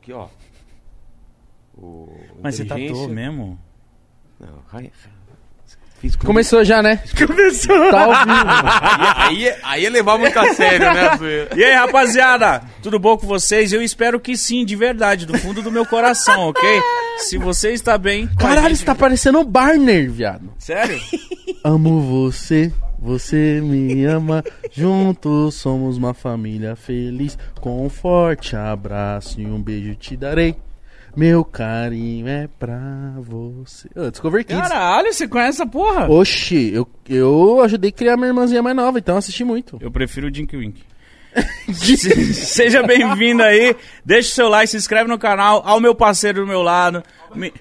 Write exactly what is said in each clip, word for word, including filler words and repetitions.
aqui, ó. O Mas você tatuou mesmo? Não, ai, fiz com... Começou já, né? Começou. Tá ao vivo. aí, aí, aí é levar muito a sério, né? E aí, rapaziada? Tudo bom com vocês? Eu espero que sim, de verdade, do fundo do meu coração, ok? Se você está bem... Caralho, você tá parecendo o Barner, viado. Sério? Amo você, você me ama, juntos somos uma família feliz. Com um forte abraço e um beijo te darei. Meu carinho é pra você. Ô, Discover Kids. Caralho, você conhece essa porra? Oxi, eu, eu ajudei a criar minha irmãzinha mais nova, então eu assisti muito. Eu prefiro o Dink Wink. Se- Seja bem-vindo aí. Deixa o seu like, se inscreve no canal. Ao meu parceiro do meu lado. Me-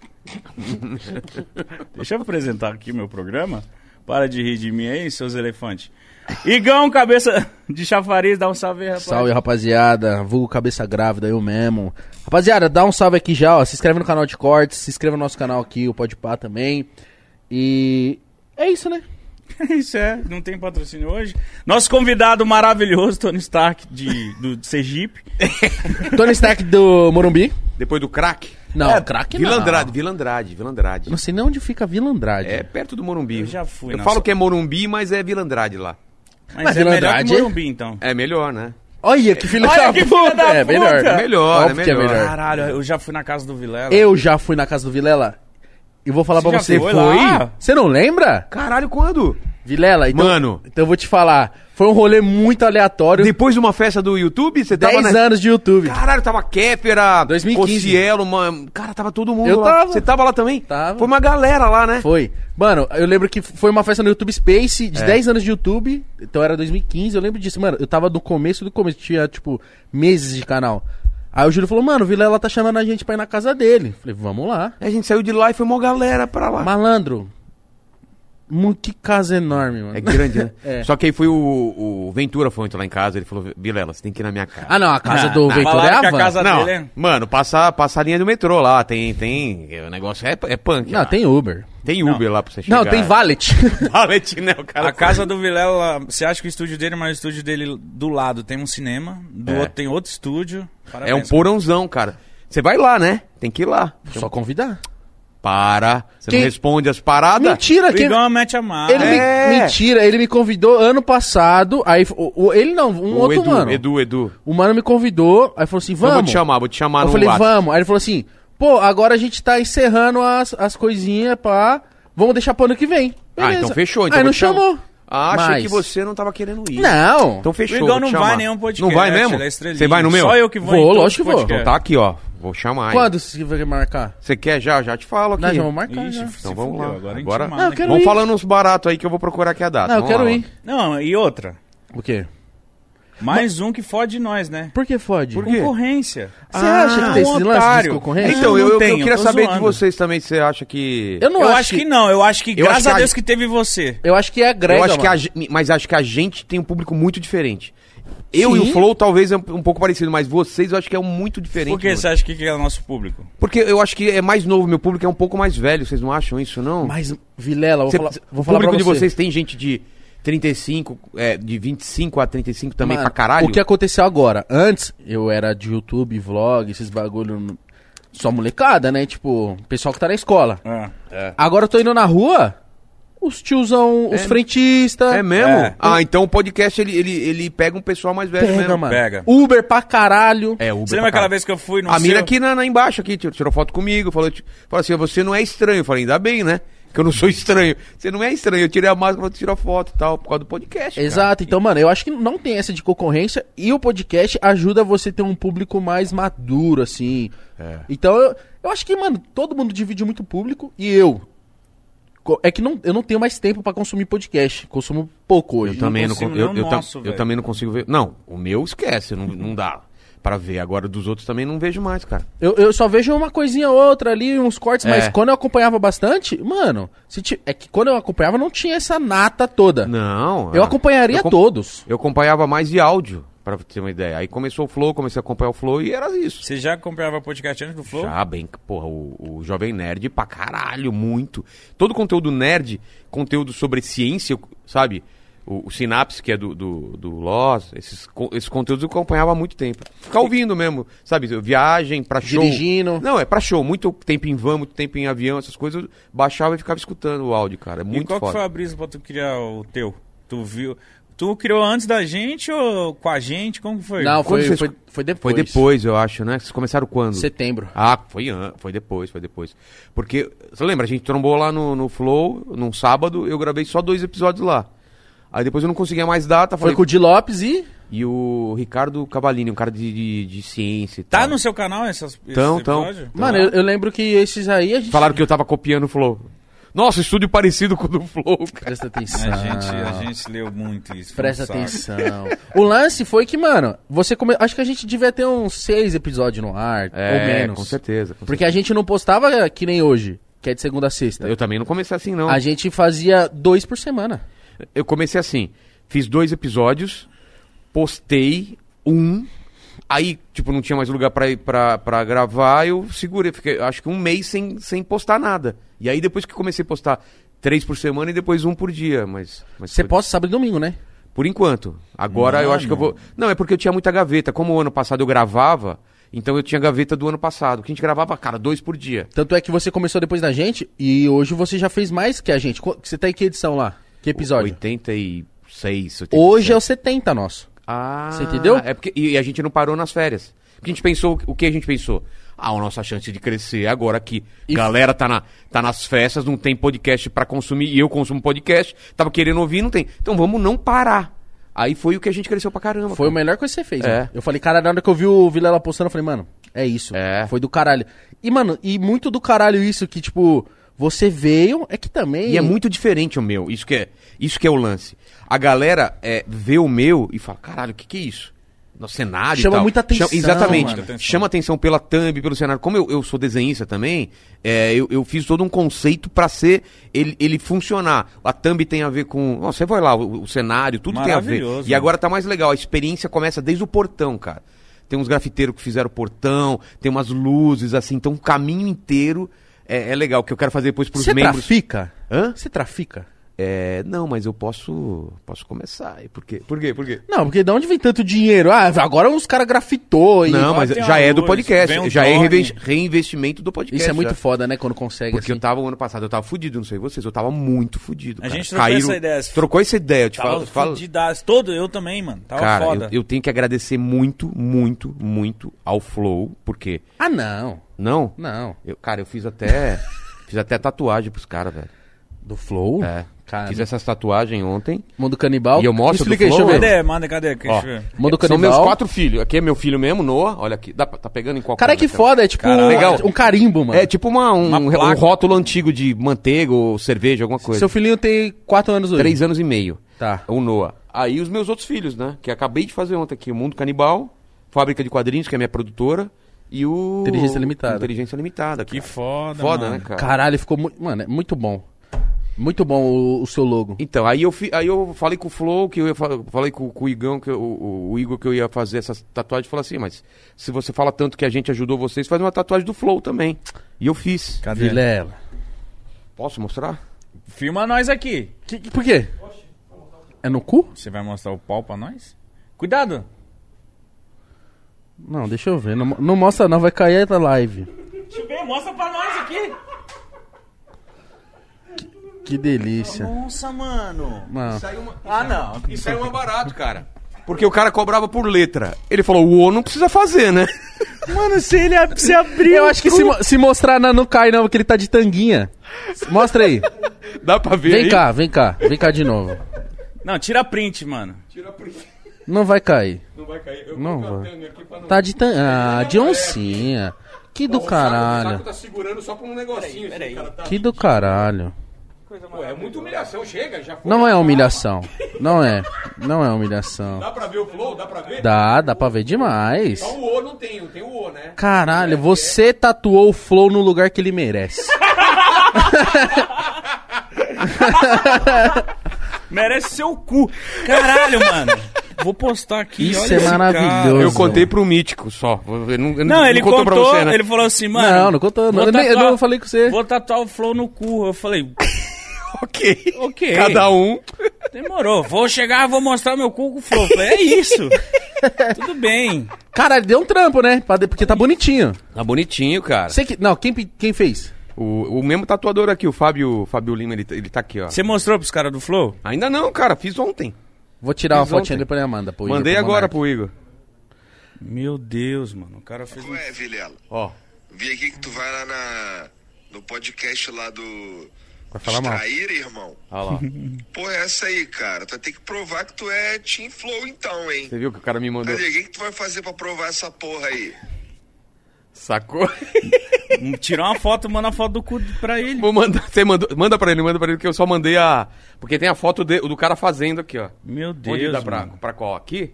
Deixa eu apresentar aqui meu programa. Para de rir de mim aí, seus elefantes. Igão, cabeça de chafariz, dá um salve aí, rapaz. Salve, rapaziada. Vulgo cabeça grávida, eu mesmo. Rapaziada, dá um salve aqui já, ó. Se inscreve no canal de cortes, se inscreva no nosso canal aqui, o Podpah também. E é isso, né? Isso é, não tem patrocínio hoje. Nosso convidado maravilhoso, Tony Stark, de, do Sergipe. Tony Stark do Morumbi. Depois do crack. Não, é, craque Vila não. Andrade, Vila Andrade, Vila Andrade. Não sei nem onde fica Vila Andrade. É perto do Morumbi. Eu já fui Eu na falo sua- que é Morumbi, mas é Vila Andrade lá. Mas, Mas é Vila melhor que Andrade? Morumbi, então. É melhor, né? Olha que filho Olha da que puta. filho da É puta. melhor. É melhor, Óbvio é que é melhor. melhor. Caralho, eu já fui na casa do Vilela. Eu já fui na casa do Vilela e vou falar Você pra já você. foi lá? Você não lembra? Caralho, quando? Vilela, então, Mano. então eu vou te falar. Foi um rolê muito aleatório. Depois de uma festa do YouTube, você tava... dez na... anos de YouTube. Caralho, tava Kéfera, dois mil e quinze. Cossielo, mano. Cara, tava todo mundo Eu lá. tava. Você tava lá também? Tava. Foi uma galera lá, né? Foi. Mano, eu lembro que foi uma festa no YouTube Space de É. dez anos de YouTube. Então era dois mil e quinze, eu lembro disso. Mano, eu tava no começo do começo, tinha, tipo, meses de canal. Aí o Júlio falou, mano, o Vilela tá chamando a gente pra ir na casa dele. Falei, vamos lá. Aí a gente saiu de lá e foi uma galera pra lá. Malandro. mu- Que casa enorme, mano. É grande, né? É. Só que aí foi o, o Ventura foi ontem lá em casa, ele falou, Vilela, você tem que ir na minha casa. Ah, não, a casa Não, do não, Ventura é falaram a que a van. casa- Não, dele é- mano, passa, passa a linha do metrô lá, tem, tem, o negócio é, é punk. Não, lá. tem Uber. Tem Uber lá pra você chegar. Não, tem valet. Valet, né, o cara. A casa do Vilela, você acha que o estúdio dele, mas o estúdio dele do lado tem um cinema, do É. outro tem outro estúdio. É Parabéns. um porãozão, cara. Você vai lá, né? Tem que ir lá. Só convidar. Para, você Quem- não responde as paradas. Mentira, O quem... Igão mete a mala. Ele É. me... Mentira, ele me convidou ano passado. Aí o, o- ele não, um O outro Edu, mano. Edu, Edu. O mano me convidou, aí falou assim, Então eu vamos. vou te chamar, vou te chamar Eu no falei, WhatsApp. vamos. Aí ele falou assim, pô, agora a gente tá encerrando as, as coisinhas pra... Vamos deixar pro ano que vem. Ah, Beleza. então fechou. Então aí vou não te chamar. chamou. Ah, achei Mas- que você não tava querendo ir. Não. Então O fechou. Igão vou não te vai chamar. em nenhum podcast. Não vai mesmo? ele é estrelinha. Você vai no meu? Só eu que vou Vou, em todos lógico os que vou. podcasts. Então tá aqui, ó. Vou chamar. hein? Quando você vai marcar? Você quer já? Já te falo aqui. Não, já vou marcar. Ixi, já. se Então vamos fudeu, lá. Agora, a gente Agora- manda Não, eu aqui. quero Vamos ir. falando uns baratos aí que eu vou procurar aqui a data. Não, eu Vamos quero lá, ir. Não, e outra. O quê? Mais um que fode nós, né? Por que fode? Por quê? Concorrência. Você acha que tem um esses lances de otário. concorrência? Então, Não, eu, não eu, tem, eu queria eu tô saber de zoando. vocês também, se você acha que... Eu não Eu acho, acho que não, eu acho que Eu graças acho que a a- Deus que teve você. Eu acho que é agrega, eu acho que a, mano. gen- mas acho que a gente tem um público muito diferente. Eu Sim. e o Flow talvez é um, um pouco parecido, mas vocês eu acho que é um muito diferente. Por que mano. você acha que que é o nosso público? Porque eu acho que é mais novo, meu público é um pouco mais velho, vocês não acham isso, não? Mas, Vilela, vou Cê- falar, vou o falar pra público de você. vocês tem gente de trinta e cinco, é, de vinte e cinco a trinta e cinco também Mano, pra caralho? O que aconteceu agora? Antes, eu era de YouTube, vlog, esses bagulho... no- Só molecada, né? Tipo, pessoal que tá na escola. É. Agora eu tô indo na rua, os tiozão, os É- frentistas... É mesmo? É. Ah, então o podcast ele, ele, ele pega um pessoal mais velho Pega, mesmo. mano. Pega. Uber pra caralho. É, Uber Você lembra pra aquela caralho. vez que eu fui no A mina seu- aqui na, na embaixo aqui tirou, tirou foto comigo, falou, ti- falou assim, você não é estranho. Eu falei, ainda bem, né? Que eu não sou estranho. Você não é estranho. Eu tirei a máscara, você tirou foto e tal, por causa do podcast. cara. Exato, então, mano, eu acho que não tem essa de concorrência e o podcast ajuda você a ter um público mais maduro, assim. É. Então, eu, eu acho que, mano, todo mundo divide muito público e eu. co- É que não, eu não tenho mais tempo pra consumir podcast. Consumo pouco hoje. Eu também não, consigo con- eu, nem o eu, tam- nosso, eu velho. também não consigo ver. Não, o meu esquece, não, não dá pra ver. Agora dos outros também não vejo mais, cara. Eu, eu só vejo uma coisinha ou outra ali, uns cortes, mas É. quando eu acompanhava bastante, mano, se ti- é que quando eu acompanhava não tinha essa nata toda. Não. Eu ah, acompanharia eu com- todos. Eu acompanhava mais de áudio, pra ter uma ideia. Aí começou o Flow, comecei a acompanhar o Flow e era isso. Você já acompanhava podcast antes do Flow? Já, bem, porra, o, o Jovem Nerd pra caralho, muito. Todo conteúdo nerd, conteúdo sobre ciência, sabe? O, o, o Sinapse, que é do, do, do Loz, esses, esses conteúdos eu acompanhava há muito tempo. Ficar ouvindo mesmo, sabe? Viagem pra show. Dirigindo. Não, é pra show. Muito tempo em van, muito tempo em avião, essas coisas. Eu baixava e ficava escutando o áudio, cara. É muito e qual foda. que foi a brisa pra tu criar o teu? Tu viu... Tu criou antes da gente ou com a gente? Como que foi? Não, foi, vocês- foi, foi depois. Foi depois, eu acho, né? Vocês começaram quando? Setembro. Ah, foi, an- foi depois, foi depois. Porque, você lembra, a gente trombou lá no, no Flow, num sábado, eu gravei só dois episódios lá. Aí depois eu não conseguia mais data, Foi falei... com o Di Lopes e... E o Ricardo Cavalini, um cara de, de, de ciência e Tá tal. no seu canal essas, esse Tão, tão. episódio? Mano, eu, eu lembro que esses aí a gente... Falaram que eu tava copiando o Flow. Nossa, estúdio parecido com o do Flow, cara. Presta atenção. A gente, a gente leu muito isso. Presta foi um saco. atenção. O lance foi que, mano, você come... acho que a gente devia ter uns seis episódios no ar, É, ou menos. com certeza. com Porque a gente não postava que nem hoje, que é de segunda a sexta. Eu também não comecei assim, não. A gente fazia dois por semana. Eu comecei assim, fiz dois episódios, postei um, aí, tipo, não tinha mais lugar pra, ir pra, pra gravar, eu segurei, fiquei, acho que um mês sem, sem postar nada. E aí depois que comecei a postar três por semana e depois um por dia, mas... mas Você foi- posta sábado e domingo, né? Por enquanto. Agora eu acho que eu vou... Não, é porque eu tinha muita gaveta. Como o ano passado eu gravava, então eu tinha gaveta do ano passado. Que a gente gravava, cara, dois por dia. Tanto é que você começou depois da gente e hoje você já fez mais que a gente. Qu- Você tá em que edição lá? Que episódio? oitenta e seis, oitenta e sete. Hoje é o setenta nosso. Ah, Você entendeu? É porque, e a gente não parou nas férias. Porque a gente pensou, o que a gente pensou? Ah, a nossa chance de crescer é agora que E- galera tá, na, tá nas festas, não tem podcast pra consumir, e eu consumo podcast, tava querendo ouvir, não tem. Então vamos não parar. Aí foi o que a gente cresceu pra caramba. Foi cara. a melhor coisa que você fez, É. mano. Eu falei, cara, na hora que eu vi o Vilela postando, eu falei, mano, é isso. É. Foi do caralho. E, mano, e muito do caralho isso que, tipo, você veio, é que também... E é muito diferente o meu, isso que é, isso que é o lance. A galera é, vê o meu e fala, caralho, o que que é isso? No cenário e Chama tal. muita atenção, Exatamente. mano. Chama atenção pela thumb, pelo cenário. Como eu, eu sou desenhista também, é, eu, eu fiz todo um conceito pra ser ele, ele funcionar. A thumb tem a ver com... Ó, você vai lá, o, o cenário, tudo tem a ver. Maravilhoso, E agora tá mais legal, a experiência começa desde o portão, cara. Tem uns grafiteiros que fizeram o portão, tem umas luzes, assim, então o caminho inteiro é, é legal, que eu quero fazer depois pros Você membros. trafica? Hã? Você trafica? É, não, mas eu posso posso começar. E por quê? Por quê? Por quê? Não, porque de onde vem tanto dinheiro? Ah, agora os caras grafitou e... Não, mas tem já uma é do luz, podcast. vem um Já é drone. reinves- reinvestimento do podcast. Isso é muito já. foda, né, quando consegue, Porque assim. eu tava o ano passado, eu tava fudido, não sei vocês, eu tava muito fudido. A cara. gente trocou essa ideia. Trocou essa ideia, eu te Tava falo. falo fudidaço. Todo, eu também, mano. Tava cara, foda. eu, eu tenho que agradecer muito, muito, muito ao Flow, porque. Ah, não. Não? Não. Eu, cara, eu fiz até. fiz até tatuagem pros caras, velho. Do Flow? É. Cara, Fiz essas tatuagens ontem. Mundo Canibal. E eu mostro Explica aí, do deixa eu Flow, ver. Cadê? Manda, cadê? Deixa Ó, eu ver. Mundo São Canibal. meus quatro filhos. Aqui é meu filho mesmo, Noah. Olha aqui. Dá, pra- tá pegando em qual Cara, que câmera? foda, é tipo Caralho. Legal. um carimbo, mano. É tipo uma, um, Uma um placa. rótulo antigo de manteiga ou cerveja, alguma coisa. Seu filhinho tem quatro anos hoje. Três anos e meio. Tá. O Noah. Aí os meus outros filhos, né? Que acabei de fazer ontem aqui. O Mundo Canibal, Fábrica de Quadrinhos, que é a minha produtora. E o... Inteligência Limitada. Inteligência Limitada. Que cara. foda, Foda, mano. né, cara? Caralho, ficou muito... Mano, é muito bom. Muito bom o, o seu logo. Então, aí eu, fi, aí eu falei com o Flow, que eu ia fa- falei com, com o Igão, que eu- o, o Igor, que eu ia fazer essas tatuagens, falou assim, mas se você fala tanto que a gente ajudou vocês, faz uma tatuagem do Flow também. E eu fiz. Cadê? Vilela. Posso mostrar? Filma nós aqui. Que, que- por quê? É no cu? Você vai mostrar o pau pra nós? Cuidado. Não, deixa eu ver. Não, não mostra não, vai cair a live. Deixa eu ver, mostra pra nós aqui. Que delícia. Nossa, mano. Não. Ah, não. Isso aí é mais barato, cara. Porque o cara cobrava por letra. Ele falou, o O não precisa fazer, né? Mano, se ele se abrir. Eu acho que se, mo- se mostrar não, não cai não, porque ele tá de tanguinha. Mostra aí. Dá pra ver Vem aí? cá, vem cá. Vem cá de novo. Não, tira print, mano. Tira print. Não vai cair. Não vai cair. Eu Não coloquei a vai. tanga aqui pra não... Tá de tan... Ah, de oncinha. Que do O saco- O caralho. saco tá segurando só por um negocinho. Peraí, assim, cara, tá... Que do caralho. Pô, é muita humilhação, chega, já foi. Não é humilhação. Não é. Não é humilhação. Dá pra ver o Flow? Dá pra ver? Dá, dá pra ver demais. Só o O não tem, não tem o O, né? Caralho, você tatuou o Flow no lugar que ele merece. Merece seu cu. Caralho, mano. Vou postar aqui. Isso olha é esse maravilhoso. cara. Eu contei pro Mítico só. Eu não, eu Não, ele contou, pra você, né? ele falou assim, mano. Não, não contou. Não. vou Eu, nem- eu tatuar- não falei com você. Vou tatuar o Flow no cu. Eu falei, Ok. ok. Cada um. Demorou. Vou chegar, vou mostrar meu cu com o Flow. Falei, é isso. Tudo bem. Caralho, deu um trampo, né? Pra de- Porque tá bonitinho. Tá bonitinho, cara. Você que... Não, quem, quem fez? O, o mesmo tatuador aqui, o Fábio, Fábio Lima, ele, ele tá aqui, ó. Você mostrou pros caras do Flow? Ainda não, cara, fiz ontem. Vou tirar uma Fiz fotinha ontem. depois ele manda. Pro Mandei Igor, pro agora Monark. pro Igor. Meu Deus, mano. O cara fez um... Ué, Vilela, Ó. vi aqui que tu vai lá na, no podcast lá do Vai falar mal. Extrair, irmão. Olha lá. Porra, é essa aí, cara. Tu vai ter que provar que tu é Team Flow então, hein? Você viu que o cara me mandou? Cadê? O que, que tu vai fazer pra provar essa porra aí? Sacou? Tirar uma foto, manda a foto do cu pra ele. Vou mandar. Você mandou, manda pra ele, manda pra ele, que eu só mandei a. Porque tem a foto de- do cara fazendo aqui, ó. Meu Deus, Onde dá pra, mano. pra qual? Aqui?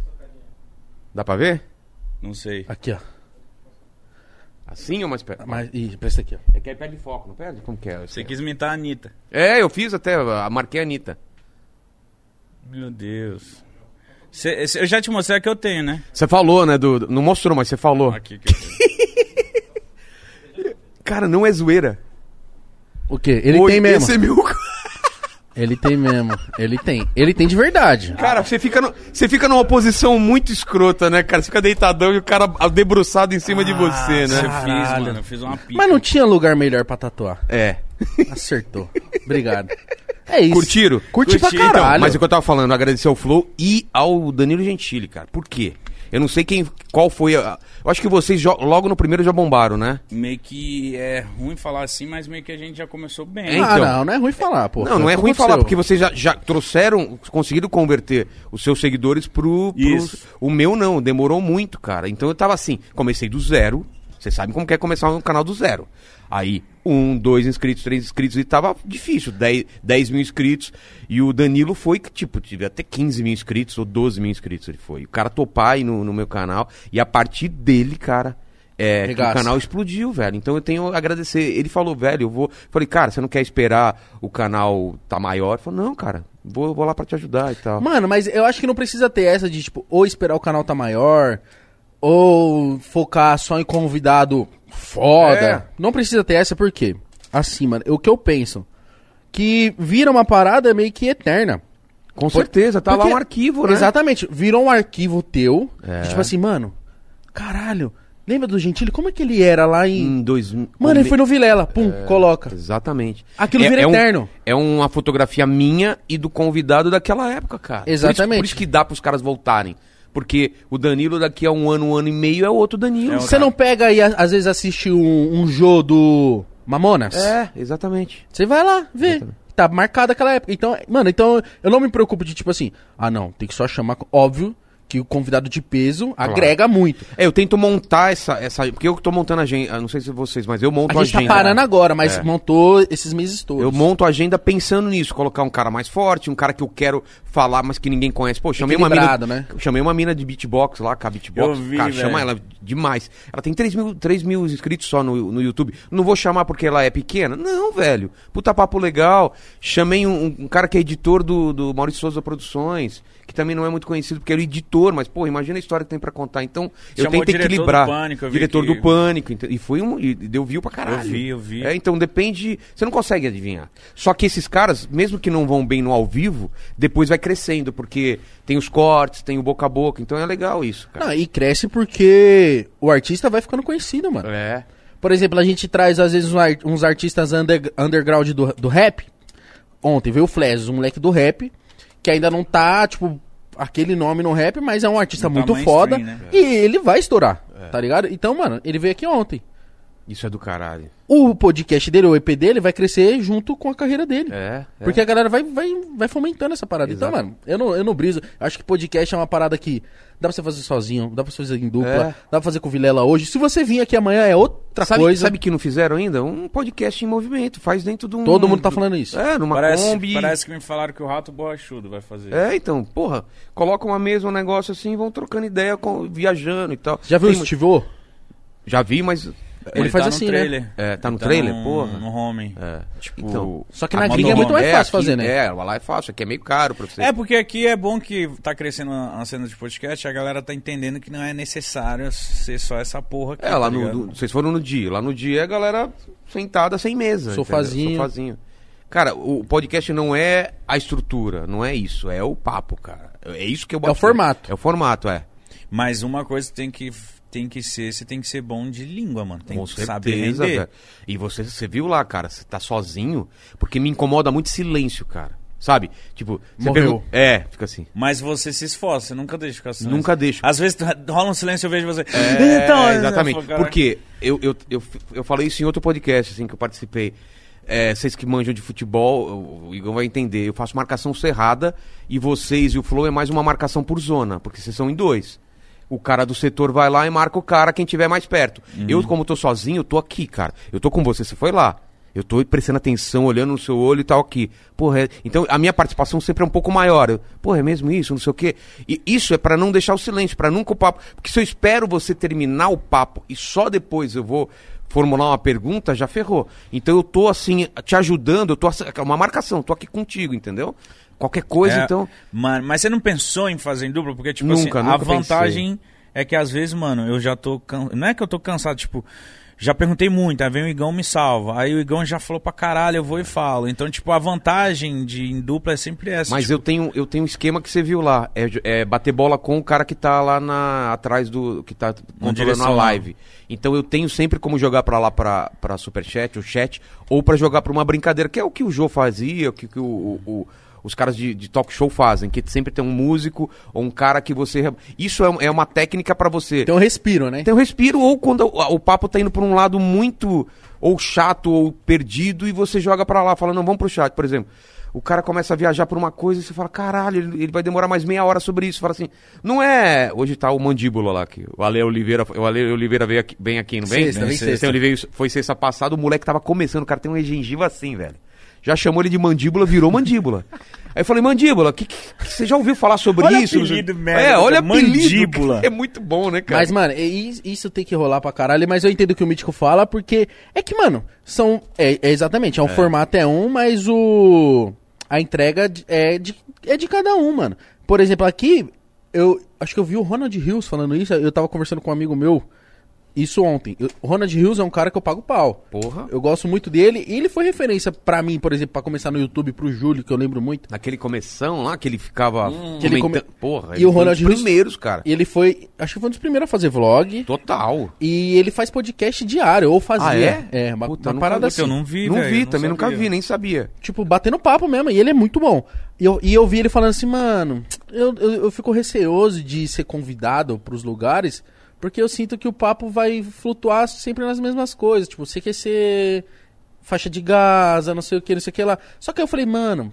Dá pra ver? Não sei. Aqui, ó. Assim ou mais perto? Mas, ih, presta aqui, ó. É que aí perde foco, não perde? Como que é? Você quis imitar a Anitta. É, eu fiz até, a- marquei a Anitta. Meu Deus. Cê, cê- eu já te mostrei a que eu tenho, né? Você falou, né? Do, do- não mostrou, mas você falou. Aqui que eu tenho. Cara, não é zoeira. O quê? Ele Oi, tem mesmo. esse é meu... Ele tem mesmo. Ele tem. Ele tem de verdade. Cara, você fica, no- você fica numa posição muito escrota, né, cara? Você fica deitadão e o cara debruçado em cima de você, Nossa, né? eu fiz, Caralho. mano. Eu fiz uma pica. Mas não tinha lugar melhor pra tatuar. É. Acertou. Obrigado. É isso. Curtiram? Curti pra Curti, então, caralho. Mas o que eu tava falando, agradecer ao Flow e ao Danilo Gentili, cara. Por quê? Eu não sei quem, qual foi a... Eu acho que vocês jo- logo no primeiro já bombaram, né? Meio que é ruim falar assim, mas meio que a gente já começou bem. É, Ah, então. não, não é ruim falar, pô. Não, não é O que ruim falar, aconteceu? porque vocês já, já trouxeram, conseguiram converter os seus seguidores pro, pro... Isso. O meu não, demorou muito, cara. Então eu tava assim, comecei do zero. Vocês sabem como que é começar um canal do zero. Aí, um, dois inscritos, três inscritos, e tava difícil, dez, dez mil inscritos. E o Danilo foi, que, tipo, tive até quinze mil inscritos ou doze mil inscritos ele foi. O cara topar aí no, no meu canal. E a partir dele, cara, é, que o Regaça. canal explodiu, velho. Então eu tenho a agradecer. Ele falou, velho, eu vou... Falei, cara, você não quer esperar o canal tá maior? Ele falou, não, cara, vou, vou lá pra te ajudar e tal. Mano, mas eu acho que não precisa ter essa de, tipo, ou esperar o canal tá maior, ou focar só em convidado foda. É. Não precisa ter essa, porque, assim, mano, o que eu penso, que vira uma parada meio que eterna. Com certeza, tá lá Porque- um arquivo, né? Exatamente, virou um arquivo teu, É. de, tipo assim, mano, caralho, lembra do Gentili? Como é que ele era lá em... Em dois... Mano, ele foi no Vilela, pum, coloca. Exatamente. Aquilo vira um- eterno. É uma fotografia minha e do convidado daquela época, cara. Por isso- Exatamente. Por isso, que dá pros caras voltarem. Porque o Danilo daqui a um ano, um ano e meio é outro Danilo. É um Você não pega e a- às vezes assiste um, um jogo do Mamonas? É, exatamente. Você vai lá, vê. Tá marcado aquela época. Então, mano, então eu não me preocupo de tipo assim, ah não, tem que só chamar. Óbvio que o convidado de peso agrega muito. É, eu tento montar essa... essa porque eu tô montando a agenda, não sei se vocês, mas eu monto A a, gente tá agenda. parando agora, mas É. montou esses meses todos. Eu monto a agenda pensando nisso, colocar um cara mais forte, um cara que eu quero falar, mas que ninguém conhece. Pô, chamei uma mina, Equilibrado, né? chamei uma mina de beatbox lá, com a beatbox. Eu vi, cara, velho. chama ela demais. Ela tem três mil, três mil inscritos só no, no YouTube. Não vou chamar porque ela é pequena? Não, velho. Puta papo legal. Chamei um, um cara que é editor do, do Maurício Souza Produções, que também não é muito conhecido porque ele é editor, mas, pô, imagina a história que tem pra contar. Então, eu Chamou o tento diretor equilibrar. do Pânico, eu vi diretor que- do Pânico. ent- E foi um. E deu view pra caralho. Eu vi, eu vi. É, então depende. Você não consegue adivinhar. Só que esses caras, mesmo que não vão bem no ao vivo, depois vai crescendo, porque tem os cortes, tem o boca a boca. Então é legal isso, cara. Não, e cresce porque o artista vai ficando conhecido, mano. É. Por exemplo, a gente traz às vezes um ar- uns artistas under- underground do, do rap. Ontem veio o Flash, um moleque do rap, que ainda não tá, tipo, aquele nome no rap, mas é um artista Não tá muito mainstream, foda. né? E ele vai estourar, tá ligado? Então, mano, ele veio aqui ontem. Isso é do caralho. O podcast dele, o E P dele, vai crescer junto com a carreira dele. É. é. Porque a galera vai, vai, vai fomentando essa parada. Exato. Então, mano, eu não, eu não briso. Acho que podcast é uma parada que dá pra você fazer sozinho, dá pra você fazer em dupla, É. dá pra fazer com o Vilela hoje. Se você vir aqui amanhã é outra sabe, coisa. sabe que não fizeram ainda? Um podcast em movimento. Faz dentro de um. Todo mundo tá falando isso. É, numa Parece, Kombi. parece que me falaram que o Rato Borrachudo vai fazer. É, então, porra, coloca uma mesa, um negócio assim, vão trocando ideia, com, viajando e tal. Já viu Tem o Steve O? mu- Já vi, mas. Ele faz tá assim, no né? trailer. É, tá no Ele trailer? no, Porra. No home. É. Tipo, Então, Só que na a gringa é muito mais É, fácil aqui- fazer, né? É, lá é fácil, aqui é meio caro pra você. É, porque aqui é bom que tá crescendo a a cena de podcast, a galera tá entendendo que não é necessário ser só essa porra aqui. É, lá tá no. ligado? do- vocês foram no dia. Lá no dia é a galera sentada sem mesa. Sofazinho. entendeu? Sofazinho. Cara, o podcast não é a estrutura, não é isso, é o papo, cara. É isso que eu É o formato. É o formato, é. Mas uma coisa tem que, tem que ser, você tem que ser bom de língua, mano. Tem Com que certeza, saber render. velho. E você, você viu lá, cara, você tá sozinho, porque me incomoda muito silêncio, cara. Sabe? Tipo, você Morreu. pergunta... É, fica assim. Mas você se esforça, você nunca deixa ficar silêncio. Nunca deixo. Às vezes rola um silêncio e eu vejo você... É, então, exatamente. cara. Porque eu, eu, eu, eu falei isso em outro podcast, assim, que eu participei. É, vocês que manjam de futebol, o Igor vai entender. Eu faço marcação cerrada e vocês e o Flow é mais uma marcação por zona, porque vocês são em dois. O cara do setor vai lá e marca o cara, quem tiver mais perto. Uhum. Eu, como tô sozinho, eu tô aqui, cara. Eu tô com você, você foi lá. Eu tô prestando atenção, olhando no seu olho e tal aqui. Porra, é... então a minha participação sempre é um pouco maior. Eu, Porra, é mesmo isso? Não sei o quê. E isso é pra não deixar o silêncio, pra nunca o papo... Porque se eu espero você terminar o papo e só depois eu vou formular uma pergunta, já ferrou. Então eu tô assim, te ajudando, eu tô... É uma marcação, tô aqui contigo, entendeu? Qualquer coisa, É, então... Mano, mas você não pensou em fazer em dupla? Porque, tipo Nunca, assim, nunca a vantagem pensei. é que às vezes, mano, eu já tô... Can... Não é que eu tô cansado, tipo... Já perguntei muito, aí vem o Igão me salva. Aí o Igão já falou pra caralho, eu vou e falo. Então, tipo, a vantagem de em dupla é sempre essa. Mas tipo... eu tenho eu tenho um esquema que você viu lá. É, é bater bola com o cara que tá lá na, atrás do... Que tá controlando direção a lá. live. Então eu tenho sempre como jogar pra lá, pra, pra Superchat, o chat, ou pra jogar pra uma brincadeira, que é o que o Jô fazia, o que, que o... o, o os caras de, de talk show fazem, que sempre tem um músico ou um cara que você... Isso é, é uma técnica pra você... Tem um respiro, né? Tem um respiro, ou quando o, o papo tá indo por um lado muito ou chato ou perdido e você joga pra lá, fala, não, vamos pro chat, por exemplo. O cara começa a viajar por uma coisa e você fala, caralho, ele, ele vai demorar mais meia hora sobre isso. Fala assim, não é... Hoje tá o Mandíbula lá, que o Ale Oliveira, o Ale Oliveira veio aqui, vem aqui, não vem? Sexta, vem sexta. Ele veio, foi sexta passada, o moleque tava começando, o cara tem uma gengiva assim, velho. Já chamou ele de Mandíbula, virou Mandíbula. Aí eu falei, Mandíbula, que, que, que você já ouviu falar sobre Olha isso? apelido, merda, é, olha apelido. Mandíbula. É muito bom, né, cara? Mas, mano, é is- isso tem que rolar pra caralho, mas eu entendo o que o Mítico fala, porque é que, mano, são. É, é exatamente, é um formato é um, mas o. A entrega de- é de, é de cada um, mano. Por exemplo, aqui, eu acho que eu vi o Ronald Hills falando isso, eu tava conversando com um amigo meu. Isso ontem. Eu- o Ronald Hills é um cara que eu pago pau. Porra. Eu gosto muito dele. E ele foi referência pra mim, por exemplo, pra começar no YouTube, pro Júlio, que eu lembro muito. Naquele começão lá, que ele ficava... Que ele come- Porra, E ele o foi um Ronald dos Hills- primeiros, cara. E ele foi, acho que foi um dos primeiros a fazer vlog. Total. E ele faz podcast diário, ou fazia. Ah, é? É, uma, Puta, uma nunca- parada puta, assim. Eu não vi, não velho, vi, eu não também nunca sabia. vi, nem sabia. Tipo, batendo papo mesmo. E ele é muito bom. E eu, e eu vi ele falando assim, mano, eu, eu, eu fico receoso de ser convidado pros lugares, porque eu sinto que o papo vai flutuar sempre nas mesmas coisas. Tipo, você quer ser faixa de Gaza, não sei o que, não sei o que lá. Só que eu falei, mano,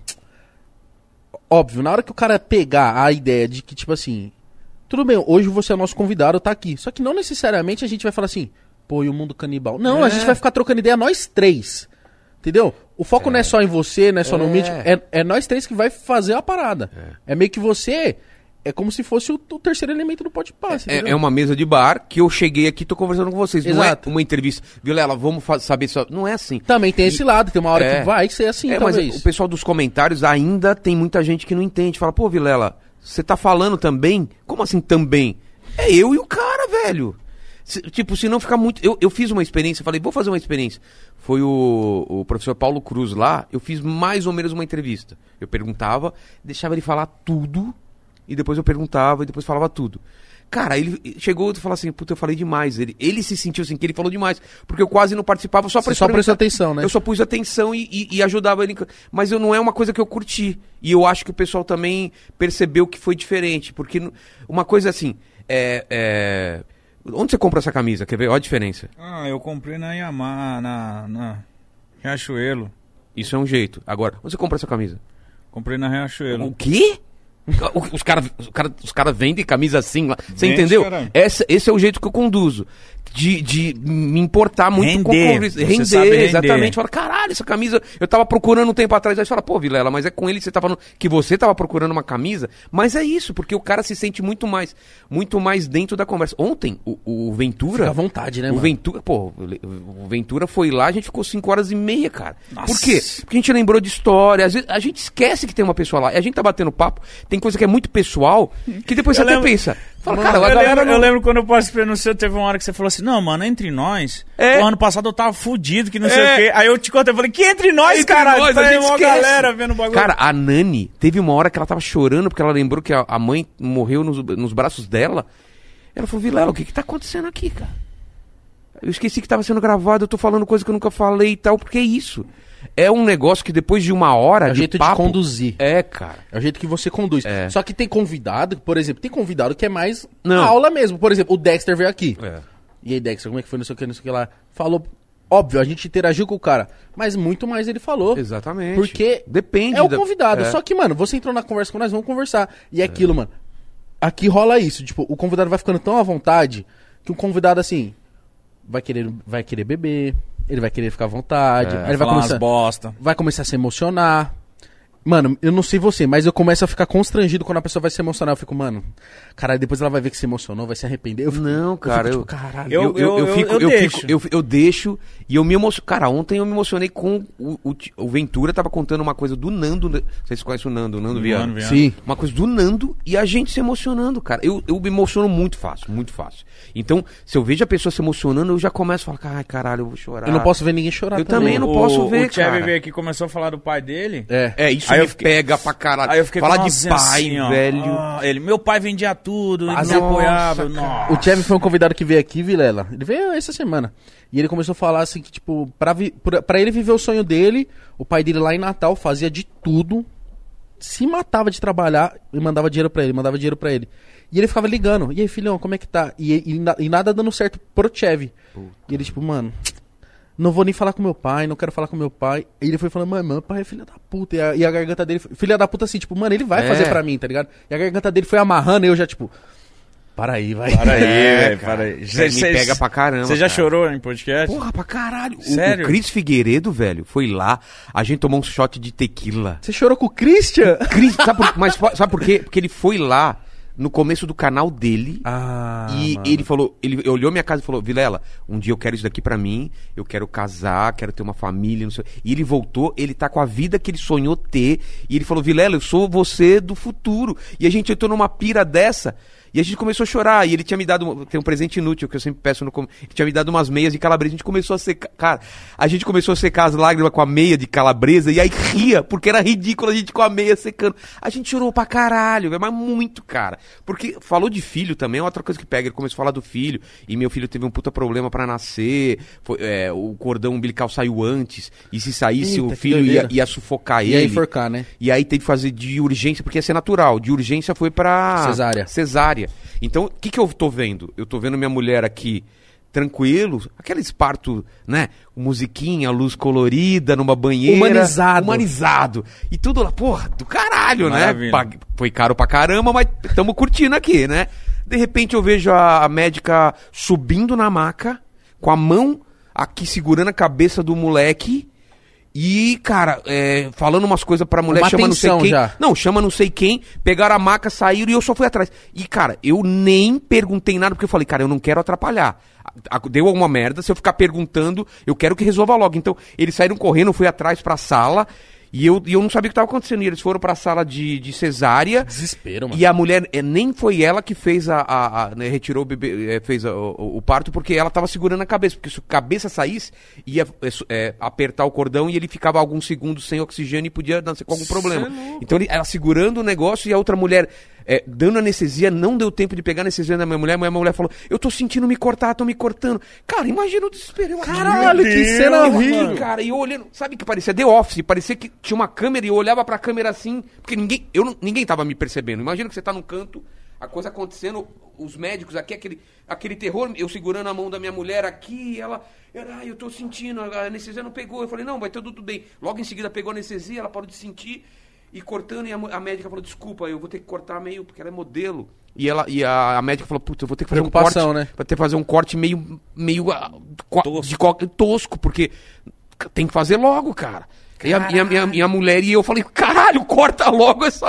óbvio, na hora que o cara pegar a ideia de que, tipo assim, tudo bem, hoje você é nosso convidado, tá aqui. Só que não necessariamente a gente vai falar assim, pô, e o mundo canibal. Não, a É. gente vai ficar trocando ideia nós três. Entendeu? O foco não é só em você, não é só no É. Mítico, é, é nós três que vai fazer a parada. É, meio que você, é como se fosse o, o terceiro elemento do Podpah, É, é uma mesa de bar que eu cheguei aqui e tô conversando com vocês. Exato. Não é uma entrevista. Vilela, vamos fa- saber só. Não é assim. Também tem esse lado, tem uma hora É. que vai ser assim, é, mas talvez. o pessoal dos comentários ainda tem muita gente que não entende. Fala, pô, Vilela, você tá falando também? Como assim também? É eu e o cara, velho. Se- tipo, se não ficar muito... Eu, eu fiz uma experiência, falei, vou fazer uma experiência. Foi o, o professor Paulo Cruz lá, eu fiz mais ou menos uma entrevista. Eu perguntava, deixava ele falar tudo, e depois eu perguntava, e depois falava tudo. Cara, ele chegou e falou assim, puta, eu falei demais. Ele, ele se sentiu assim, que ele falou demais, porque eu quase não participava, só pra Você só experimentar. prestou atenção, né? Eu só pus atenção e, e, e ajudava ele. Mas eu, não é uma coisa que eu curti. E eu acho que o pessoal também percebeu que foi diferente. Porque n- uma coisa assim, é... é... Onde você compra essa camisa? Quer ver? Olha a diferença. Ah, eu comprei na Yamaha, na, na Riachuelo. Isso é um jeito. Agora, onde você compra essa camisa? Comprei na Riachuelo. O quê? O- Os caras os cara, os cara vendem camisa assim lá. Você Vende, entendeu? caralho. Essa, esse é o jeito que eu conduzo. De, de me importar muito com Render. com Você render, sabe render. exatamente. Fala, caralho, essa camisa. Eu tava procurando um tempo atrás. Aí você fala, pô, Vilela, mas é com ele que você tá falando que você tava procurando uma camisa. Mas é isso, porque o cara se sente muito mais, muito mais dentro da conversa. Ontem, o, o Ventura. Fica à vontade, né, O mano? Ventura, pô, o Ventura foi lá, a gente ficou cinco horas e meia, cara. Nossa. Por quê? Porque a gente lembrou de história. Às vezes, a gente esquece que tem uma pessoa lá. E a gente tá batendo papo. Tem tem coisa que é muito pessoal, que depois Eu você lembro- até pensa. Fala, Mano, cara, a eu, galera lembro, não... eu lembro quando eu participei no seu, teve uma hora que você falou assim, não, mano, entre nós, É. o ano passado eu tava fudido, que não sei É. o quê. Aí eu te contei, eu falei, que entre nós, Entre caralho? nós, Tá a aí gente uma esquece. galera vendo o bagulho. Cara, a Nani, teve uma hora que ela tava chorando porque ela lembrou que a, a mãe morreu nos, nos braços dela. Ela falou, Vilela, o que que tá acontecendo aqui, cara? Eu esqueci que tava sendo gravado, eu tô falando coisa que eu nunca falei e tal, porque é isso. É um negócio que depois de uma hora É o de jeito papo... de conduzir. É, cara. É o jeito que você conduz. É. Só que tem convidado, por exemplo, tem convidado que é mais Não. aula mesmo. Por exemplo, o Dexter veio aqui. É. E aí, Dexter, como é que foi, não sei o que, não sei o que lá. Falou, óbvio, a gente interagiu com o cara. Mas muito mais ele falou. Exatamente. Porque Depende é o da- convidado. é. Só que, mano, você entrou na conversa com nós, vamos conversar. E é aquilo, mano. Aqui rola isso. Tipo, o convidado vai ficando tão à vontade que o convidado, assim, vai querer, vai querer beber, ele vai querer ficar à vontade. É, aí ele vai Falar umas começar, bosta. vai começar a se emocionar. Mano, eu não sei você, mas eu começo a ficar constrangido quando a pessoa vai se emocionar. Eu fico, mano, caralho, depois ela vai ver que se emocionou, vai se arrepender. Eu fico, Não, cara, eu eu, fico, tipo, caralho. Eu- eu, eu, eu, fico, eu eu, deixo. fico, eu, eu deixo e eu me emociono. Cara, ontem eu me emocionei com o, o, o Ventura tava contando uma coisa do Nando. né? Vocês conhecem o Nando, o Nando Viana? Mano, Viana. Sim. Uma coisa do Nando e a gente se emocionando, cara. Eu, eu me emociono muito fácil, muito fácil. Então, se eu vejo a pessoa se emocionando, eu já começo a falar, ai, caralho, eu vou chorar. Eu não posso ver ninguém chorar Eu também não posso ver, O Chevy cara. veio aqui e começou a falar do pai dele. É. É, isso Aí me eu fiquei- pega pra caralho. Aí eu fiquei Falar com de nossa, pai, assim, ó, velho. ah, ele, meu pai vendia tudo, ele Mas me nossa, apoiava. cara. Nossa. O Chevy foi um convidado que veio aqui, Vilela. Ele veio essa semana. E ele começou a falar assim que, tipo, pra, vi- pra- pra ele viver o sonho dele, o pai dele lá em Natal fazia de tudo, se matava de trabalhar e mandava dinheiro pra ele, mandava dinheiro pra ele. E ele ficava ligando, e aí, filhão, como é que tá? E, e, na- e nada dando certo pro Chevy. E ele, tipo, mano, não vou nem falar com meu pai, não quero falar com meu pai. E ele foi falando, mano, meu pai é filha da puta. E a, e a garganta dele, foi- filha da puta assim, tipo, mano, ele vai É. fazer pra mim, tá ligado? E a garganta dele foi amarrando e eu já, tipo, para aí, vai. Para aí, É, velho, cara. para aí. Me Cê- cê- pega pra caramba, Você já cara. chorou em podcast? Porra, pra caralho. O- Sério? O Cris Figueiredo, velho, foi lá, a gente tomou um shot de tequila. Você chorou com o Christian? Cris, sabe por, mas po- sabe por quê? Porque ele foi lá no começo do canal dele. Ah, E mano. ele falou, ele olhou minha casa e falou, Vilela, um dia eu quero isso daqui pra mim, eu quero casar, quero ter uma família, não sei. E ele voltou, ele tá com a vida que ele sonhou ter, e ele falou, Vilela, eu sou você do futuro. E a gente entrou numa pira dessa, e a gente começou a chorar, e ele tinha me dado, tem um presente inútil que eu sempre peço no com- ele tinha me dado umas meias de calabresa, a gente começou a secar, cara, a gente começou a secar as lágrimas com a meia de calabresa, e aí ria, porque era ridículo a gente com a meia secando. A gente chorou pra caralho, velho, mas muito, cara. Porque falou de filho também, é outra coisa que pega, ele começou a falar do filho, e meu filho teve um puta problema pra nascer, foi, é, o cordão umbilical saiu antes, e se saísse Eita, o que filho ia, doideira. ia sufocar ele. E aí enforcar, né? E aí teve que fazer de urgência, porque ia ser natural. De urgência foi pra... Cesárea. Cesárea. Então, o que que eu tô vendo? Eu tô vendo minha mulher aqui, tranquilo, aqueles parto, né? Musiquinha, luz colorida, numa banheira. Humanizado. Humanizado. E tudo lá, porra, do caralho, Maravilha. né? Pag- Foi caro pra caramba, mas tamo curtindo aqui, né? De repente eu vejo a, a médica subindo na maca, com a mão aqui segurando a cabeça do moleque... E, cara, é, falando umas coisas pra mulher, Uma chama não sei tensão quem. já. Não, chama não sei quem, pegaram a maca, saíram e eu só fui atrás. E, cara, eu nem perguntei nada, porque eu falei, cara, eu não quero atrapalhar. A- a- Deu alguma merda, se eu ficar perguntando, eu quero que resolva logo. Então, eles saíram correndo, eu fui atrás pra sala, e eu, e eu não sabia o que tava acontecendo. E eles foram pra sala de, de cesárea. Desespero, mano. E a mulher, é, nem foi ela que fez a, a- a- né, retirou o bebê, é, fez a- o, o parto, porque ela tava segurando a cabeça, porque se a cabeça saísse, ia é, su- é, apertar o cordão e ele ficava alguns segundos sem oxigênio e podia nascer com algum problema. Então ele, ela segurando o negócio e a outra mulher é, dando anestesia, não deu tempo de pegar a anestesia da minha mulher, mas a minha mulher falou, eu tô sentindo me cortar, tô me cortando. Cara, imagina o desespero. Eu, Caralho, meu que Deus, cena eu, horrível. cara, e eu olhando, sabe o que parecia The Office, parecia que tinha uma câmera e eu olhava pra câmera assim, porque ninguém, eu não, ninguém tava me percebendo. Imagina que você tá num canto, a coisa acontecendo, os médicos aqui, aquele, aquele terror, eu segurando a mão da minha mulher aqui, ela, ah, eu tô sentindo, a anestesia não pegou. Eu falei, não, vai tudo, tudo bem. Logo em seguida pegou a anestesia, ela parou de sentir, e cortando, e a, mu- a médica falou, desculpa, eu vou ter que cortar meio, porque ela é modelo. E, ela, e a, a médica falou, puta, eu vou ter que fazer um corte. Preocupação, né? Vou ter que fazer um corte meio, meio ah, co- Tosco. de co- tosco, porque tem que fazer logo, cara. E a, e, a, e, a, e a mulher e eu falei, caralho, corta logo essa.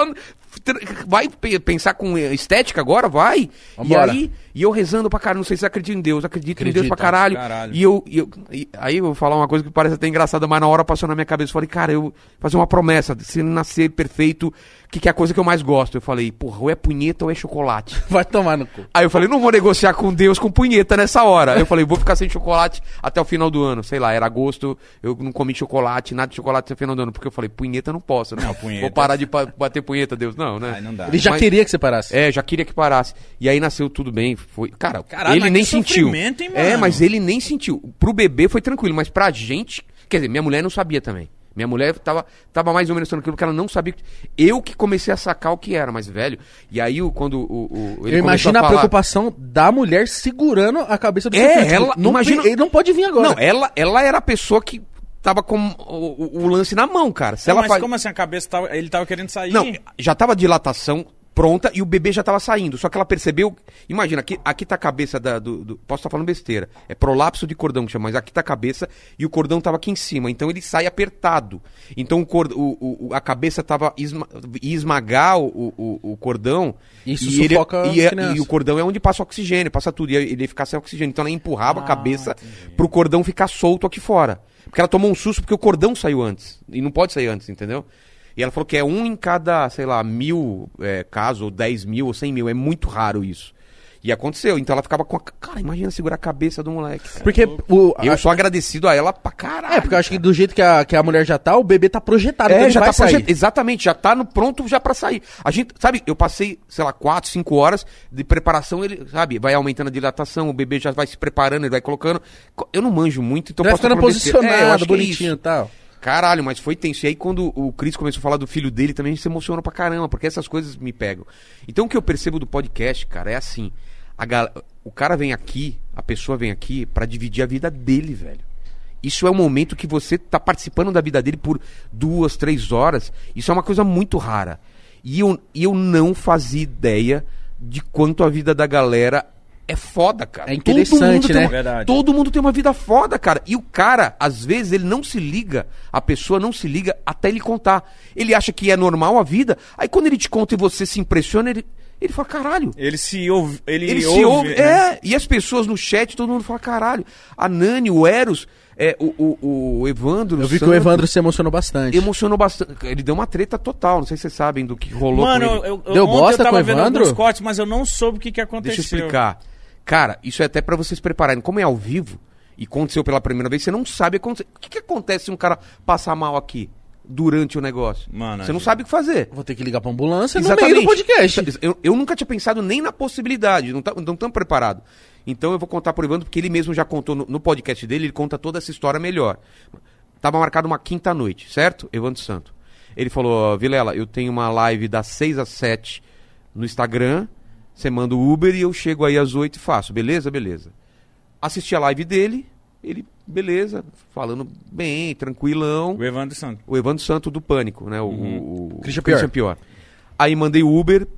Vai pensar com estética agora? Vai. Vambora. E aí, e eu rezando pra caralho, não sei se você acredita em Deus, acredito Acredita, em Deus pra caralho. caralho. E eu, e eu e aí eu vou falar uma coisa que parece até engraçada, mas na hora passou na minha cabeça. Eu falei, cara, eu vou fazer uma promessa, se ele nascer perfeito, que, que é a coisa que eu mais gosto. Eu falei, porra, ou é punheta ou é chocolate. Vai tomar no cu. Aí eu falei, não vou negociar com Deus com punheta nessa hora. Aí eu falei, vou ficar sem chocolate até o final do ano. Sei lá, era agosto, eu não comi chocolate, nada de chocolate até o final do ano. Porque eu falei, punheta não posso, né? Não, punheta. Vou parar de pa- bater punheta, Deus. Não, né? Ai, não dá. Ele já Mas- queria que você parasse. É, já queria que parasse. E aí nasceu tudo bem. Foi... Cara, Caralho, ele mas nem que sentiu. sofrimento, hein, É, mano? mas ele nem sentiu. Pro bebê foi tranquilo, mas pra gente. Quer dizer, minha mulher não sabia também. Minha mulher tava, tava mais ou menos tranquilo, porque ela não sabia. Eu que comecei a sacar o que era, mas velho. E aí, o- quando o. o ele Eu começou imagino a, falar- preocupação da mulher segurando a cabeça do É, seu filho. Tipo, ela- não, imagina- Ele não pode vir agora. Não, ela, ela era a pessoa que tava com o, o- o lance na mão, cara. Se Não, ela mas faz- como assim a cabeça tava... Ele tava querendo sair? Não, já tava a dilatação pronta e o bebê já tava saindo. Só que ela percebeu. Imagina, aqui, aqui tá a cabeça da, do, do- Posso estar falando besteira. É prolapso de cordão que chama, mas aqui tá a cabeça e o cordão tava aqui em cima. Então ele sai apertado. Então o cord, o, o- a cabeça tava. Esma, ia esmagar o, o, o cordão. Isso e ele- sufoca e, a é- criança. e o cordão é onde passa oxigênio, passa tudo. E ele ia ficar sem oxigênio. Então ela empurrava Ah, a cabeça entendi. pro cordão ficar solto aqui fora. Porque ela tomou um susto porque o cordão saiu antes. E não pode sair antes, entendeu? E ela falou que é um em cada, sei lá, mil é, casos, ou dez mil, ou cem mil. É muito raro isso. E aconteceu. Então ela ficava com a... Cara, imagina segurar a cabeça do moleque. cara. Porque o, Eu a- sou agradecido a ela pra caralho. É, porque eu acho que do jeito que a, que a mulher já tá, o bebê tá projetado. então É, ele já vai tá sair. projet... Exatamente, já tá no pronto já pra sair. A gente, sabe, eu passei, sei lá, quatro, cinco horas de preparação, ele, sabe, vai aumentando a dilatação, o bebê já vai se preparando, ele vai colocando. Eu não manjo muito, então Vai posso ficando estar falando besteira. É, eu posicionado, acho que é bonitinho e isso. tal. Caralho, mas foi tenso. E aí quando o Cris começou a falar do filho dele, também a gente se emocionou pra caramba, porque essas coisas me pegam. Então o que eu percebo do podcast, cara, é assim, a gal... o cara vem aqui, a pessoa vem aqui pra dividir a vida dele, velho. Isso é um momento que você tá participando da vida dele por duas, três horas. Isso é uma coisa muito rara. E eu, e eu não fazia ideia de quanto a vida da galera é foda, cara. É interessante, Todo mundo tem né? uma- Verdade. Todo mundo tem uma vida foda, cara. E o cara, às vezes, ele não se liga, a pessoa não se liga até ele contar. Ele acha que é normal a vida, aí quando ele te conta e você se impressiona, ele, ele fala, caralho. Ele se ouve... Ele, Ele ouve, se ouve. né? É, e as pessoas no chat, todo mundo fala, caralho. A Nani, o Eros, é, o, o, o Evandro. Eu vi que Santos, o Evandro se emocionou bastante. emocionou bastante. Ele deu uma treta total, não sei se vocês sabem do que rolou Mano, com eu, ele. eu, eu- Deu ontem bosta eu tava com o vendo Evandro? alguns cortes, mas eu não soube o que, que aconteceu. Deixa eu explicar. Cara, isso é até pra vocês prepararem. Como é ao vivo e aconteceu pela primeira vez, você não sabe acontecer. O que, que acontece se um cara passar mal aqui durante o negócio? Mano, você não gente. sabe o que fazer. Vou ter que ligar pra ambulância Exatamente. no meio do podcast. Eu, eu nunca tinha pensado nem na possibilidade, não estamos preparados. Então eu vou contar pro Evandro, porque ele mesmo já contou no, no podcast dele, ele conta toda essa história melhor. Tava marcado uma quinta-noite, certo? Evandro Santo. Ele falou, ó, Vilela, eu tenho uma live das seis às sete no Instagram, você manda o Uber e eu chego aí às oito e faço, beleza? Beleza. Assisti a live dele, ele, beleza, falando bem, tranquilão. O Evandro Santos. O Evandro Santo do Pânico, né? O, Uhum. o, o Christian Pior. Aí mandei o Uber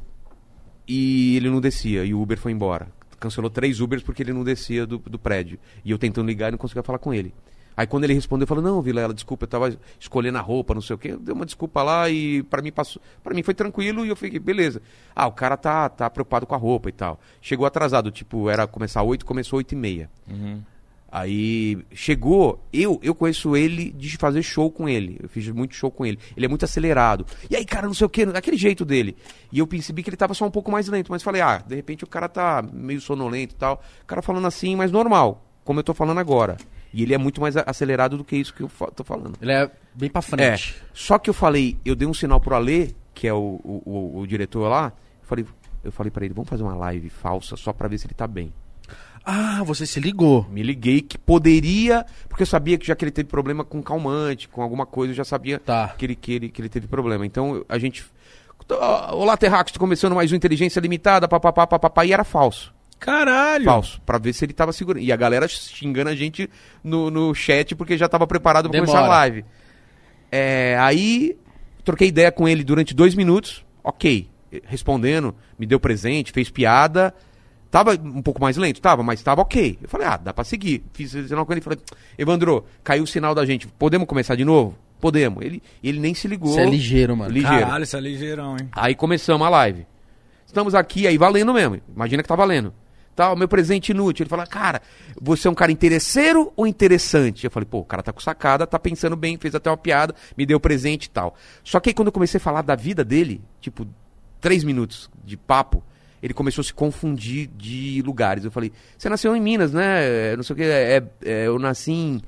e ele não descia. E o Uber foi embora. Cancelou três Ubers porque ele não descia do, do prédio. E eu tentando ligar e não conseguia falar com ele. Aí quando ele respondeu, eu falei, não, Vilela, desculpa, eu tava escolhendo a roupa, não sei o quê. Deu uma desculpa lá e pra mim passou. Para mim foi tranquilo e eu fiquei, beleza. Ah, o cara tá, tá preocupado com a roupa e tal. Chegou atrasado, tipo, era começar oito, começou oito e meia. Uhum. Aí chegou, eu eu conheço ele de fazer show com ele. Eu fiz muito show com ele. Ele é muito acelerado. E aí, cara, não sei o que, daquele jeito dele. E eu percebi que ele tava só um pouco mais lento. Mas falei, ah, de repente o cara tá meio sonolento e tal. O cara falando assim, mas normal, como eu tô falando agora. E ele é muito mais a- acelerado do que isso que eu fa- tô falando. Ele é bem pra É. frente. Só que eu falei, eu dei um sinal pro Alê, que é o, o, o- o diretor lá. Eu falei, eu falei pra ele, vamos fazer uma live falsa só pra ver se ele tá bem. Ah, você se ligou. Me liguei que poderia, porque eu sabia que já que ele teve problema com calmante, com alguma coisa, eu já sabia Tá. que, ele, que, ele, que ele teve problema. Então a gente. Olá, Terrax, tô começando mais um Inteligência Limitada, papapá, papapá, e era falso. Caralho! Falso, pra ver se ele tava segurando. E a galera xingando a gente no, no chat porque já tava preparado pra Demora. começar a live. É, aí, troquei ideia com ele durante dois minutos, ok. Respondendo, me deu presente, fez piada. Tava um pouco mais lento? Tava, mas tava ok. Eu falei, ah, dá pra seguir. Fiz sinal com ele e falei, Evandro, caiu o sinal da gente, podemos começar de novo? Podemos. Ele, ele nem se ligou. Você é ligeiro, mano. Ligeiro. Caralho, isso é ligeirão, hein? Aí começamos a live. Estamos aqui, aí valendo mesmo. Imagina que tá valendo. Tá, o meu presente inútil. Ele fala, cara, você é um cara interesseiro ou interessante? Eu falei, pô, o cara tá com sacada, tá pensando bem, fez até uma piada, me deu presente e tal. Só que aí quando eu comecei a falar da vida dele, tipo, três minutos de papo, ele começou a se confundir de lugares. Eu falei, você nasceu em Minas, né? Não sei o que, é, é, eu nasci em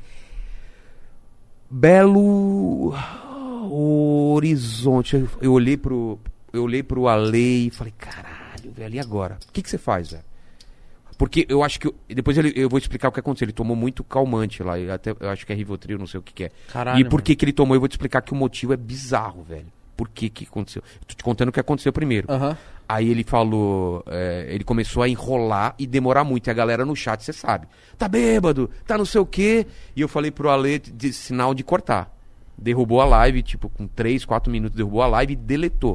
Belo Horizonte. Eu, eu olhei pro, eu olhei pro Ale e falei, caralho, velho, e agora? O que que você faz, velho? Porque eu acho que... Eu, depois ele, eu vou explicar o que aconteceu. Ele tomou muito calmante lá. Eu, até, eu acho que é Rivotril, não sei o que, que é. Caralho, e por que mano. que ele tomou, eu vou te explicar que o motivo é bizarro, velho. Por que que aconteceu? Eu tô te contando o que aconteceu primeiro. Aham. Aí ele falou... é, ele começou a enrolar e demorar muito. E a galera no chat, você sabe. Tá bêbado, tá não sei o quê. E eu falei pro Ale de, de sinal de cortar. Derrubou a live, tipo, com três, quatro minutos, derrubou a live e deletou.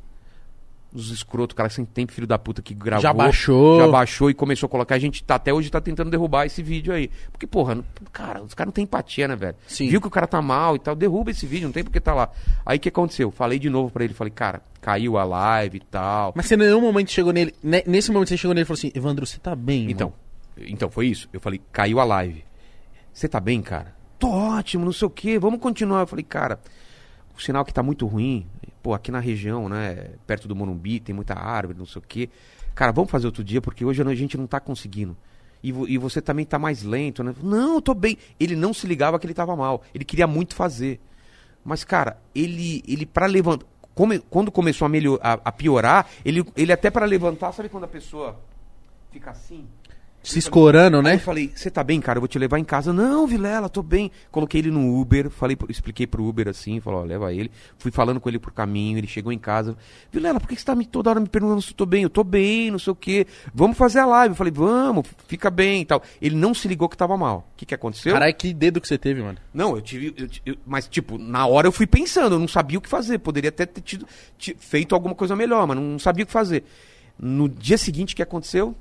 Os escrotos, cara, sem tempo, filho da puta, que gravou. Já baixou. Já baixou e começou a colocar. A gente tá, até hoje tá tentando derrubar esse vídeo aí. Porque, porra, não- cara, os caras não têm empatia, né, velho? Sim. Viu que o cara tá mal e tal, derruba esse vídeo, não tem porque tá lá. Aí o que aconteceu? Falei de novo pra ele, falei, cara, caiu a live e tal. Mas você em nenhum momento chegou nele... ne- Nesse momento você chegou nele e falou assim, Evandro, você tá bem, Então, mano? então foi isso. Eu falei, caiu a live. Você tá bem, cara? Tô ótimo, não sei o quê, vamos continuar. Eu falei, cara, o sinal que tá muito ruim, pô, aqui na região, né, perto do Morumbi, tem muita árvore, não sei o quê. Cara, vamos fazer outro dia, porque hoje a gente não tá conseguindo. E, vo- e você também tá mais lento, né? Não, eu tô bem. Ele não se ligava que ele tava mal. Ele queria muito fazer. Mas, cara, ele, ele para levantar... Come, quando começou a, melhor, a, a piorar, ele, ele até para levantar, sabe quando a pessoa fica assim? Se escorando, Aí né? eu falei, você tá bem, cara? Eu vou te levar em casa. Não, Vilela, tô bem. Coloquei ele no Uber, falei, pro- expliquei pro Uber assim, falou, ó, leva ele. Fui falando com ele pro caminho, ele chegou em casa. Vilela, por que que você tá me, toda hora me perguntando se eu tô bem? Eu tô bem, não sei o quê. Vamos fazer a live. Eu falei, vamos, fica bem e tal. Ele não se ligou que tava mal. O que que aconteceu? Caralho, que dedo que você teve, mano. Não, eu tive. eu ti- eu- mas, tipo, na hora eu fui pensando, eu não sabia o que fazer. Poderia até ter tido, ti- feito alguma coisa melhor, mas não sabia o que fazer. No dia seguinte, o que aconteceu?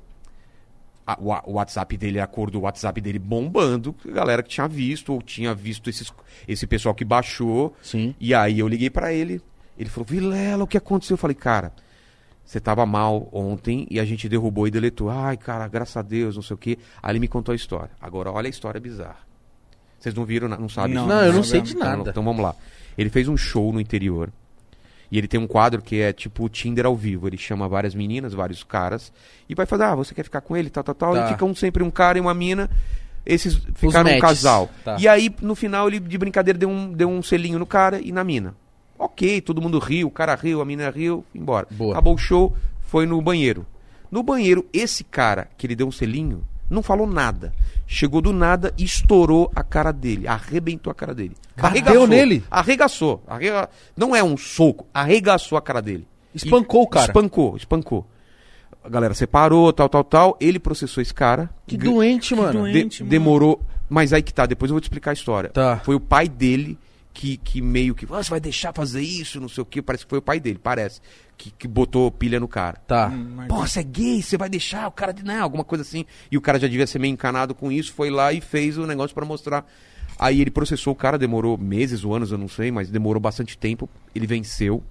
A- o, a- o WhatsApp dele, a cor do WhatsApp dele bombando, a galera que tinha visto, ou tinha visto esses, esse pessoal que baixou. Sim. E aí eu liguei pra ele, ele falou, Vilela, o que aconteceu? Eu falei, cara, você tava mal ontem e a gente derrubou e deletou. Ai, cara, graças a Deus, não sei o quê. Aí ele me contou a história. Agora, olha a história bizarra. Vocês não viram, não sabem? Não, disso? Não, eu não não sei sabemos. de Então, nada. então vamos lá. Ele fez um show no interior. E ele tem um quadro que é tipo o Tinder ao vivo. Ele chama várias meninas, vários caras. E vai fazer, ah, você quer ficar com ele, tal, tal, tal. Tá. E fica um, sempre um cara e uma mina. Esses ficaram um matches. casal. Tá. E aí, no final, ele de brincadeira deu um, deu um selinho no cara e na mina. Ok, todo mundo riu, o cara riu, a mina riu, embora. Boa. Acabou o show, foi no banheiro. No banheiro, esse cara que ele deu um selinho, não falou nada. Chegou do nada e estourou a cara dele. Arrebentou a cara dele. Bateu nele? Arregaçou. Arrega... Não é um soco. Arregaçou a cara dele. Espancou E- o cara. Espancou, espancou. A galera separou, tal, tal, tal. Ele processou esse cara. Que Gr- doente, mano. doente. de- Gente, mano. demorou. Mas aí que tá, depois eu vou te explicar a história. Tá. Foi o pai dele que, que meio que. Ah, você vai deixar fazer isso, não sei o que. Parece que foi o pai dele, parece. Que, que botou pilha no cara. Tá. Hum, mas- Pô, você é gay, você vai deixar o cara de. Não, alguma coisa assim. E o cara já devia ser meio encanado com isso, foi lá e fez o negócio pra mostrar. Aí ele processou o cara, demorou meses ou anos, eu não sei, mas demorou bastante tempo. Ele venceu.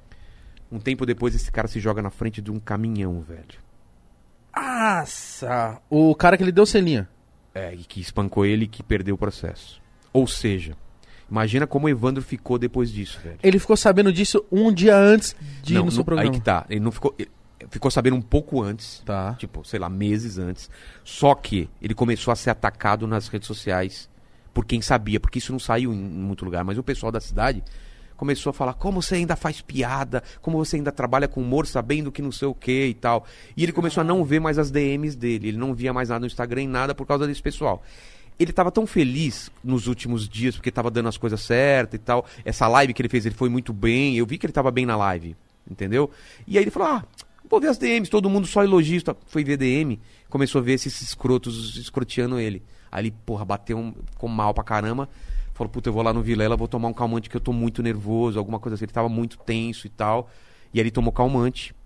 Um tempo depois, esse cara se joga na frente de um caminhão, velho. Nossa. O cara que ele deu selinha. É, e que espancou ele e que perdeu o processo. Ou seja, imagina como o Evandro ficou depois disso, velho. Ele ficou sabendo disso um dia antes de ir Não, no seu não- programa. aí que tá. Ele não ficou. Ele ficou sabendo um pouco antes. Tá. Tipo, sei lá, meses antes. Só que ele começou a ser atacado nas redes sociais por quem sabia, porque isso não saiu em muito lugar. Mas o pessoal da cidade começou a falar como você ainda faz piada, como você ainda trabalha com humor sabendo que não sei o que e tal. E ele começou a não ver mais as D Ms dele. Ele não via mais nada no Instagram, em nada por causa desse pessoal. Ele tava tão feliz nos últimos dias porque tava dando as coisas certas e tal. Essa live que ele fez, ele foi muito bem. Eu vi que ele tava bem na live, entendeu? E aí ele falou, ah, vou ver as D Ms, todo mundo só elogios. Tá? Foi ver D M, começou a ver esses escrotos escroteando ele. Aí ele, porra, bateu, um, ficou mal pra caramba. Falou, puta, eu vou lá no Vilela, vou tomar um calmante que eu tô muito nervoso, alguma coisa assim. Ele tava muito tenso e tal. E aí ele tomou calmante.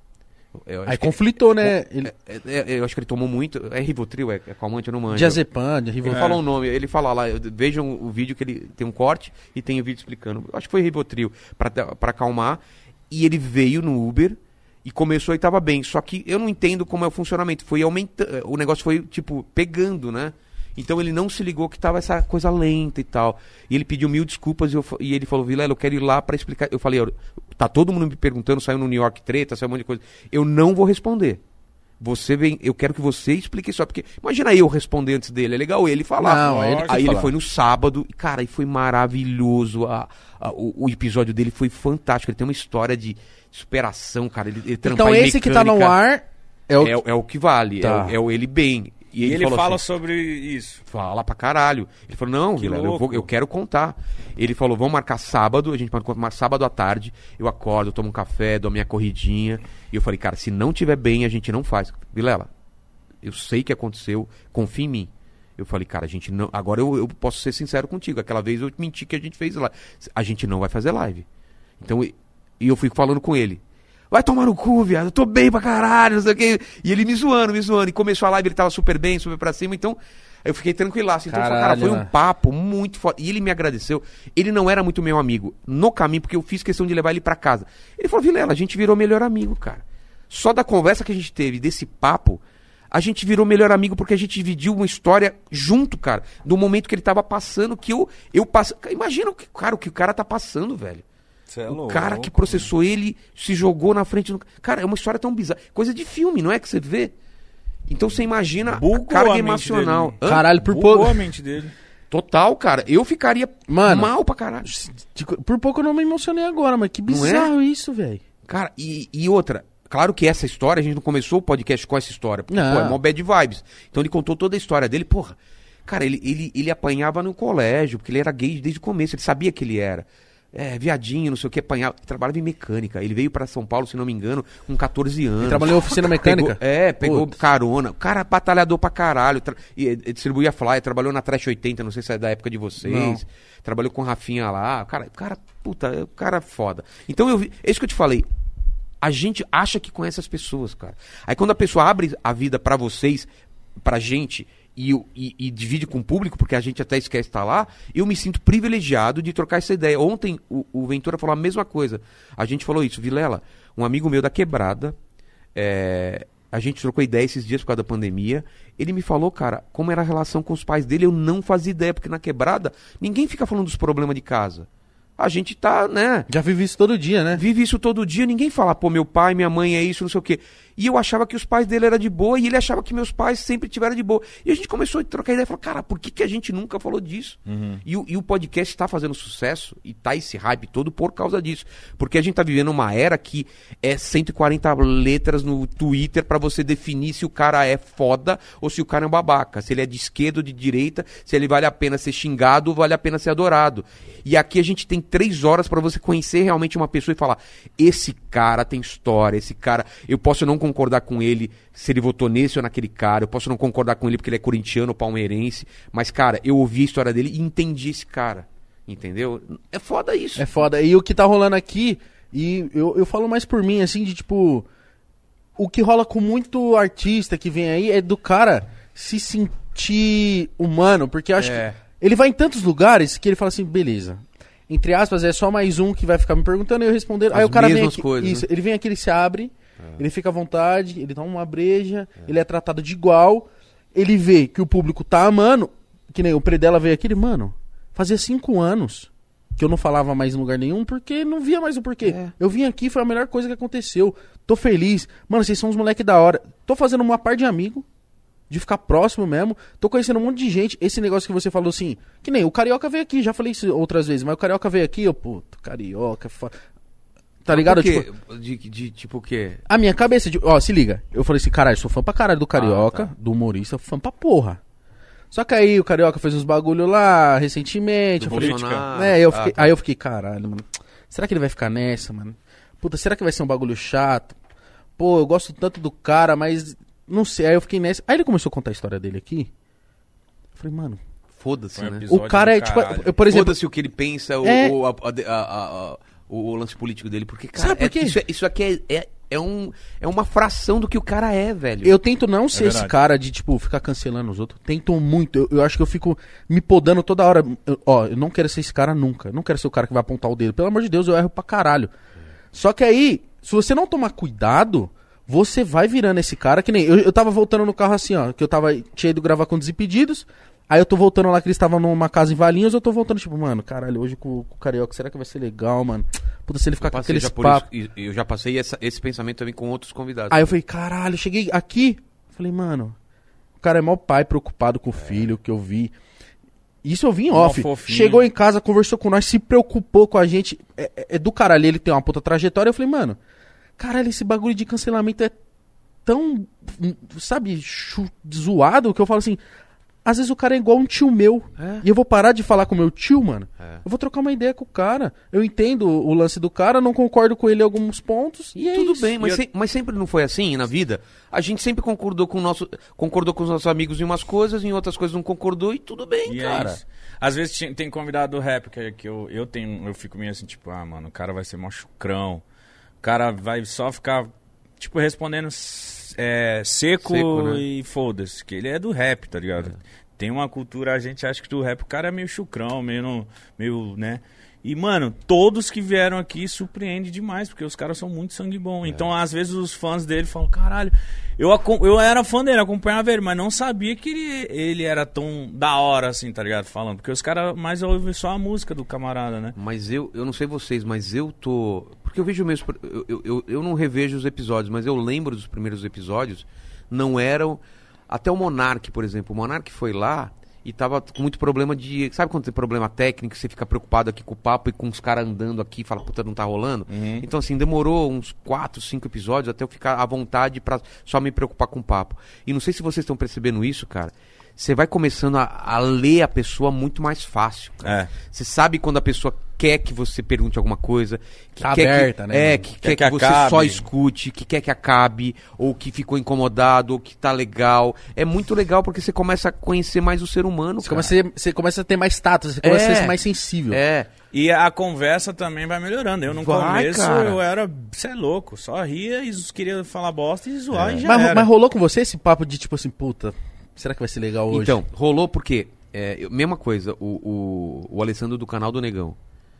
Eu acho Aí que- conflitou, né? Ele... É, é, é, eu acho que ele tomou muito. É Rivotril, é, é calmante, eu não manjo. Diazepam, Ele Rivotril. falou um nome, ele fala lá, eu- vejam o vídeo que ele tem um corte e tem o vídeo explicando. Eu acho que foi Rivotril, pra, pra acalmar. E ele veio no Uber e começou e tava bem. Só que eu não entendo como é o funcionamento. Foi aumentando, o negócio foi, tipo, pegando, né? Então ele não se ligou que tava essa coisa lenta e tal. E ele pediu mil desculpas e, eu, fa- e ele falou, Vilela, eu quero ir lá pra explicar. Eu falei, ó, tá todo mundo me perguntando, saiu no New York treta, saiu um monte de coisa. Eu não vou responder. Você vem, eu quero que você explique só, porque imagina eu responder antes dele, é legal ele falar. Não, é ele que Aí ele falar. foi no sábado, e cara, e foi maravilhoso. A, a- o, o episódio dele foi fantástico. Ele tem uma história de superação, cara. Ele, ele trampar Então em esse que tá no mecânica ar é o... é, o- é o que vale, Tá. é, o- é o ele bem. E E ele, ele falou fala assim, sobre isso. fala pra caralho. Ele falou, não, Que Vilela, eu, vou- louco. eu quero contar. Ele falou, vamos marcar sábado, a gente marcou mar- sábado à tarde, eu acordo, tomo um café, dou minha corridinha. E eu falei, cara, se não tiver bem, a gente não faz. Vilela, eu sei o que aconteceu, confia em mim. Eu falei, cara, a gente não. Agora eu, eu posso ser sincero contigo. Aquela vez eu menti que a gente fez live. A gente não vai fazer live. Então, e e eu fui falando com ele. Vai tomar no cu, viado. Eu tô bem pra caralho, não sei o quê. E ele me zoando, me zoando. E começou a live, ele tava super bem, super pra cima. Então, eu fiquei tranquilaço. Então, Caralho, cara, foi um né? papo muito foda. E ele me agradeceu. Ele não era muito meu amigo no caminho, porque eu fiz questão de levar ele pra casa. Ele falou, Vilela, a gente virou melhor amigo, cara. Só da conversa que a gente teve, desse papo, a gente virou melhor amigo porque a gente dividiu uma história junto, cara. Do momento que ele tava passando, que eu, eu passo. Imagina o que, cara, o que o cara tá passando, velho. Cê é O louco, cara que processou ele se jogou na frente do... Cara, é uma história tão bizarra. Coisa de filme, não é que você vê? Então você imagina Bugou a carga a mente emocional. dele. Hã? Caralho, por Bugou pouco... a mente dele. Total, cara. Eu ficaria Mano. mal pra caralho. Por pouco eu não me emocionei agora, mas que Não é? bizarro isso, velho. Cara, e, e outra... Claro que essa história, a gente não começou o podcast com essa história. Porque, Não. pô, é mó bad vibes. Então ele contou toda a história dele. Porra, cara, ele, ele, ele apanhava no colégio, porque ele era gay desde o começo. Ele sabia que ele era. É, viadinho, não sei o que, apanhava. Ele trabalhava em mecânica. Ele veio pra São Paulo, se não me engano, com catorze anos. Ele trabalhou em oficina mecânica? Pegou- é, pegou Putz. carona. O cara batalhador pra caralho. Tra... E, e distribuía flyer, trabalhou na Trash oitenta, não sei se é da época de vocês. Não. Trabalhou com o Rafinha lá. O cara, o cara, puta, o cara é foda. Então eu vi. É isso que eu te falei. A gente acha que conhece as pessoas, cara. Aí quando a pessoa abre a vida pra vocês, pra gente, e, o- e- e divide com o público, porque a gente até esquece de estar lá, eu me sinto privilegiado de trocar essa ideia. Ontem o, o Ventura falou a mesma coisa. A gente falou isso, Vilela, um amigo meu da Quebrada, é, a gente trocou ideia esses dias por causa da pandemia. Ele me falou, cara, como era a relação com os pais dele, eu não fazia ideia, porque na Quebrada ninguém fica falando dos problemas de casa. A gente tá, né... Já vivi isso todo dia, né? Vive isso todo dia, ninguém fala, pô, meu pai, minha mãe é isso, não sei o quê. E eu achava que os pais dele eram de boa e ele achava que meus pais sempre tiveram de boa. E a gente começou a trocar ideia e falou, cara, por que, que a gente nunca falou disso? E, o- e o podcast está fazendo sucesso e tá esse hype todo por causa disso. Porque a gente tá vivendo uma era que é cento e quarenta letras no Twitter pra você definir se o cara é foda ou se o cara é um babaca. Se ele é de esquerda ou de direita, se ele vale a pena ser xingado ou vale a pena ser adorado. E aqui a gente tem três horas pra você conhecer realmente uma pessoa e falar, esse cara tem história, esse cara, eu posso não concordar com ele se ele votou nesse ou naquele cara, eu posso não concordar com ele porque ele é corintiano ou palmeirense, mas cara, eu ouvi a história dele e entendi esse cara, entendeu? É foda isso. É foda. E o que tá rolando aqui, e eu, eu falo mais por mim, assim, de tipo... O que rola com muito artista que vem aí é do cara se sentir humano, porque eu acho É. que ele vai em tantos lugares que ele fala assim, beleza. Entre aspas, é só mais um que vai ficar me perguntando e eu respondendo. As Aí o cara vem mesmas aqui, coisas, isso, né? ele vem aqui, ele se abre, ele fica à vontade, ele toma uma breja, ele é tratado de igual, ele vê que o público tá amando, que nem o Predella veio aqui, ele, mano, fazia cinco anos que eu não falava mais em lugar nenhum, porque não via mais o porquê. É. Eu vim aqui, foi a melhor coisa que aconteceu. Tô feliz. Mano, vocês são uns moleque da hora. Tô fazendo uma par de amigo, de ficar próximo mesmo. Tô conhecendo um monte de gente. Esse negócio que você falou assim, que nem o Carioca veio aqui, já falei isso outras vezes, mas o Carioca veio aqui, eu, puto, Carioca, é foda. Tá ligado? Por quê? Tipo, De, de tipo o quê? a minha cabeça, de, ó, se liga. Eu falei assim, caralho, sou fã pra caralho do Carioca, Ah, tá. do humorista, fã pra porra. Só que aí o Carioca fez uns bagulho lá, recentemente. Do eu falei, Bolsonaro. é, eu Ah, fiquei, tá. aí eu fiquei, caralho, mano. Será que ele vai ficar nessa, mano? Puta, será que vai ser um bagulho chato? Pô, eu gosto tanto do cara, mas não sei. Aí eu fiquei nessa. Aí ele começou a contar a história dele aqui. Eu falei, mano, Foda-se, Foi um né? episódio o cara do é tipo, caralho. eu, por exemplo, Foda-se o que ele pensa, o, É. o, a- a- a- a- o, o lance político dele, porque, cara, Sabe por é- quê? isso, é- isso aqui é, é, é, um, é uma fração do que o cara é, velho. Eu tento não ser esse verdade. cara de, tipo, ficar cancelando os outros. Tento muito. Eu, eu acho que eu fico me podando toda hora. Eu- ó, eu não quero ser esse cara nunca. Eu não quero ser o cara que vai apontar o dedo. Pelo amor de Deus, eu erro pra caralho. Só que aí, se você não tomar cuidado, você vai virando esse cara que nem... Eu, eu tava voltando no carro assim, ó. Que eu tava... Tinha ido gravar com Desimpedidos. Aí eu tô voltando lá que eles estavam numa casa em Valinhos. Eu tô voltando, tipo, mano, caralho, hoje com, com o Carioca, será que vai ser legal, mano? Puta, se ele ficar Eu com passei aqueles já por papos... isso, e- eu já passei essa- esse pensamento também com outros convidados. Aí eu falei, caralho, cheguei aqui, falei, mano, o cara é mó pai preocupado com o filho, que eu vi. Isso eu vi em Mó off. fofinho. Chegou em casa, conversou com nós, se preocupou com a gente. É, é- é do caralho, ele tem uma puta trajetória. Eu falei, mano, caralho, esse bagulho de cancelamento é tão, hum, sabe, chu- zoado que eu falo assim. Às vezes o cara é igual um tio meu. É. E eu vou parar de falar com meu tio, mano. É. Eu vou trocar uma ideia com o cara. Eu entendo o lance do cara, não concordo com ele em alguns pontos. E é Tudo isso. bem, mas, E eu- se- mas sempre não foi assim na vida. A gente sempre concordou com, o nosso, concordou com os nossos amigos em umas coisas, em outras coisas não concordou e tudo bem, E é cara. isso. Às vezes tem, tem convidado do rap que, que eu, eu tenho, eu fico meio assim, tipo, ah, mano, o cara vai ser mó chucrão. O cara vai só ficar, tipo, respondendo é, seco, Seco, né? e foda-se. Que ele é do rap, tá ligado? Tem uma cultura, a gente acha que do rap o cara é meio chucrão, meio, no- meio, né? E, mano, todos que vieram aqui surpreendem demais, porque os caras são muito sangue bom. Então, às vezes, os fãs dele falam, caralho, eu, acom- eu era fã dele, acompanhava ele, mas não sabia que ele, ele era tão da hora, assim, tá ligado? Falando, porque os caras mais ouvem só a música do camarada, né? Mas eu, eu não sei vocês, mas eu tô. Porque eu vejo mesmo. Eu, eu, eu, eu não revejo os episódios, mas eu lembro dos primeiros episódios. Não eram. Até o Monark, por exemplo. O Monark foi lá e tava com muito problema de. Sabe quando tem problema técnico? Você fica preocupado aqui com o papo e com os caras andando aqui e fala, puta, não tá rolando? Então, assim, demorou uns quatro, cinco episódios até eu ficar à vontade pra só me preocupar com o papo. E não sei se vocês estão percebendo isso, cara. Você vai começando a, a ler a pessoa muito mais fácil. Cara. É. Você sabe quando a pessoa quer que você pergunte alguma coisa, que Tá quer aberta, que, né, é, mano? que Quer quer que, que você acabe. só escute, que quer que acabe, ou que ficou incomodado, ou que tá legal. É muito legal porque você começa a conhecer mais o ser humano, Você cara. começa, a ser- você começa a ter mais status, você começa É. a ser mais sensível. É. E a conversa também vai melhorando. Eu no Vai, começo cara. eu era, cê é louco, só ria e queria falar bosta e zoar e já Mas, era. mas rolou com você esse papo de tipo assim, puta, será que vai ser legal hoje? Então, rolou porque, é, eu- mesma coisa, o, o, o Alessandro do canal do Negão.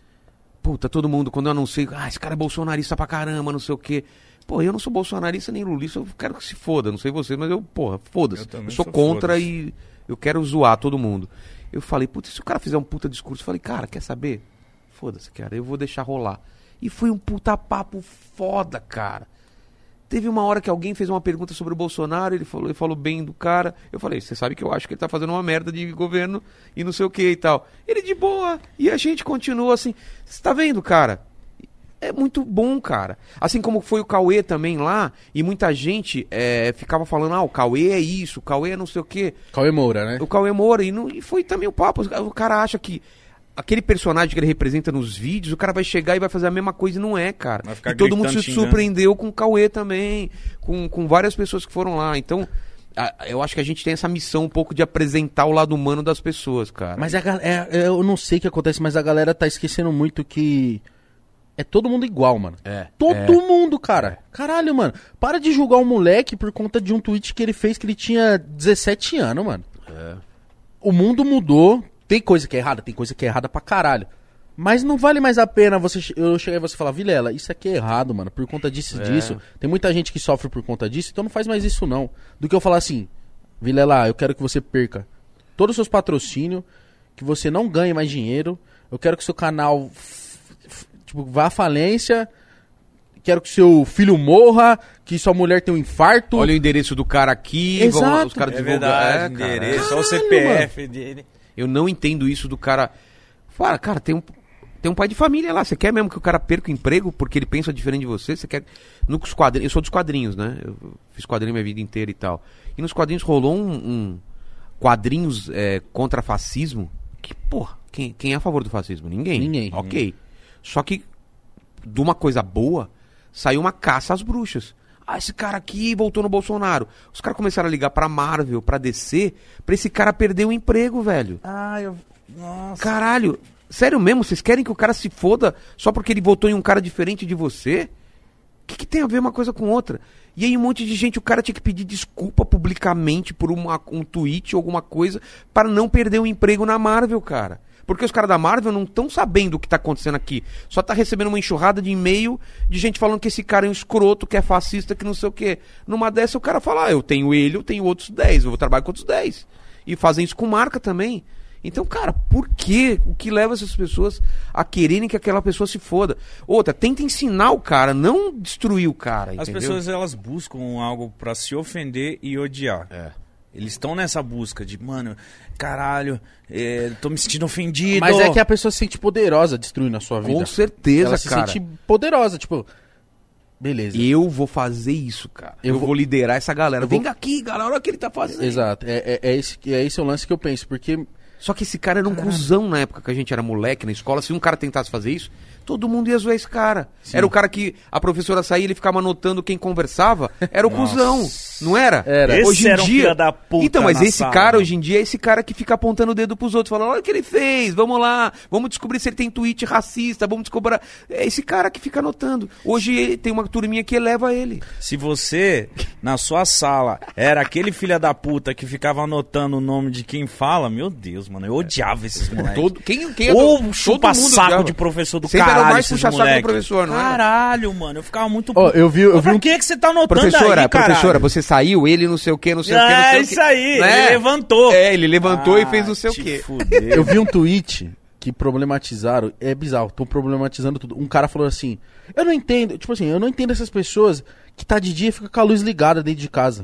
Puta, todo mundo, quando eu anunciei, ah, esse cara é bolsonarista pra caramba, não sei o quê. Pô, eu não sou bolsonarista nem lulista, eu quero que se foda, não sei vocês, mas eu, porra, foda-se. Eu também Eu sou sou contra foda-se. e eu quero zoar todo mundo. Eu falei, puta, se o cara fizer um puta discurso, eu falei, cara, quer saber? Foda-se, cara, eu vou deixar rolar. E foi um puta papo foda, cara. Teve uma hora que alguém fez uma pergunta sobre o Bolsonaro, ele falou, ele falou bem do cara. Eu falei, você sabe que eu acho que ele tá fazendo uma merda de governo e não sei o que e tal. Ele de boa, e a gente continua assim. Você tá vendo, cara? É muito bom, cara. Assim como foi o Cauê também lá, e muita gente é, ficava falando, ah, o Cauê é isso, o Cauê é não sei o que. Cauê Moura, né? O Cauê Moura, e, não, e foi também o papo. O cara acha que aquele personagem que ele representa nos vídeos, o cara vai chegar e vai fazer a mesma coisa e não é, cara. Vai ficar E todo mundo gritando, se xingando. surpreendeu com o Cauê também, com, com várias pessoas que foram lá. Então, a- eu acho que a gente tem essa missão um pouco de apresentar o lado humano das pessoas, cara. Mas a, gal- é- é- eu não sei o que acontece, mas a galera tá esquecendo muito que é todo mundo igual, mano. É. Todo mundo, cara. Caralho, mano. Para de julgar um moleque por conta de um tweet que ele fez que ele tinha dezessete anos, mano. É. O mundo mudou. Tem coisa que é errada, tem coisa que é errada pra caralho. Mas não vale mais a pena você che- eu chegar e você falar, Vilela, isso aqui é errado, mano, por conta disso e É. disso. Tem muita gente que sofre por conta disso, então não faz mais isso não. Do que eu falar assim, Vilela, eu quero que você perca todos os seus patrocínios, que você não ganhe mais dinheiro, eu quero que seu canal f- f- tipo, vá à falência, quero que seu filho morra, que sua mulher tenha um infarto. Olha o endereço do cara aqui, Exato. vão, os caras É divulgam. verdade, É, cara. endereço, só o Caralho, C P F dele. Eu não entendo isso do cara. Fala, cara, tem um, tem um pai de família lá. Você quer mesmo que o cara perca o emprego porque ele pensa diferente de você? Você quer. Nos quadrinhos, eu sou dos quadrinhos, né? Eu fiz quadrinho minha vida inteira e tal. E nos quadrinhos rolou um. um quadrinhos é, contra fascismo. Que, porra, quem, quem é a favor do fascismo? Ninguém. Ninguém. Ok. Só que, de uma coisa boa, saiu uma caça às bruxas. Ah, esse cara aqui voltou no Bolsonaro. Os caras começaram a ligar pra Marvel, pra D C, pra esse cara perder o emprego, velho. Ah, eu... Nossa. Caralho, sério mesmo, vocês querem que o cara se foda só porque ele votou em um cara diferente de você? O que, que tem a ver uma coisa com outra? E aí um monte de gente, o cara tinha que pedir desculpa publicamente por uma, um tweet ou alguma coisa para não perder o emprego na Marvel, cara. Porque os caras da Marvel não estão sabendo o que tá acontecendo aqui. Só tá recebendo uma enxurrada de e-mail de gente falando que esse cara é um escroto, que é fascista, que não sei o quê. Numa dessa o cara fala, ah, eu tenho ele, eu tenho outros dez, eu vou trabalhar com outros dez. E fazem isso com marca também. Então, cara, por quê? O que leva essas pessoas a quererem que aquela pessoa se foda? Outra, tenta ensinar o cara, não destruir o cara, As entendeu? pessoas, elas buscam algo pra se ofender e odiar. É. Eles estão nessa busca de, mano, caralho, é, tô me sentindo ofendido. Mas é que a pessoa se sente poderosa destruindo a sua vida. Com certeza, Ela se cara. sente poderosa, tipo... Beleza. Eu vou fazer isso, cara. Eu, Eu eu vou... vou liderar essa galera. Eu vou- Vem aqui, galera, olha o que ele tá fazendo. Exato. É, é, é, esse, é esse o lance que eu penso, porque... Só que esse cara era um cuzão na época que a gente era moleque na escola. Se um cara tentasse fazer isso, todo mundo ia zoar esse cara. Sim. Era o cara que a professora saía e ele ficava anotando quem conversava. Era o Nossa. cuzão, não era? Era. Esse Hoje em era um dia... filho da puta Então, mas na esse sala, cara né? hoje em dia é esse cara que fica apontando o dedo pros outros, falando, olha o que ele fez, vamos lá, vamos descobrir se ele tem tweet racista, vamos descobrir... É esse cara que fica anotando. Hoje ele tem uma turminha que eleva ele. Se você, na sua sala, era aquele filho da puta que ficava anotando o nome de quem fala, meu Deus, mano, eu odiava esses moleques. Todo, quem, quem é Ou todo mundo chupa-saco odiava. de professor do Sempre era o caralho, mais esses puxa-saco do moleque. professor, não era? Caralho, mano, eu ficava muito... Ó, eu vi, eu vi Pra um... quem é que você tá anotando Professora, aí, caralho? professora, você saiu, ele não sei o que, não sei o que, não Ah, sei o isso que. aí, Né? ele levantou. É, ele levantou e Ah, fez não sei o te quê. fuder. Eu vi um tweet que problematizaram, é bizarro, estão problematizando tudo. Um cara falou assim, eu não entendo, tipo assim, eu não entendo essas pessoas que tá de dia e fica com a luz ligada dentro de casa.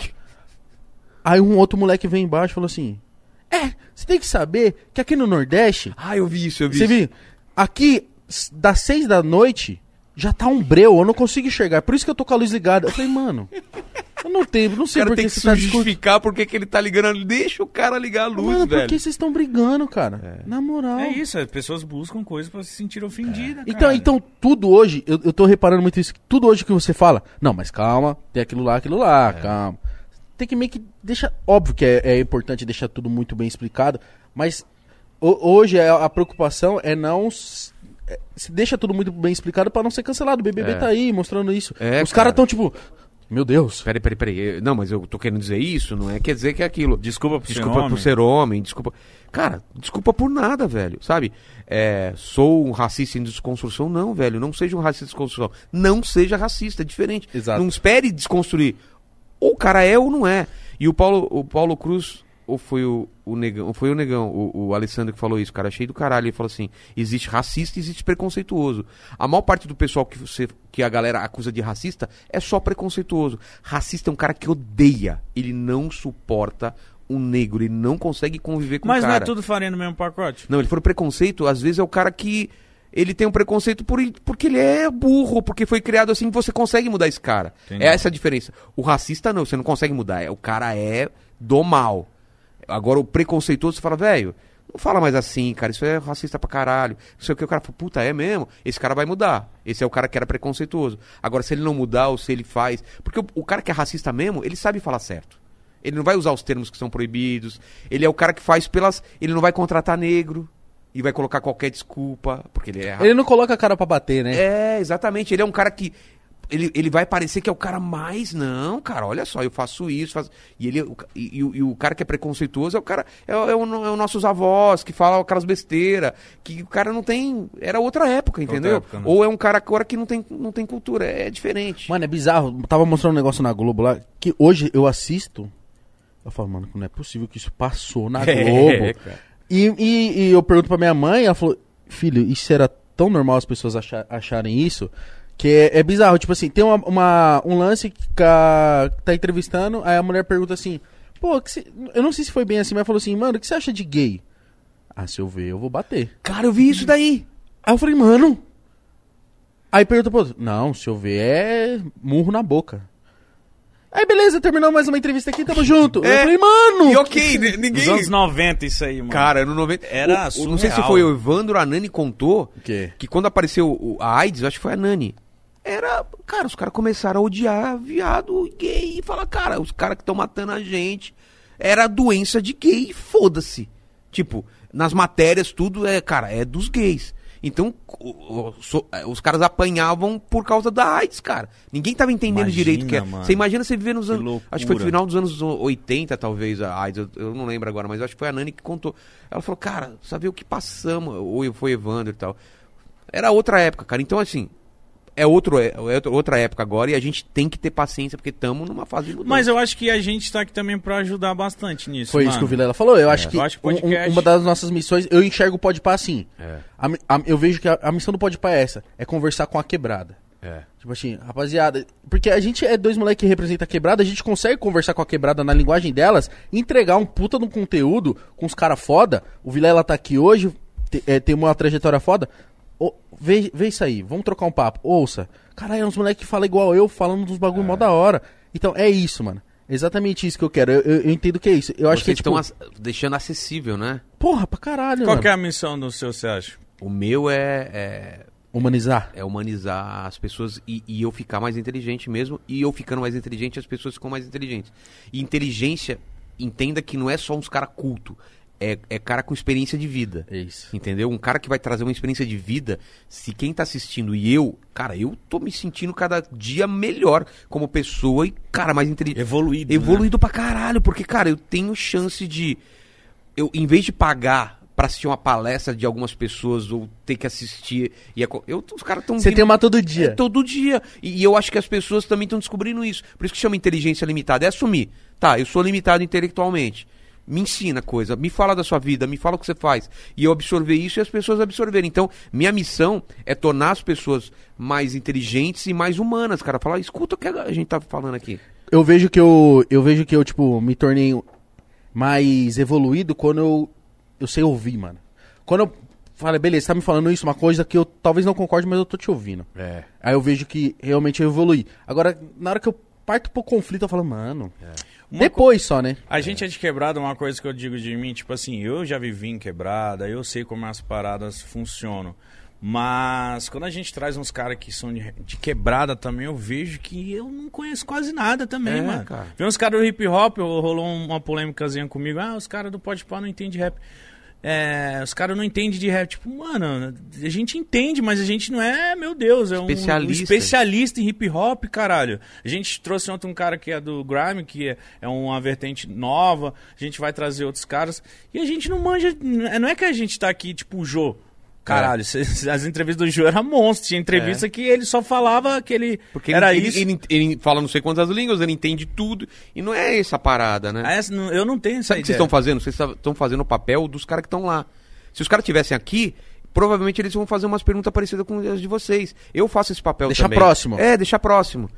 Aí um outro moleque vem embaixo e falou assim, é, você tem que saber que aqui no Nordeste, Ah, eu vi isso, eu vi você isso. viu, aqui s- das seis da noite já tá um breu, eu não consigo enxergar, por isso que eu tô com a luz ligada. Eu falei, mano, eu não tenho, não O sei cara por tem que que você tá se discutindo. justificar porque que ele tá ligando. Deixa o cara ligar a luz, Mano, por velho. que vocês estão brigando, cara? Na moral. É isso, as pessoas buscam coisas pra se sentir ofendidas, Então, cara. então, tudo hoje, eu, eu tô reparando muito isso, que tudo hoje que você fala, não, mas calma, tem aquilo lá, aquilo lá, calma. Tem que meio que deixar, óbvio que é, é importante deixar tudo muito bem explicado, mas ho- hoje a, a preocupação é não, s- é, se deixa tudo muito bem explicado pra não ser cancelado, o B B B É. tá aí mostrando isso. É, Os cara. caras tão tipo, meu Deus, Peraí, peraí, peraí. Eu- Não, mas eu tô querendo dizer isso, não é quer dizer que é aquilo. Desculpa por Desculpa ser por homem. ser homem, desculpa. Cara, desculpa por nada, velho. Sabe? É, sou um racista em desconstrução? Não, velho. Não seja um racista em desconstrução. Não seja racista, é diferente. Exato. Não espere desconstruir. Ou o cara é ou não é. E o Paulo, o Paulo Cruz, ou foi o, o Negão, ou foi o Negão, o, o Alessandro que falou isso, cara, cheio do caralho. Ele falou assim: existe racista e existe preconceituoso. A maior parte do pessoal que, você, que a galera acusa de racista é só preconceituoso. Racista é um cara que odeia. Ele não suporta um negro, ele não consegue conviver com o Mas cara. não é tudo farinha no mesmo pacote? Não, ele for preconceito, às vezes é o cara que ele tem um preconceito por, porque ele é burro, porque foi criado assim, você consegue mudar esse cara. Entendi. É essa a diferença. O racista não, você não consegue mudar, é, o cara é do mal. Agora o preconceituoso, você fala, velho, não fala mais assim, cara, isso é racista pra caralho. Não sei o que, o cara fala, puta, é mesmo? Esse cara vai mudar. Esse é o cara que era preconceituoso. Agora, se ele não mudar ou se ele faz... Porque o, o cara que é racista mesmo, ele sabe falar certo. Ele não vai usar os termos que são proibidos. Ele é o cara que faz pelas... Ele não vai contratar negro e vai colocar qualquer desculpa, porque ele é... ele não coloca a cara pra bater, né? É, exatamente. Ele é um cara que... Ele, ele vai parecer que é o cara mais... Não, cara, olha só, eu faço isso, faço... E, ele, o- e, e o- e o cara que é preconceituoso é o cara... É, o- é, o, é os nossos avós, que falam aquelas besteiras, que o cara não tem... Era outra época, entendeu? época, né? Ou é um cara agora que não tem, não tem cultura, é diferente. Mano, é bizarro. Tava mostrando um negócio na Globo lá, que hoje eu assisto, eu falo, mano, não é possível que isso passou na Globo. É, cara. E, e, e eu pergunto pra minha mãe, ela falou, filho, isso era tão normal as pessoas acha- acharem isso, que é, é bizarro. Tipo assim, tem uma, uma- um lance que a- tá entrevistando, aí a mulher pergunta assim, pô, que cê- eu não sei se foi bem assim, mas falou assim, mano, o que você acha de gay? Ah, se eu ver, eu vou bater. Cara, eu vi isso daí. Aí eu falei, mano... Aí pergunta pro outro, não, se eu ver é murro na boca. Aí beleza, terminou mais uma entrevista aqui, tamo junto. É. Eu falei, mano... E ok, n- ninguém... Dos anos noventa isso aí, mano. Cara, no noventa... Era o, o- Não sei se surreal. foi o Evandro, a Nani contou O quê? que quando apareceu o- a AIDS, eu acho que foi a Nani. Era... Cara, os caras começaram a odiar viado gay e falar, cara, os caras que estão matando a gente era doença de gay, foda-se. Tipo, nas matérias, tudo é, cara, é dos gays. Então, o- o- so- os caras apanhavam por causa da AIDS, cara. Ninguém tava entendendo Imagina, direito o que é. mano. Você imagina você viver nos Que anos... loucura. Acho que foi no final dos anos oitenta, talvez, a AIDS. Eu, eu não lembro agora, mas acho que foi a Nani que contou. Ela falou, cara, sabe o que passamos? Ou foi Evandro e tal. Era outra época, cara. Então, assim, é, outro, é outra- outra época agora e a gente tem que ter paciência, porque estamos numa fase de mudança. Mas eu acho que a gente tá aqui também pra ajudar bastante nisso, Foi mano. isso que o Vilela falou. Eu acho que, Eu acho que um- um- podcast- uma das nossas missões, eu enxergo o Podpah assim. É. A mi- a- eu vejo que a, a missão do Podpah é essa, é conversar com a quebrada. É. Tipo assim, rapaziada, porque a gente é dois moleques que representam a quebrada, a gente consegue conversar com a quebrada na linguagem delas, entregar um puta de um conteúdo com os caras foda. O Vilela tá aqui hoje, te- é, tem uma trajetória foda. Ô, vê, vê isso aí, vamos trocar um papo. Ouça, caralho, é uns moleques que falam igual eu, falando dos bagulho mó da hora. Então, é isso, mano. Exatamente isso que eu quero. Eu, eu- eu entendo que é isso. Eu acho que é Vocês tipo. estão ac- deixando acessível, né? Porra, pra caralho, Qual mano. que é a missão do seu, você acha? O meu é, é, Humanizar. é humanizar as pessoas e, e eu ficar mais inteligente mesmo. E eu ficando mais inteligente, as pessoas ficam mais inteligentes. E inteligência, entenda que não é só uns cara culto. É, é cara com experiência de vida. É isso. Entendeu? Um cara que vai trazer uma experiência de vida, se quem tá assistindo e eu, cara, eu tô me sentindo cada dia melhor como pessoa e, cara, mais inteligente. Evoluído, Evoluído pra caralho, porque, cara, eu tenho chance de. Eu, em vez de pagar pra assistir uma palestra de algumas pessoas ou ter que assistir. E aco- eu, os caras tão Você vindo- tem uma todo dia. é, todo dia. E, e eu acho que as pessoas também estão descobrindo isso. Por isso que chama inteligência limitada. É assumir. Tá, eu sou limitado intelectualmente. Me ensina coisa, me fala da sua vida, me fala o que você faz. E eu absorver isso e as pessoas absorverem. Então, minha missão é tornar as pessoas mais inteligentes e mais humanas, cara. Falar, escuta o que a gente tá falando aqui. Eu vejo que eu, eu vejo que eu, tipo, me tornei mais evoluído quando eu, eu sei ouvir, mano. Quando eu falo, beleza, você tá me falando isso, uma coisa que eu talvez não concorde, mas eu tô te ouvindo. É. Aí eu vejo que realmente eu evoluí. Agora, na hora que eu parto pro conflito, eu falo, mano, Uma depois só, né? A gente é de quebrada, uma coisa que eu digo de mim, tipo assim, eu já vivi em quebrada, eu sei como as paradas funcionam. Mas quando a gente traz uns caras que são de, de quebrada também, eu vejo que eu não conheço quase nada também, É, mano. cara. Vem uns caras do hip hop, rolou uma polêmicazinha comigo, ah, os caras do Podpah não entendem rap. É, os caras não entendem de rap. Tipo, mano, a gente entende, mas a gente não é, meu Deus, é um Especialista. um especialista em hip hop, caralho. A gente trouxe ontem um cara que é do grime, que é, é uma vertente nova. A gente vai trazer outros caras. E a gente não manja. Não é que a gente tá aqui, tipo, o Jô. Caralho, cês- as entrevistas do Jô eram monstros. Tinha entrevista que ele só falava que ele Porque era ele, isso. ele, ele, ele fala não sei quantas línguas, ele entende tudo. E não é essa parada, né? Ah, essa não- eu não tenho essa Sabe o que vocês ideia. estão fazendo? Vocês estão fazendo o papel dos caras que estão lá. Se os caras estivessem aqui, provavelmente eles vão fazer umas perguntas parecidas com as de vocês. Eu faço esse papel Deixar também. próximo. É, deixar próximo.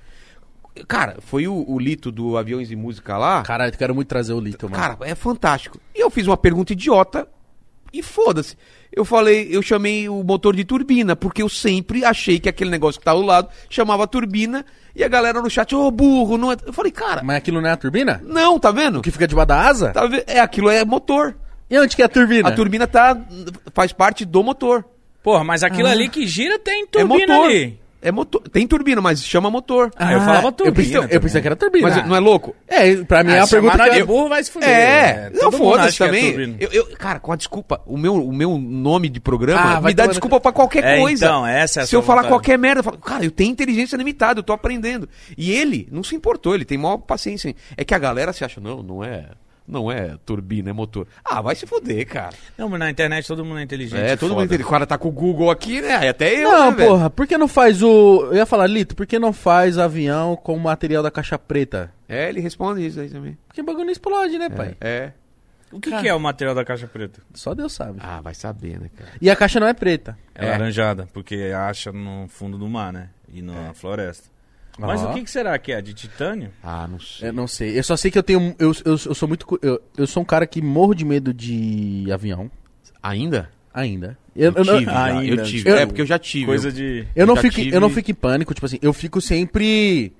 Cara, foi o, o Lito do Aviões e Música lá. Caralho, eu quero muito trazer o Lito, mano. Cara, é fantástico. E eu fiz uma pergunta idiota e foda-se. Eu falei, eu chamei o motor de turbina, porque eu sempre achei que aquele negócio que tá do lado chamava turbina e a galera no chat, ô burro, não é. Eu falei, cara, Mas aquilo não é a turbina? não, tá vendo? O que fica debaixo da asa? Tá ve- É, aquilo é motor. E onde que é a turbina? A turbina tá, faz parte do motor. Porra, mas aquilo Ah. ali que gira tem É turbina motor. ali. É motor. Tem turbina, mas chama motor. Ah, eu falava Eu turbina pensei, eu também. pensei que era turbina. Mas não é louco? É, pra mim é Ah, a pergunta chamar que de eu... burro vai se fuder. É, não todo mundo foda-se acha que é também. turbina. eu, eu- cara, com a desculpa, o meu, o meu nome de programa Ah, vai me dá tomar no desculpa pra qualquer É, coisa. então, essa é a Se eu sua falar vontade. qualquer merda, eu falo, cara, eu tenho inteligência limitada, eu tô aprendendo. E ele não se importou, ele tem maior paciência. É que a galera se acha, não, não é, não é turbina, é motor. Ah, vai se foder, cara. Não, mas na internet todo mundo é inteligente. É, todo mundo foda. entende. O cara tá com o Google aqui, né? Aí até eu, Não, né, velho? porra, por que não faz o... Eu ia falar, Lito, por que não faz avião com material da caixa preta? É, ele responde isso aí também. Porque o bagulho não explode, né, pai? É. O que, que é o material da caixa preta? Só Deus sabe. Ah, vai saber, né, cara? E a caixa não é preta. É, laranjada, porque acha no fundo do mar, né? E na floresta. Mas Ó. o que, que será que é? De titânio? Ah, não sei. Eu não sei. Eu só sei que eu tenho... Eu, eu, eu sou muito... cu- Eu, eu sou um cara que morro de medo de avião. Ainda? Ainda. Eu, Eu, eu não- tive, já, ainda, eu tive. tipo, é, porque eu já tive. Coisa eu- de... Eu não, já fico, tive- eu não fico em pânico, tipo assim, eu fico sempre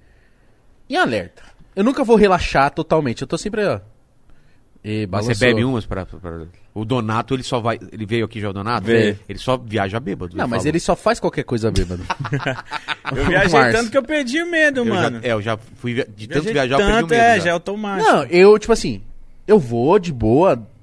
em alerta. Eu nunca vou relaxar totalmente. Eu tô sempre, ó. E Mas balançou. você bebe umas pra, pra- O Donato, ele só vai... Ele veio aqui já, o Donato? Veio. Ele só viaja bêbado. Não, mas falou. ele só faz qualquer coisa bêbado. Eu viajei Márcio. tanto que eu perdi o medo, Eu mano. já, é, eu já fui... via- De tanto Viajei viajar, eu tanto, perdi o medo. é, já. já é automático. Não, eu, tipo assim, eu vou de boa,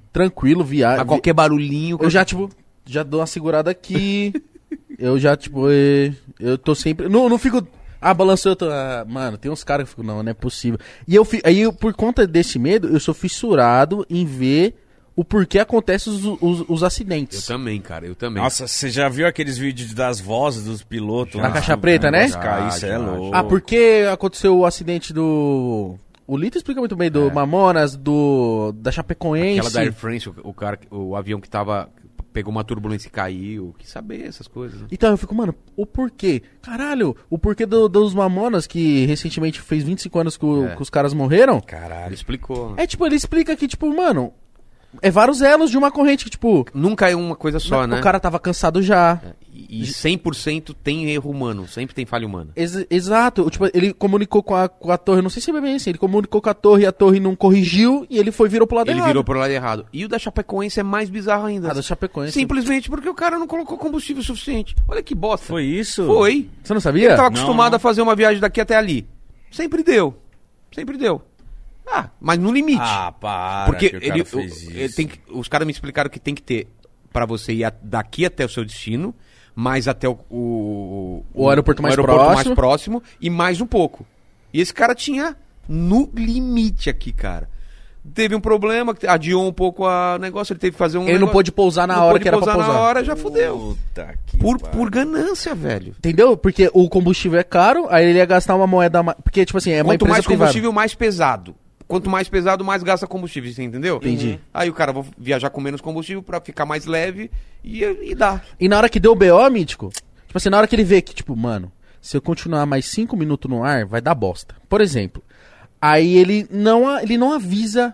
tranquilo, viagem. A qualquer barulhinho. Eu já, tipo, já dou uma segurada aqui. eu já, tipo, eh, eu tô sempre. Não, não fico. Ah, balançou, eu tô. Ah, mano, tem uns caras que ficam, não, não é possível. E eu fi- aí, eu, por conta desse medo, eu sou fissurado em ver o porquê acontecem os, os, os Eu acidentes. também, cara, eu também. Nossa, você já viu aqueles vídeos das vozes dos pilotos? Na lá? caixa preta, né? Cara, isso é Já, louco. Ah, por que aconteceu o acidente do. O Lito explica muito bem, do É. Mamonas, do. Da Chapecoense. Aquela da Air France, o, o cara, o avião que tava. Pegou uma turbulência e caiu. Que saber essas coisas, né? Então eu fico, mano, o porquê? Caralho, o porquê do- dos Mamonas, que recentemente fez vinte e cinco anos que, o- É. que os caras morreram. Ele Caralho. explicou. É tipo, ele explica que, tipo, mano, é vários elos de uma corrente que, tipo, Nunca é uma coisa só, né? o cara tava cansado já. E, e cem por cento tem erro humano, sempre tem falha humana. Ex- exato, tipo, ele comunicou com a, com a torre, não sei se é bem assim, ele comunicou com a torre e a torre não corrigiu e ele foi virou pro lado Ele errado. virou pro lado errado. E o da Chapecoense é mais bizarro ainda. Ah, da Chapecoense. Simplesmente porque o cara não colocou combustível suficiente. Olha que bosta. Foi isso? Foi. Você não Ele sabia? tava Não, acostumado não. a fazer uma viagem daqui até ali. Sempre deu. Sempre deu. Ah, mas no limite. Ah, para. porque que o cara ele, fez o- isso. ele tem que- os caras me explicaram que tem que ter pra você ir a- daqui até o seu destino, mais até o, o, O aeroporto mais aeroporto próximo. mais próximo e mais um pouco. E esse cara tinha no limite aqui, cara. Teve um problema, que adiou um pouco o negócio, ele teve que fazer um Ele não negócio- pôde pousar na não hora pôde que era pra pousar pousar. na hora, já fudeu. Puta que Por, pariu. por ganância, velho. Entendeu? Porque o combustível é caro, aí ele ia gastar uma moeda. ma- Porque, tipo assim, é uma Quanto empresa mais privada. combustível, mais pesado. Quanto mais pesado, mais gasta combustível, você entendeu? Entendi. Aí o cara, vou viajar com menos combustível pra ficar mais leve e, e dá. E na hora que deu o B O, Mítico, tipo assim, na hora que ele vê que, tipo, mano, se eu continuar mais cinco minutos no ar, vai dar bosta. Por exemplo, aí ele não, a- ele não avisa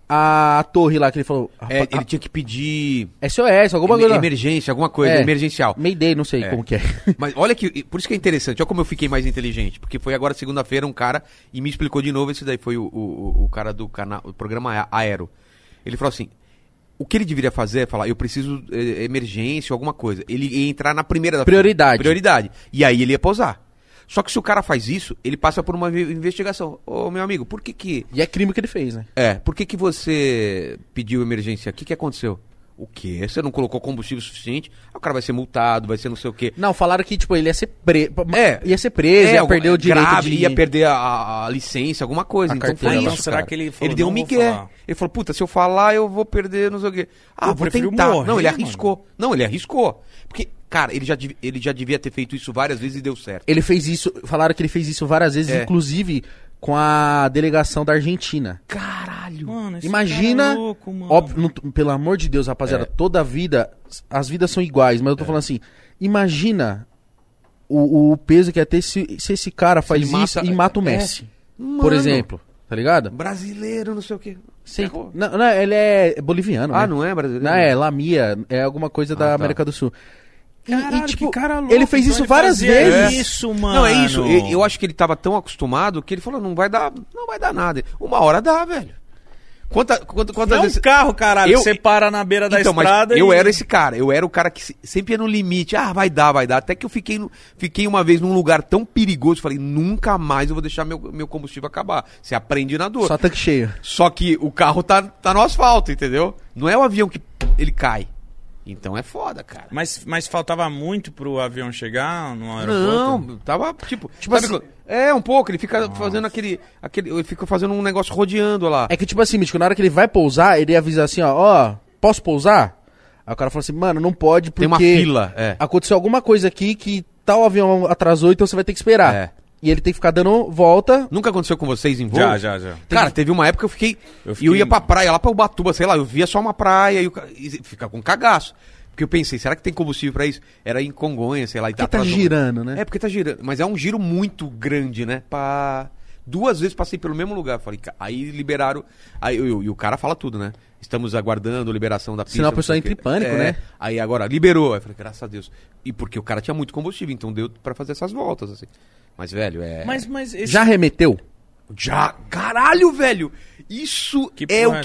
a torre lá que ele falou. É, "Rapa- ele tinha que pedir S O S, alguma emer- coisa. emergência, alguma coisa, É. emergencial. Mayday, não sei É. como que é. Mas olha que, por isso que é interessante, olha como eu fiquei mais inteligente. Porque foi agora segunda-feira um cara e me explicou de novo, esse daí foi o, o, o cara do canal, o programa Aero. Ele falou assim, o que ele deveria fazer é falar, eu preciso eh, emergência, alguma coisa. Ele ia entrar na primeira da Prioridade. fila. Prioridade. E aí ele ia pousar. Só que se o cara faz isso, ele passa por uma vi- investigação. Ô, meu amigo, por que que... E é crime que ele fez, né? É, por que que você pediu emergência? O que que aconteceu? O quê? Você não colocou combustível suficiente? Ah, o cara vai ser multado, vai ser não sei o quê. Não, falaram que, tipo, ele ia ser preso. É. Ia ser preso, É, ia algum- perder o direito grave, de... ia perder a, a- a licença, alguma coisa. A então carteira. foi Ah, então isso, será cara. que ele falou, deu um "Não vou migué. falar"? Ele falou, puta, se eu falar eu vou perder não sei o quê. Ah, Eu vou prefiro tentar. morrer, não, ele mano. arriscou. Não, ele arriscou. Porque, cara, ele já, dev- ele já devia ter feito isso várias vezes e deu certo. Ele fez isso, falaram que ele fez isso várias vezes, É. inclusive com a delegação da Argentina. Caralho. Mano, esse Imagina, cara é louco, mano. óbvio, não- pelo amor de Deus, rapaziada, É. toda a vida, as vidas são iguais, mas eu tô falando assim, imagina o, o peso que ia ter se, se esse cara faz ele isso mata- e mata o é. Messi, Mano. por exemplo, tá ligado? Brasileiro, não sei o quê. Sim. Errou. Não, não, ele é boliviano, Ah, né? não é brasileiro? Não, é Lamia, é alguma coisa da tá. América do Sul. E, Caralho, e, tipo, que cara louco. ele fez Então isso ele várias fazia vezes. isso, mano. Não, é isso. Eu, eu acho que ele tava tão acostumado que ele falou, não vai dar, não vai dar nada. Uma hora dá, velho. Quanta, quanta, quantas Não é um vezes... carro, caralho. Eu- Você para na beira da Então, mas estrada eu e... era esse cara, eu era o cara que se- sempre ia no limite, ah, vai dar, vai dar, até que eu fiquei, no- fiquei uma vez num lugar tão perigoso, falei, nunca mais eu vou deixar meu, meu combustível acabar, você aprende na dor. Só tanque cheio. Só que o carro tá, tá no asfalto, entendeu? Não é o avião que ele cai, então é foda, cara. Mas, mas faltava muito pro avião chegar no aeroporto? Não, tava tipo. Tipo sabe assim- quando- é, um pouco, ele fica fazendo aquele, aquele. Ele fica fazendo um negócio rodeando lá. É que, tipo assim, Mítico, na hora que ele vai pousar, ele avisa assim, ó, ó, posso pousar? Aí o cara fala assim, mano, não pode porque Tem uma fila, é. aconteceu alguma coisa aqui que tal avião atrasou, então você vai ter que esperar. É. E ele tem que ficar dando volta. Nunca aconteceu com vocês em voo? Já, já, já. Cara, teve uma época que eu fiquei. Eu E fiquei- eu ia pra praia, lá pra Ubatuba, sei lá, eu via só uma praia e, o ca- e fica com cagaço. Porque eu pensei, será que tem combustível pra isso? Era em Congonha, sei lá. E Porque tá atrasou. girando, né? É, porque tá girando. Mas é um giro muito grande, né? Pra... Duas vezes passei pelo mesmo lugar. Falei, ca- aí liberaram. Aí, eu- e o cara fala tudo, né? Estamos aguardando a liberação da pista. Senão a não pessoa sei o entra quê. em pânico, É, né? Aí agora, liberou. Aí eu falei, graças a Deus. E porque o cara tinha muito combustível, então deu pra fazer essas voltas, assim. Mas, velho, é. Mas, mas esse... Já remeteu? Já. Caralho, velho! Isso Que é porra o é que. essa?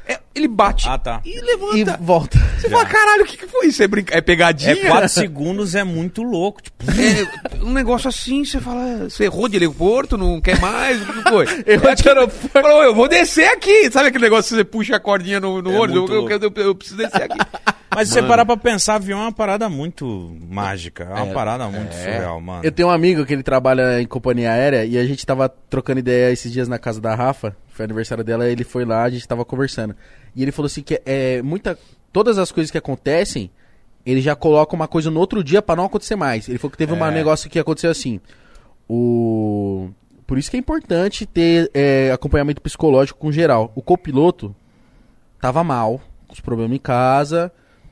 É, ele bate Ah, tá. e E levanta. volta. Você fala, caralho, o que, que foi isso? É, brinca... é pegadinha? É quatro segundos, é muito louco. Tipo, É, um negócio assim, você fala, você errou de aeroporto, não quer mais, o que foi? Errou É de que- aeroporto. Falou, eu vou descer aqui. Sabe aquele negócio que você puxa a cordinha no, no É ônibus? muito Eu, eu, louco. eu, eu- eu preciso descer aqui. mas se você Mano. parar pra pensar, avião é uma parada muito mágica. É uma É, parada muito é. surreal, mano. Eu tenho um amigo que ele trabalha em companhia aérea e a gente tava trocando ideia esses dias na casa da Rafa. Foi aniversário dela, ele foi lá, a gente tava conversando. E ele falou assim que é muita. Todas as coisas que acontecem, ele já coloca uma coisa no outro dia pra não acontecer mais. Ele falou que teve um É. negócio que aconteceu assim. O. Por isso que é importante ter é, acompanhamento psicológico com geral. O copiloto tava mal, com os problemas em casa.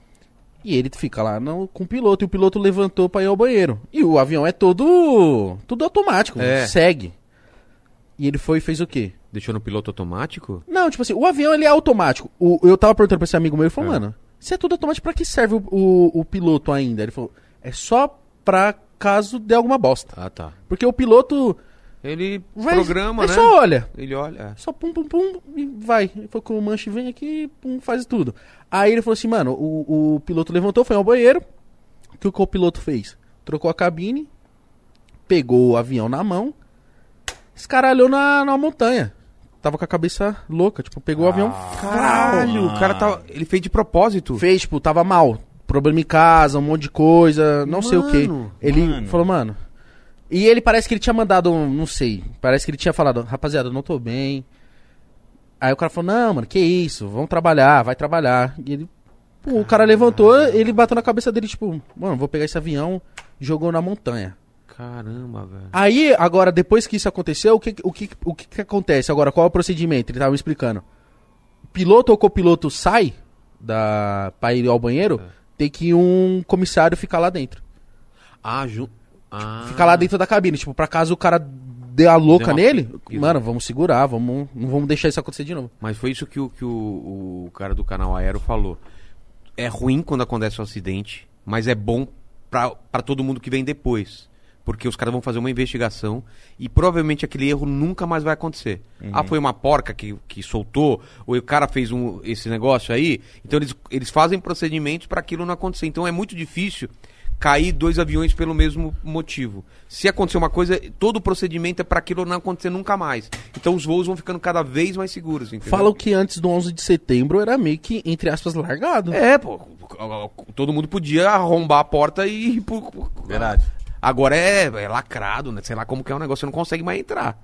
E ele fica lá no, com o piloto. E o piloto levantou pra ir ao banheiro. E o avião é todo. Tudo automático. É. Segue. E ele foi e fez o quê? Deixou no piloto automático? Não, tipo assim, o avião ele é automático. O, eu tava perguntando pra esse amigo meu, ele falou, É. mano, se é tudo automático, pra que serve o, o, o piloto ainda? Ele falou, é só pra caso dê alguma bosta. Ah, tá. Porque o piloto Ele vai, programa, é né? só olha. Ele olha. Só pum, pum, pum e vai. Ele falou que o manche vem aqui pum, faz tudo. Aí ele falou assim, mano, o, o piloto levantou, foi ao banheiro. O que o copiloto fez? Trocou a cabine, pegou o avião na mão, escaralhou na, na montanha. Tava com a cabeça louca, tipo, pegou o avião. Caralho, o cara tava. Ele fez de propósito. Fez, tipo, tava mal. Problema em casa, um monte de coisa, não sei o que. Mano, Ele mano. falou, mano. E ele parece que ele tinha mandado, um, não sei, parece que ele tinha falado, rapaziada, eu não tô bem. Aí o cara falou, não, mano, que isso, vamos trabalhar, vai trabalhar. E ele, pô, o cara levantou, ele bateu na cabeça dele, tipo, mano, vou pegar esse avião, jogou na montanha. Caramba, velho. Aí, agora, depois que isso aconteceu, o que, o que, o que, que acontece? Agora, qual é o procedimento? Ele tava me explicando. Piloto ou copiloto sai da, pra ir ao banheiro, tem que um comissário ficar lá dentro. Ah, ju... ah. Ficar lá dentro da cabine, tipo, pra caso o cara dê a louca Deu uma nele, pi- mano, vamos segurar, vamos, não vamos deixar isso acontecer de novo. Mas foi isso que, o, que o, o cara do canal Aero falou. É ruim quando acontece um acidente, mas é bom pra, pra todo mundo que vem depois. Porque os caras vão fazer uma investigação e provavelmente aquele erro nunca mais vai acontecer. Ah, foi uma porca que, que soltou, ou o cara fez um, esse negócio aí. Então eles, eles fazem procedimentos para aquilo não acontecer. Então é muito difícil cair dois aviões pelo mesmo motivo. Se acontecer uma coisa, todo o procedimento é para aquilo não acontecer nunca mais. Então os voos vão ficando cada vez mais seguros. Entendeu? Falam que antes do onze de setembro era meio que, entre aspas, largado. É, pô. Todo mundo podia arrombar a porta e ir pro... Verdade. Agora é, é lacrado, né? Sei lá como que é o negócio, você não consegue mais entrar.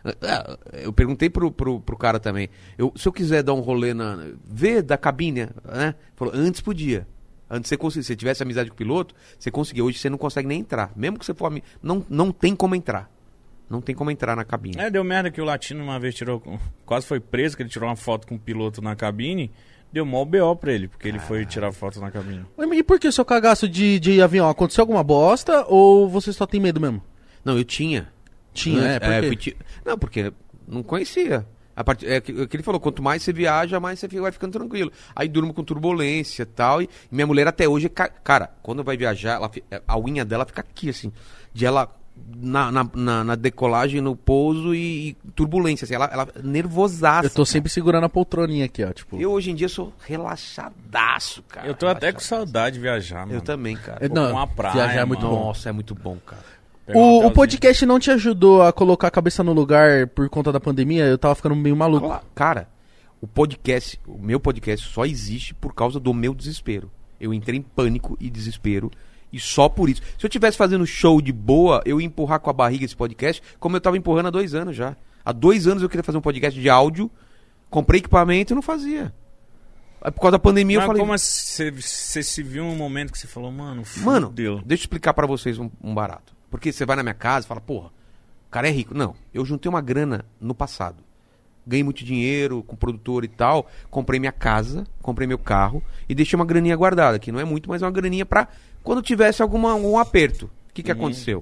É, eu perguntei pro, pro, pro cara também. Eu, se eu quiser dar um rolê na. Ver da cabine, né? Falou, antes podia. Antes você conseguia. Se você tivesse amizade com o piloto, você conseguia. Hoje você não consegue nem entrar. Mesmo que você for ami- não, não tem como entrar. Não tem como entrar na cabine. É, deu merda que o Latino uma vez tirou. Quase foi preso, que ele tirou uma foto com o piloto na cabine. Deu mó B O pra ele, porque ele foi tirar foto na cabine. E por que o seu cagaço de, de avião? Aconteceu alguma bosta ou você só tem medo mesmo? Não, eu tinha. Tinha, Antes- é, por quê? fui ti- Não, porque não conhecia. A part... É que que ele falou, quanto mais você viaja, mais você fica- vai ficando tranquilo. Aí durmo com turbulência e tal. E minha mulher até hoje, é ca- cara, quando vai viajar, ela fi- a unha dela fica aqui, assim. De ela na, na, na- na decolagem, no pouso e, e turbulência, assim. Ela, ela nervosaça. Eu tô sempre segurando a poltroninha aqui, ó. Tipo, Eu hoje em dia sou relaxadaço, cara. Eu tô até com Relaxadaço. saudade de viajar, mano. Eu também, cara. Eu- Vou não, pra uma praia, viajar é muito mano. bom. Nossa, é muito bom, cara. Pegar um O, o hotelzinho. podcast não te ajudou a colocar a cabeça no lugar por conta da pandemia? Eu tava ficando meio maluco. Cla- Cara, o podcast, o meu podcast só existe por causa do meu desespero. Eu entrei em pânico e desespero e só por isso. Se eu tivesse fazendo show de boa, eu ia empurrar com a barriga esse podcast, como eu tava empurrando há dois anos já. Há dois anos eu queria fazer um podcast de áudio, comprei equipamento e não fazia. Aí por causa da pandemia Mas eu falei... como você você se viu um momento que você falou, mano, Mano, fudeu. deixa eu explicar pra vocês um, um barato. Porque você vai na minha casa e fala, porra, o cara é rico. Não, eu juntei uma grana no passado. Ganhei muito dinheiro com produtor e tal. Comprei minha casa, comprei meu carro e deixei uma graninha guardada, que não é muito, mas é uma graninha pra quando tivesse alguma, algum aperto. O que, que Uhum. aconteceu?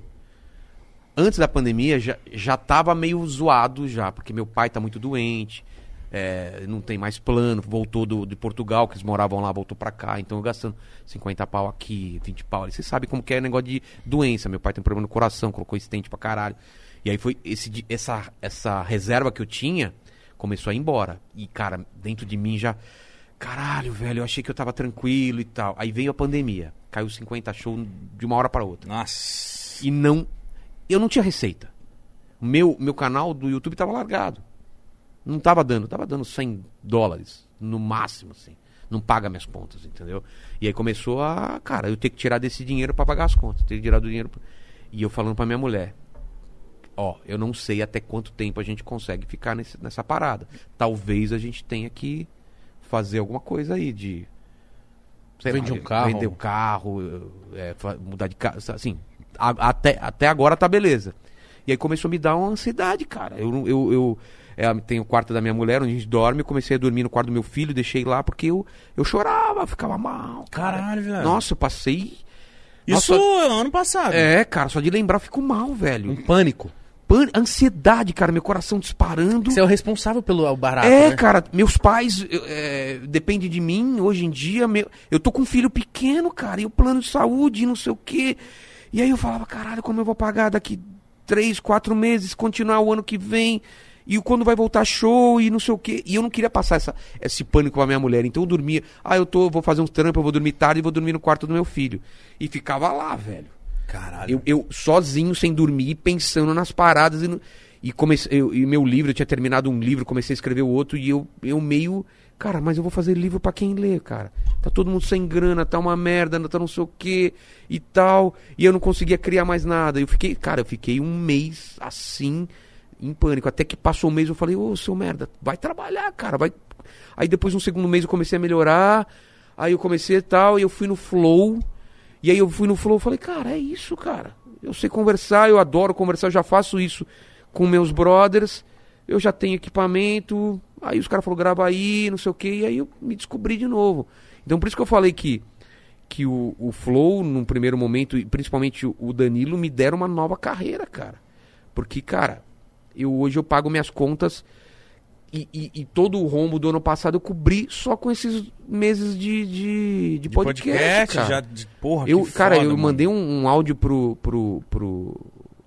Antes da pandemia já, já tava meio zoado já, porque meu pai tá muito doente. É, não tem mais plano, voltou do, de Portugal, que eles moravam lá, voltou pra cá, então eu gastando cinquenta pau aqui, vinte pau ali. Você sabe como que é negócio de doença. Meu pai tem um problema no coração, colocou estente pra caralho. E aí foi esse, di- essa, essa reserva que eu tinha, começou a ir embora. E, cara, dentro de mim já... Caralho, velho, eu achei que eu tava tranquilo e tal. Aí veio a pandemia. Caiu cinquenta shows de uma hora pra outra. Nossa. E não... Eu não tinha receita. O meu, meu canal do YouTube tava largado. Não tava dando. Tava dando cem dólares. No máximo, assim. Não paga minhas contas, entendeu? E aí começou a... Cara, eu ter que tirar desse dinheiro pra pagar as contas. Ter que tirar do dinheiro... Pra... E eu falando pra minha mulher... Ó, eu não sei até quanto tempo a gente consegue ficar nesse, nessa parada. Talvez a gente tenha que fazer alguma coisa aí de... Sei Vende lá, um carro. Vender o carro, é, fa- mudar de casa, assim... A, até, até agora tá beleza. E aí começou a me dar uma ansiedade, cara. Eu, eu, eu é, tenho o quarto da minha mulher, onde a gente dorme. Eu comecei a dormir no quarto do meu filho, deixei lá porque eu, eu chorava, ficava mal. Cara. Caralho, velho. Nossa, eu passei... Isso Nossa, ano passado. é, cara, só de lembrar eu fico mal, velho. Um pânico. Pan- ansiedade, cara, meu coração disparando. Você é o responsável pelo barato, É, né? cara, meus pais eu, é, dependem de mim hoje em dia. Meu, eu tô com um filho pequeno, cara, e o plano de saúde, não sei o quê. E aí eu falava, caralho, como eu vou pagar daqui três, quatro meses, continuar o ano que vem, e quando vai voltar show e não sei o quê. E eu não queria passar essa, esse pânico pra minha mulher. Então eu dormia, ah, eu tô, vou fazer uns trampos, eu vou dormir tarde e vou dormir no quarto do meu filho. E ficava lá, velho. Caralho. Eu, eu sozinho, sem dormir, pensando nas paradas. E, no, e comecei, eu, e meu livro, eu tinha terminado um livro, comecei a escrever o outro. E eu, eu meio... Cara, mas eu vou fazer livro pra quem lê, cara. Tá todo mundo sem grana, tá uma merda, tá não sei o que e tal. E eu não conseguia criar mais nada. Eu fiquei, cara, eu fiquei um mês assim, em pânico. Até que passou um mês, eu falei, ô, seu merda, vai trabalhar, cara. Vai... Aí depois, no segundo mês, eu comecei a melhorar. Aí eu comecei e tal, e eu fui no Flow... E aí eu fui no Flow e falei, cara, é isso, cara. Eu sei conversar, eu adoro conversar, eu já faço isso com meus brothers, eu já tenho equipamento. Aí os caras falaram, grava aí, não sei o quê, e aí eu me descobri de novo. Então por isso que eu falei que, que o, o Flow, num primeiro momento, e principalmente o, o Danilo, me deram uma nova carreira, cara. Porque, cara, eu, hoje eu pago minhas contas... E, e, e todo o rombo do ano passado eu cobri só com esses meses de, de, de De podcast, podcast, cara. já de porra, Eu, que cara, foda, eu mano. mandei um, um áudio pro, pro, pro,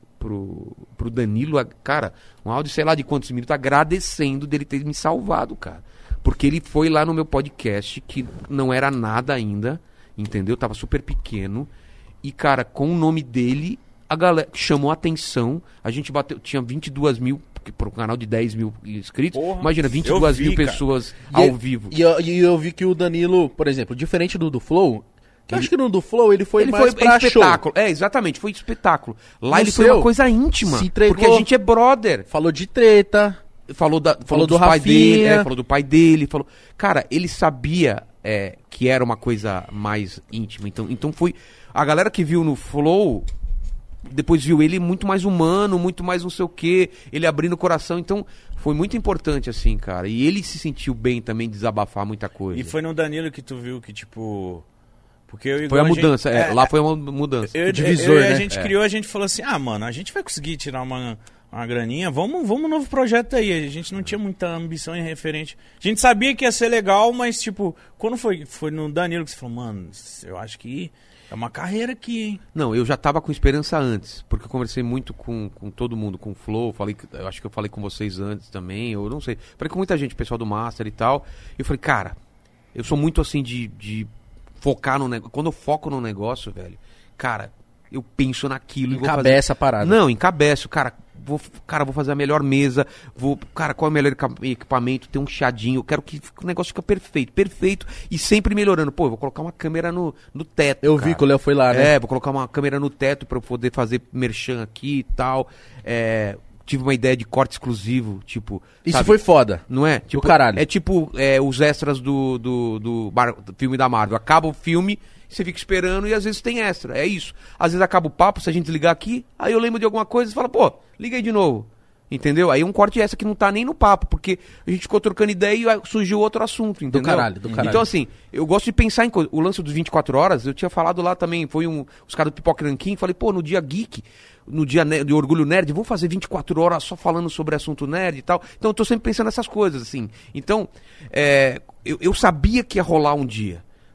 pro, pro Danilo, a- cara, um áudio, sei lá de quantos minutos, agradecendo dele ter me salvado, cara. Porque ele foi lá no meu podcast, que não era nada ainda, entendeu? Tava super pequeno. E, cara, com o nome dele, a galera chamou a atenção. A gente bateu, tinha vinte e duas mil, porque para um canal de dez mil inscritos. Porra, Imagina, vinte e duas eu mil vi, cara. pessoas E ao eu- vivo. E eu, e eu vi que o Danilo, por exemplo, diferente do do Flow, eu acho que no do Flow ele foi ele mais foi pra show. espetáculo. É, exatamente, foi espetáculo. Lá No ele foi seu, uma coisa íntima. se entregou. Porque a gente é brother. Falou de treta. Falou, da, falou, Falou dos do pai Rafinha. dele, é, falou do pai dele, falou... Cara, ele sabia é, que era uma coisa mais íntima, então, então foi... A galera que viu no Flow, depois viu ele muito mais humano, muito mais não sei o quê, ele abrindo o coração, então foi muito importante, assim, cara. E ele se sentiu bem também de desabafar muita coisa. E foi no Danilo que tu viu que, tipo... Porque eu e Foi a Gon, mudança, gente- é, lá foi uma mudança. Eu, divisor, eu, eu, né? A gente É. criou, a gente falou assim, ah, mano, a gente vai conseguir tirar uma, uma graninha, vamos, vamos um novo projeto aí. A gente não tinha muita ambição em referente. A gente sabia que ia ser legal, mas, tipo, quando foi, foi no Danilo que você falou, mano, eu acho que é uma carreira aqui, hein? Não, eu já tava com esperança antes, porque eu conversei muito com, com todo mundo, com o Flow, falei, que- eu acho que eu falei com vocês antes também, eu não sei. Falei com muita gente, pessoal do Master e tal. E eu falei, cara, eu sou muito assim de, de focar no negócio. Quando eu foco no negócio, velho, cara, eu penso naquilo e vou fazer. Encabeça a parada. Não, encabeço, cara. Vou, cara, vou fazer a melhor mesa. Vou, cara, qual é o melhor eca- equipamento? Tem um chiadinho. Eu quero que o negócio fique perfeito, perfeito e sempre melhorando. Pô, eu vou colocar uma câmera no, no teto. Eu cara. vi que o Léo foi lá, né? É, vou colocar uma câmera no teto pra eu poder fazer merchan aqui e tal. É, tive uma ideia de corte exclusivo, tipo. Isso sabe? foi foda. Não é? Tipo, caralho. É tipo é, os extras do, do, do, Mar- do filme da Marvel. Acaba o filme, você fica esperando e às vezes tem extra. É isso. Às vezes acaba o papo, se a gente desligar aqui, aí eu lembro de alguma coisa e fala, pô, liga aí de novo. Entendeu? Aí um corte extra que não tá nem no papo, porque a gente ficou trocando ideia e aí surgiu outro assunto, entendeu? caralho, do caralho. Então assim, eu gosto de pensar em coisa. O lance dos vinte e quatro horas, eu tinha falado lá também, foi um, os caras do Pipoca Ranking, falei, pô, no dia geek, no dia ne- de Orgulho Nerd, vamos fazer vinte e quatro horas só falando sobre assunto nerd e tal. Então eu tô sempre pensando nessas coisas, assim. Então, é, eu, eu sabia que ia rolar um dia.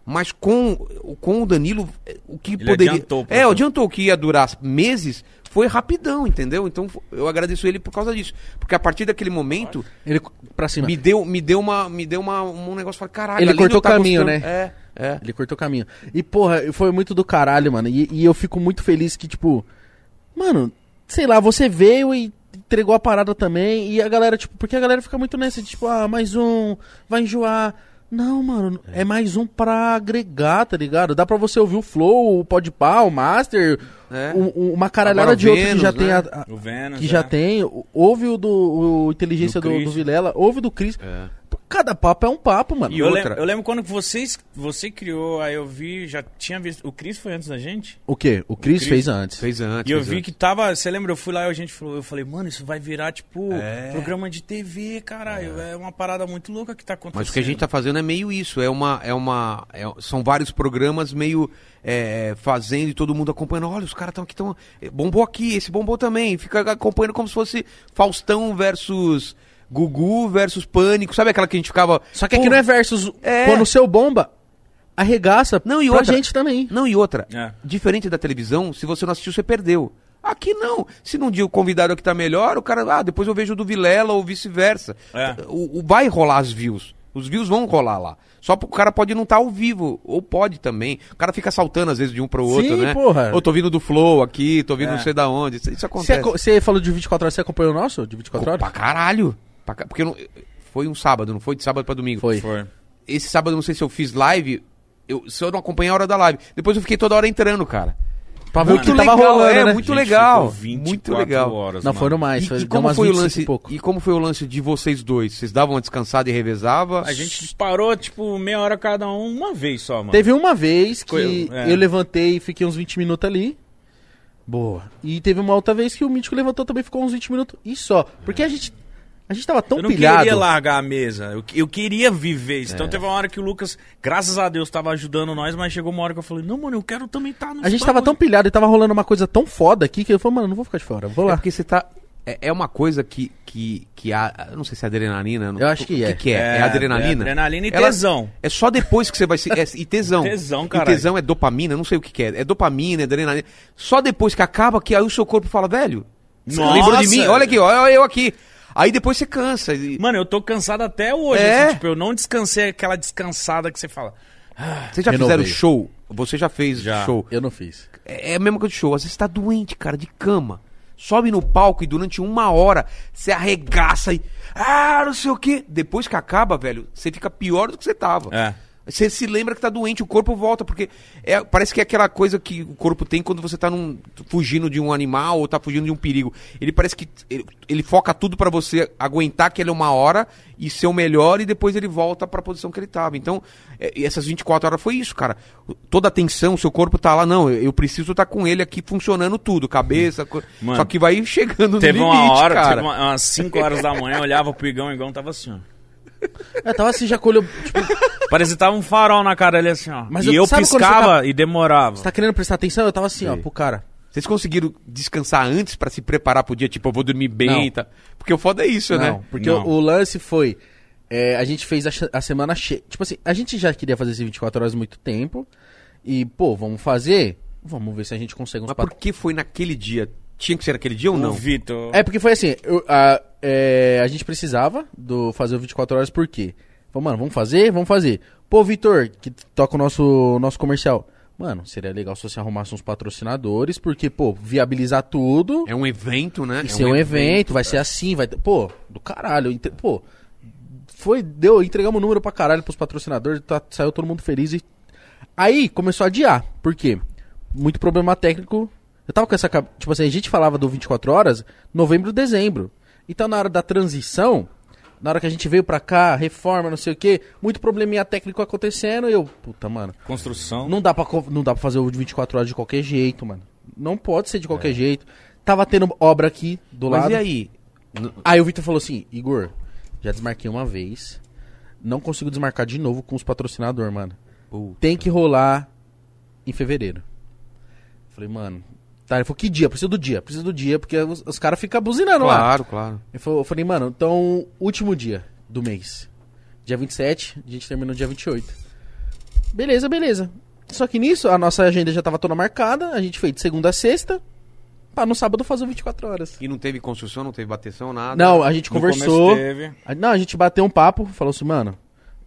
Mas com, com o Danilo, o que Ele poderia... adiantou pra é, tu. adiantou que ia durar meses, foi rapidão, entendeu? Então eu agradeço ele por causa disso. Porque a partir daquele momento, Ele pra cima. me deu, me deu, uma, me deu uma, um negócio, falei, caralho... Ele além de cortou eu tá o caminho, gostando- né? É, é. Ele cortou o caminho. E, porra, foi muito do caralho, mano. E, e eu fico muito feliz que, tipo... Mano, sei lá, você veio e entregou a parada também. E a galera, tipo... Porque a galera fica muito nessa, tipo... Ah, mais um... Vai enjoar... Não, mano, é. é mais um pra agregar, tá ligado? Dá pra você ouvir o Flow, o Podpah, o Master, É. o- o- uma caralhada Agora o de outros que Vênus, já né? tem. A, a- O Vênus, que já é. tem. Ouve o do o Inteligência Do do, do Chris. Vilela, ouve o do Cris. É. Cada papo é um papo, mano. E eu, outra- lembro, eu lembro quando vocês, você criou, aí eu vi, já tinha visto. O Cris foi antes da gente? O quê? O Cris Chris fez antes. Fez antes. E eu fez vi antes. que tava. Você lembra? Eu fui lá e a gente falou. Eu falei, mano, isso vai virar tipo É. programa de T V, caralho. É. uma parada muito louca que tá acontecendo. Mas o que a gente tá fazendo é meio isso, é uma, é uma, é- são vários programas meio é, fazendo e todo mundo acompanhando. Olha, os caras estão aqui, tão, bombou aqui, esse bombou também. Fica acompanhando como se fosse Faustão versus Gugu versus Pânico, sabe aquela que a gente ficava... Só que aqui Pô, não é versus. É. Quando o seu bomba, arregaça Não, e pra outra- gente também. Não, e outra, É. diferente da televisão, se você não assistiu, você perdeu. Aqui não. Se num dia o convidado aqui tá melhor, o cara, ah, depois eu vejo o do Vilela ou vice-versa. É. O, o- vai rolar as views. Os views vão rolar lá. Só porque o cara pode não estar ao vivo, ou pode também. O cara fica saltando às vezes de um pro outro, Sim, né? porra. Ou tô vindo do Flow aqui, tô vindo É. não sei da onde. Isso, isso Você acontece. aco- Você falou de vinte e quatro horas, você acompanhou o nosso? De vinte e quatro horas? Pra caralho. Pra ca- porque eu não- foi um sábado, não foi de sábado pra domingo. Foi. Foi. Esse sábado, eu não sei se eu fiz live, eu, se eu não acompanhei a hora da live. Depois eu fiquei toda hora entrando, cara. Pra ver o Muito que tava legal, rolando, é, né? muito Gente, legal. ficou vinte e Muito quatro legal. Horas, Não, mano. foram mais. E, foi, e deu como umas foi o vinte e lance? cinco e pouco. E como foi o lance de vocês dois? Vocês davam uma descansada e revezava? A gente parou, tipo, meia hora cada um, uma vez só, mano. Teve uma vez que Foi- é. eu levantei e fiquei uns vinte minutos ali. Boa. E teve uma outra vez que o Mítico levantou também e ficou uns vinte minutos. E só. Porque a gente. A gente tava tão Eu não pilhado. queria largar a mesa, eu, eu queria viver isso. É. Então teve uma hora que o Lucas, graças a Deus, tava ajudando nós, mas chegou uma hora que eu falei, não, mano, eu quero também estar no A gente tava tão pilhado e tava rolando uma coisa tão foda aqui que eu falei, mano, não vou ficar de fora. Vou É lá. porque você tá. É, é uma coisa que, que, que há. Eu não sei se é adrenalina. não- Eu acho que o é. que, que é? É, adrenalina? É adrenalina e Ela- tesão. É só depois que você vai se. É, e tesão. Tesão, E caralho. tesão é dopamina, não sei o que, que é. É dopamina, é adrenalina. Só depois que acaba que aí o seu corpo fala, velho. Você Nossa! lembrou de mim? Olha aqui, olha eu aqui. Aí depois você cansa. e- Mano, eu tô cansado até hoje, É? assim, tipo, eu não descansei aquela descansada que você fala. Vocês já Renovei. fizeram show? Você já fez Já. show? Eu não fiz. É é a mesma coisa de show. Às vezes você tá doente, cara, de cama. Sobe no palco e durante uma hora você arregaça e. Ah, não sei o quê. Depois que acaba, velho, você fica pior do que você tava. É. Você se lembra que tá doente, o corpo volta, porque é, parece que é aquela coisa que o corpo tem quando você tá num, fugindo de um animal ou tá fugindo de um perigo. Ele parece que ele, ele foca tudo pra você aguentar aquele uma hora e ser o melhor e depois ele volta pra posição que ele tava. Então, é, e essas vinte e quatro horas foi isso, cara. Toda a tensão, o seu corpo tá lá, não, eu, eu preciso estar com ele aqui funcionando tudo, cabeça, co- Mano, só que vai chegando Teve no limite, uma hora, cara. teve uma- umas cinco horas da manhã, eu olhava pro Igão, o Igão tava assim, ó. Eu tava assim, já colheu. Tipo, Parecia que tava um farol na cara dele assim, ó. Mas e eu- eu sabe quando piscava você e demorava. você tá querendo prestar atenção? Eu tava assim, ó, Sei. pro cara. Vocês conseguiram descansar antes pra se preparar pro dia, tipo, eu vou dormir bem Não. e tá? Porque o foda é isso, Não, né? porque Não. O, o lance foi. É, a gente fez a, che- a semana cheia. Tipo assim, a gente já queria fazer esse vinte e quatro horas há muito tempo. E, pô, vamos fazer? Vamos ver se a gente consegue uns Mas pat- por que foi naquele dia? Tinha que ser naquele dia ou O não? Vitor. É porque foi assim, eu- a, é, a gente precisava do fazer o vinte e quatro horas, por quê? Falei, mano, vamos fazer? Vamos fazer. Pô, Vitor, que toca o nosso, nosso comercial. Mano, seria legal se você arrumasse uns patrocinadores, porque, pô, viabilizar tudo. É um evento, né? Isso é um evento, vai ser assim, vai ter. Pô, do caralho. entre- Pô, foi, deu, entregamos o número pra caralho pros patrocinadores, tá- saiu todo mundo feliz e. Aí começou a adiar. Por quê? Muito problema técnico. Eu tava com essa. ca- Tipo assim, a gente falava do vinte e quatro horas, novembro, dezembro. Então na hora da transição, na hora que a gente veio pra cá, reforma, não sei o quê, muito probleminha técnico acontecendo e eu. Puta, mano. Construção. Não dá, pra, co- não dá pra fazer o de vinte e quatro horas de qualquer jeito, mano. Não pode ser de qualquer É. jeito. Tava tendo obra aqui do Mas lado. e aí? N- Aí o Vitor falou assim, Igor, já desmarquei uma vez, não consigo desmarcar de novo com os patrocinadores, mano. Puta. Tem que rolar em fevereiro. Falei, mano, tá, ele falou, que dia? Preciso do dia, preciso do dia, porque os, os caras ficam buzinando lá. Claro, claro. Ele falou- Eu falei, mano, então, último dia do mês, dia vinte e sete, a gente terminou dia vinte e oito. Beleza, beleza. Só que nisso, a nossa agenda já tava toda marcada, a gente fez de segunda a sexta, pra no sábado fazer o vinte e quatro horas. E não teve construção, não teve bateção, nada? Não, a gente No conversou. começo teve. a- Não, a gente bateu um papo, falou assim, mano,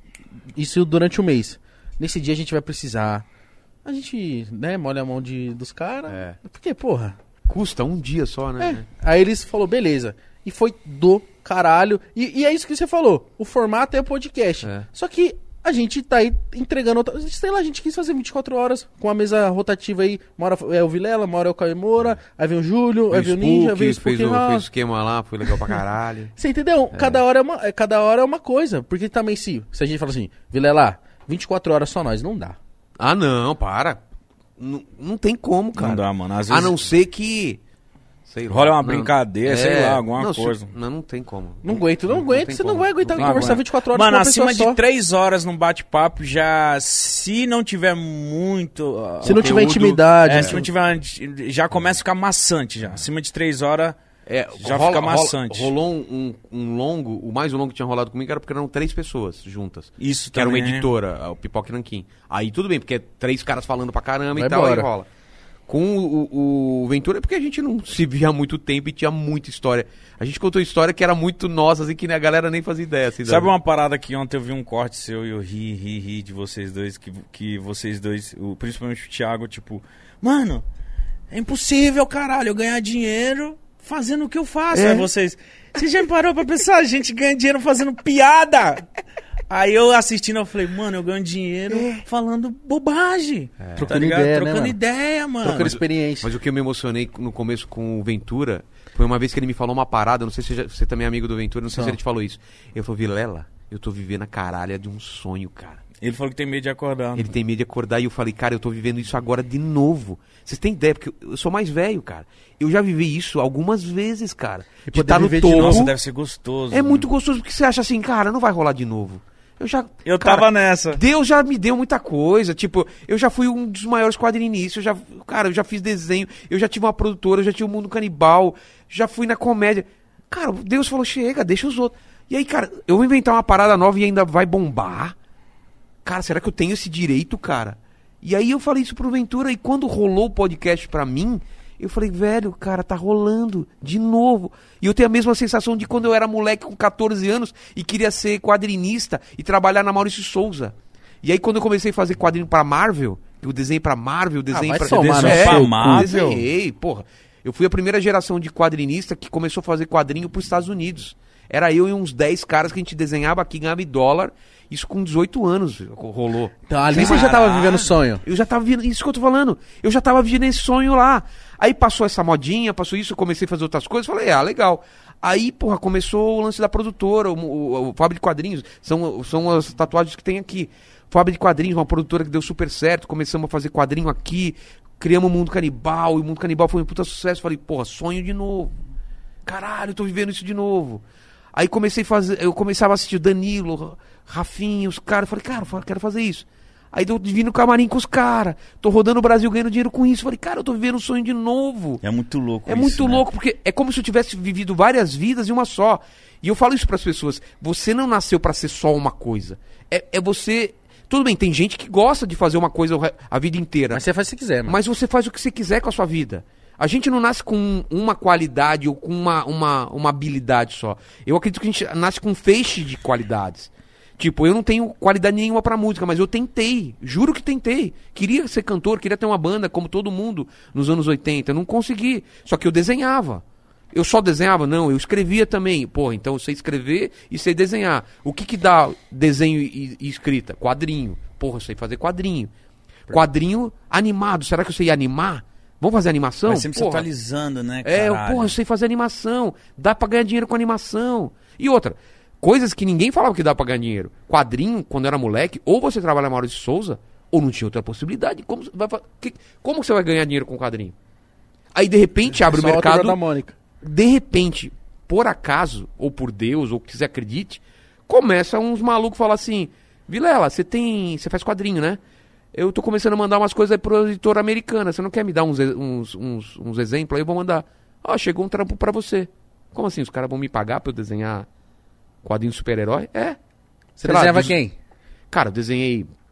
isso durante o mês. Nesse dia a gente vai precisar. A gente, né, molha a mão de, dos caras. É. Porque, porra. Custa um dia só, né? É. Aí eles falou, beleza. E foi do caralho. E, e é isso que você falou. O formato é o podcast. É. Só que a gente tá aí entregando outra. Sei lá, a gente quis fazer vinte e quatro horas com a mesa rotativa aí. Uma hora é o Vilela, uma hora é o Caio Moura, aí vem o Júlio, aí vem o Ninja, vem o fez, Spook. o, ah, fez o esquema lá, foi legal pra caralho. Você entendeu? Cada, hora é uma, é- cada hora é uma coisa. Porque também, se, se a gente fala assim, Vilela, vinte e quatro horas só nós, não dá. Ah, não, para. Não, não tem como, cara. Não dá, mano. Às A vezes não ser que... Sei lá. rola uma Não, brincadeira, sei lá, alguma não, se- coisa. Não, não tem como. Não aguento, não, aguento. tem Você não como. vai aguentar Não tem conversar como. vinte e quatro horas Mano, com uma acima pessoa de só. três horas num bate-papo, já. Se não tiver muito. ah, Se não tiver conteúdo, intimidade, É, né? se não tiver. Já começa a ficar maçante já. Acima de três horas. É, Já rola- fica rola- maçante. Rolou um, um, um longo, o mais longo que tinha rolado comigo era porque eram três pessoas juntas. Isso Que era uma também, né? editora, o Pipoca e Nanquim. Aí tudo bem, porque é três caras falando pra caramba Vai e tal, embora. aí rola. Com o, o Ventura é porque a gente não se via há muito tempo e tinha muita história. A gente contou história que era muito nossa, assim, que a galera nem fazia ideia. Assim, Sabe da- uma parada que ontem eu vi um corte seu e eu ri, ri, ri de vocês dois, que, que vocês dois, o- principalmente o Thiago, tipo, mano, é impossível, caralho, eu ganhar dinheiro fazendo o que eu faço. É. Aí vocês, você já parou pra pensar, a gente ganha dinheiro fazendo piada. Aí eu assistindo, eu falei, mano, eu ganho dinheiro falando bobagem. Tá Trocando ligado? ideia, né, Trocando mano? ideia, mano. Trocando experiência. Mas o que eu me emocionei no começo com o Ventura foi uma vez que ele me falou uma parada, não sei se já- você também é amigo do Ventura, não sei Não. se ele te falou isso. Ele falou, Vilela, eu tô vivendo a caralha de um sonho, cara. Ele falou que tem medo de acordar. Ele tem medo de acordar e eu falei, cara, eu tô vivendo isso agora de novo. Vocês têm ideia, porque eu sou mais velho, cara. Eu já vivi isso algumas vezes, cara. E De poder estar no viver de topo. Nossa, deve ser gostoso. É né? muito gostoso, porque você acha assim, cara, não vai rolar de novo. Eu já. Eu cara, tava nessa. Deus já me deu muita coisa. Tipo, eu já fui um dos maiores quadrinistas. Eu já, cara, eu já fiz desenho. Eu já tive uma produtora. Eu já tive o Mundo Canibal. Já fui na comédia. Cara, Deus falou: chega, deixa os outros. E aí, cara, eu vou inventar uma parada nova e ainda vai bombar. Cara, será que eu tenho esse direito, cara? E aí eu falei isso pro Ventura. E quando rolou o podcast pra mim, eu falei, velho, cara, tá rolando de novo. E eu tenho a mesma sensação de quando eu era moleque com catorze anos e queria ser quadrinista e trabalhar na Maurício Souza. E aí quando eu comecei a fazer quadrinho pra Marvel, eu desenhei pra Marvel, desenhei vai pra... tomar no é, seu cu. Marvel? Desenhei, porra. Eu fui a primeira geração de quadrinista que começou a fazer quadrinho pros Estados Unidos. Era eu e uns dez caras que a gente desenhava aqui, ganhava em dólar. Isso com dezoito anos rolou. Então ali Sem você já parar. tava vivendo o sonho. Eu já tava vivendo, isso que eu tô falando. Eu já tava vivendo esse sonho lá. Aí passou essa modinha, passou isso, eu comecei a fazer outras coisas, falei, ah, legal. Aí, porra, começou o lance da produtora, o, o, o Fábio de Quadrinhos, são, são as tatuagens que tem aqui. Fábio de Quadrinhos, uma produtora que deu super certo, começamos a fazer quadrinho aqui, criamos o Mundo Canibal, e o Mundo Canibal foi um puta sucesso. Falei, porra, sonho de novo. Caralho, eu tô vivendo isso de novo. Aí comecei a fazer, eu começava a assistir o Danilo, Rafinha, os caras, falei, cara, eu quero fazer isso. Aí eu vim no camarim com os caras, tô rodando o Brasil ganhando dinheiro com isso. Falei, cara, eu tô vivendo um sonho de novo. É muito louco É isso, muito né? louco, porque é como se eu tivesse vivido várias vidas em uma só. E eu falo isso pras pessoas, você não nasceu pra ser só uma coisa. É, é você... Tudo bem, tem gente que gosta de fazer uma coisa o re- a vida inteira. Mas você faz se quiser, mano. Mas você faz o que você quiser com a sua vida. A gente não nasce com uma qualidade ou com uma, uma, uma habilidade só. Eu acredito que a gente nasce com um feixe de qualidades. Tipo, eu não tenho qualidade nenhuma pra música, mas eu tentei. Juro que tentei. Queria ser cantor, queria ter uma banda, como todo mundo nos anos oitenta. Eu não consegui. Só que eu desenhava. Eu só desenhava? Não, eu escrevia também. Porra, então eu sei escrever e sei desenhar. O que que dá desenho e, e escrita? Quadrinho. Porra, eu sei fazer quadrinho. Quadrinho animado. Será que eu sei animar? Vamos fazer animação? Vai sempre se Porra. atualizando, né, É, eu, caralho? porra, eu sei fazer animação. Dá pra ganhar dinheiro com animação. E outra, coisas que ninguém falava que dá pra ganhar dinheiro. Quadrinho, quando eu era moleque, ou você trabalha na Maurício de Souza, ou não tinha outra possibilidade. Como, você vai, fa- que- como você vai ganhar dinheiro com quadrinho? Aí, de repente, abre o Só a altura mercado. da Mônica. De repente, por acaso, ou por Deus, ou que você acredite, começa uns malucos falar assim: Vilela, você tem. Você faz quadrinho, né? Eu tô começando a mandar umas coisas aí pro editora americana. Você não quer me dar uns, e- uns, uns, uns exemplos aí? Eu vou mandar. Ó, chegou um trampo pra você. Como assim? Os caras vão me pagar pra eu desenhar quadrinho de super-herói? É. Você Sei lá, desenhava dos- quem? Cara, eu desenhei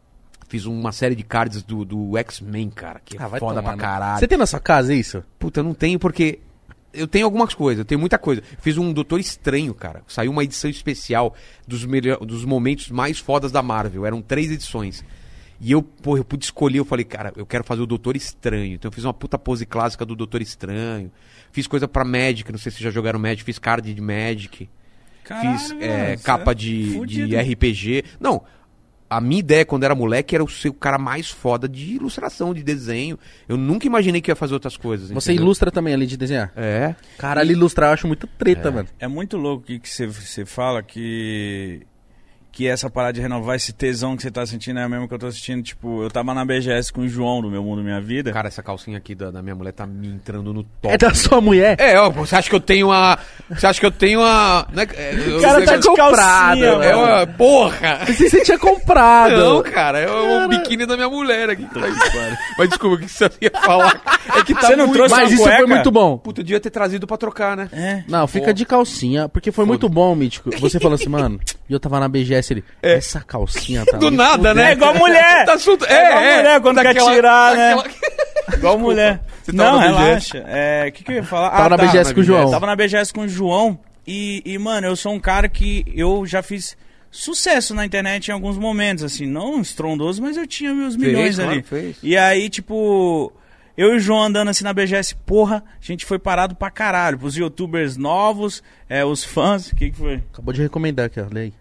Fiz uma série de cards do, do X-Men, cara, que é Ah, vai foda tomar pra no- caralho. Você tem na sua casa isso? Puta, eu não tenho porque... Eu tenho algumas coisas, eu tenho muita coisa. Fiz um Doutor Estranho, cara. Saiu uma edição especial dos, melhor, dos momentos mais fodas da Marvel. Eram três edições. E eu, pô, eu pude escolher, eu falei, cara, eu quero fazer o Doutor Estranho. Então eu fiz uma puta pose clássica do Doutor Estranho. Fiz coisa pra Magic, não sei se vocês já jogaram Magic. Fiz card de Magic. Caralho, Fiz mano, é, você capa é de, fudido. de R P G. Não, a minha ideia quando era moleque era eu ser o cara mais foda de ilustração, de desenho. Eu nunca imaginei que ia fazer outras coisas. Você entendeu? ilustra também, além de desenhar? É. Caralho, ilustrar eu acho muito treta, mano. É muito louco que que você você fala que que essa parada de renovar esse tesão que você tá sentindo é o mesmo que eu tô sentindo. Tipo, eu tava na B G S com o João do Meu Mundo Minha Vida. Cara, essa calcinha aqui da, da minha mulher tá me entrando no top. É da sua mulher? É, ó, você acha que eu tenho a. Você acha que eu tenho a. Né, é, eu- O cara eu- tá eu- de comprado, calcinha, É uma. Porra! Pensei que você tinha comprado. Não, cara, é o biquíni da minha mulher aqui. Que tá aí. Mas desculpa, o que você ia falar? É que tá Você não muito... trouxe Mas uma isso cueca? foi muito bom. Puta, eu devia ter trazido pra trocar, né? É. Não, fica de calcinha, porque foi muito bom, Mítico. Você falou assim, mano, e eu tava na B G S, ele, essa calcinha tá... Do me nada, fudendo. né? É igual mulher. Tá assunto... É igual mulher quando quer tirar, né? daquela- Igual mulher. Você tava Não, na B G S? relaxa. É, o que, que eu ia falar? Tava na tá, B G S com o João. Tava na B G S com o João. E, e, mano, eu sou um cara que eu já fiz sucesso na internet em alguns momentos, assim. Não estrondoso, mas eu tinha meus milhões claro, ali. fez. E aí, tipo... Eu e o João andando assim na B G S, porra, a gente foi parado pra caralho. Pros youtubers novos, é, os fãs. O que, que foi? Acabou de recomendar aqui, ó, lei.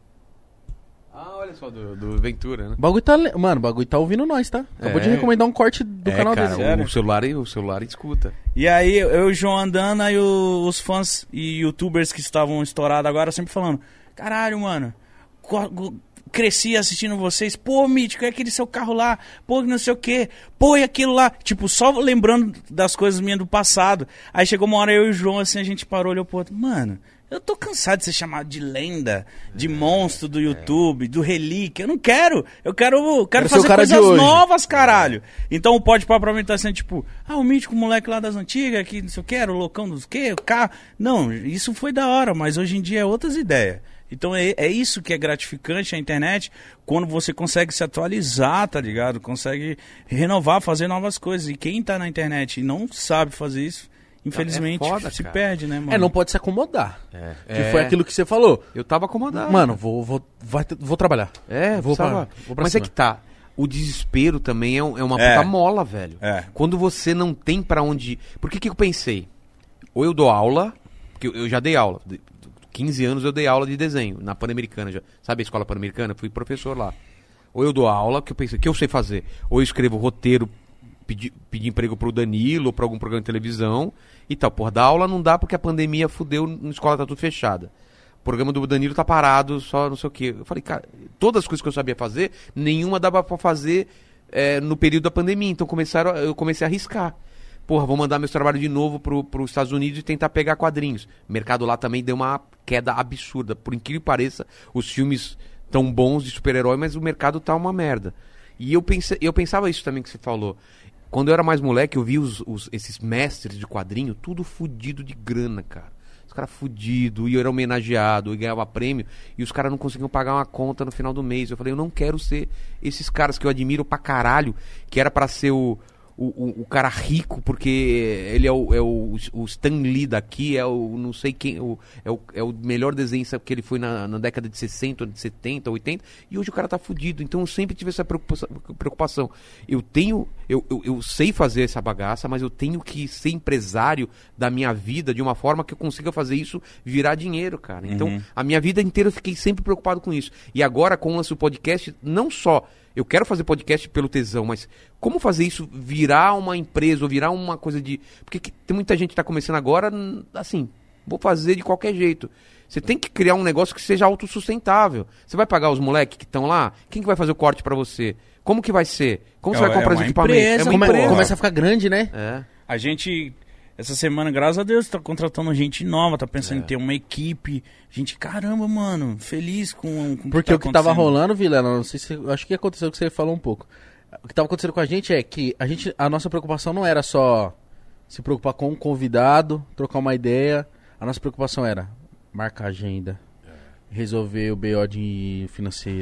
Ah, olha só, do, do Ventura, né? O bagulho tá... le- Mano, o bagulho tá ouvindo nós, tá? Acabou É. de recomendar um corte do É, canal cara, dele. Sério? o celular, o celular escuta. E aí, eu e o João andando, aí o- os fãs e youtubers que estavam estourados agora sempre falando: caralho, mano, co- co- cresci assistindo vocês, pô, Mítico, é aquele seu carro lá, pô, não sei o quê, pô, e aquilo lá. Tipo, só lembrando das coisas minhas do passado. Aí chegou uma hora eu e o João, assim, a gente parou, olhou pro outro, mano. Eu tô cansado de ser chamado de lenda, de monstro do YouTube, do relíquia. Eu não quero. Eu quero, quero Quero ser o fazer cara de coisas hoje. novas, caralho. Então o Pode Pá pra mim tá sendo tipo, ah, o mítico moleque lá das antigas, que não sei o que, era o loucão dos quê, o carro. Não, isso foi da hora, mas hoje em dia é outras ideias. Então é, é isso que é gratificante a internet, quando você consegue se atualizar, tá ligado? Consegue renovar, fazer novas coisas. E quem tá na internet e não sabe fazer isso, infelizmente, É foda, se cara. perde, né, mano? É, não pode se acomodar. É. Que foi aquilo que você falou. Eu tava acomodado. Mano, vou, vou, vai, vou trabalhar. É, vou precisava- pra, vou pra Mas cima. é que tá. O desespero também é, um- é uma É. puta mola, velho. É. Quando você não tem pra onde. Por que que eu pensei? Ou eu dou aula, porque eu, eu já dei aula. De- quinze anos eu dei aula de desenho na Pan-Americana já. Sabe a escola Pan-Americana? Eu fui professor lá. Ou eu dou aula, que eu pensei, o que eu sei fazer? Ou eu escrevo roteiro, pedir pedi emprego pro Danilo, ou pra algum programa de televisão e tal. Porra, dar aula não dá porque a pandemia fudeu, na escola tá tudo fechada. O programa do Danilo tá parado, só não sei o quê. Eu falei, cara, todas as coisas que eu sabia fazer, nenhuma dava pra fazer é, no período da pandemia. Então começaram, a- eu comecei a arriscar. Porra, vou mandar meus trabalhos de novo pro, pros Estados Unidos e tentar pegar quadrinhos. O mercado lá também deu uma queda absurda. Por incrível que pareça, os filmes tão bons de super-herói, mas o mercado tá uma merda. E eu, pense, eu pensava isso também que você falou. Quando eu era mais moleque, eu vi os, os- esses mestres de quadrinho tudo fudido de grana, cara. Os caras fudidos, e eu era homenageado, e ganhava prêmio, e os caras não conseguiam pagar uma conta no final do mês. Eu falei, eu não quero ser esses caras que eu admiro pra caralho, que era pra ser o, o, o, o cara rico, porque ele é o, é o, o Stan Lee daqui, é o não sei quem, o, é, o, é o melhor desenho que ele foi na, na década de sessenta, de setenta, oitenta, e hoje o cara tá fudido. Então eu sempre tive essa preocupação. preocupação. Eu tenho, eu, eu, eu sei fazer essa bagaça, mas eu tenho que ser empresário da minha vida de uma forma que eu consiga fazer isso virar dinheiro, cara. Então, Uhum. a minha vida inteira eu fiquei sempre preocupado com isso. E agora, com o lance do podcast, não só eu quero fazer podcast pelo tesão, mas como fazer isso virar uma empresa ou virar uma coisa de... Porque que- tem muita gente que tá começando agora, n- assim, vou fazer de qualquer jeito. Você tem que criar um negócio que seja autossustentável. Você vai pagar os moleques que estão lá? Quem que vai fazer o corte pra você? Como que vai ser? Como É, você vai é comprar os uma equipamentos? empresa, é uma Come- empresa. começa a ficar grande, né? É. A gente, essa semana, graças a Deus, tá contratando gente nova, tá pensando em ter uma equipe. Gente, caramba, mano, feliz com, com Porque tá o que tava acontecendo. rolando, Vilela, não sei se... eu Acho que aconteceu o que você falou um pouco. O que tava acontecendo com a gente é que a, gente, a nossa preocupação não era só se preocupar com um convidado, trocar uma ideia. A nossa preocupação era marcar agenda, resolver o B O de financeiro.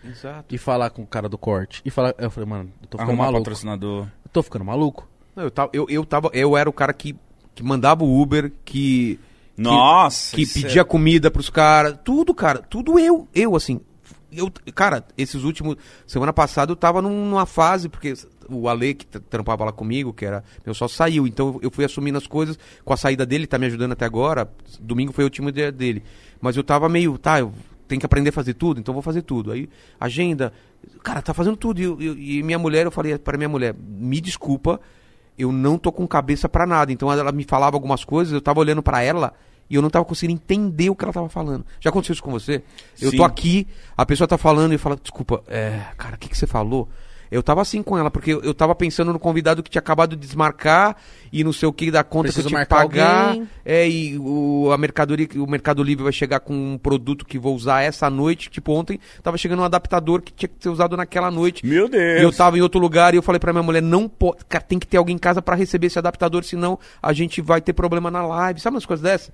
Exato. e falar com o cara do corte. E falar, eu falei, mano, eu tô ficando Arrumar maluco. patrocinador. Eu tô ficando maluco. Não, eu, tava, eu, eu, tava, eu era o cara que, que mandava o Uber, que... Nossa! Que isso pedia é- comida pros caras. Tudo, cara. Tudo eu. Eu, assim. Eu, cara, esses últimos... Semana passada eu tava num- numa fase, porque o Ale, que t- trampava lá comigo, que era... Meu sócio saiu, então eu fui assumindo as coisas. Com a saída dele, tá me ajudando até agora. Domingo foi o último dia dele. Mas eu tava meio... Tá, eu tenho que aprender a fazer tudo, então eu vou fazer tudo. Aí, agenda... Cara, tá fazendo tudo. E, eu- eu- e minha mulher, eu falei pra minha mulher, me desculpa, eu não tô com cabeça pra nada. Então ela me falava algumas coisas, eu tava olhando pra ela... E eu não tava conseguindo entender o que ela tava falando. Já aconteceu isso com você? Eu Sim. tô aqui, a pessoa tá falando e fala, desculpa, é, cara, o que que você falou? Eu tava assim com ela, porque eu, eu tava pensando no convidado que tinha acabado de desmarcar e não sei o que da conta Preciso que eu tinha que marcar pagar. alguém. É, e o, a mercadoria, o Mercado Livre vai chegar com um produto que vou usar essa noite. Tipo, ontem tava chegando um adaptador que tinha que ser usado naquela noite. Meu Deus! E eu tava em outro lugar e eu falei pra minha mulher, não pode, cara, tem que ter alguém em casa pra receber esse adaptador, senão a gente vai ter problema na live. Sabe umas coisas dessas?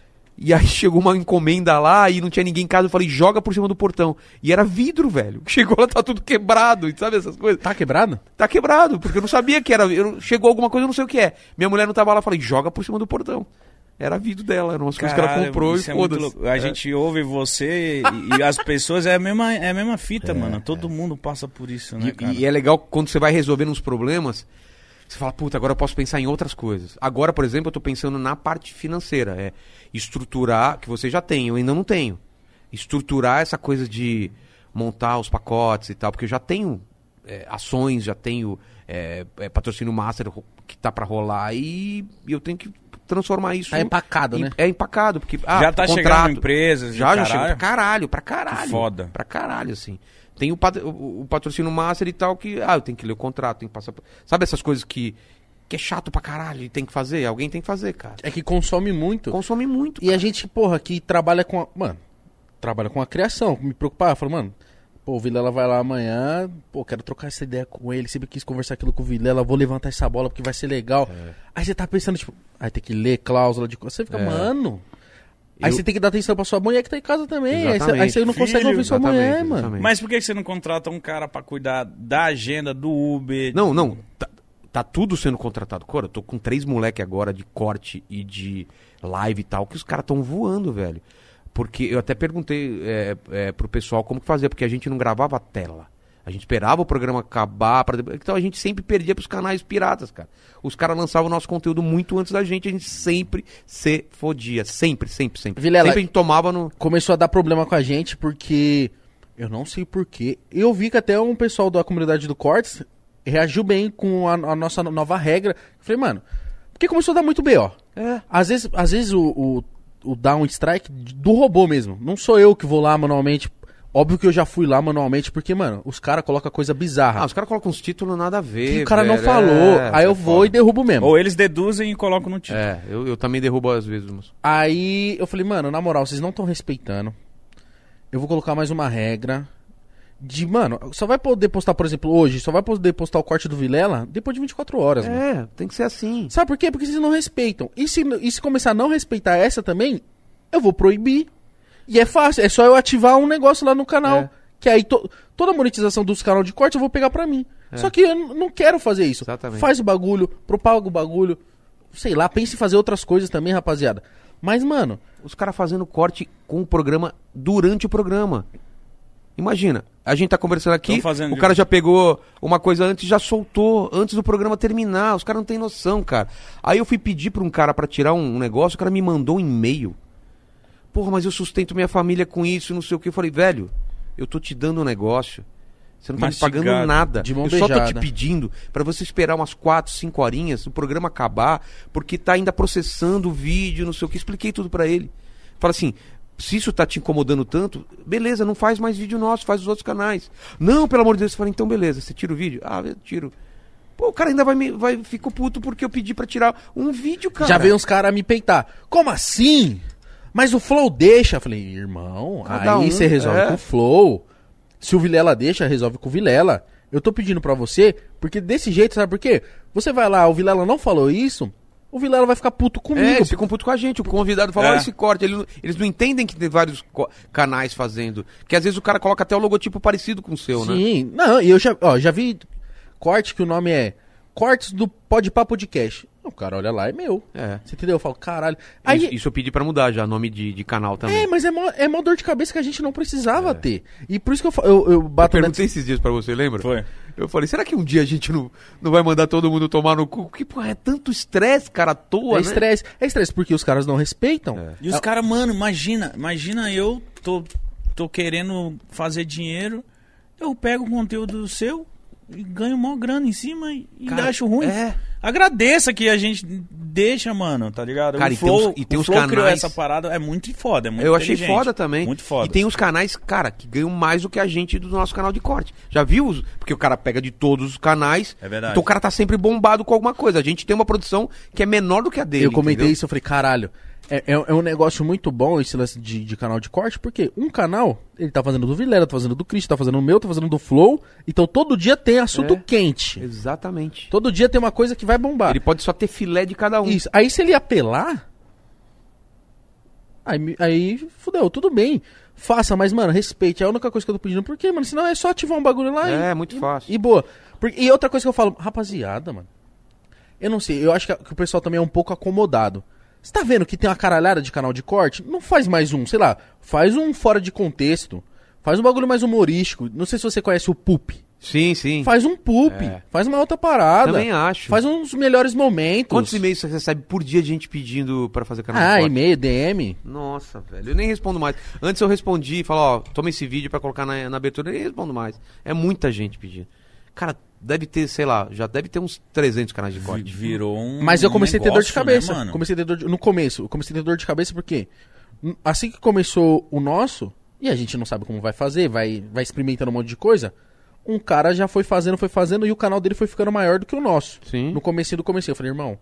E aí chegou uma encomenda lá e não tinha ninguém em casa, eu falei, joga por cima do portão. E era vidro, velho. Chegou lá, tá tudo quebrado, e sabe essas coisas? Tá quebrado? Tá quebrado, porque eu não sabia que era. Eu, chegou alguma coisa, eu não sei o que é. Minha mulher não tava lá, eu falei, joga por cima do portão. Era vidro dela, eram umas coisas que ela Caralho, comprou e isso é muito foda-se. louco. A É. gente ouve você e, e as pessoas, é a mesma, é a mesma fita, mano. Todo mundo passa por isso, né, E- cara? E, é legal quando você vai resolvendo uns problemas, você fala, puta, agora eu posso pensar em outras coisas. Agora, por exemplo, eu tô pensando na parte financeira. É estruturar, que você já tem, eu ainda não tenho. Estruturar essa coisa de montar os pacotes e tal, porque eu já tenho é, ações, já tenho é, é, patrocínio master que tá pra rolar e eu tenho que transformar isso Tá empacado, em- né? É empacado, porque ah, já tá chegando contrato, em empresas, já, já caralho. chegou pra caralho, pra caralho. Que foda. Pra caralho, assim. Tem o, pat- o- o patrocínio master e tal que, ah, eu tenho que ler o contrato, tem que passar... por- Sabe essas coisas que, que é chato pra caralho e tem que fazer? Alguém tem que fazer, cara. É que consome muito. Consome muito, E a gente, porra, que trabalha com a... Mano, trabalha com a criação. Me preocupar, eu falo, mano, pô, o Vilela vai lá amanhã, pô, quero trocar essa ideia com ele, sempre quis conversar aquilo com o Vilela, vou levantar essa bola porque vai ser legal. Aí você tá pensando, tipo, aí tem que ler cláusula de... Você fica, É. mano... Aí Eu- você tem que dar atenção pra sua mulher que tá em casa também. Aí você, Exatamente. aí você não consegue Filho, ouvir sua exatamente, mulher, mano. exatamente. Mas por que você não contrata um cara pra cuidar da agenda do Uber? Não, não, tá, tá tudo sendo contratado. Cara, eu tô com três moleque agora de corte e de live e tal, que os caras tão voando, velho. Porque eu até perguntei é, é, pro pessoal como que fazia, porque a gente não gravava a tela. A gente esperava o programa acabar, pra... então a gente sempre perdia pros canais piratas, cara. Os caras lançavam o nosso conteúdo muito antes da gente, a gente sempre se fodia. Sempre, sempre, sempre. Vilela, sempre a gente tomava no... Começou a dar problema com a gente porque... Eu não sei porquê. Eu vi que até um pessoal da comunidade do Cortes reagiu bem com a, a nossa nova regra. Eu falei, mano, porque começou a dar muito B O. É. Às vezes, às vezes o, o, o down strike do robô mesmo. Não sou eu que vou lá manualmente. Óbvio que eu já fui lá manualmente, porque, mano, os caras colocam coisa bizarra. Ah, os caras colocam uns títulos nada a ver, que o cara não velho. falou. É, aí eu é vou foda. e derrubo mesmo. Ou eles deduzem e colocam no título. É, eu, eu também derrubo às vezes. Mas... Aí eu falei, mano, na moral, vocês não estão respeitando. Eu vou colocar mais uma regra de, mano, só vai poder postar, por exemplo, hoje, só vai poder postar o corte do Vilela depois de vinte e quatro horas, mano. É, tem que ser assim. Sabe por quê? Porque vocês não respeitam. E se, e se começar a não respeitar essa também, eu vou proibir. E é fácil, é só eu ativar um negócio lá no canal. É. Que aí to- toda a monetização dos canais de corte eu vou pegar pra mim. Só que eu n- não quero fazer isso. Exatamente. Faz o bagulho, propaga o bagulho. Sei lá, pense em fazer outras coisas também, rapaziada. Mas, mano, Os caras fazendo corte com o programa durante o programa. Imagina, a gente tá conversando aqui, Tão fazendo o de- cara já pegou uma coisa antes, já soltou, antes do programa terminar. Os caras não têm noção, cara. Aí eu fui pedir pra um cara pra tirar um, um negócio, o cara me mandou um e-mail. Porra, mas eu sustento minha família com isso, não sei o que. Eu falei, velho, eu tô te dando um negócio. Você não tá me Mastigado, pagando nada. de mão eu só tô te beijada. pedindo pra você esperar umas quatro, cinco horinhas, o programa acabar, porque tá ainda processando o vídeo, não sei o que. Expliquei tudo pra ele. Fala assim, se isso tá te incomodando tanto, beleza, não faz mais vídeo nosso, faz os outros canais. Não, pelo amor de Deus, eu falei, então beleza, você tira o vídeo? Ah, eu tiro. Pô, o cara ainda vai me vai ficou puto porque eu pedi pra tirar um vídeo, cara. já veio uns caras me peitar. Como assim? Mas o Flow deixa. Eu falei, irmão, Cada aí um, você resolve é. com o Flow. Se o Vilela deixa, resolve com o Vilela. Eu tô pedindo pra você, porque desse jeito, sabe por quê? Você vai lá, o Vilela não falou isso, o Vilela vai ficar puto comigo. É, eles ficam puto com a gente. O convidado fala, É. olha esse corte. Eles, não- eles não entendem que tem vários co- canais fazendo. Que às vezes o cara coloca até o logotipo parecido com o seu, né? Sim, não, e eu já, ó, já vi corte que o nome é Cortes do Podpah Podcast. O cara olha lá, é meu. É. Você entendeu? Eu falo, caralho. Aí, Isso, isso eu pedi pra mudar já, nome de, de canal também. é, mas é mó, é mó dor de cabeça que a gente não precisava ter. E por isso que eu, fa- eu, eu bato Eu nessa- perguntei esses dias pra você, lembra? Foi. Eu falei, será que um dia a gente não, não vai mandar todo mundo tomar no cu? Porque, pô, é tanto estresse, cara, à toa, É né? estresse. É estresse porque os caras não respeitam. É. E os caras, mano, imagina, imagina eu tô, tô querendo fazer dinheiro, eu pego o conteúdo seu e ganho mó grana em cima e ainda Cara, acho ruim. é. Agradeça que a gente deixa, mano, tá ligado? Cara, o e tem Flow, uns- e tem o uns Flow criou canais- essa parada, é muito foda, é muito Eu achei inteligente. foda também. Muito foda. E tem uns canais, cara, que ganham mais do que a gente do nosso canal de corte. Já viu? os- Porque o cara pega de todos os canais. É verdade. Então o cara tá sempre bombado com alguma coisa. A gente tem uma produção que é menor do que a dele. Eu comentei entendeu? isso, eu falei, caralho, é, é, é um negócio muito bom esse lance de, de canal de corte, porque um canal, ele tá fazendo do Vilela, tá fazendo do Chris, tá fazendo o meu, tá fazendo do Flow, então todo dia tem assunto É. quente. Exatamente. Todo dia tem uma coisa que vai bombar. Ele pode só ter filé de cada um. Isso. Aí se ele apelar, aí, me- aí fudeu, tudo bem. Faça, mas, mano, respeite. É a única coisa que eu tô pedindo. Por quê, mano? Senão é só ativar um bagulho lá e... É, muito fácil. E boa. Por- E outra coisa que eu falo, rapaziada, mano. Eu não sei, eu acho que, a- que o pessoal também é um pouco acomodado. Você tá vendo que tem uma caralhada de canal de corte? Não faz mais um, sei lá, faz um fora de contexto. Faz um bagulho mais humorístico. Não sei se você conhece o Poop. Sim, sim. Faz um Poop. É. Faz uma outra parada. Também acho. Faz uns melhores momentos. Quantos e-mails você recebe por dia de gente pedindo pra fazer canal Ah, de corte? e-mail, D M. Nossa, velho. Eu nem respondo mais. Antes eu respondi e falo, ó, toma esse vídeo pra colocar na, na abertura. Eu nem respondo mais. É muita gente pedindo. Cara, deve ter, sei lá, já deve ter uns trezentos canais de Vi- corte. Virou um Mas eu comecei a ter dor de negócio, cabeça. né, mano? Comecei a ter dor de... No começo, eu comecei a ter dor de cabeça porque n- assim que começou o nosso, e a gente não sabe como vai fazer, vai, vai experimentando um monte de coisa, um cara já foi fazendo, foi fazendo, e o canal dele foi ficando maior do que o nosso. Sim. No comecinho do comecinho, eu falei, irmão,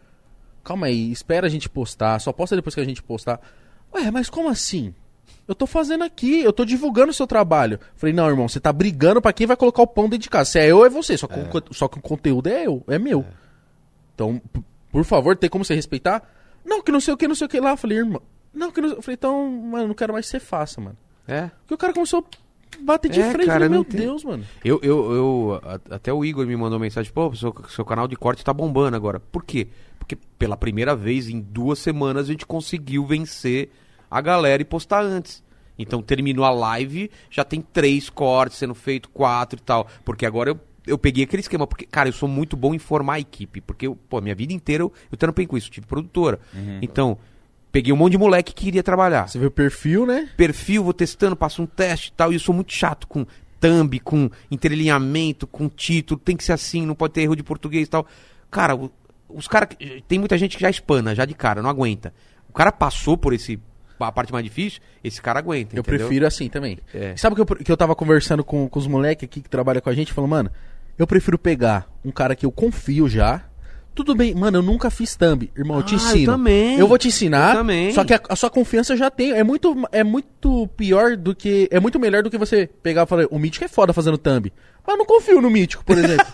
calma aí, espera a gente postar, só posta depois que a gente postar. Ué, mas como assim? Eu tô fazendo aqui, eu tô divulgando o seu trabalho. Falei, não, irmão, você tá brigando pra quem vai colocar o pão dentro de casa. Se é eu, ou é você. Só que, o, co- só que o conteúdo é eu, é meu. Então, p- por favor, tem como você respeitar? Não, que não sei o que, não sei o que lá. Eu falei, irmão, não, que não... Eu falei, então, mano, não quero mais que você faça, mano. É. Porque o cara começou a bater de É, frente. cara, eu falei, meu não tem- Deus, mano. Eu, eu, eu, a- até o Igor me mandou mensagem, pô, seu, seu canal de corte tá bombando agora. Por quê? Porque pela primeira vez em duas semanas a gente conseguiu vencer a galera e postar antes. Então terminou a live, já tem três cortes sendo feito, quatro e tal. Porque agora eu, eu peguei aquele esquema, porque, cara, eu sou muito bom em formar a equipe. Porque, eu, pô, minha vida inteira eu, eu trampei com isso, tive produtora. Então, peguei um monte de moleque que queria trabalhar. Você vê o perfil, né? Perfil, vou testando, passo um teste e tal, e eu sou muito chato com thumb, com entrelinhamento, com título, tem que ser assim, não pode ter erro de português e tal. Cara, o- os caras, tem muita gente que já espana, já de cara, não aguenta. O cara passou por esse, a parte mais difícil, esse cara aguenta, Eu entendeu? prefiro assim também. É. Sabe que eu, que eu tava conversando com, com os moleques aqui que trabalham com a gente? Falou, mano, eu prefiro pegar um cara que eu confio já. Tudo bem, mano, eu nunca fiz thumb. Irmão, eu te Ah, eu ensino. também. Eu vou te ensinar. Eu também. Só que a, a sua confiança eu já tenho. É muito, é muito pior do que. É muito melhor do que você pegar e falar, o Mítico é foda fazendo thumb. Mas eu não confio no Mítico, por exemplo.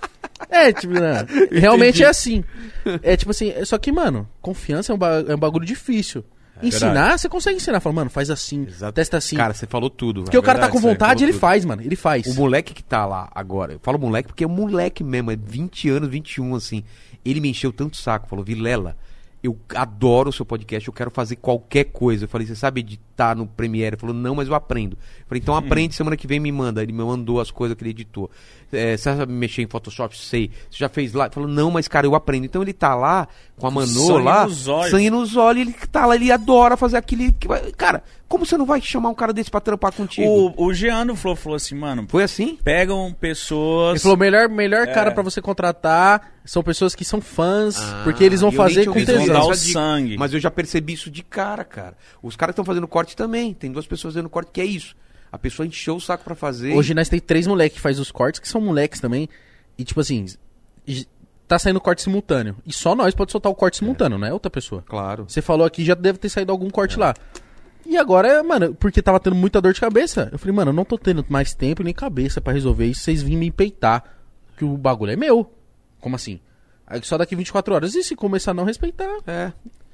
É, tipo, né? Realmente Entendi. é assim. É tipo assim, é- só que, mano, confiança é um, ba- é um bagulho difícil. Ensinar, verdade. você consegue ensinar. Fala, mano, faz assim, Exato. testa assim. Cara, você falou tudo. Porque o cara tá verdade, com isso aí, vontade, falou ele tudo. faz, mano. Ele faz. O moleque que tá lá agora, eu falo moleque porque é moleque mesmo, é vinte anos, vinte e um, assim. Ele me encheu tanto saco, falou, Vilela, eu adoro o seu podcast, eu quero fazer qualquer coisa. Eu falei, você sabe editar no Premiere? Ele falou, não, mas eu aprendo. Eu falei, então aprende, semana que vem me manda. Ele me mandou as coisas que ele editou. É, você sabe mexer em Photoshop? Sei. Você já fez lá? Ele falou, não, mas cara, eu aprendo. Então ele tá lá, com a Manô sangue lá, nos olhos. sangue nos olhos, ele tá lá, ele adora fazer aquele... que vai- Cara, como você não vai chamar um cara desse pra trampar contigo? O, o Jean do Flow falou assim, mano, Foi assim? pegam pessoas... Ele falou, melhor, melhor É. cara pra você contratar são pessoas que são fãs, Ah, porque eles vão e eu nem fazer tinha com ouvido Eles vão tesão. dar o essa dica, sangue. Mas eu já percebi isso de cara, cara. Os caras que estão fazendo corte também. Tem duas pessoas fazendo corte que é isso. A pessoa encheu o saco pra fazer. Hoje nós tem três moleques que faz os cortes, que são moleques também. E tipo assim, j- tá saindo corte simultâneo. E só nós pode soltar o corte simultâneo, não é outra pessoa. Claro. Você falou aqui, já deve ter saído algum corte lá. E agora, mano, porque tava tendo muita dor de cabeça. Eu falei, mano, eu não tô tendo mais tempo nem cabeça pra resolver isso. Vocês vêm me peitar. Que o bagulho é meu. Como assim? Aí só daqui vinte e quatro horas. E se começar a não respeitar? É.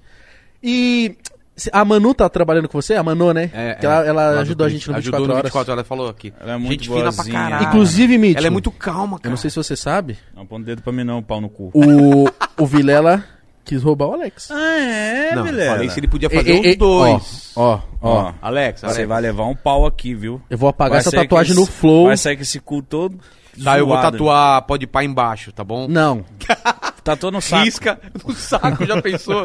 E a Manu tá trabalhando com você? A Manu, né? É, que ela, é. ela Ela ajudou a do- gente no ajudou vinte e quatro no horas. vinte e quatro horas, ela falou aqui. Ela é muito Gente fina pra boazinha. caralho. Inclusive, Mitch, Ela é muito calma, cara. eu não sei se você sabe, Não põe o dedo pra mim não, pau no cu. o, o Vilela quis roubar o Alex. Ah, é, Não, Vilela? falei se ele podia fazer E- e- os e- dois. Ó, ó, ó. Alex, Você Alex. vai levar um pau aqui, viu? Eu vou apagar Vai essa sair tatuagem com no esse- flow. Vai sair com esse cu todo Tá, eu vou zoado. tatuar pode pá embaixo, tá bom? Não. Tatuou no saco. Risca no saco, já pensou?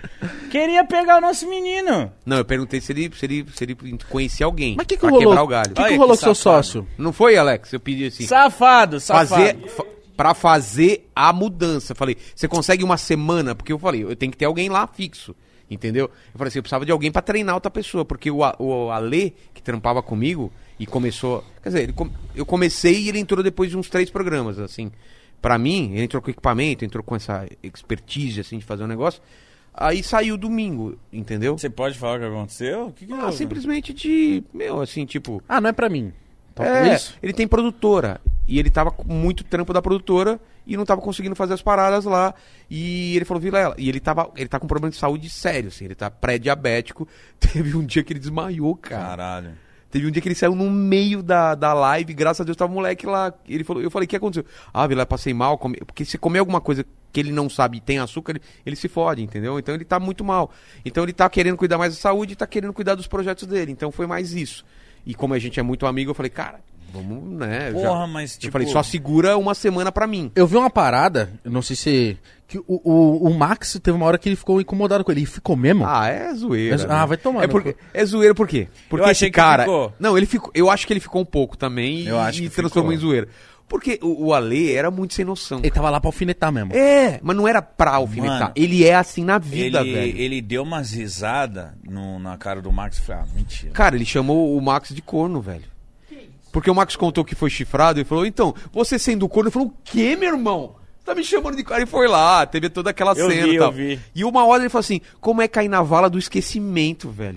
Queria pegar o nosso menino. Não, eu perguntei se ele, se ele, se ele conhecia alguém. Mas o que que pra rolou? quebrar o galho. O que, Olha que que rolou com seu safado. sócio? Não foi, Alex? Eu pedi assim. Safado, safado. fazer, fa pra fazer a mudança. Falei, você consegue uma semana? Porque eu falei, eu tenho que ter alguém lá fixo. Entendeu? Eu falei assim, eu precisava de alguém pra treinar outra pessoa. Porque o, A- o Ale, que trampava comigo, e começou... Quer dizer, ele com, eu comecei e ele entrou depois de uns três programas, assim. Pra mim, ele entrou com equipamento, entrou com essa expertise, assim, de fazer um negócio. Aí saiu domingo, entendeu? Você pode falar o que aconteceu? O que que Ah, houve? simplesmente de... Meu, assim, tipo... Ah, não é pra mim. Então, É, isso? ele tem produtora. E ele tava com muito trampo da produtora e não tava conseguindo fazer as paradas lá. E ele falou, Vilela. E ele tava. Ele tá com problema de saúde sério, assim. Ele tá pré-diabético. Teve um dia que ele desmaiou, cara. Caralho. Teve um dia que ele saiu no meio da, da live, graças a Deus tava o moleque lá. Ele falou, eu falei, o que aconteceu? Ah, Vilela, passei mal. Come... Porque se comer alguma coisa que ele não sabe e tem açúcar, ele, ele se fode, entendeu? Então ele tá muito mal. Então ele tá querendo cuidar mais da saúde e tá querendo cuidar dos projetos dele. Então foi mais isso. E como a gente é muito amigo, eu falei, cara, vamos, né? eu já- Porra, mas tipo... Eu falei, só segura uma semana pra mim. Eu vi uma parada, eu não sei se... Que o, o, o Max teve uma hora que ele ficou incomodado com ele. Ele ficou mesmo? Ah, é zoeira. É zo- né? ah, vai tomar É, no porque, cu. é zoeira por quê? Porque Eu esse achei que cara... ficou. Não, ele ficou... Eu acho que ele ficou um pouco também e, Eu acho que e transformou ficou. em zoeira. Porque o, o Ale era muito sem noção. Ele tava lá pra alfinetar mesmo. É, mas não era pra alfinetar. Mano, ele é assim na vida, Ele, velho. ele deu umas risadas no- na cara do Max e falei, ah, mentira. Cara, ele chamou o Max de corno, velho. Porque o Max contou que foi chifrado e falou, então, você sendo corno, eu falei, o quê, meu irmão? Você tá me chamando de cara e foi lá, teve toda aquela Eu cena vi, e tal. eu vi. E uma hora ele falou assim, como é cair na vala do esquecimento, velho?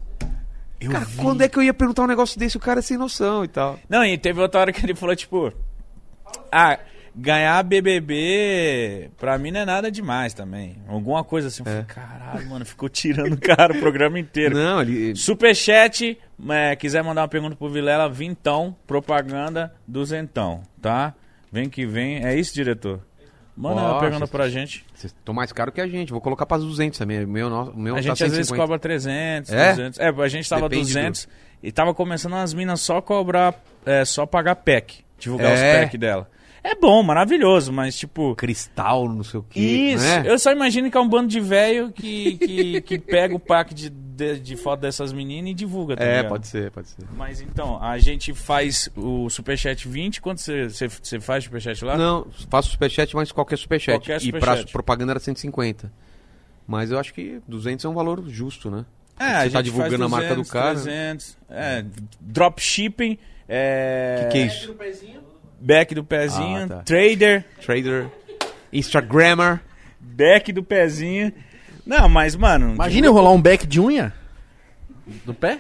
Eu Cara, vi. quando é que eu ia perguntar um negócio desse? O cara é sem noção e tal. Não, e teve outra hora que ele falou, tipo... Ah, ganhar B B B pra mim não é nada demais também. Alguma coisa assim. Eu falei, caralho, mano, ficou tirando o cara o programa inteiro. Não, ele... Superchat, é, quiser mandar uma pergunta pro Vilela, vintão, propaganda duzentão, tá? Vem que vem. É isso, diretor? Manda uma Ó, pergunta vocês- pra gente. Vocês estão mais caro que a gente. Vou colocar pra duzentos também. Meu, no- meu A tá gente às cento e vezes cinquenta. cobra trezentos, É? duzentos. É, a gente tava Depende duzentos e tava começando as minas só cobrar, é, só pagar pack. Divulgar os É. pack dela. É bom, maravilhoso, mas tipo... Cristal, não sei o que. Isso, Né? eu só imagino que é um bando de velho que, que, que pega o pack de, de, de foto dessas meninas e divulga, tá É, ligado? pode ser, pode ser. Mas então, a gente faz o Superchat vinte, quanto você você- você faz Superchat lá? Não, faço superchat, mas qualquer superchat. Qualquer E pra superchat. propaganda era cento e cinquenta. Mas eu acho que duzentos é um valor justo, né? É, a Você gente tá divulgando faz a marca do duzentos, cara. trezentos, é, dropshipping, é... O que, que é isso? Back do pezinho, Ah, tá. trader, Trader, Instagrammer. back do pezinho. Não, mas, mano... Imagina eu rolar um back de unha? Do pé?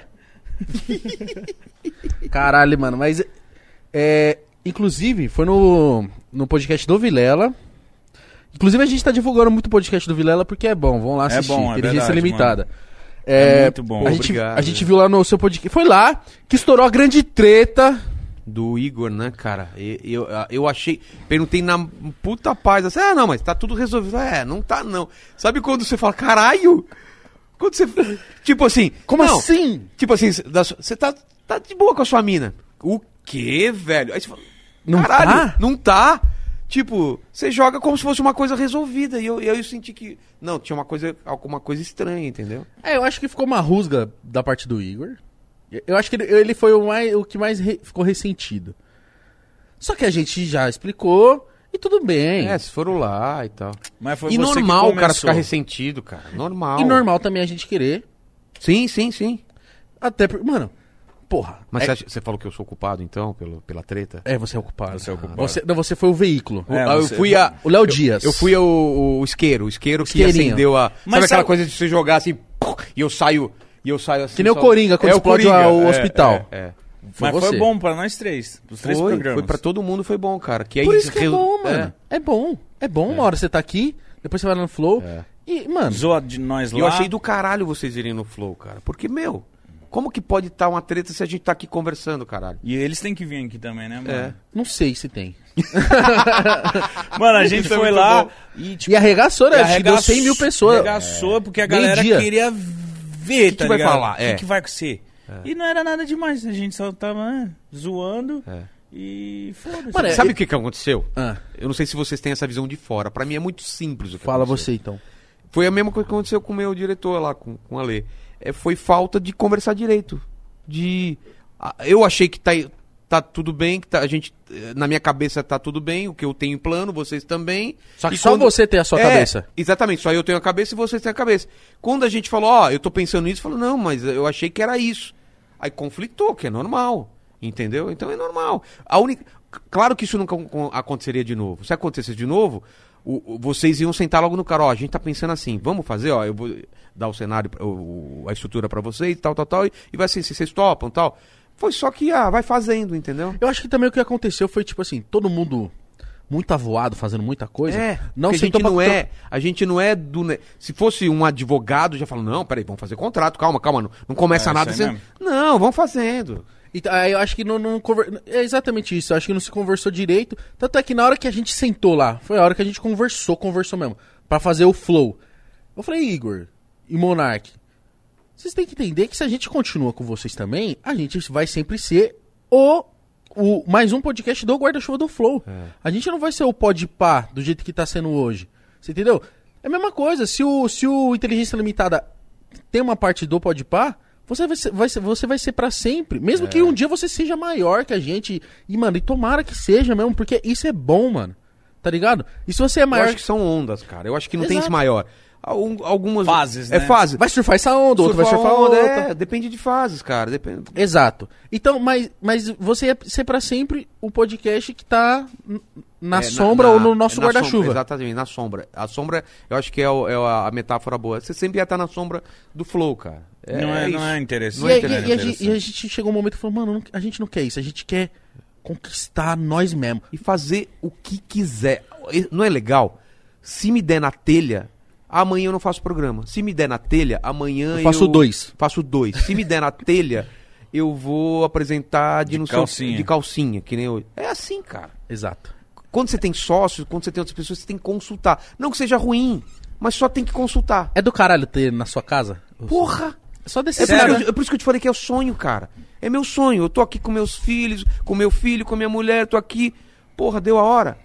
Caralho, mano, mas... É, inclusive, foi no, no podcast do Vilela. Inclusive, a gente tá divulgando muito o podcast do Vilela porque é bom. Vão lá É assistir. bom, é Inteligência verdade, Limitada. É muito bom. A gente, Obrigado. a gente viu lá no seu podcast. Foi lá que estourou a grande treta. Do Igor, né, cara? E- Eu, eu achei. Perguntei na puta paz assim: ah, não, mas tá tudo resolvido. É, não tá não. Sabe quando você fala, caralho? Quando você. Tipo assim. Como não, assim? Tipo assim, da sua- você tá, tá de boa com a sua mina. O quê, velho? Aí você fala, Não caralho, tá? não tá. Tipo, você joga como se fosse uma coisa resolvida. E eu, eu senti que. Não, tinha uma coisa, alguma coisa estranha, entendeu? É, eu acho que ficou uma rusga da parte do Igor. Eu acho que ele, ele foi o, mais, o que mais re- ficou ressentido. Só que a gente já explicou e tudo bem. É, vocês foram lá e tal. Mas foi E você que normal o cara começou. ficar ressentido, cara. Normal. E normal também a gente querer. Sim, sim, sim. Até porque, mano, porra. Mas é, você, acha- você falou que eu sou culpado, então, pelo, pela treta? é, você é o culpado. Você é o culpado. Você, não, você foi o veículo. É, Ah, eu você- fui a. O Léo eu- Dias. Eu fui o, o isqueiro, o isqueiro que Isqueirinho. acendeu a. Mas sabe aquela sabe- coisa de você jogar assim, e eu saio. E eu saio assim. Que nem o só- Coringa, quando É, o explode Coringa, o é, hospital. É, é. Foi Mas você. foi bom pra nós três. Os três Foi, programas. foi pra todo mundo, foi bom, cara. Que aí Por isso que é resu- bom, mano. É, bom. É bom uma hora você tá aqui, depois você vai lá no Flow. É. E, mano, Zoa de nós E lá. eu achei do caralho vocês irem no Flow, cara. Porque, meu, como que pode estar uma treta se a gente tá aqui conversando, caralho? E eles têm que vir aqui também, né, mano? É. não sei se tem. Mano, a gente Isso é foi muito lá bom. e, tipo, E arregaçou, né? Acho que deu arregaçou- cem mil pessoas. Arregaçou, porque a Meio galera dia. queria ver, que tá que vai ligado? falar? O que, É. que vai ser? E não era nada demais, a gente só tava é, zoando É. e foda-se. Mano, é- Sabe o que que aconteceu? Ah, Eu não sei se vocês têm essa visão de fora. Pra mim é muito simples o que fala aconteceu. você então. Foi a mesma coisa que aconteceu com o meu diretor lá, com, com o Alê. É, foi falta de conversar direito. De... ah, Eu achei que tá, tá tudo bem, que tá, a gente, eh, na minha cabeça tá tudo bem, o que eu tenho em plano, vocês também. Só que E só quando- você tem a sua É, cabeça. Exatamente, só eu tenho a cabeça e vocês têm a cabeça. Quando a gente falou, ó, eu tô pensando nisso, falou, não, mas eu achei que era isso. Aí conflitou, que é normal, entendeu? Então é normal. A única... Claro que isso nunca acon- aconteceria de novo. Se acontecesse de novo, o- o- vocês iam sentar logo no cara, ó, a gente tá pensando assim, vamos fazer, ó, eu vou dar o cenário, pra- o, o- a estrutura pra vocês, tal, tal, tal, e, e vai ser, se vocês topam, tal. Foi só que, ah, vai fazendo, entendeu? Eu acho que também o que aconteceu foi, tipo assim, todo mundo muito avoado, fazendo muita coisa. É, não porque a sentou gente não pra- é, a gente não é do, ne- se fosse um advogado, já fala, não, peraí, vamos fazer contrato, calma, calma, não, não começa É, nada, isso aí você... mesmo. não, vamos fazendo. Então, aí eu acho que não, não conver... É exatamente isso. Eu acho que não se conversou direito. Tanto é que na hora que a gente sentou lá, foi a hora que a gente conversou, conversou mesmo. Pra fazer o flow. Eu falei, Igor e Monark, vocês têm que entender que se a gente continua com vocês também, a gente vai sempre ser o, o mais um podcast do Guarda-Chuva do Flow. A gente não vai ser o Podpah do jeito que tá sendo hoje. Você entendeu? É a mesma coisa. Se o, se o Inteligência Limitada tem uma parte do Podpah, você vai ser, vai ser, você vai ser pra sempre. Mesmo que um dia você seja maior que a gente. E, mano, e tomara que seja mesmo, porque isso é bom, mano. Tá ligado? E se você é Eu maior... acho que são ondas, cara, eu acho que não tem Exato. esse maior. Algum- Algumas... Fases, É né? fase. Vai surfar essa onda, outro vai surfar onda, outra. é, depende de fases, cara, depende... Exato. Então, mas, mas você ia ser pra sempre o podcast que tá n- na É, sombra na- ou no nosso é na sombra, guarda-chuva. exatamente, na sombra. A sombra, eu acho que é, o- é a metáfora boa. Você sempre ia estar na sombra do flow, cara. É, não, é, isso. não é E, interessante. aí- não é e- e a, gente, interessante. e a gente chegou um momento e falou, mano, não- a gente não quer isso, a gente quer conquistar nós mesmos. E fazer o que quiser. Não é legal? Se me der na telha, amanhã eu não faço programa. Se me der na telha, amanhã eu... Eu faço dois. Faço dois. Se me der na telha, eu vou apresentar de, De não sei o- calcinha. de calcinha, que nem hoje. É assim, cara. Exato. Quando você tem sócios, quando você tem outras pessoas, você tem que consultar. Não que seja ruim, mas só tem que consultar. É do caralho ter na sua casa? Porra! É só É por, descer. isso que Sério? eu, é por isso que eu te falei que é o sonho, cara. É meu sonho. Eu tô aqui com meus filhos, com meu filho, com minha mulher, tô aqui. Porra, deu a hora.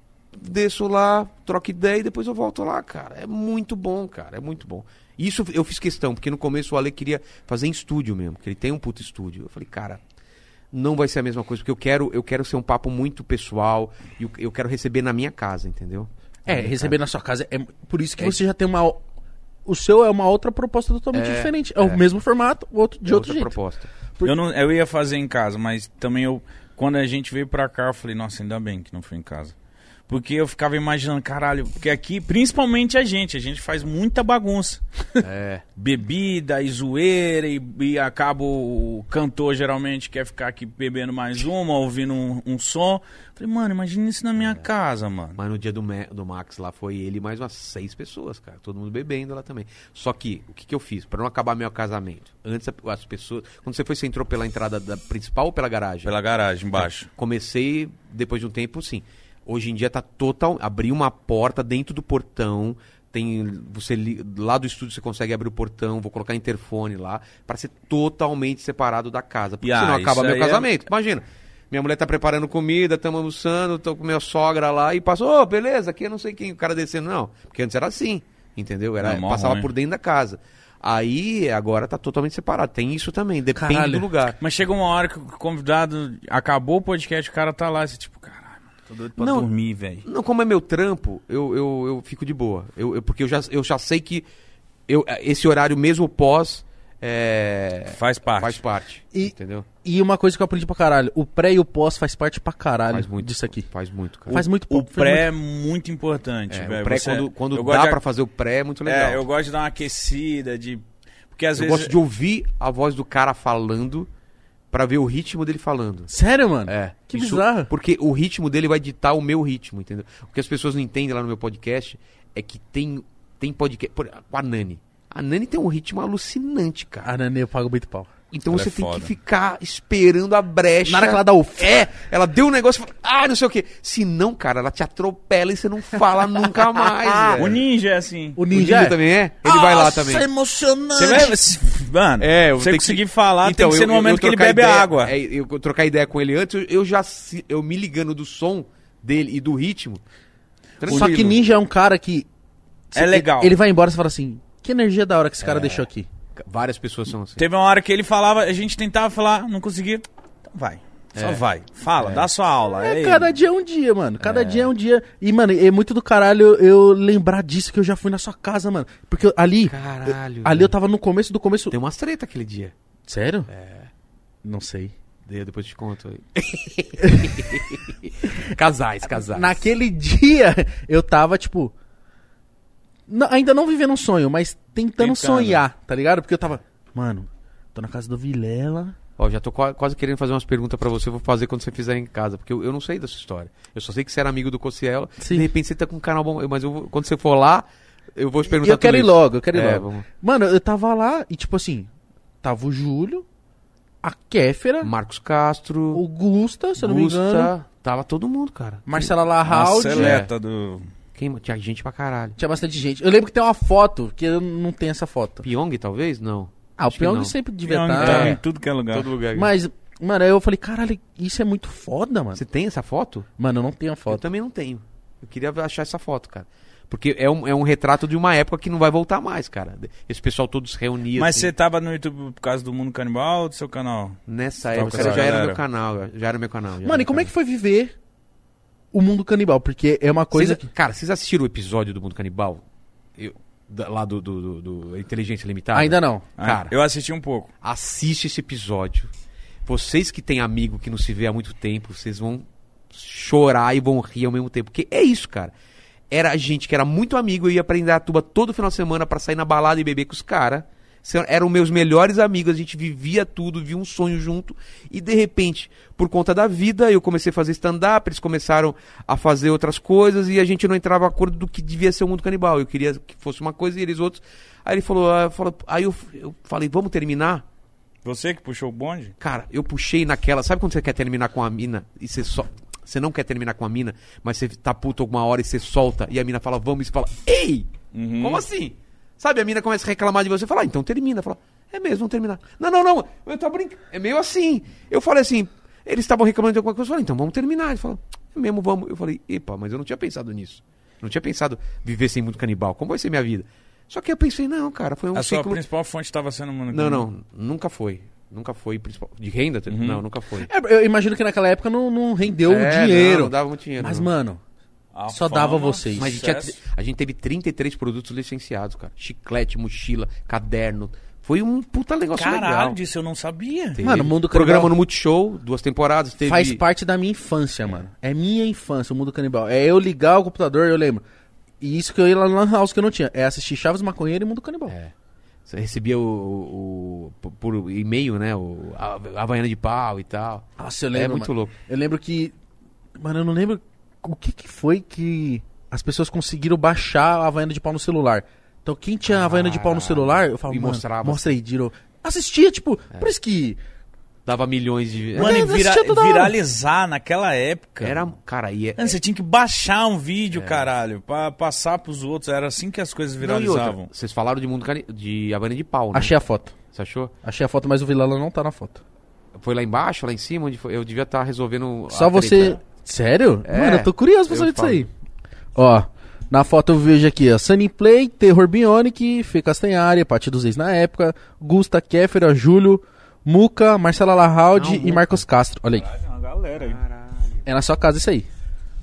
Desço lá, troco ideia e depois eu volto lá, cara. É muito bom, cara. É muito bom. Isso eu fiz questão, porque no começo o Ale queria fazer em estúdio mesmo, que ele tem um puto estúdio. Eu falei, cara, não vai ser a mesma coisa, porque eu quero, eu quero ser um papo muito pessoal e eu, eu quero receber na minha casa, entendeu? É, Na minha receber na sua casa é por isso que É. você já tem uma. O seu é uma outra proposta totalmente É, diferente. É, é. o mesmo formato, o outro, de É outro outra jeito. proposta. Eu, não, eu ia fazer em casa, mas também eu... Quando a gente veio pra cá, eu falei, nossa, ainda bem que não foi em casa. Porque eu ficava imaginando, caralho, porque aqui, principalmente a gente, a gente faz muita bagunça. É. Bebida e zoeira, e, e acaba o cantor geralmente quer ficar aqui bebendo mais uma, ouvindo um, um som. Falei, mano, imagina isso na minha casa, mano. Mas no dia do, Ma- do Max lá foi ele e mais umas seis pessoas, cara. Todo mundo bebendo lá também. Só que, o que, que eu fiz? Pra não acabar meu casamento. Antes, a- as pessoas... Quando você foi, você entrou pela entrada da principal ou pela garagem? Pela garagem, embaixo. Comecei, depois de um tempo, sim. Hoje em dia tá total... Abri uma porta dentro do portão. Tem... Você li- lá do estúdio você consegue abrir o portão. Vou colocar interfone lá. Pra ser totalmente separado da casa. Porque E, ah, senão acaba isso meu aí é- casamento. Imagina. Minha mulher tá preparando comida, estamos almoçando, tô com minha sogra lá e passou, ô, beleza, aqui eu não sei quem, o cara descendo, não. Porque antes era assim, entendeu? Era, Não, mó passava ruim. por dentro da casa. Aí, agora tá totalmente separado. Tem isso também, depende Caralho. do lugar. Mas chega uma hora que o convidado acabou o podcast, o cara tá lá, você tipo, caralho, mano, tô doido pra Não. dormir, velho. Não, como é meu trampo, eu, eu, eu fico de boa. Eu, eu- porque eu já, eu já sei que eu, esse horário mesmo pós é, Faz parte. faz parte. E- Entendeu? E uma coisa que eu aprendi pra caralho: o pré e o pós faz parte pra caralho Faz muito disso aqui. Faz muito, cara. Faz muito O pouco. faz pré muito- é muito importante, É, velho. o pré, Você- quando, quando eu gosto dá de- pra fazer o pré, é muito legal. É, eu gosto de dar uma aquecida, de... Porque às Eu vezes... gosto de ouvir a voz do cara falando pra ver o ritmo dele falando. Sério, mano? É. Que Isso- bizarro. Porque o ritmo dele vai ditar o meu ritmo, entendeu? O que as pessoas não entendem lá no meu podcast é que tem, tem podcast... Por, com a Nani. A Nani tem um ritmo alucinante, cara. A Nani, eu pago muito pau. Então Ela você é tem foda. que ficar esperando a brecha. Na hora que ela dá o... É, ela deu um negócio e falou, ah, não sei o quê. Se não, cara, ela te atropela e você não fala nunca mais, velho. O ninja é assim. O O Ninja, Ninja também é? Ele vai lá também. Nossa, emocionante. Você vai. Mano, É, eu você tenho conseguir que- falar, Então, tem que ser eu- no eu- momento eu que ele trocar bebe ideia- água. É, eu trocar ideia com ele antes, eu, eu já se- eu me ligando do som dele e do ritmo. Só que tranquilo. Ninja é um cara que... É legal. Ele vai embora e você fala assim, que energia da hora que esse cara deixou aqui. Várias pessoas são assim. Teve uma hora que ele falava, a gente tentava falar, não conseguia. Então vai. Só É. vai. Fala, dá sua aula. É, É cada ele. dia é um dia, mano. Cada dia é um dia. E, mano, é muito do caralho eu lembrar disso que eu já fui na sua casa, mano. Porque eu- ali... Caralho. Ali velho. eu tava no começo do começo... Tem umas treta aquele dia. Sério? É. Não sei. Eu depois te conto aí. Casais, casais. Naquele dia, eu tava, tipo... n- ainda não vivendo um sonho, mas tentando, Tentando. sonhar, tá ligado? Porque eu tava... Mano, tô na casa do Vilela... Ó, já tô qua- quase querendo fazer umas perguntas pra você, eu vou fazer quando você fizer em casa, porque eu, eu não sei dessa história. Eu só sei que você era amigo do Cossielo, Sim. de repente você tá com um canal bom, mas eu vou- quando você for lá, eu vou te perguntar Eu quero tudo ir isso. logo, eu quero ir É, logo. vamos. Mano, eu tava lá e, tipo assim... Tava o Júlio, a Kéfera, Marcos Castro, o Gusta, se eu não me engano... Gusta, tava todo mundo, cara. Marcela A Larraud... seleta do... Quem, tinha gente pra caralho. Tinha bastante gente. Eu lembro que tem uma foto, que eu não tenho essa foto. Pyong, talvez? Não. Ah, o Acho que Pyong não. sempre devia Pyong estar... tá É. em tudo que é lugar. Todo lugar. Mas, mano, aí eu falei, caralho, isso é muito foda, mano. Você tem essa foto? Mano, eu não tenho a Eu foto. também não tenho. Eu queria achar essa foto, cara. Porque é um, é um retrato de uma época que não vai voltar mais, cara. Esse pessoal todos reunidos. Mas assim. você tava no YouTube por causa do Mundo Canibal ou do seu canal? Nessa Tava época com essa já era galera. meu canal. Já era meu canal. já Mano, era e como é meu que foi viver o mundo canibal? Porque é uma canal. coisa Vocês- que... Cara, vocês assistiram o episódio do Mundo Canibal? Eu, da- lá do, do, do- do Inteligência Limitada? Ainda não. Ah, Cara. eu assisti um pouco. Assiste esse episódio. Vocês que têm amigo que não se vê há muito tempo, vocês vão chorar e vão rir ao mesmo tempo. Porque é isso, cara. Era gente que era muito amigo, eu ia pra Indaiatuba todo final de semana pra sair na balada e beber com os caras. Eram meus melhores amigos, a gente vivia tudo, via um sonho junto. E de repente, por conta da vida, eu comecei a fazer stand-up, eles começaram a fazer outras coisas e a gente não entrava em acordo do que devia ser o Mundo Canibal. Eu queria que fosse uma coisa e eles outros. Aí ele falou, ah, falou- aí eu, eu falei, vamos terminar? Você que puxou o bonde? Cara, eu puxei naquela. Sabe quando você quer terminar com a mina e você só. Você não quer terminar com a mina, mas você tá puto alguma hora e você solta e a mina fala, vamos, e você fala, ei! Uhum. Como assim? Sabe, a mina começa a reclamar de você e fala, ah, então termina. Fala, é mesmo, vamos terminar. Não, não, não, eu tô brincando. É meio assim. Eu falei assim, eles estavam reclamando de alguma coisa, eu falei, então vamos terminar. Ele falou, é mesmo, vamos. Eu falei, epa, mas eu não tinha pensado nisso. Não tinha pensado viver sem Mundo Canibal. Como vai ser minha vida? Só que eu pensei, não, cara, foi um A sua ciclo. principal fonte estava sendo o Mundo Não, Canibal. não, nunca foi. Nunca foi principal. De renda? Uhum. Não, nunca foi. É, eu imagino que naquela época não, não rendeu É, dinheiro. Não, não dava muito dinheiro. Mas, não. mano, A Só fama, dava vocês. Mas a gente, tinha, sucesso. a gente teve trinta e três produtos licenciados, cara. Chiclete, mochila, caderno. Foi um puta negócio Caralho, legal. disso eu não sabia. Teve Mano, o Mundo programa Canibal- no Multishow, duas temporadas. Teve... faz parte da minha infância, mano. É minha infância, o mundo canibal. É eu ligar o computador, eu lembro. E isso que eu ia lá no Lan House que eu não tinha. É assistir Chaves Maconheiro e Mundo Canibal. É. Você recebia o, o- o- por e-mail, né? O, a, a Havaiana de pau e tal. Nossa, eu lembro, É muito mano. louco. Eu lembro que... Mano, eu não lembro o que que foi que as pessoas conseguiram baixar a Havaiana de pau no celular. Então quem tinha a Havaiana de pau no celular, eu falava, E mano, mostrava. mostra aí, Diro. Assistia, tipo, por isso que... Dava milhões de... Mano, e É, vira- assistia toda hora. viralizar naquela época. Era... Cara, e... É, Mano, você tinha que baixar um vídeo, caralho, pra passar pros outros. Era assim que as coisas Não, e outra, viralizavam. vocês falaram de mundo cani... de Havaiana de pau, né? Achei a foto. Você achou? Achei a foto, mas o Vilela não tá na foto. Foi lá embaixo, lá em cima? Onde foi? Eu devia estar resolvendo... a Só você... treta. Sério? É, Mano, eu tô curioso pra eu saber disso falo. aí. Ó, na foto eu vejo aqui, ó. Sunny Play, Terror Bionic, Fê Castanhari, Pati dos Ex na época, Gusta, Kéfera, Júlio, Muca, Marcela Larraud Não, e Muca. Marcos Castro. Olha aí. Uma galera aí. É na sua casa isso aí.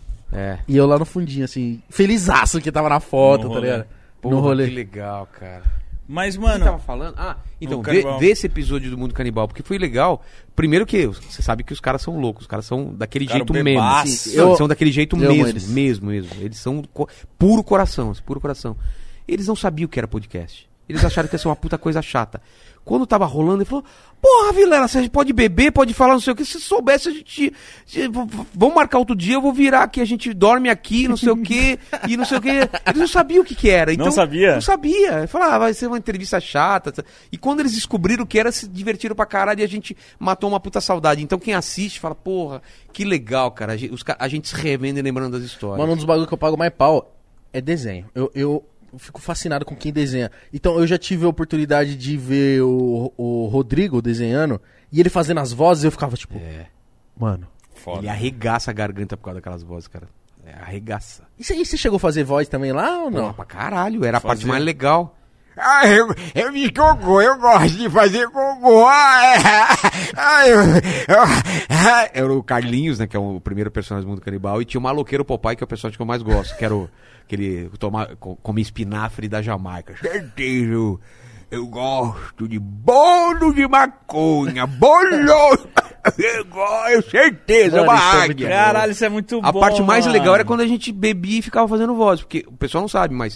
É. E eu lá no fundinho, assim, felizaço que tava na foto, No tá rolê. ligado? Porra, no rolê. que legal, cara. Mas, O que você tava mano, falando? Ah, então, No vê, Canibal. vê esse episódio do Mundo Canibal, porque foi legal. Primeiro que você sabe que os caras são loucos, os caras são daquele Cara, jeito bebaço. mesmo. Sim, Não, eu- eles são daquele jeito eu amo mesmo, eles. mesmo, mesmo. Eles são co- puro coração, assim, puro coração. Eles não sabiam o que era podcast. eles acharam que ia ser uma puta coisa chata. Quando tava rolando, ele falou, porra, Vilela, você pode beber, pode falar, não sei o que, se soubesse, a gente, vamos marcar outro dia, eu vou virar aqui, a gente dorme aqui, não sei o que, e não sei o que. Eles não sabiam o que que era. Então, não sabia? Não sabia. Falava, ah, vai ser uma entrevista chata. E quando eles descobriram o que era, se divertiram pra caralho e a gente matou uma puta saudade. Então quem assiste fala, porra, que legal, cara, a gente, os, a gente se revende lembrando das histórias. Mano, um dos bagulhos que eu pago mais pau é desenho. Eu... eu... Eu fico fascinado com quem desenha. Então, eu já tive a oportunidade de ver o, o Rodrigo desenhando e ele fazendo as vozes, eu ficava tipo... É. Mano... Foda. Ele arregaça a garganta por causa daquelas vozes, cara. É, arregaça. E você, e você chegou a fazer voz também lá ou não? Não, pra caralho, era a Fazer. parte mais legal. Ah, eu, eu me gogô, eu gosto de fazer gogô. Ah, é. Ah, eu, eu, ah, Era o Carlinhos, né, que é o primeiro personagem do Mundo Canibal, e tinha o Maloqueiro Popeye, que é o personagem que eu mais gosto, que era o, aquele toma, come espinafre da Jamaica. certeza, eu, eu gosto de bolo de maconha, bolo. Eu gosto, certeza, Mano, uma isso é muito águia. bom. Caralho, isso é muito A bom. parte mais mano. legal era quando a gente bebia e ficava fazendo voz, porque o pessoal não sabe, mas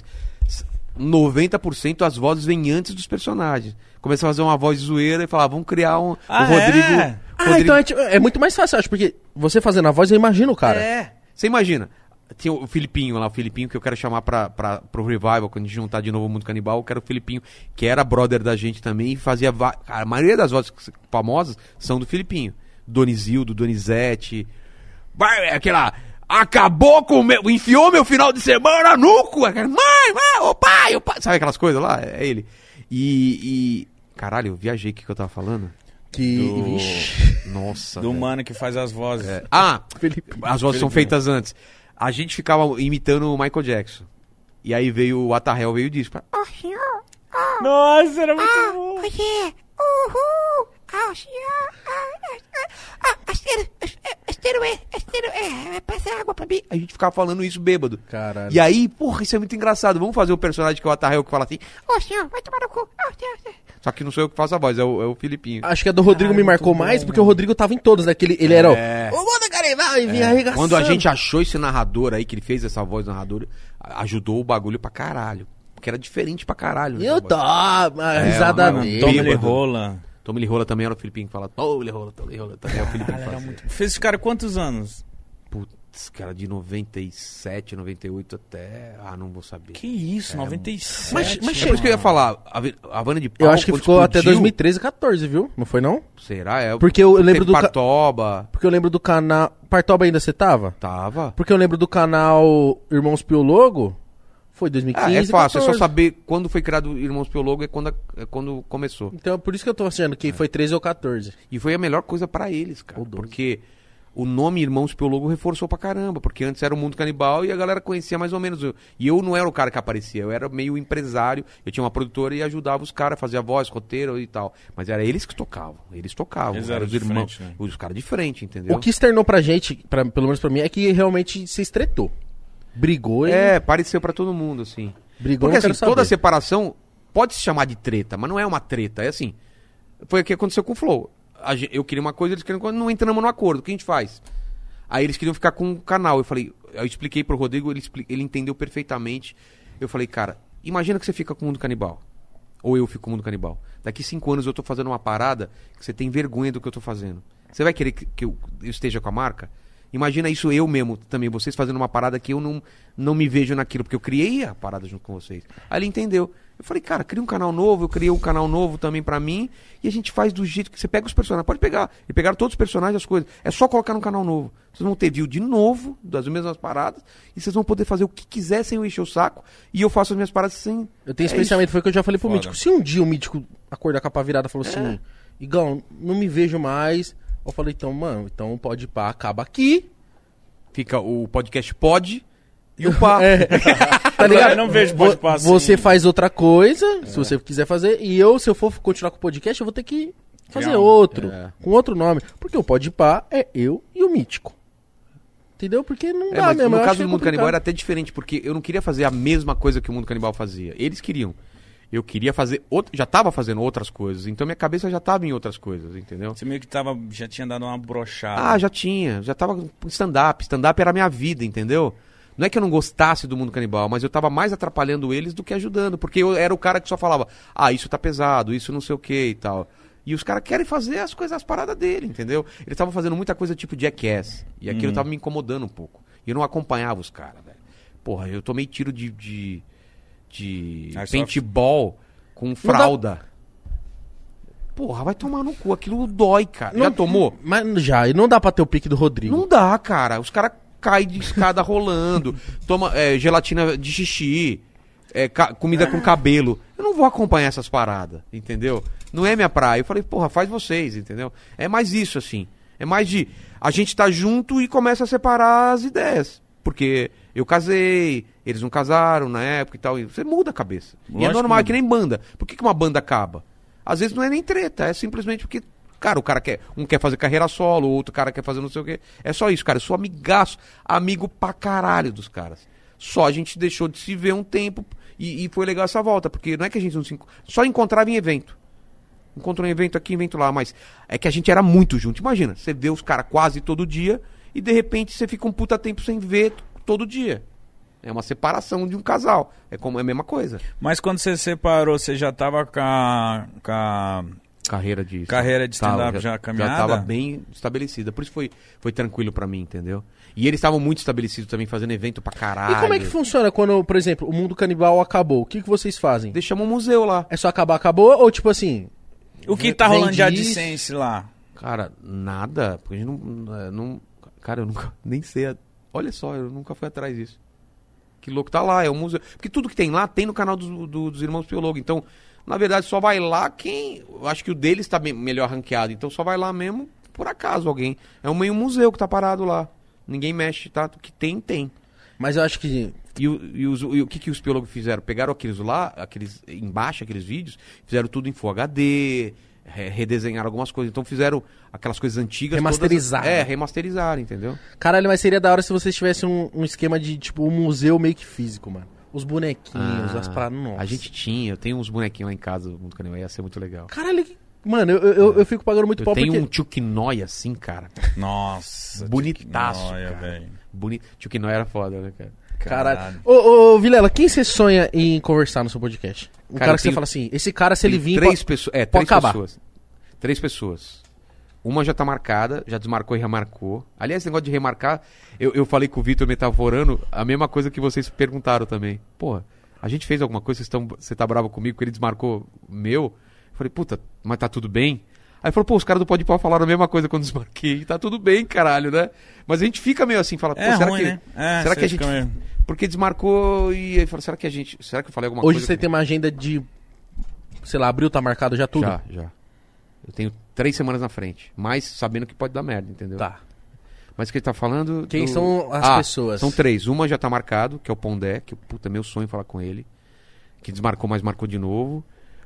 noventa por cento as vozes vêm antes dos personagens. Começa a fazer uma voz de zoeira e falar, vamos criar um... Ah, o Rodrigo... é? Ah, Rodrigo- então é, tipo- é muito mais fácil, eu acho, porque você fazendo a voz, eu imagino o cara. É. Você imagina, tinha o Filipinho lá, o Filipinho que eu quero chamar pra, pra, pro Revival, quando a gente juntar de novo o Mundo Canibal, eu quero o Filipinho, que era brother da gente também, e fazia... va- A maioria das vozes famosas são do Filipinho. Donizildo, Donizete... Vai, aquela... Acabou com o meu... Enfiou meu final de semana no cu! Mãe, mãe, ô pai, ô pai... Sabe aquelas coisas lá? É ele. E... e... Caralho, eu viajei o que, que eu tava falando. Que... Do- Vixe. Nossa, Do velho. mano que faz as vozes. Ah, Felipe. as vozes são feitas antes. A gente ficava imitando o Michael Jackson. E aí veio o Atahel, veio disso. Oh, senhor. Oh, Nossa, era muito ah, bom. oiê. Uhul. Oh, senhor. Ah, ah, ah, Astero, Astero, é, Astero, é, passa água pra mim. A gente ficava falando isso bêbado. Caralho. E aí, porra, isso é muito engraçado. Vamos fazer o personagem que é o Atahel que fala assim. Ô, senhor, vai tomar no cu. Oh, senhor, senhor. Só que não sou eu que faço a voz, é o, é o Filipinho. Acho que a do Rodrigo me marcou mais, porque o Rodrigo tava em todos, né? Que ele, ele era É. o... O Mundo Canibal e vinha arregaçando. Quando a gente achou esse narrador aí, que ele fez essa voz narrador, a- ajudou o bagulho pra caralho. Porque era diferente pra caralho. Eu essa voz. tô, a risada mano, dele. Toma ele bêbado. rola. Tommy Lee Rola também era o Filipinho que fala. Tommy Lee Rola, Tommy Lee Rola. Também é o Filipinho que fala. Fez esse cara quantos anos? Putz, cara, de noventa e sete, noventa e oito até... Ah, não vou saber. Que isso, noventa e sete. Mas- mas É por isso que eu ia falar. A Vi- a Havana de Pau, Eu acho que quando ficou até explodiu- dois mil e treze, quatorze, viu? Não foi não? Será? É, Porque eu lembro teve do ca- Partoba. Porque eu lembro do canal... Partoba ainda você tava? Tava. Porque eu lembro do canal Irmãos Piologo. Foi dois mil e Ah, quinze, é fácil, é só quatorze. saber quando foi criado o Irmãos Piologo, é quando, é quando começou. Então é por isso que eu tô achando que foi treze ou quatorze. E foi a melhor coisa pra eles, cara. Ou doze. Porque o nome Irmãos Piologo reforçou pra caramba. Porque antes era o Mundo Canibal e a galera conhecia mais ou menos. Eu- E eu não era o cara que aparecia, eu era meio empresário. Eu tinha uma produtora e ajudava os caras a fazer a voz, roteiro e tal. Mas era eles que tocavam. Eles tocavam. Eles eram eram os de irmãos. frente, né? Os caras de frente, entendeu? O que externou pra gente, pra, pelo menos pra mim, é que realmente se estretou. Brigou e... É, pareceu pra todo mundo, assim. Brigou, Porque não quero assim, toda saber. separação pode se chamar de treta, mas não é uma treta, é assim. Foi o que aconteceu com o Flow. A gen- eu queria uma coisa, eles queriam uma coisa, não entramos no acordo, o que a gente faz? Aí eles queriam ficar com o canal, eu falei, eu expliquei pro Rodrigo, ele, expli- ele entendeu perfeitamente. Eu falei, cara, imagina que você fica com o Mundo Canibal. Ou eu fico com o Mundo Canibal. Daqui cinco anos eu tô fazendo uma parada que você tem vergonha do que eu tô fazendo. Você vai querer que, que eu, eu esteja com a marca? Imagina isso eu mesmo também, vocês fazendo uma parada que eu não, não me vejo naquilo, porque eu criei a parada junto com vocês. Aí ele entendeu. Eu falei, cara, cria um canal novo, eu criei um canal novo também pra mim, e a gente faz do jeito que você pega os personagens. Pode pegar. E pegaram todos os personagens, as coisas. É só colocar num canal novo. Vocês vão ter view de novo, das mesmas paradas, e vocês vão poder fazer o que quiser sem eu encher o saco, e eu faço as minhas paradas sem... Eu tenho esse É pensamento, foi o que eu já falei pro Foda. Mítico. Se um dia o Mítico acordar com a pá virada e falou assim, Igão, não me vejo mais. Eu falei, então, mano, então pode pá, acaba aqui. Fica o podcast Pod e o Pá. Tá ligado? Eu não vejo Vo- pode pá assim. Você faz outra coisa, se você quiser fazer, e eu, se eu for continuar com o podcast, eu vou ter que fazer Criar um. outro, É. com outro nome. Porque o Pode Pá é eu e o Mítico. Entendeu? Porque não É, dá mas mesmo. no eu acho caso que é do Mundo Canibal complicado. era até diferente, porque eu não queria fazer a mesma coisa que o Mundo Canibal fazia. Eles queriam. Eu queria fazer... Out... Já tava fazendo outras coisas, então minha cabeça já tava em outras coisas, entendeu? Você meio que tava, já tinha dado uma brochada. Ah, já tinha. Já tava com stand-up. Stand-up era a minha vida, entendeu? Não é que eu não gostasse do mundo canibal, mas eu tava mais atrapalhando eles do que ajudando. Porque eu era o cara que só falava, ah, isso tá pesado, isso não sei o que e tal. E os caras querem fazer as coisas, as paradas dele, entendeu? Eles estavam fazendo muita coisa tipo Jackass. E aquilo Uhum. tava me incomodando um pouco. E eu não acompanhava os caras, velho. Porra, eu tomei tiro de, de, de Airsoft. paintball com fralda. Porra, vai tomar no cu. Aquilo dói, cara. Já tomou? Mas já, e não dá pra ter o pique do Rodrigo. Não dá, cara. Os caras caem de escada rolando, toma é, gelatina de xixi, é, ca- comida com cabelo. Eu não vou acompanhar essas paradas, entendeu? Não é minha praia. Eu falei, porra, faz vocês, entendeu? É mais isso, assim. É mais de... A gente tá junto e começa a separar as ideias. Porque eu casei, eles não casaram na época e tal. E você muda a cabeça. E é Lógico normal, que é que nem banda. Por que, que uma banda acaba? Às vezes não é nem treta, é simplesmente porque... Cara, o cara quer, um quer fazer carreira solo, o outro cara quer fazer não sei o quê. É só isso, cara. Eu sou amigaço, amigo pra caralho dos caras. Só a gente deixou de se ver um tempo e, e foi legal essa volta, porque não é que a gente não se enco- só encontrava em evento. Encontrou um evento aqui, evento lá, mas é que a gente era muito junto. Imagina, você vê os caras quase todo dia e de repente você fica um puta tempo sem ver t- todo dia. É uma separação de um casal. É como é a mesma coisa. Mas quando você separou, você já tava com a... Com a... Carreira de Carreira de stand-up Tava, já caminhada? Já tava bem estabelecida. Por isso foi, foi tranquilo pra mim, entendeu? E eles estavam muito estabelecidos também, fazendo evento pra caralho. E como é que funciona quando, por exemplo, o mundo canibal acabou? O que, que vocês fazem? Deixamos um museu lá. É só acabar, acabou? Ou tipo assim... O que tá rolando de vende AdSense lá? Cara, nada. Porque a gente não, é, não... Cara, eu nunca... Nem sei... a- Olha só, eu nunca fui atrás disso. Que louco, tá lá, é um museu. Porque tudo que tem lá tem no canal dos, do- dos Irmãos Piologo. Então, na verdade, só vai lá quem... Eu acho que o deles tá bem- melhor ranqueado. Então só vai lá mesmo, por acaso, alguém. É um meio museu que tá parado lá. Ninguém mexe, tá? O que tem, tem. Mas eu acho que... E, o, e os- e o que, que os piologos fizeram? Pegaram aqueles lá, aqueles embaixo, aqueles vídeos, fizeram tudo em Full H D, re- redesenharam algumas coisas. Então fizeram aquelas coisas antigas. Remasterizaram. Todas, é, remasterizaram, entendeu? Caralho, mas seria da hora se vocês tivessem um, um esquema de, tipo, um museu meio que físico, mano. Os bonequinhos, Ah, as paradas. Nossa. A gente tinha, eu tenho uns bonequinhos lá em casa do Mundo Canibal, ia ser muito legal. Caralho, que- mano, eu, eu, eu fico pagando muito Eu pau tenho porque... um Chuquinói assim, cara. Nossa. Bonitaço, Olha, cara. velho. Bonito. Chuquinói era foda, né, cara? Caralho. Ô, ô, Vilela, quem você sonha em conversar no seu podcast? Um cara, Cara, que tem- você fala assim, esse cara, se ele Tem vir... três pode- pessoas. É, pode três acabar. pessoas. Três pessoas. Uma já tá marcada, já desmarcou e remarcou. Aliás, esse negócio de remarcar, eu, eu falei com o Vitor metaforando a mesma coisa que vocês perguntaram também. Porra, a gente fez alguma coisa, vocês tão, você tá bravo comigo, que ele desmarcou meu? Eu falei, puta, mas tá tudo bem? Aí falou, pô, os caras do Pode Pau falaram a mesma coisa quando desmarquei. Tá tudo bem, caralho, né? Mas a gente fica meio assim, fala, pô, É será ruim, que... né? É, será você que a gente... fica meio- Porque desmarcou e aí falou, será que a gente... Será que eu falei alguma Hoje coisa? você que- tem uma agenda de... Sei lá, abril tá marcado já tudo? Já, já. Eu tenho três semanas na frente. Mas sabendo que pode dar merda, entendeu? Tá. Mas o que ele tá falando... Quem do- são as Ah, pessoas? São três. Uma já tá marcado, que é o Pondé, que puta, meu sonho falar com ele. Que desmarcou, mas marcou de novo.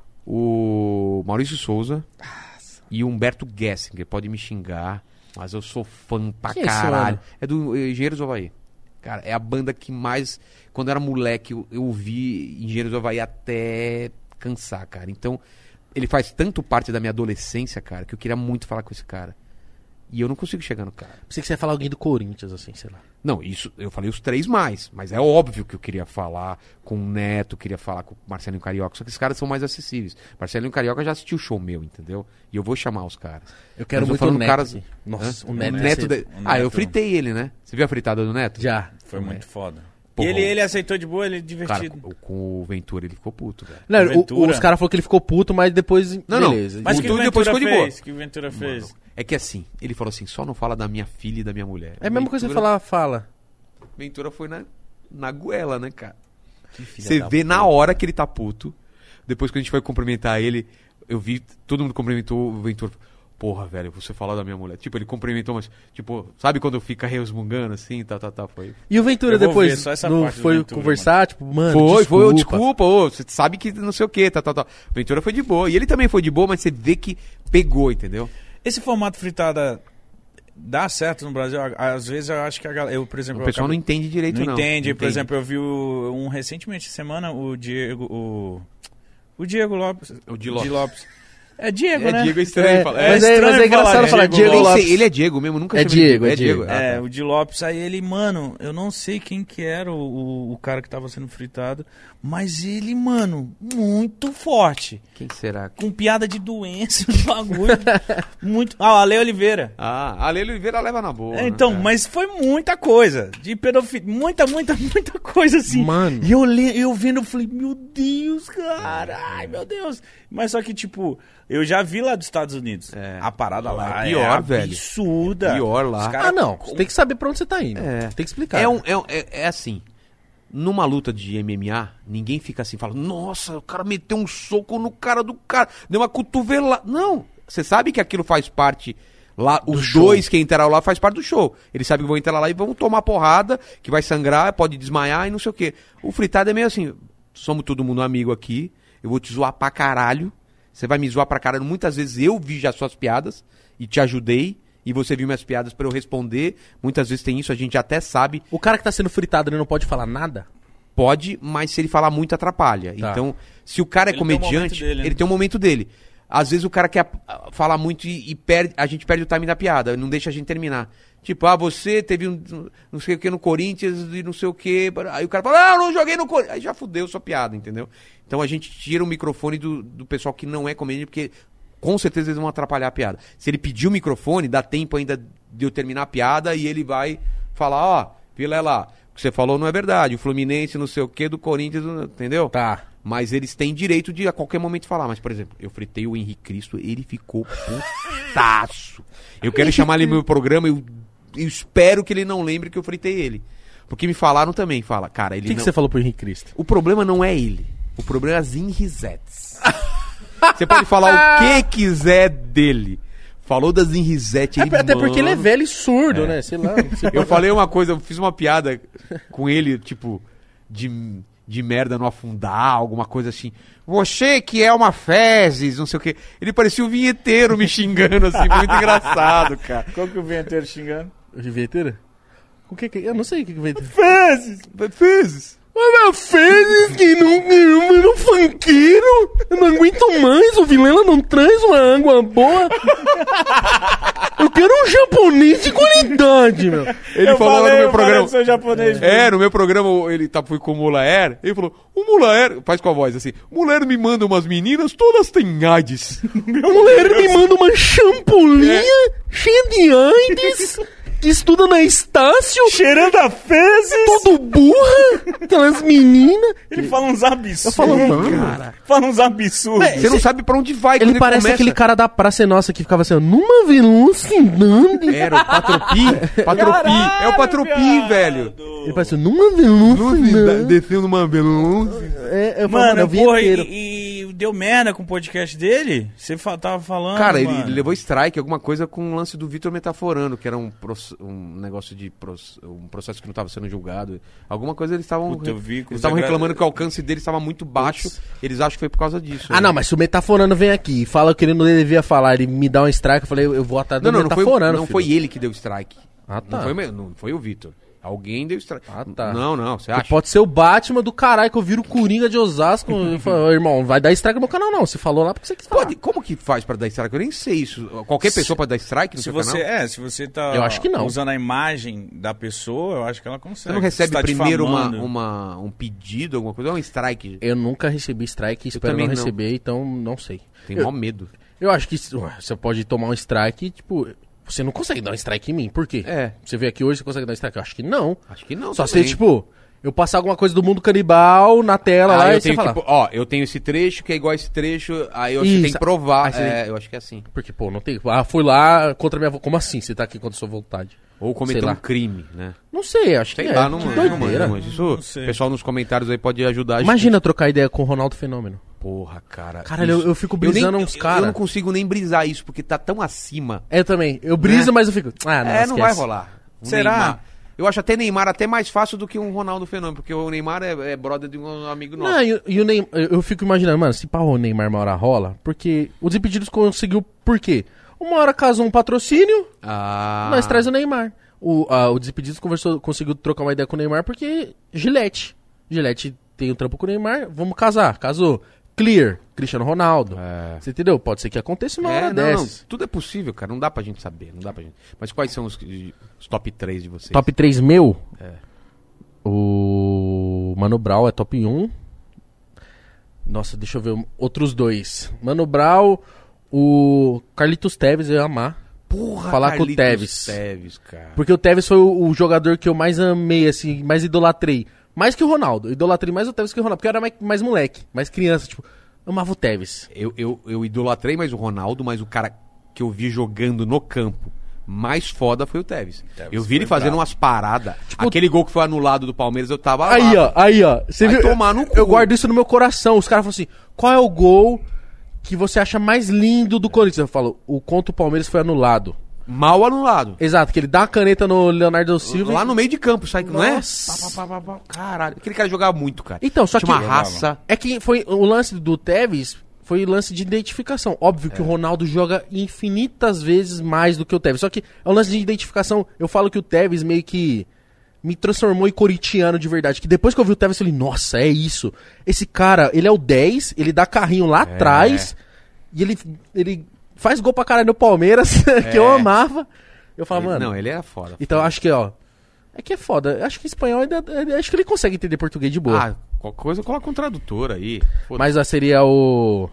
O Maurício Souza. E o Humberto Gessinger. Pode me xingar, mas eu sou fã pra Quem é esse caralho. mano? É do eh, Engenheiros do Havaí. Cara, é a banda que mais... Quando eu era moleque, eu, eu ouvi Engenheiros do Havaí até cansar, cara. Então, ele faz tanto parte da minha adolescência, cara, que eu queria muito falar com esse cara. E eu não consigo chegar no cara. Pensei que você ia falar alguém do Corinthians, assim, sei lá. Não, isso, eu falei os três mais, mas é óbvio que eu queria falar com o Neto, queria falar com o Marcelinho Carioca, só que esses caras são mais acessíveis. Marcelinho Carioca já assistiu o show meu, entendeu? E eu vou chamar os caras. Eu quero Mas eu muito falando o Neto. caras- assim. Nossa, Hã? o Neto, O ia Neto ser- da- o Ah, eu Neto- fritei ele, né? Você viu a fritada do Neto? Já. Foi muito foda. Porra, e ele, o- ele aceitou de boa, ele é Cara, divertido. com, com o Ventura ele ficou puto, velho. Não, o- Ventura. os caras falaram que ele ficou puto, mas depois... Não, não. beleza. Mas o que o tudo depois Ventura ficou de boa. fez? Que o Ventura fez? Mano, é que assim, ele falou assim, só não fala da minha filha e da minha mulher. É a mesma coisa que você Ventura- falar, fala. Ventura foi na, na goela, né, cara? filha Você da vê puta. na hora que ele tá puto. Depois que a gente foi cumprimentar ele, eu vi, todo mundo cumprimentou o Ventura. Porra, velho, você falou da minha mulher. Tipo, ele cumprimentou, mas, tipo, sabe quando fica resmungando assim, tá, tá, tá, foi. E o Ventura Eu vou depois ver só essa não parte do foi Ventura, conversar, tipo, mano, foi, foi, ô, desculpa. desculpa, ô, você sabe que não sei o que, tá, tá, tá. O Ventura foi de boa. E ele também foi de boa, mas você vê que pegou, entendeu? Esse formato fritada dá certo no Brasil? À- Às vezes eu acho que a galera... Eu, por exemplo... O eu pessoal não acabei- entende direito, Não não. entende. Não Por exemplo, eu vi o- um recentemente essa semana, o Diego... O, o Diego Lopes... O Di Lopes. Lopes É Diego, É né? Diego é estranho. É, falar. mas é- estranho mas é engraçado falar Diego Nem Lopes. sei, ele é Diego mesmo, nunca É chamei de Diego, é Diego. Ah, É, tá. o Di Lopes, aí ele, mano, eu não sei quem que era o, o, o cara que tava sendo fritado, mas ele, mano, muito forte. Quem será? Com piada de doença, de bagulho. muito. Ah, o Ale Oliveira. Ah, a Ale Oliveira leva na boa. É, então, né? mas foi muita coisa. De pedofilia. Muita, muita, muita coisa assim. Mano. E eu, le- eu vendo, eu falei, meu Deus, cara. Ai, meu Deus. Mas só que, tipo, eu já vi lá dos Estados Unidos. É. A parada lá É pior, é velho. absurda. Pior lá. Os cara- Ah, não. Você tem que saber pra onde você tá indo. É. Tem que explicar. É, um, é, um- é, é assim, numa luta de M M A, ninguém fica assim, fala, nossa, o cara meteu um soco no cara do cara, deu uma cotovelada. Não, você sabe que aquilo faz parte, lá, os show. dois que entraram lá faz parte do show. Eles sabem que vão entrar lá e vão tomar porrada, que vai sangrar, pode desmaiar e não sei o quê. O fritado é meio assim, somos todo mundo amigo aqui, eu vou te zoar pra caralho, você vai me zoar pra caralho, muitas vezes eu vi já suas piadas e te ajudei, e você viu minhas piadas pra eu responder, muitas vezes tem isso, a gente até sabe. O cara que tá sendo fritado, ele não pode falar nada? Pode, mas se ele falar muito, atrapalha. Tá. Então, se o cara é Ele tem um comediante, momento dele, né? ele tem um momento dele. Às vezes o cara quer ah, falar muito e, e perde, a gente perde o time da piada, não deixa a gente terminar. Tipo, ah, você teve um não sei o que no Corinthians e não sei o que. Aí o cara fala, ah, eu não joguei no Corinthians. Aí já fudeu sua piada, entendeu? Então a gente tira o microfone do, do pessoal que não é comediante, porque com certeza eles vão atrapalhar a piada. Se ele pedir o microfone, dá tempo ainda de eu terminar a piada e ele vai falar, ó, Vilela, o que você falou não é verdade, o Fluminense não sei o que do Corinthians, entendeu? Tá. Mas eles têm direito de a qualquer momento falar. Mas, por exemplo, eu fritei o Henrique Cristo, ele ficou putaço. Eu quero chamar ele no meu programa, eu, eu espero que ele não lembre que eu fritei ele. Porque me falaram também, fala, cara, ele O que, que não... você falou pro Henrique Cristo? O problema não é ele, o problema é as Inrisetes. Você pode falar o que quiser dele. Falou das Inrisetes, ele, É, até porque ele é mano, velho e surdo, né? Sei lá. Você eu falei uma coisa, eu fiz uma piada com ele, tipo, de, de merda no afundar, alguma coisa assim. Você que é uma fezes, não sei o quê. Ele parecia um vinheteiro me xingando, assim, foi muito engraçado, cara. Qual que o vinheteiro xingando? O vinheteiro? O que que... Eu não sei o que que vinheteiro... Fezes! Fezes! Olha, fezes que não, não, não funkeiro. Eu não aguento mais, o Vilela não traz uma água boa. Eu quero um japonês de qualidade, meu. Ele eu falou falei, lá no meu eu falei programa. do seu japonês. É, no meu programa ele tá, foi com o Mulaer. Ele falou: o Mulaer, faz com a voz assim: o Mulaer me manda umas meninas, todas têm AIDS. A mulher me manda uma champolinha cheia de AIDS, que estuda na Estácio, Cheirando a fezes. todo burra, aquelas meninas. Ele fala uns absurdos. Eu falo, mano, Cara, Fala uns absurdos. você não sabe pra onde vai. ele quando parece começa. aquele cara da Praça é Nossa que ficava assim, ó, numa velocidade. Era o Patropi. Patropi. Caralho, É o Patropi, viado. velho. Ele parece numa velocidade. Desceu numa velocidade. É, eu falo, Mano, é o porra, vinheteiro. e, e deu merda com o podcast dele? Você fa- tava falando, Cara, ele, mano. ele levou strike, alguma coisa com o lance do Vitor Metaforando, que era um, proce- um negócio de proce- um processo que não estava sendo julgado. Alguma coisa eles estavam Puta, eu vi com eles os estavam agra- reclamando que o alcance deles estava muito baixo. Eles acham que foi por causa disso. Ah, né? não, mas se o Metaforando vem aqui e fala que ele não devia falar, ele me dá um strike, eu falei, eu vou atrás do Não, não, não foi, Metaforando, não filho. foi ele que deu strike. Ah, tá. Não foi, o meu- não foi o Vitor. Alguém deu strike. Ah, tá. Não, não, você Você acha? pode ser o Batman do caralho que eu viro o Coringa de Osasco. Eu falo, "Ô, irmão, vai dar strike no meu canal não. Você falou lá porque você quis falar. Pode, como que faz pra dar strike? Eu nem sei isso. Qualquer pessoa pode dar strike no Se seu você, canal? é, se você tá Eu acho que não. usando a imagem da pessoa, eu acho que ela consegue. Você não recebe Você tá primeiro uma, difamando. uma, um pedido, alguma coisa? É um strike. Eu nunca recebi strike, espero também não não. receber, então não sei. Tem eu, maior medo. eu acho que ué, você pode tomar um strike, tipo, você não consegue dar um strike em mim. Por quê? É. Você veio aqui hoje, você consegue dar um strike? Eu acho que não. Acho que não. Só se, também. tipo, eu passar alguma coisa do mundo canibal na tela Ah, lá eu e você tenho falar. que, ó, eu tenho esse trecho que é igual a esse trecho, aí eu acho que Isso. tem que provar. Aí você É, tem- eu acho que é assim. Porque, pô, não tem. Ah, fui lá contra a minha vontade. Como assim você tá aqui contra a sua vontade? Ou cometer Sei um lá. crime, né? Não sei, acho Sei que lá, é. não que manjo, não manjo, doideira. não manjo. Isso, Não sei. o pessoal nos comentários aí pode ajudar a gente. Imagina trocar ideia com o Ronaldo Fenômeno. Porra, cara. Caralho, isso- eu- eu fico nem- brisando uns eu- cara. Eu não consigo nem brisar isso, porque tá tão acima. Eu também. Eu briso, Né? mas eu fico. Ah, não, é, não esquece. vai rolar. O Será? Neymar- eu acho até Neymar até mais fácil do que um Ronaldo Fenômeno, porque o Neymar é, é brother de um amigo nosso. Não, e, e o Neymar, eu eu fico imaginando, mano, se pá, o Neymar uma hora rola, porque o Desimpedidos conseguiu, por quê? Uma hora casou um patrocínio, Ah. nós traz o Neymar. O, a, o Desimpedidos conversou, conseguiu trocar uma ideia com o Neymar porque Gillette. Gillette tem um trampo com o Neymar, vamos casar. Casou. clear, Cristiano Ronaldo. É. Você entendeu? Pode ser que aconteça uma hora É, não, dessas. tudo é possível, cara. Não dá pra gente saber, não dá pra gente. Mas quais são os, os top três de vocês? Top três meu? É. O Mano Brown é top um. Nossa, deixa eu ver outros dois. Mano Brown, o Carlitos Tevez eu ia amar. Porra, falar com o Carlitos Tevez. Tevez, cara. Porque o Tevez foi o, o jogador que eu mais amei, assim, mais idolatrei. Mais que o Ronaldo. Eu idolatrei mais o Tevez que o Ronaldo. Porque eu era mais, mais moleque, mais criança, tipo, eu amava o Tevez. Eu, eu, eu idolatrei mais o Ronaldo, mas o cara que eu vi jogando no campo mais foda foi o Tevez. Tevez eu vi ele foi fazendo bravo. umas paradas. Aquele gol que foi anulado do Palmeiras, eu tava Aí, lá. ó, aí, ó. Você Vai viu? tomar no eu, cu. eu guardo isso no meu coração. Os caras falam assim: qual é o gol que você acha mais lindo do Corinthians? Eu falo: o contra o Palmeiras foi anulado. Mal anulado. Exato, que ele dá a caneta no Leonardo Silva. Lá e- no meio de campo, sabe? Não é? Nossa. Pá, pá, pá, pá, caralho. Aquele cara jogava muito, cara. Então, só Tinha que. uma raça. É que foi o lance do Tevez. Foi lance de identificação. Óbvio É. que o Ronaldo joga infinitas vezes mais do que o Tevez. Só que é um lance de identificação. Eu falo que o Tevez meio que me transformou em corintiano de verdade. Que depois que eu vi o Tevez, eu falei, nossa, é isso. Esse cara, ele é o dez, ele dá carrinho lá É. atrás. E ele, ele faz gol pra caralho no Palmeiras, que eu amava. Eu falo, Ele- mano... Não, ele era foda. Então, acho que, ó... É que é foda. Acho que espanhol ainda... Acho que ele consegue entender português de boa. Ah, qualquer coisa coloca um tradutor aí. Foda-se. Mas ó, seria o...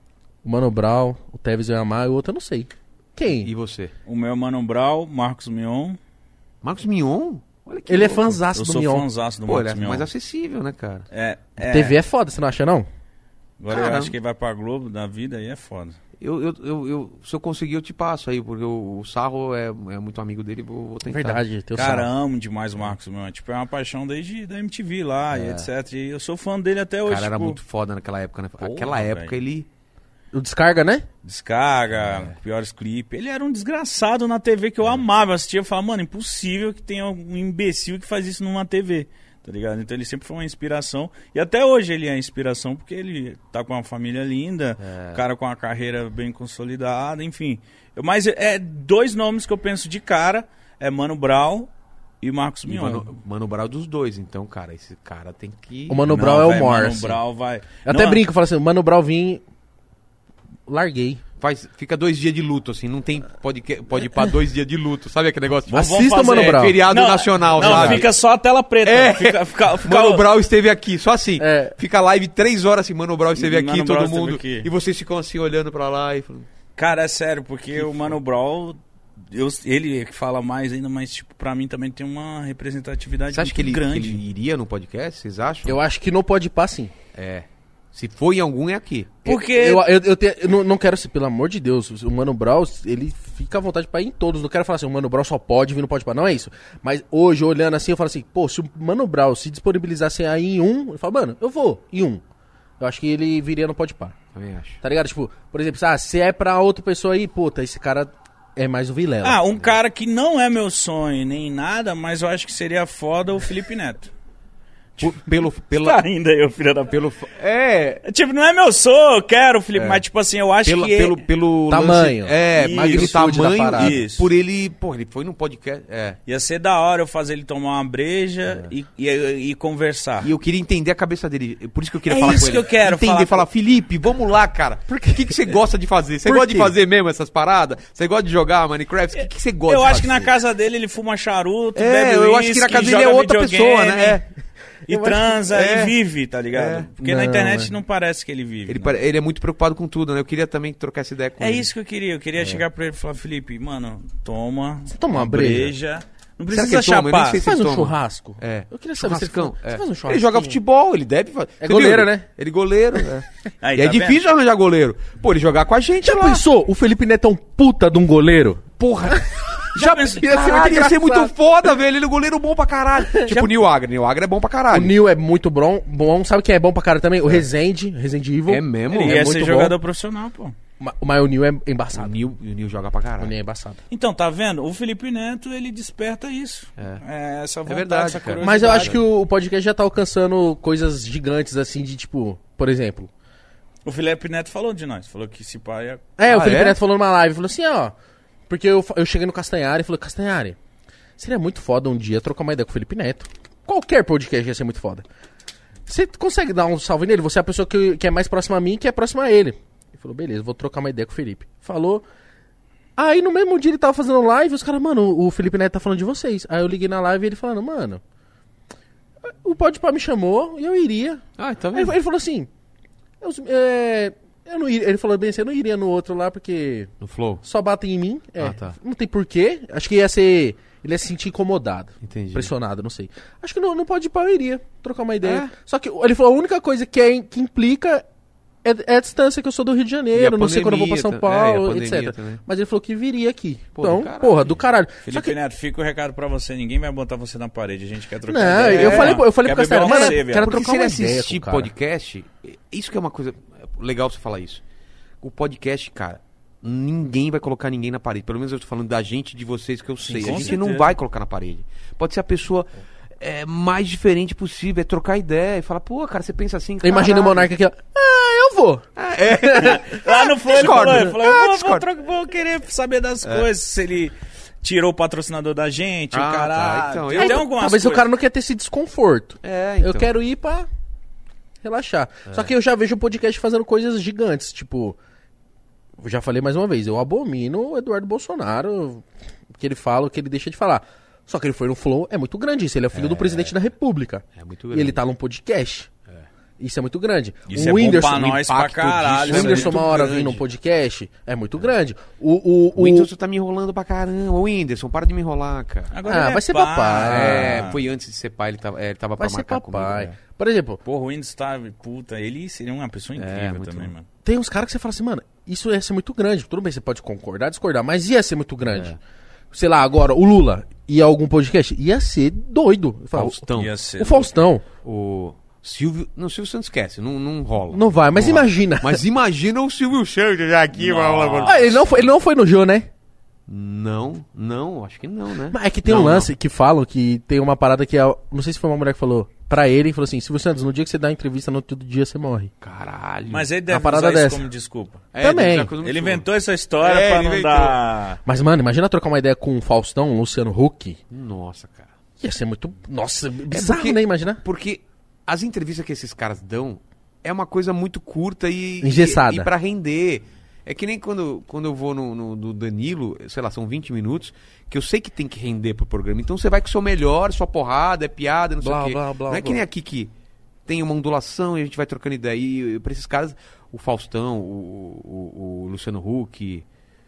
O Mano Brown, o Tevez eu ia amar, e o outro eu não sei. Quem? E você? O meu Mano Brown, Marcos Mion. Marcos Mion? Olha que Ele é louco. fãzaço Eu do sou Mion. fãzaço do Pô, ele Marcos é Mion. mais acessível, né, cara? É, é. T V é foda, você não acha, não? Agora Caramba. eu acho que ele vai pra Globo da vida aí é foda. Eu, eu, eu, eu- se eu conseguir, eu te passo aí, porque o, o Sarro é, é muito amigo dele, vou, vou tentar. Verdade, teu Cara, sarro. amo demais o Marcos Mion. Tipo, é uma paixão desde da M T V lá e É. etcétera. E eu sou fã dele até O hoje. cara era tipo, muito foda naquela época, né? Porra, Aquela época velho. ele... O Descarga, né? Descarga, É. piores clipes. Ele era um desgraçado na T V que eu amava. Eu assistia e falava, mano, impossível que tenha um imbecil que faz isso numa T V. Tá ligado? Então ele sempre foi uma inspiração. E até hoje ele é inspiração porque ele tá com uma família linda, É. cara com uma carreira bem consolidada, enfim. Eu- Mas é dois nomes que eu penso de cara: é Mano Brown e Marcos E Mion. Mano, Mano Brown dos dois, então, cara, esse cara tem que... O Mano Não, Brown é o velho, Mano Morse. Brown vai. Eu até Não, brinco, eu falo assim, o Mano Brown vim... Larguei. Faz, fica dois dias de luto, assim, não tem... Pode, pode ir pra dois dias de luto, sabe aquele negócio? Vamos- vamos Assista o fazer- Mano Brown. Feriado Não, nacional, não, sabe? fica só a tela preta. É. Fica, fica, fica Mano Brown esteve aqui, só assim. É. Fica live três horas assim, Mano Brown esteve aqui, Mano todo Brown esteve mundo. aqui. E vocês ficam assim olhando pra lá e falando. Cara, é sério, porque o Mano Brown, eu, ele é que fala mais ainda, mas tipo, pra mim também tem uma representatividade Você acha muito que ele, que grande. ele iria no podcast? Vocês acham? Eu acho que não pode pá, sim. É. Se for em algum, é aqui. Porque Eu, eu, eu, te- eu não, não quero ser, pelo amor de Deus, o Mano Brown, ele fica à vontade pra ir em todos. Não quero falar assim, o Mano Brown só pode vir no Pode Pá. Não é isso. Mas hoje, olhando assim, eu falo assim, pô, se o Mano Brown se disponibilizasse aí em um, eu falo, mano, eu vou, em um. Eu acho que ele viria no Pode Pá. Também acho. Tá ligado? Tipo, por exemplo, ah, se é pra outra pessoa aí, puta, esse cara é mais o Vilela. Ah, um cara que não é meu sonho nem nada, mas eu acho que seria foda o Felipe Neto. Por- pelo, pela, Tá rindo aí, ô filho da... pelo, é, Tipo, não é meu sonho, eu quero o Felipe, mas tipo assim, eu acho pela, que... pelo, pelo Tamanho. lance- é, Isso. mas pelo Magnitude da tamanho parada. e Isso. por ele, pô, ele foi no podcast, é. Ia ser da hora eu fazer ele tomar uma breja e, e, e conversar. E eu queria entender a cabeça dele. Por isso que eu queria É falar isso com que ele. eu quero Entender, falar com- falar, Felipe, vamos lá, cara. O que, que você gosta de fazer? Você Por gosta de quê? fazer mesmo essas paradas? Você gosta de jogar Minecraft? O que, que você gosta Eu de acho que fazer? na casa dele ele fuma charuto, É, bebe eu acho que na uísque, casa dele é joga outra videogame, pessoa, né? É. E Eu acho transa que- é. e vive, tá ligado? É. Porque na Não, internet é. não parece que ele vive. Ele, né? pare- ele é muito preocupado com tudo, né? Eu queria também trocar essa ideia com É ele. isso que eu queria. Eu queria chegar pra ele e falar, Felipe, mano, toma. Você toma uma breja? Não Será precisa que ele toma? Eu nem chapar. sei Você se faz um toma. churrasco? É. Eu queria saber se você, Churrascão. você é. faz um churrasco. Ele joga futebol, ele deve fazer. É Você goleiro, viu? né? Ele goleiro. É. Aí, e é tá vendo? difícil arranjar goleiro. Pô, ele jogar com a gente Já lá. pensou? O Felipe Neto é um puta de um goleiro? Porra. Já pensou? ia ser muito Caralho, ia ser muito engraçado. foda, velho. Ele é um goleiro bom pra caralho. Tipo o Nil Agra. Nil Agra é bom pra O caralho. Nil é muito bom, bom. Sabe quem é bom pra cara também? O Rezende, Rezende Evil. É mesmo? Ele é ia muito ser bom. jogador profissional, pô. Ma- Mas o Nil é O embaçado. Nil, o Nil joga pra O caralho. Nil é embaçado. Então, tá vendo? O Felipe Neto, ele desperta isso. É, essa vontade, verdade, essa cara. curiosidade. Mas eu acho que o o podcast já tá alcançando coisas gigantes, assim, de tipo, por exemplo. O Felipe Neto falou de nós. Falou que esse pai é... É, o Ah, Felipe é? Neto falou numa live, falou assim, ó. Porque eu, fa- eu cheguei no Castanhari e falei, Castanhari, seria muito foda um dia trocar uma ideia com o Felipe Neto. Qualquer podcast ia ser muito foda. você consegue dar um salve nele? Você é a pessoa que, que é mais próxima a mim, que é próxima a ele. Ele falou, beleza, vou trocar uma ideia com o Felipe. Falou. Aí no mesmo dia ele tava fazendo live, os caras, mano, o Felipe Neto tá falando de vocês. Aí eu liguei na live e ele falando, mano, o Podpah me chamou e eu iria. Ah, tá Aí vendo? ele, ele falou assim, eu, é, eu não iria, ele falou bem assim, eu não iria no outro lá porque No Flow. só batem em mim. É, Ah, tá. não tem porquê. Acho que ia ser, ele ia se sentir incomodado. Entendi. Pressionado, não sei. Acho que não, não pode ir pra, eu iria trocar uma ideia. É? Só que ele falou, a única coisa que, é, que implica é, é a distância, que eu sou do Rio de E Janeiro, a não sei quando eu vou pra São pandemia, é, e a Paulo, pandemia etcétera. também. Mas ele falou que viria aqui. Pô, então, do caralho. porra, do caralho. Só Felipe que, Neto, fica o recado pra você. Ninguém vai botar você na parede. A gente quer trocar não, ideia. eu falei, eu falei Quer pro Castelo, beber uma mano, cerveja. quero Porque trocar se ele uma ideia assistir com o cara. podcast, isso que é uma coisa legal você falar isso. O podcast, cara, ninguém vai colocar ninguém na parede. Pelo menos eu tô falando da gente, de vocês, que eu sei. com A gente certeza. não vai colocar na parede. Pode ser a pessoa é, mais diferente possível, é trocar ideia e falar, pô, cara, você pensa assim, Eu imagino o caralho. Monarca aqui, ó. Ah, eu vou. Lá no Flow ele Discordo. falou, ele falou, Ah, eu vou, vou, discordo. trocar- vou querer saber das coisas, se ele tirou o patrocinador da gente, Ah, o cara... tá, então, tem, eu- tem algumas Talvez coisas. o cara não quer ter esse desconforto. É, então. Eu quero ir pra relaxar. Só que eu já vejo o podcast fazendo coisas gigantes, tipo... Eu já falei mais uma vez, eu abomino o Eduardo Bolsonaro, o que ele fala, o que ele deixa de falar. Só que ele foi no Flow, é muito grande isso, ele é filho do presidente da República. É muito E grande. ele tá num podcast. Isso é muito grande. Isso o é Whindersson, bom pra nós pra impacto caralho. o disso é Whindersson muito uma hora grande. vir num podcast, é muito grande. O, o, O o, Whindersson tá me enrolando pra caramba. Ô, Whindersson, para de me enrolar, cara. Agora Ah, ele é vai ser pai. papai. É, foi antes de ser pai, ele tava, é, ele tava vai pra ser marcar papai. comigo. né? Por exemplo, Porra, o Windows tá... Puta, ele seria uma pessoa incrível muito também, bom. mano. tem uns caras que você fala assim, mano, isso ia ser muito grande. Tudo bem, você pode concordar, discordar, mas ia ser muito grande. É. Sei lá, agora, o Lula ia a algum podcast, ia ser doido. Eu falo, Faustão. Ia ser... O Faustão O Silvio... Não, o Silvio Santos esquece, não, não rola. não vai, mas Não rola. imagina. Mas imagina o Silvio Santos já aqui. Nossa. Ah, ele, não foi, ele não foi no Jô, né? Não, não, acho que não, né? Mas é que tem Não, um não. lance que falam que tem uma parada que é. Não sei se foi uma mulher que falou pra ele, falou assim: Silvio Santos, no dia que você dá entrevista, no outro dia você morre. Caralho. Mas ele deve Uma parada usar isso dessa. como desculpa. É, também. deve ser coisa muito Ele boa. inventou essa história É, pra ele não inventou. dar... Mas, mano, imagina trocar uma ideia com o Faustão, o Luciano Huck. Nossa, cara. Ia ser muito. Nossa, bizarro, porque- né? Imaginar. Porque as entrevistas que esses caras dão é uma coisa muito curta e... Engessada. E, e pra render. É que nem quando, quando eu vou no, no, no Danilo, sei lá, são vinte minutos, que eu sei que tem que render pro programa. Então você vai com o seu melhor, sua porrada, é piada, não sei Blá, o quê. blá, blá, não é que blá. nem aqui que tem uma ondulação e a gente vai trocando ideia. E pra esses caras, o Faustão, o, o, o Luciano Huck,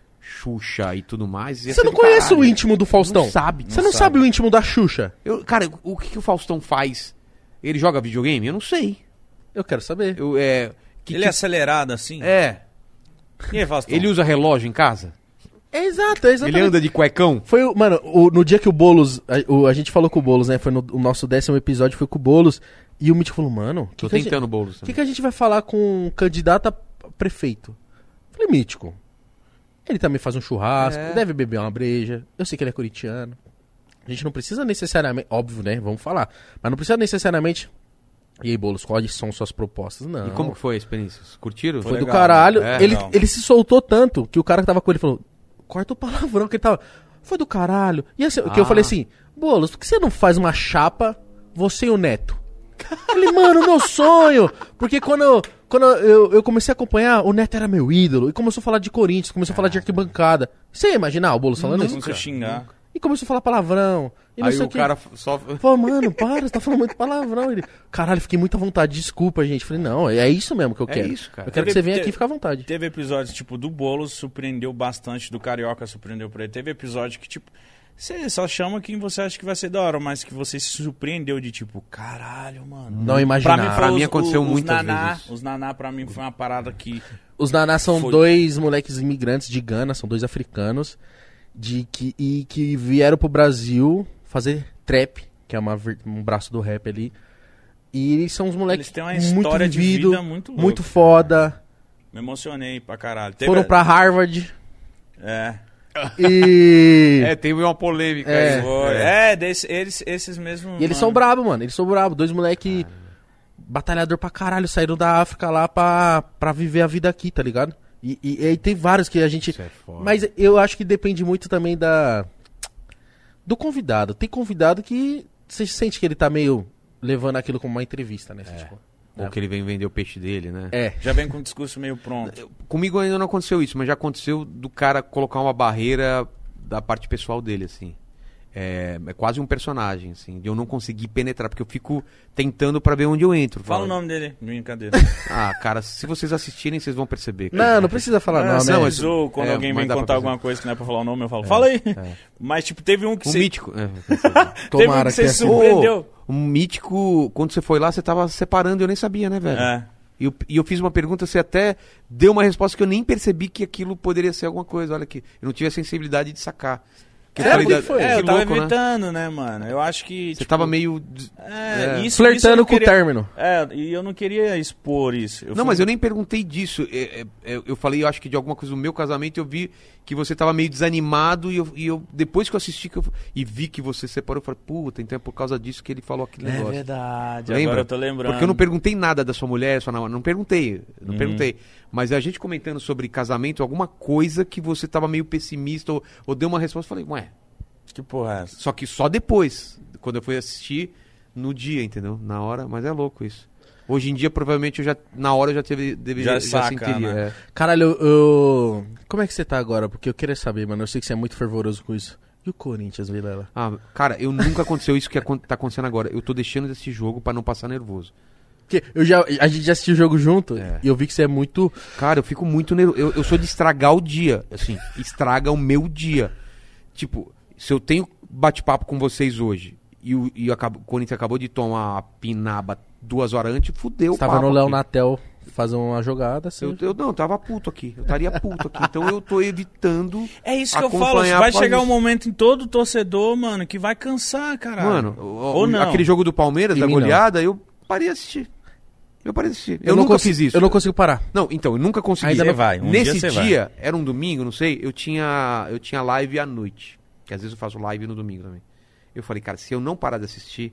Xuxa e tudo mais... ia Você ser não do conhece caralho. o íntimo do Faustão? Não sabe. Você não sabe o íntimo da Xuxa? Eu, cara, o que, que o Faustão faz? Ele joga videogame? Eu não sei. Eu quero saber. Eu, é, que, Ele é que- acelerado assim? é. E aí, Faustão? Ele usa relógio em casa? É exato, é exatamente. Ele anda de cuecão? Foi, o- mano, o- no dia que o Boulos. A, o- a gente falou com o Boulos, né? Foi no o nosso décimo episódio, foi com o Boulos. E o Mítico falou, mano, Tô que que a gente- tentando bolos O que, que a gente vai falar com um candidato a prefeito? Falei, Mítico. Ele também faz um churrasco, É. deve beber uma breja. Eu sei que ele é corintiano. A gente não precisa necessariamente. Óbvio, né? Vamos falar. Mas não precisa necessariamente. E aí, Boulos, quais são suas propostas? Não. E como que foi a experiência? Vocês curtiram? Foi do legal, caralho. né? É, ele, legal. ele se soltou tanto que o cara que tava com ele falou: corta o palavrão que ele tava. Foi do caralho. E assim, que eu Ah. falei assim: Boulos, por que você não faz uma chapa, você e o Neto? Ele, mano, meu sonho! Porque quando, eu, quando eu, eu comecei a acompanhar, o Neto era meu ídolo. E começou a falar de Corinthians, começou a falar de arquibancada. Você ia imaginar o Boulos falando isso? Começou a xingar. E começou a falar palavrão. E não Aí sei o o que. cara só... Falei, mano, para, você tá falando muito palavrão. Ele, caralho, fiquei muito à vontade, desculpa, gente. Falei, não, é isso mesmo que eu É quero. isso, cara. Eu quero Teve- que você venha teve- aqui e fique à vontade. Teve episódios, tipo, do Boulos surpreendeu bastante, do Carioca surpreendeu por ele. Teve episódio que, tipo, você só chama quem você acha que vai ser da hora, mas que você se surpreendeu de, tipo, caralho, mano. Não imaginava. Pra mim, Pra foi mim os- aconteceu os muitas naná, vezes. Os Naná, pra mim, foi uma parada que... Os Naná são Foi. dois moleques imigrantes de Gana, são dois africanos, de que, e que vieram pro Brasil fazer trap, que é uma, ver- um braço do rap ali. E eles são uns moleques Eles têm uma muito história de vivido, vida muito louca. muito foda. Me emocionei pra caralho. Teve- Foram pra Harvard. É. E... É, teve uma polêmica É. aí. Foi. É, desse- eles, esses mesmos... E eles são bravos, mano. Eles são bravos. Dois moleque batalhador pra caralho. Saíram da África lá pra, pra viver a vida aqui, tá ligado? E, e, e aí tem vários que a gente... Isso é foda. Mas eu acho que depende muito também da... Do convidado. Tem convidado que você sente que ele tá meio levando aquilo como uma entrevista, né? Tipo, Ou que ele vem vender o peixe dele, né? é. Já vem com um discurso meio pronto. Comigo ainda não aconteceu isso, mas já aconteceu do cara colocar uma barreira da parte pessoal dele, assim. É, é quase um personagem, assim, de eu não conseguir penetrar, porque eu fico tentando pra ver onde eu entro. Fala o Fala. nome dele, brincadeira. Ah, cara, se vocês assistirem, vocês vão perceber. Não, não precisa falar Não, nome. não, é. mas ou quando é, alguém mas vem dá pra contar fazer. alguma coisa que não é pra falar o nome, eu falo, fala aí. Mas, tipo, teve um que Um você... mítico. É, Teve um Tomara que você que se assim. surpreendeu. Ô, um mítico, quando você foi lá, você tava separando e eu nem sabia, né, velho? É. E eu, e eu fiz uma pergunta, você até deu uma resposta que eu nem percebi que aquilo poderia ser alguma coisa. Olha aqui, eu não tive a sensibilidade de sacar. Que É, falei que da- foi? É, que eu tava louco, né? evitando, né, mano? Eu acho que. Você tipo, tava meio... É, é. isso, Flertando isso eu não com o queria- término. É, e eu não queria expor isso. Eu Não, fui- mas eu nem perguntei disso. É, é, é, eu falei, eu acho que de alguma coisa do meu casamento, eu vi que você tava meio desanimado e eu, e eu- depois que eu assisti que eu, e vi que você separou, eu falei, puta, então é por causa disso que ele falou aquele É negócio. verdade, Lembra? agora eu tô lembrando. Porque eu não perguntei nada da sua mulher, sua namorada, não perguntei, não Uhum. perguntei. Mas a gente comentando sobre casamento, alguma coisa que você tava meio pessimista ou, ou deu uma resposta, eu falei, ué, Que porra é essa? só que só depois, quando eu fui assistir no dia, entendeu? Na hora, mas é louco isso. Hoje em dia, provavelmente, eu já, na hora eu já teve, deveria, Já já, saca, sentiria. né? é. Caralho, eu, eu- como é que você tá agora? Porque eu queria saber, mano. Eu sei que você é muito fervoroso com isso. E o Corinthians, Vilela? Ah, cara, eu nunca aconteceu isso que acon- tá acontecendo agora. Eu tô deixando desse jogo pra não passar nervoso. Porque eu já, a gente já assistiu o jogo junto É. e eu vi que você é muito... Cara, eu fico muito nervoso. Eu, eu sou de estragar o dia, assim, estraga o meu dia. Tipo, se eu tenho bate-papo com vocês hoje e o, e o acab- o Corinthians acabou de tomar a pinaba duas horas antes, fudeu Você o tava papo no Léo aqui. Natel fazendo uma jogada, assim. Eu, eu não, eu tava puto aqui. Eu estaria puto aqui. Então eu tô evitando. É isso que eu acompanhar falo, vai após chegar um isso. momento em todo torcedor, mano, que vai cansar, caralho. Mano, o- Ou o- não. aquele jogo do Palmeiras, Em da mim, não. goleada, eu parei de assistir. Eu parei de assistir. Eu, não nunca consigo- fiz isso. Eu não consigo parar. Não, então, eu nunca consegui. Ainda Você não- vai, um Nesse dia, você dia, era um domingo, não sei, eu tinha, eu tinha live à noite. Que às vezes eu faço live no domingo também. Eu falei, cara, se eu não parar de assistir,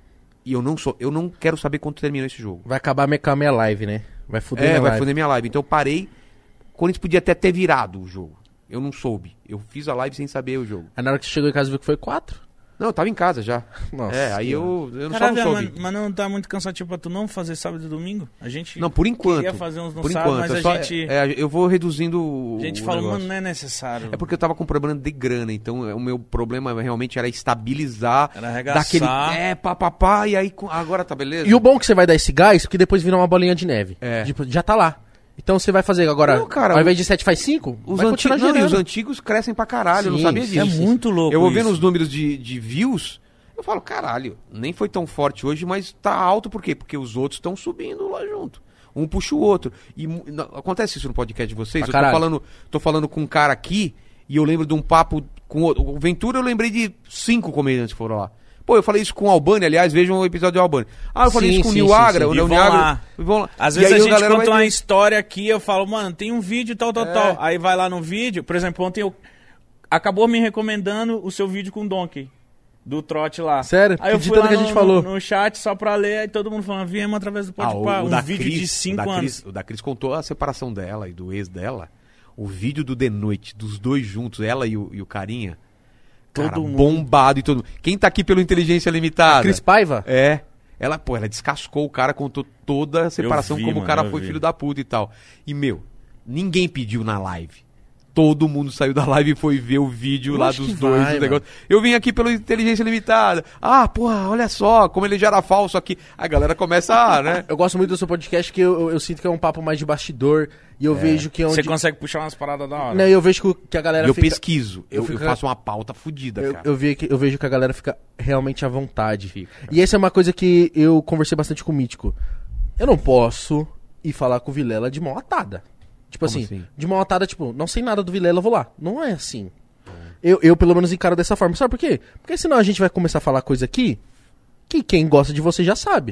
e eu não sou, eu não quero saber quanto terminou esse jogo. Vai acabar minha- com a minha live, né? Vai fuder É, minha vai live. foder minha live. Então eu parei. O Corinthians podia até ter virado o jogo. Eu não soube. Eu fiz a live sem saber o jogo. Aí na hora que você chegou em casa viu que foi quatro? Não, eu tava em casa já. Nossa. é, aí eu, eu só Caralho, não soube. mas, mas não tá muito cansativo pra tu não fazer sábado e domingo? A gente Não, por enquanto. queria fazer uns no por sábado, enquanto. mas é a só- gente, é, eu vou reduzindo o a gente o falou, negócio. mano, não é necessário. É porque eu tava com problema de grana, então é, o meu problema realmente era estabilizar. Era arregaçar. Daquele, é, pá, pá, pá, e aí com- agora tá beleza? E o bom é que você vai dar esse gás, porque depois vira uma bolinha de neve. É. Tipo, já tá lá. Então você vai fazer agora, Não, cara, ao o- invés de sete faz cinco, Os, vai antigos, continuar não, e gerando. os antigos crescem pra caralho, eu não Sim, sabia sim, disso. É muito louco Eu vou vendo isso. os números de, de views, eu falo, caralho, nem foi tão forte hoje, mas tá alto por quê? Porque os outros estão subindo lá junto. Um puxa o outro. E mu- não, acontece isso no podcast de vocês? Pra eu tô caralho. falando, tô falando com um cara aqui e eu lembro de um papo com outro. O Ventura eu lembrei de cinco comediantes que foram lá. Pô, eu falei isso com o Albani, aliás, vejam o episódio do Albani. Ah, eu falei Sim, isso com o sim, Nil sim, Agra, sim. o E Nil vão Agra. lá. e vão lá. Às E vezes aí a gente galera conta vai uma ver. história aqui, eu falo, mano, tem um vídeo tal, tal, É. tal. Aí vai lá no vídeo, por exemplo, ontem eu acabou me recomendando o seu vídeo com o Donkey, do trote lá. Sério? Aí eu De fui tanto lá que a no, gente falou. no, no chat só pra ler, aí todo mundo falando, viemos através do Ah, Podpah, um da vídeo Cris, de o cinco da anos. Cris- o da Cris contou a separação dela e do ex dela. O vídeo do The Noite, dos dois juntos, ela e o, e o carinha. Cara, Todo mundo. bombado e todo mundo. Quem tá aqui pelo Inteligência Limitada? Cris Paiva? É. Ela, pô, ela descascou o cara, contou toda a separação, vi, como mano, o cara eu foi vi. filho da puta e tal. E, meu, ninguém pediu na live. Todo mundo saiu da live e foi ver o vídeo lá Lógico dos que dois. vai, do negócio. Eu vim aqui pelo Inteligência Limitada. Ah, porra, olha só, como ele já era falso aqui. A galera começa a, né? Eu gosto muito do seu podcast, que eu, eu, eu sinto que é um papo mais de bastidor. E eu vejo que é onde... Você consegue puxar umas paradas da hora. Não, eu vejo que, o- que a galera Eu fica... pesquiso, eu, eu eu fico- faço uma pauta fodida, Eu, cara. eu, ve que, eu vejo que a galera fica realmente à vontade. Fica, cara. E essa é uma coisa que eu conversei bastante com o Mítico. Eu não posso ir falar com o Vilela de mão atada. Tipo Como assim, assim? de mão atada, tipo, não sei nada do Vilela, eu vou lá. Não é assim. Eu, eu, pelo menos, encaro dessa forma. Sabe por quê? Porque senão a gente vai começar a falar coisa aqui que quem gosta de você já sabe.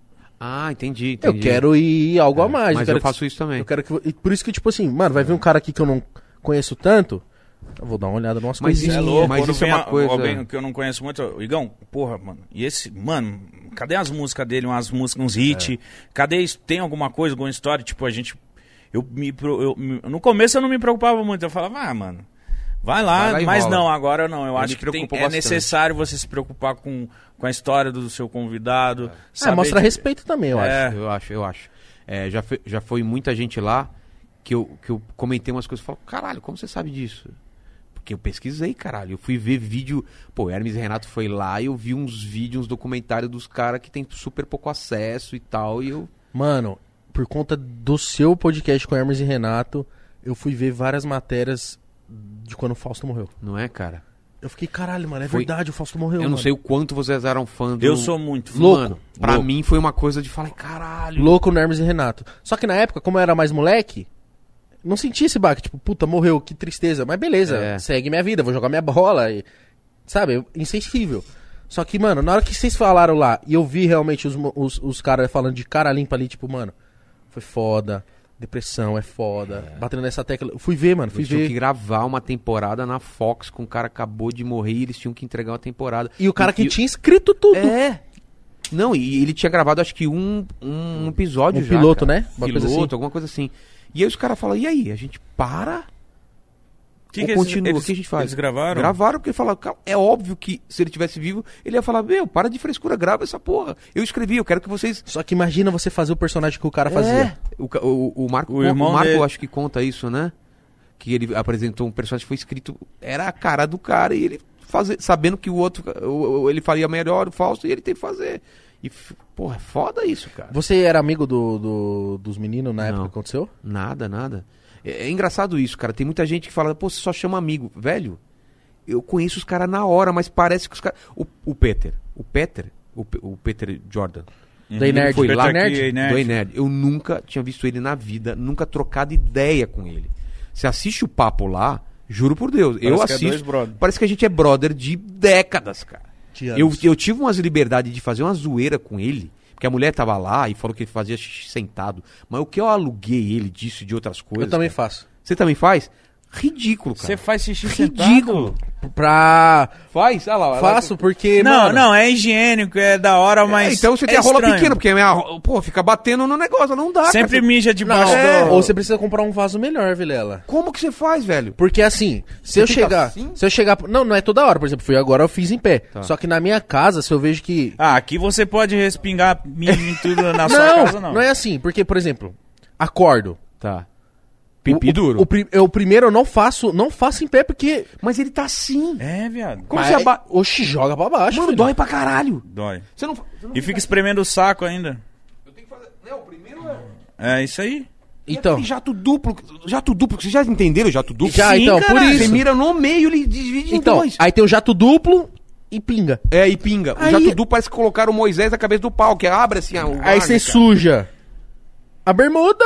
Ah, entendi, entendi. Eu quero ir algo a mais. Mas quero eu que- faço isso também. Eu quero que... e por isso que, tipo assim, mano, vai vir um cara aqui que eu não conheço tanto, eu vou dar uma olhada em umas Mas coisinhas. isso É louco, Mas quando isso é vem uma a- coisa- alguém que eu não conheço muito, eu, Igão, porra, mano, e esse, mano, cadê as músicas dele, umas músicas, uns hits, cadê isso, tem alguma coisa, alguma história, tipo, a gente, eu me, pro- eu, me- no começo eu não me preocupava muito, eu falava, ah, mano, Vai lá, Vai lá e mas rola. não, agora não. Eu, Eu acho me que tem, preocupo é bastante. necessário você se preocupar com, com a história do seu convidado. Ah, saber mostra de- respeito também, eu É. acho. Eu acho, eu acho. É, já, foi, já foi muita gente lá que eu, que eu comentei umas coisas e falo, caralho, como você sabe disso? Porque eu pesquisei, caralho. Eu fui ver vídeo. Pô, Hermes e Renato foi lá e eu vi uns vídeos, uns documentários dos caras que tem super pouco acesso e tal. E eu. Mano, por conta do seu podcast com Hermes e Renato, eu fui ver várias matérias de quando o Fausto morreu. Não é, cara? Eu fiquei, caralho, mano, é Foi- verdade, o Fausto morreu. Eu não mano. sei o quanto vocês eram fã do. Eu sou muito fã. Louco. Mano, pra Louco. mim foi uma coisa de falar, caralho. Louco no Hermes e Renato. Só que na época, como eu era mais moleque, não senti esse baque. Tipo, puta, morreu, que tristeza. Mas beleza, É. segue minha vida, vou jogar minha bola. E, sabe, eu- insensível. Só que, mano, na hora que vocês falaram lá, e eu vi realmente os, mo- os, os caras falando de cara limpa ali, tipo, mano, foi foda, depressão é foda, batendo nessa tecla. Eu fui ver, mano, fui Eles tinham ver. que gravar uma temporada na Fox com o cara que acabou de morrer e eles tinham que entregar uma temporada. E o cara que e- tinha escrito tudo. É. Não, e ele tinha gravado acho que um, um episódio Um já. piloto, cara. né? Uma coisa Piloto, assim. alguma coisa assim. E aí os caras falam, e aí, a gente para? Que ou que eles- continua? eles- o que a gente faz? eles gravaram? Gravaram porque falaram, cara, é óbvio que se ele tivesse vivo, ele ia falar, meu, para de frescura, grava essa porra. Eu escrevi, eu quero que vocês... Só que imagina você fazer o personagem que o cara fazia. É. O, ca- o, o Marco, O o irmão Marco dele. acho que conta isso, né? Que ele apresentou um personagem que foi escrito, era a cara do cara e ele fazer, sabendo que o outro, o- o- ele faria melhor, o Fausto, e ele tem que fazer. E, f- porra, é foda isso, cara. Você era amigo do, do- dos meninos na época Não. que aconteceu? Nada, nada. É, é engraçado isso, cara. Tem muita gente que fala, pô, você só chama amigo. Velho, eu conheço os caras na hora, mas parece que os caras... O, o Peter, o Peter, o, Pe- o Peter Jordan, Do Ei Nerd, foi do lá, Ei Nerd? Ei Nerd. do Ei Nerd. Eu nunca tinha visto ele na vida, nunca trocado ideia com ele. Você assiste o papo lá, juro por Deus, eu Parece que é dois assisto, brother. parece que a gente é brother de décadas, cara. De Eu, anos. eu tive umas liberdades de fazer uma zoeira com ele, porque a mulher tava lá e falou que ele fazia xixi sentado, mas o que eu aluguei ele disso e de outras coisas... Eu também cara, faço. Você também faz? Ridículo, cara. Você faz xixi Ridículo. sentado? Pra... Faz? Olha lá. Faço porque, Não, mano... não, é higiênico, é da hora, mas. É, então você tem é a rola estranho. pequena, porque a minha, ro- pô, fica batendo no negócio, não dá, Sempre cara. Você- mija Não, debaixo é, do. ou você precisa comprar um vaso melhor, Vilela. Como que você faz, velho? Porque assim, se eu fica chegar... assim? Se eu chegar... Não, não é toda hora, por exemplo, fui agora, eu fiz em pé. Tá. Só que na minha casa, se eu vejo que... Ah, aqui você pode respingar mijo em tudo na sua não, casa, não. não é assim, porque, por exemplo, acordo. Tá. Pipi o, duro. O, o, pri- eu primeiro eu não faço, não faço em pé porque... Mas ele tá assim. É, viado. Como Mas- você aba... Oxi, joga pra baixo, Mano, filho. dói pra caralho. Dói. Você não... Você não E fica espremendo o saco ainda. Eu tenho que fazer... Não, o primeiro é... É isso aí. E Então, aquele jato duplo. Jato duplo. Vocês já entenderam o jato duplo? Já, então, por caralho. isso. Você mira no meio, ele divide em então dois. aí tem o jato duplo e pinga. É, e pinga. Aí- O jato duplo parece que colocaram o Moisés na cabeça do pau, que abre assim... a- o Aí ar, você né, cara? suja a bermuda,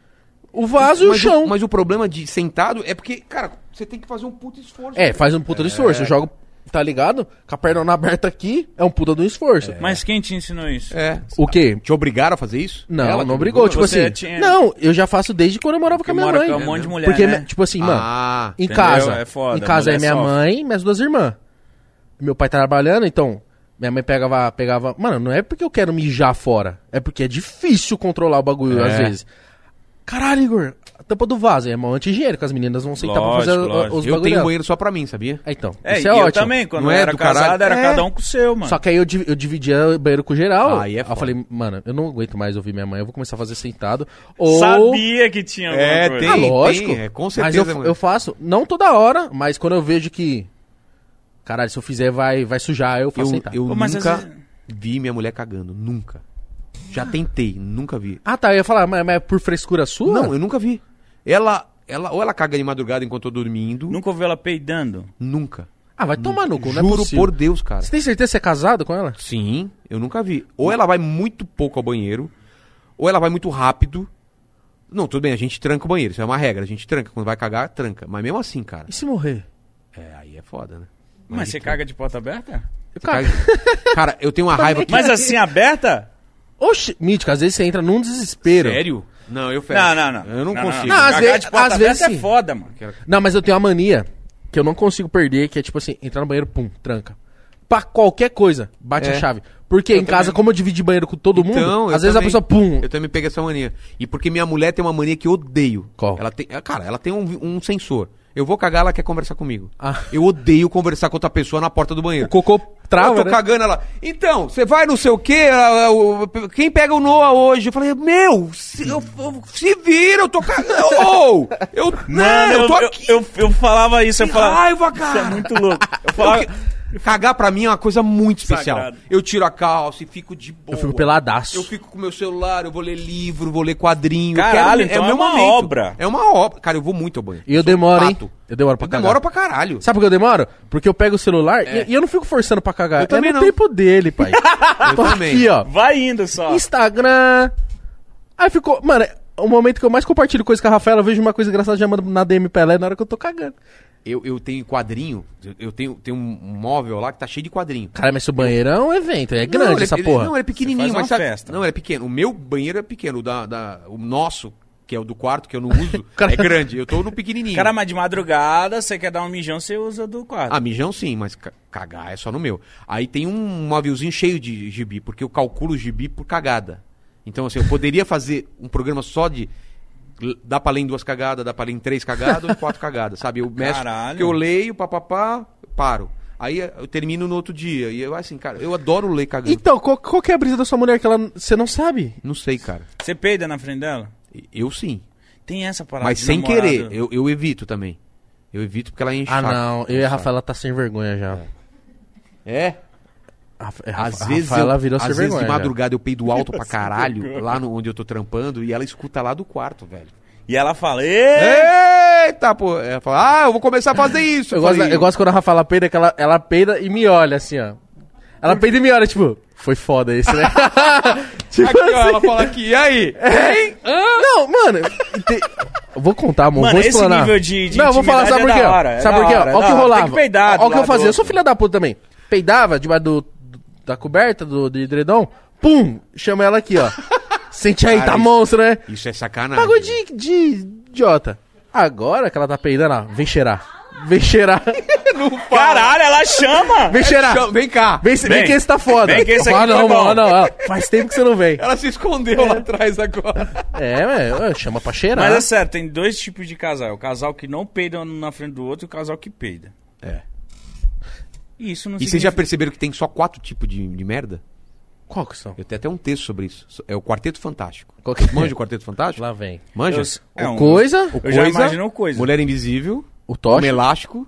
o vaso e o mas chão. mas o problema de sentado é porque, cara, você tem que fazer um puto esforço. É, faz um puta de esforço. Eu jogo, tá ligado? Com a perna aberta aqui, é um puta de um esforço. Mas quem te ensinou isso? É. O quê? Te obrigaram a fazer isso? Não, Ela não te obrigou. Tipo Você assim, tinha- não, eu já faço desde quando eu morava com a Porque minha mora mãe. com um monte de mulher, Porque, né? tipo assim, mano, Ah, em entendeu? casa, É foda, em casa é mulher minha sofre. mãe e minhas duas irmãs. Meu pai trabalhando, então, minha mãe pegava, pegava... Mano, não é porque eu quero mijar fora, é porque é difícil controlar o bagulho, É. às vezes. Caralho, Igor, a tampa do vaso é mão anti-higiênico, as meninas vão sentar Lógico, pra fazer lógico. os eu bagulho tenho um dela. banheiro só pra mim, sabia? É, então, É, isso e é eu ótimo. também, quando Não eu é era do caralho? casado, era É. cada um com o seu, mano. Só que aí eu, divi- eu dividia o banheiro com geral. Aí é eu foda. falei, mano, eu não aguento mais ouvir minha mãe, eu vou começar a fazer sentado. Ou... Sabia que tinha alguma É, coisa. Ah, tem. lógico. é, com Mas certeza, eu, mano. eu faço, não toda hora, mas quando eu vejo que... Caralho, se eu fizer vai, vai sujar, eu faço Eu, sentar. eu Pô, mas nunca às vezes- vi minha mulher cagando. Nunca. Já tentei, nunca vi. Ah, tá, eu ia falar, mas, mas é por frescura sua? Não, eu nunca vi. Ela, ela, ou ela caga de madrugada enquanto eu tô dormindo. Nunca ouviu ela peidando? Nunca. Ah, vai tomar no cu, não é Juro possível. por Deus, cara. Você tem certeza que você é casado com ela? Sim, eu nunca vi. Ou ela vai muito pouco ao banheiro, ou ela vai muito rápido. Não, tudo bem, a gente tranca o banheiro, isso é uma regra. A gente tranca, quando vai cagar, tranca. Mas mesmo assim, cara. E se morrer? É, aí é foda, né? Mas você caga de porta aberta? Eu Cara, cago. cara, eu tenho uma raiva que... Mas assim, aberta? Oxi, mítico, às vezes você entra num desespero. Sério? Não, eu fecho. Não, não, não. Eu não, consigo. Não, às Cagar vezes- de porta às aberta vezes é sim. foda, mano. Não, mas eu tenho uma mania que eu não consigo perder, que é tipo assim, entrar no banheiro, pum, tranca. Pra qualquer coisa, bate É. a chave. Porque Eu em casa, também. como eu dividi banheiro com todo mundo, Então, eu às vezes a também- pessoa, pum. Eu também peguei essa mania. E porque minha mulher tem uma mania que eu odeio. Qual? Ela tem, cara, ela tem um, um sensor. Eu vou cagar, ela quer conversar comigo. Ah. Eu odeio conversar com outra pessoa na porta do banheiro. O cocô trava, Eu tô né? cagando ela. Então, você vai não sei o quê, a- a- o- quem pega o Noah hoje? Eu falei, meu, se, eu- eu- se vira, eu tô cagando. Ô, eu, não, eu tô aqui. Eu, eu, eu falava isso, eu Que falava. raiva, Isso cara. é muito louco. Eu falava. Cagar pra mim é uma coisa muito especial. Sagrado. Eu tiro a calça e fico de boa. Eu fico peladaço. Eu fico com meu celular, eu vou ler livro, vou ler quadrinho. eu Caralho, quero- então o é meu uma momento. obra. É uma obra. Cara, eu vou muito ao banheiro. E eu Sou demoro, hein? pato. Eu demoro pra Eu cagar. demoro pra caralho. Sabe por que eu demoro? Porque eu pego o celular e, e eu não fico forçando pra cagar. Eu também é no não. tempo dele, pai. Eu Tô também. aqui, ó. Vai indo só. Instagram. Aí ficou... Mano, o momento que eu mais compartilho coisa com a Rafaela, eu vejo uma coisa engraçada, já mando na D M pra ela, é na hora que eu tô cagando. Eu, eu tenho quadrinho, eu- eu tenho, tenho um móvel lá que tá cheio de quadrinho. Cara, mas seu banheiro é um evento, é Não, grande ele- essa ele- porra. Não, ele é pequenininho, Você faz mas uma sabe- festa. Não, ele é pequeno. O meu banheiro é pequeno, o, da, da- o nosso, que é o do quarto, que eu não uso, Cara- é grande. Eu tô no pequenininho. Cara, mas de madrugada, você quer dar um mijão, você usa do quarto. Ah, mijão sim, mas ca- cagar é só no meu. Aí tem um móvelzinho cheio de gibi, porque eu calculo gibi por cagada. Então, assim, eu poderia fazer um programa só de... l- Dá pra ler em duas cagadas, dá pra ler em três cagadas ou em quatro cagadas, sabe? Eu meço, Caralho. que eu leio, papapá, paro. Aí eu termino no outro dia. E eu, assim, cara, eu adoro ler cagando. Então, qual, qual que é a brisa da sua mulher que ela... Você não sabe? Não sei, cara. Você peida na frente dela? Eu sim. Tem essa parada. Mas de sem namorado. querer. Eu, eu evito também. Eu evito porque ela enche Ah, o saco. não. Eu e a Rafaela tá sem vergonha já. É? A, Rafa- a, Às a vezes, Rafaela eu, virou às sem vezes vergonha de já. madrugada eu peido alto pra caralho, lá no, onde eu tô trampando, e ela escuta lá do quarto, velho. E ela fala, Ê! Eita, pô. Ela fala, ah, eu vou começar a fazer isso. Eu, gosto, falei, eu gosto quando a Rafaela peida, que ela, ela peida e me olha assim, ó. Ela peida e me olha, tipo, foi foda esse, né? tipo Aqui, ó, assim. ela fala aqui, e aí? Hein? Não, mano. te- Eu vou contar, amor. Mano, vou esse explanar. nível de- de Não, eu vou falar, sabe por intimidade quê? é da ó? hora, é sabe da por quê? ó? hora, é Ó o da que hora. rolava. Tem que peidar do Ó o que eu lado fazia. do Eu sou outro. filha da puta também. Peidava debaixo do, do- da coberta, do, do edredom. Pum! Chama ela aqui, ó. Sente aí, Cara, tá isso- monstro, né? Isso é sacanagem. Bagulho de, de idiota. Agora que ela tá peidando, ó, vem cheirar. Vem cheirar. Caralho, ela chama! Vem cheirar. Chama- Vem cá. Vem, vem, Vem. que esse tá foda. Vem que esse Eu falo, aqui não, foi bom. mano, não, ela- Faz tempo que você não vem. Ela se escondeu lá atrás agora. É, velho, chama pra cheirar. Mas é sério, tem dois tipos de casal. O casal que não peida um na frente do outro e o casal que peida. É. E isso não E vocês significa... já perceberam que tem só quatro tipos de, de merda? Qual que são? Eu tenho até um texto sobre isso. É o Quarteto Fantástico. Qual que é? Manja o Quarteto Fantástico? Lá vem. Manja? Eu- é O um- coisa, O Eu já imagino coisa. Mulher Invisível, o tocha. Homem Elástico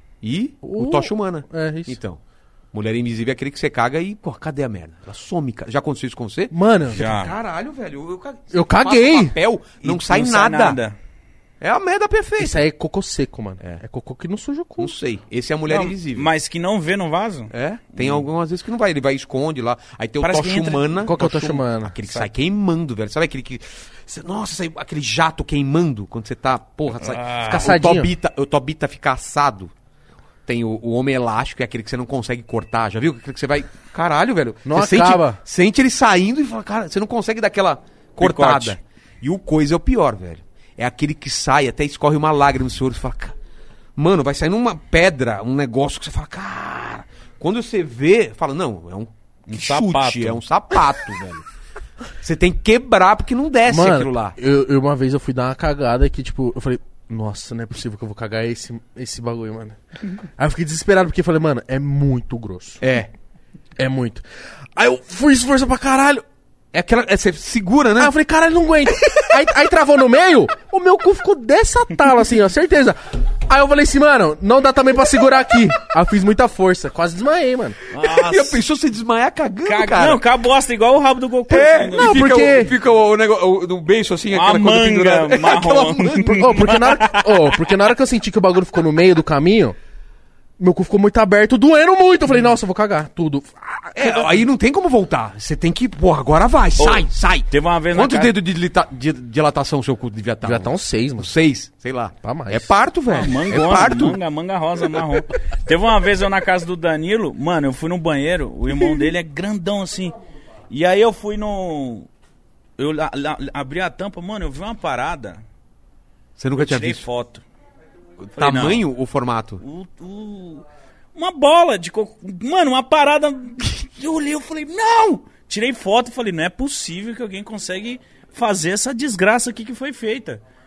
e o, O- Tocha Humana. É, isso. Então, Mulher Invisível é aquele que você caga e, pô, cadê a merda? Ela some, cara. Já aconteceu isso com você? Mano, Já. Caralho, velho. Eu, ca- Eu você passa caguei. papel, não, E sai, nada. É a merda perfeita. isso aí é cocô seco, mano. É. É, cocô que não suja o cu. Não sei. Esse é a Mulher Não, Invisível. Mas que não vê no vaso? É, tem algumas vezes que não vai. Ele vai e esconde lá. Aí tem o Parece Tocha que entra- Humana. Qual que é o Tocha Humana? Aquele que sai queimando, velho. Sabe aquele que... cê- Nossa, sai aquele jato queimando quando você tá... Porra, sai... Ah. Fica o assadinho. Tobita, o Tobita fica assado. Tem o, o Homem Elástico, que é aquele que você não consegue cortar. Já viu? Aquele que você vai... Caralho, velho. Não Você acaba. Sente, sente ele saindo e fala... Cara, você não consegue dar aquela cortada. Picote. E o Coisa é o pior, velho. É aquele que sai, até escorre uma lágrima no seu olho e fala... "Ca- Mano, vai saindo uma pedra, um negócio que você fala... Cara... Quando você vê, fala... Não, é um, um chute, sapato. é um sapato, velho. Você tem que quebrar porque não desce Mano, aquilo lá. Eu, eu uma vez eu fui dar uma cagada que, tipo, eu falei, nossa, não é possível que eu vou cagar esse, esse bagulho, mano. Aí eu fiquei desesperado porque eu falei, mano, é muito grosso. É. É muito. Aí eu fui esforçar pra caralho. É aquela... é, você segura, né? Aí eu falei, caralho, não aguento. aí, aí travou no meio, o meu cu ficou dessa tala, assim, ó, certeza. Aí eu falei assim, mano, não dá também pra segurar aqui. Aí eu fiz muita força, quase desmaiei, mano. E a pessoa se desmaiar cagando, Caga- cara. Não, com a bosta, igual o rabo do Goku. É, Não, e fica porque- O, fica o, negócio, no beiço assim, Uma aquela coisa manga pendurada. marrom. Aquela manga. Por- oh, porque, na hora, oh, porque na hora que eu senti que o bagulho ficou no meio do caminho, meu cu ficou muito aberto, doendo muito. Eu falei, nossa, eu vou cagar, tudo. É, aí não tem como voltar. Você tem que, porra, agora vai, sai, sai. Teve uma vez na Quantos casa- dedos de, dilata- de dilatação o seu cu devia estar? Já tá uns seis, mano. Seis, sei lá. Tá mais. É parto, velho. Mangona, é parto. manga, manga rosa, marrom. Teve uma vez eu na casa do Danilo, mano, eu fui no banheiro, o irmão dele é grandão assim. E aí eu fui no... Eu la- la- abri a tampa, mano, eu vi uma parada, Você nunca tinha tirei visto. foto. Falei, Tamanho ou formato? O, o- uma bola de coco. Mano, uma parada. Eu olhei, eu falei, não! Tirei foto e falei, não é possível que alguém consegue fazer essa desgraça aqui que foi feita.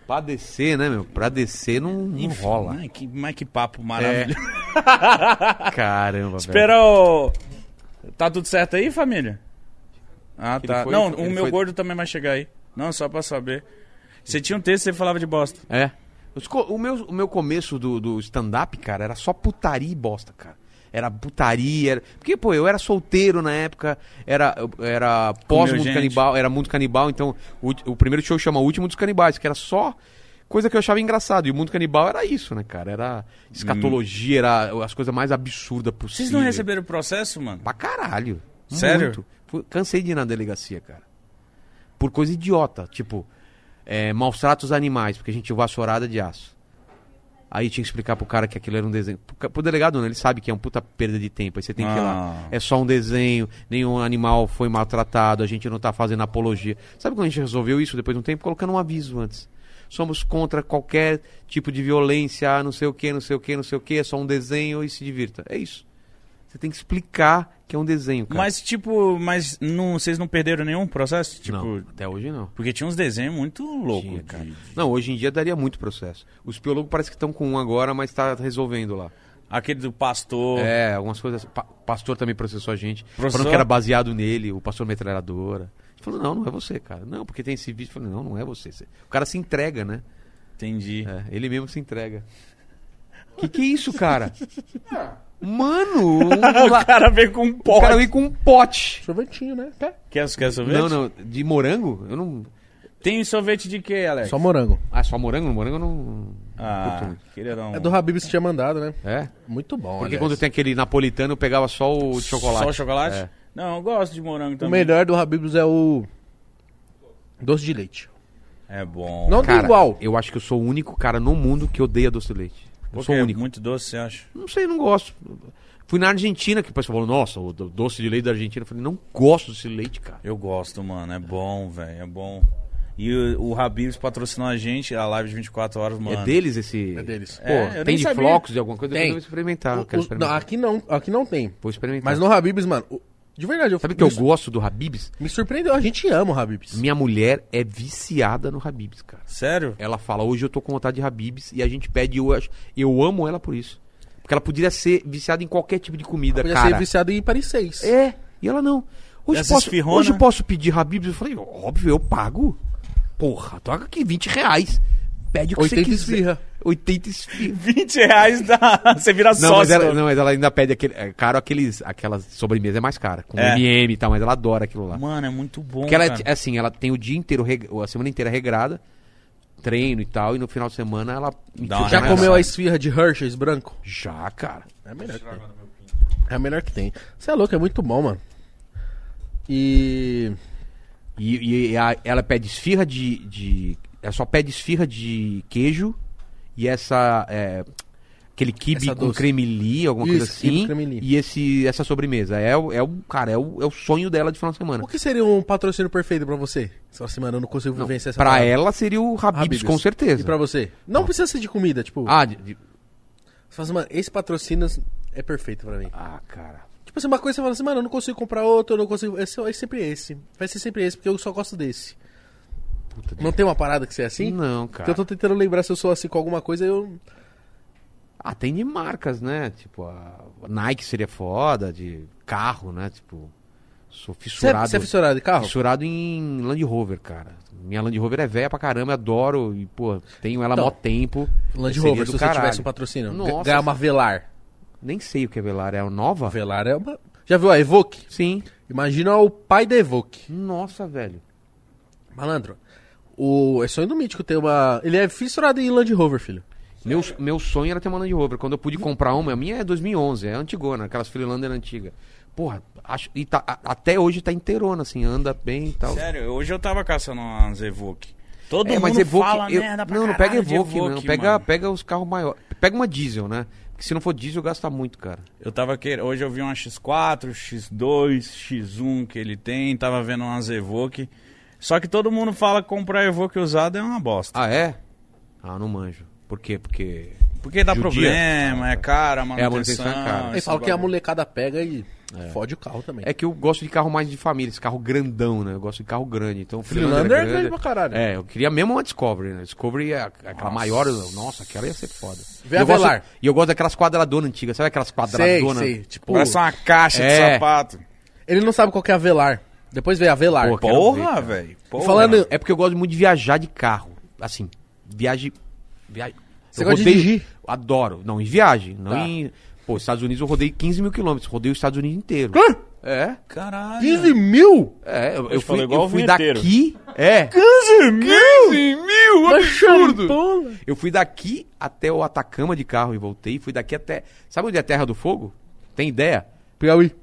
Pra descer, né, meu? Pra descer não, não Enfim, rola. Mas que, mas que papo maravilhoso. Caramba, velho. Espera o... Tá tudo certo aí, família? Ah, Ele tá. foi- Não, ele o meu foi- gordo também vai chegar aí. Não, só pra saber. Você tinha um texto e você falava de bosta. É. Os co- O meu, o meu começo do, do stand-up, cara, era só putaria e bosta, cara. Era putaria, era... Porque, pô, eu era solteiro na época, era, era pós-Mundo gente. Canibal, era Mundo Canibal, então o, o primeiro show chama O Último dos Canibais, que era só coisa que eu achava engraçado. E o Mundo Canibal era isso, né, cara? Era escatologia, era as coisas mais absurdas possíveis. Vocês não receberam o processo, mano? Pra caralho. Sério? Muito. Fui- Cansei de ir na delegacia, cara. Por coisa idiota. Tipo, é, maus tratos animais, porque a gente tinha vassourada de aço. Aí tinha que explicar pro cara que aquilo era um desenho. Pro, ca- pro delegado, né? Ele sabe que é uma puta perda de tempo. Aí você tem que ir lá. Ah. É só um desenho, nenhum animal foi maltratado, a gente não tá fazendo apologia. Sabe quando a gente resolveu isso depois de um tempo? Colocando um aviso antes. Somos contra qualquer tipo de violência, não sei o que, não sei o que, não sei o que, é só um desenho e se divirta. É isso. Você tem que explicar que é um desenho, cara. Mas, tipo, mas não, vocês não perderam nenhum processo? Tipo, Não, até hoje não. porque tinha uns desenhos muito loucos, Tinha, cara. Não, hoje em dia daria muito processo. Os biólogos parece que estão com um agora, mas tá resolvendo lá. Aquele do pastor. É, algumas coisas. Pa pastor também processou a gente. Processou? Falando que era baseado nele, o pastor metralhadora. A gente falou, não, não é você, cara. Não, porque tem esse vídeo. Eu falei, não, não é você. O cara se entrega, né? Entendi. É, ele mesmo se entrega. Que que é isso, cara? Mano, um la- O cara veio com um o pote. cara veio com um pote. Sorvetinho, né? Quer? Quer, quer sorvete? Não, não, de morango? Eu não. Tem sorvete de quê, Alex? Só morango. Ah, só morango? Morango eu não. Ah, curto muito. queria dar um... É do Habib's que tinha mandado, né? É? Muito bom, Porque aliás. quando tem aquele napolitano, eu pegava só o de chocolate. Só o chocolate? É. Não, eu gosto de morango O também. melhor do Habib's é o doce de leite. É bom. Não Cara, tem igual. eu acho que eu sou o único cara no mundo que odeia doce de leite. Eu Porque sou o é único. muito doce, você acha? Não sei, não gosto. Fui na Argentina, que o pessoal falou, nossa, o do- doce de leite da Argentina. Eu falei, não gosto desse leite, cara. Eu gosto, mano. É bom, velho. É bom. E o, o Habib's patrocinou a gente, a live de vinte e quatro horas, mano. É deles esse... É deles. Pô, É, eu tem nem de sabia. flocos, de alguma coisa? Tem. Eu vou experimentar, eu O- quero o- experimentar. não, aqui não, aqui não tem. Vou experimentar. Mas no Habib's, mano, o- de verdade, eu Sabe que eu me, gosto do Habib's? me surpreendeu. A gente ama o Habib's. Minha mulher é viciada no Habib's, cara. Sério? Ela fala, hoje eu tô com vontade de Habib's e a gente pede, eu, acho- eu amo ela por isso. Porque ela poderia ser viciada em qualquer tipo de comida, Podia cara. ser viciado em Paris seis. É, e ela não. Hoje Essa posso, esfirrona? hoje posso pedir Habib's? Eu falei, óbvio, eu pago. Porra, toca aqui vinte reais. Pede o que oitenta você quiser. esfirra. oitenta esfirra. vinte reais dá. Você vira Não, sócio. mas ela, não, mas ela ainda pede aquele. É caro aqueles. Aquelas sobremesa é mais cara. Com É. M M e tal, mas ela adora aquilo lá. Mano, é muito bom, Porque ela cara. é assim, ela tem o dia inteiro, reg- a semana inteira regrada, treino e tal, e no final de semana ela. Dá uma Já Mas- comeu a esfirra de Hershey's branco? Já, cara. É a melhor que tem. É a melhor que tem. Você é louco, é muito bom, mano. E... E, e a- ela pede esfirra de, de. Ela só pede esfirra de queijo e essa. É, aquele quibe Essa com doce. creme li, alguma coisa Isso, quibe assim. creme li. E esse, essa sobremesa. É, o- é o. Cara, é o, é o sonho dela de final de semana. O que seria um patrocínio perfeito pra você? Se você, mano, eu não consigo Não, vencer essa pra parada. ela seria o Habib's, Habib's. com certeza. E pra você? Não precisa ser de comida, tipo... Ah, de- de- Você fala assim, mano, esse patrocínio é perfeito pra mim. ah, cara. Tipo assim, uma coisa você fala assim, mano, eu não consigo comprar outro, eu não consigo... Esse é sempre esse. Vai ser sempre esse, porque eu só gosto desse. Puta Não tem uma parada que você é assim? Não, Porque cara. eu tô tentando lembrar se eu sou assim com alguma coisa, eu... Ah, tem de marcas, né? Tipo, a Nike seria foda, de carro, né? Tipo, sou Você é, fissurado. você é fissurado de carro? Fissurado em Land Rover, cara. Minha Land Rover é velha pra caramba, eu adoro e, pô, tenho ela há Então, mó tempo. Land Seria Rover, do se você caralho. tivesse um patrocínio. Nossa, Ganhar uma Velar. Nem sei o que é Velar, é a nova? Velar é uma... Já viu a Evoque? Sim. Imagina o pai da Evoque. Nossa, velho. Malandro, o... é sonho do Mítico ter uma... Ele é fissurado em Land Rover, filho. Meu, meu sonho era ter uma Land Rover. Quando eu pude comprar uma, a minha é dois mil e onze, é antigona, aquelas Freelander antigas. Porra, acho, e tá, a- até hoje tá inteirona, assim, anda bem e tal. Sério, hoje eu tava caçando umas Evoque. Todo É, mundo mas Evoque, fala eu- merda pra não, não pega caralho de Evoque, não. Pega, mano. pega os carros maiores. Pega uma diesel, né? Porque se não for diesel, gasta muito, cara. Eu tava querendo. Hoje eu vi uma X quatro, X dois, X um que ele tem, tava vendo umas Evoque. Só que todo mundo fala que comprar Evoque usado é uma bosta. Ah, é? Ah, não manjo. Por quê? Porque. Porque dá Judia. problema, é cara, a É, a manutenção manutenção. é cara. Aí esse fala que a bagulho. molecada pega e... Fode o carro também. É que eu gosto de carro mais de família, esse carro grandão, né? Eu gosto de carro grande. Então, o Freelander é grande pra caralho. É, eu queria mesmo uma Discovery, né? Discovery é aquela maior. Nossa, aquela ia ser foda. Vê E a eu gosto- Velar. E eu gosto daquelas quadradonas antigas, sabe aquelas Sei, quadradonas? sei. Tipo, Parece uma caixa de É. sapato. ele não sabe qual que é a Velar. Depois veio a Velar. Pô, quero ver, Porra, cara. velho. Porra. Falando- É porque eu gosto muito de viajar de carro. Assim, viagem. viagem. Você Eu gosta de rodeio- dirigir? Adoro. Não, em viagem. Não Tá. em. Pô, Estados Unidos eu rodei quinze mil quilômetros. Rodei os Estados Unidos inteiro. Hã? É. Caralho. quinze mil? É, eu, eu Ele fui, falou igual eu o fui vinheteiro. daqui. É. quinze mil? quinze mil, absurdo! Champola. Eu fui daqui até o Atacama de carro e voltei. Fui daqui até. Sabe onde é a Terra do Fogo? Tem ideia? Piauí.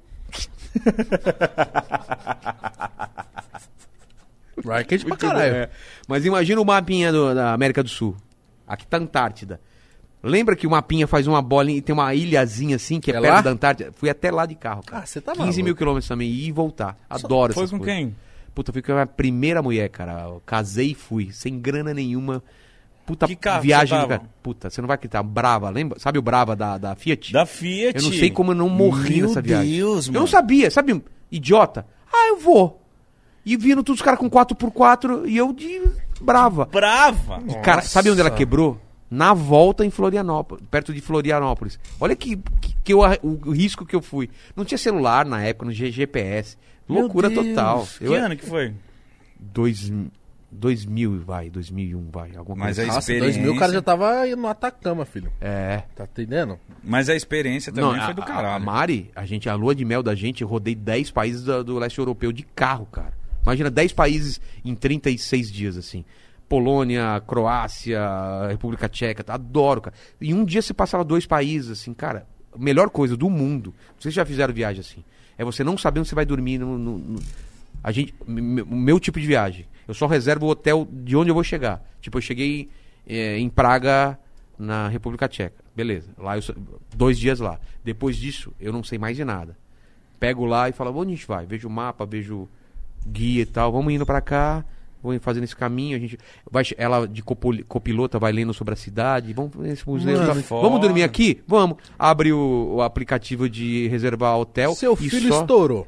Vai quente pra caralho. É. Mas imagina o mapinha do- da América do Sul. Aqui tá a Antártida. Lembra que o mapinha faz uma bolinha e tem uma ilhazinha assim que é, É perto lá? da Antártida? Fui até lá de carro, cara. Ah, você tá quinze mil maluco. quilômetros também, ir e voltar. Adoro Foi essas com coisas. quem? Puta, fui com a minha primeira mulher, cara. Eu casei e fui, sem grana nenhuma. Puta Que carro viagem. você do tava? cara. Puta, você não vai acreditar. Brava, lembra? Sabe o Brava da, da Fiat? Da Fiat. Eu não sei como eu não morri Meu nessa viagem. Deus, eu mano. não sabia, sabe? Idiota. Ah, eu vou. E vindo todos os caras com quatro por quatro e eu de brava. Brava. E, cara, sabe onde ela quebrou? Na volta em Florianópolis, perto de Florianópolis. Olha que, que, que eu, o, o risco que eu fui. Não tinha celular na época, não tinha G P S. Meu Loucura Deus. total. Que Eu, ano que foi? dois, dois mil, vai, dois mil e um, vai. Alguma Mas coisa a assim. Nossa, dois mil o cara já tava aí no Atacama, filho. É. Tá entendendo? Mas a experiência também Não, foi do a- caralho. A Mari, a gente, a lua de mel da gente, eu rodei dez países do, do leste europeu de carro, cara. Imagina dez países em trinta e seis dias, assim. Polônia, Croácia, República Tcheca, tá? Adoro, cara. E um dia você passava dois países, assim, cara, a melhor coisa do mundo. Vocês já fizeram viagem assim? É você não saber onde você vai dormir no... no- no- a gente, m- o meu tipo de viagem. Eu só reservo o hotel de onde eu vou chegar. Tipo, eu cheguei eh, em Praga, na República Tcheca. Beleza. Lá eu só- dois dias lá. Depois disso, eu não sei mais de nada. Pego lá e falo, onde a gente vai? Vejo o mapa, vejo guia e tal. Vamos indo pra cá, vamos fazendo esse caminho. A gente vai, che- ela de copoli- copilota vai lendo sobre a cidade. Vamos nesse museu. Mano, e tal. foda. Vamos dormir aqui? Vamos. Abre o, o aplicativo de reservar hotel. Seu e filho só... estourou.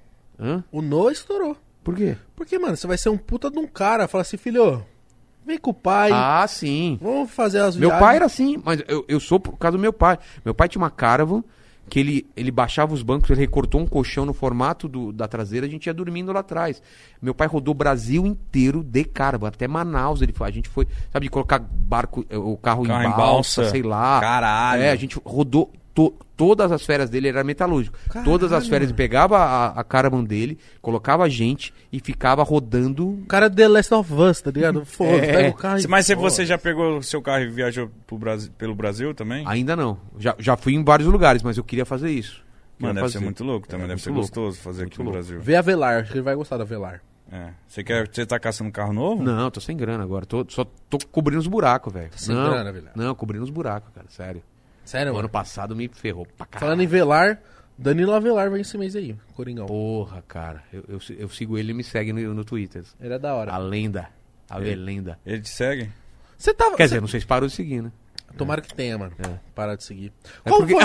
Hã? O Noah estourou. Por quê? Porque, mano, você vai ser um puta de um cara. Fala assim, filho, vem com o pai. Ah, sim. Vamos fazer as Meu viagens. pai era assim, mas eu, eu sou por causa do meu pai. Meu pai tinha uma Caravan que ele, ele baixava os bancos, ele recortou um colchão no formato do, da traseira, a gente ia dormindo lá atrás. Meu pai rodou o Brasil inteiro de Caravan, até Manaus ele foi. A gente foi, sabe, de colocar barco, eh, o carro, Carro em, em balsa, balsa. sei lá. Caralho. É, a gente rodou to- todas as férias dele, era metalúrgico. Caralho, Todas as férias mano. ele pegava a, a Caravan dele, colocava a gente e ficava rodando. O cara é The Last of Us, tá ligado? Foda, É. pega o carro e Mas se foda. você já pegou o seu carro e viajou pro Brasil, pelo Brasil também? Ainda não. Já, já fui em vários lugares, mas eu queria fazer isso. Mano, Queria deve ser fazer. muito louco também, É, deve muito ser louco. gostoso fazer Muito aqui no louco. Brasil. Vê a Velar, acho que ele vai gostar da Velar. É. Você, quer, você tá caçando um carro novo? Não, tô sem grana agora. Tô, só tô cobrindo os buracos, velho. sem não, grana, velho? não, cobrindo os buracos, cara. Sério. Sério, O mano? ano passado me ferrou pra caralho. Falando em Velar, Danilo Avelar vem esse mês aí, Coringão. Porra, cara. Eu, eu, eu sigo ele e me segue no, no Twitter. Ele é da hora. A lenda. A Ele- lenda. Ele te segue? Você tava... Quer dizer, não sei se parou de seguir, né? Tomara que tenha, mano. É. Parar de seguir. É Qual, porque-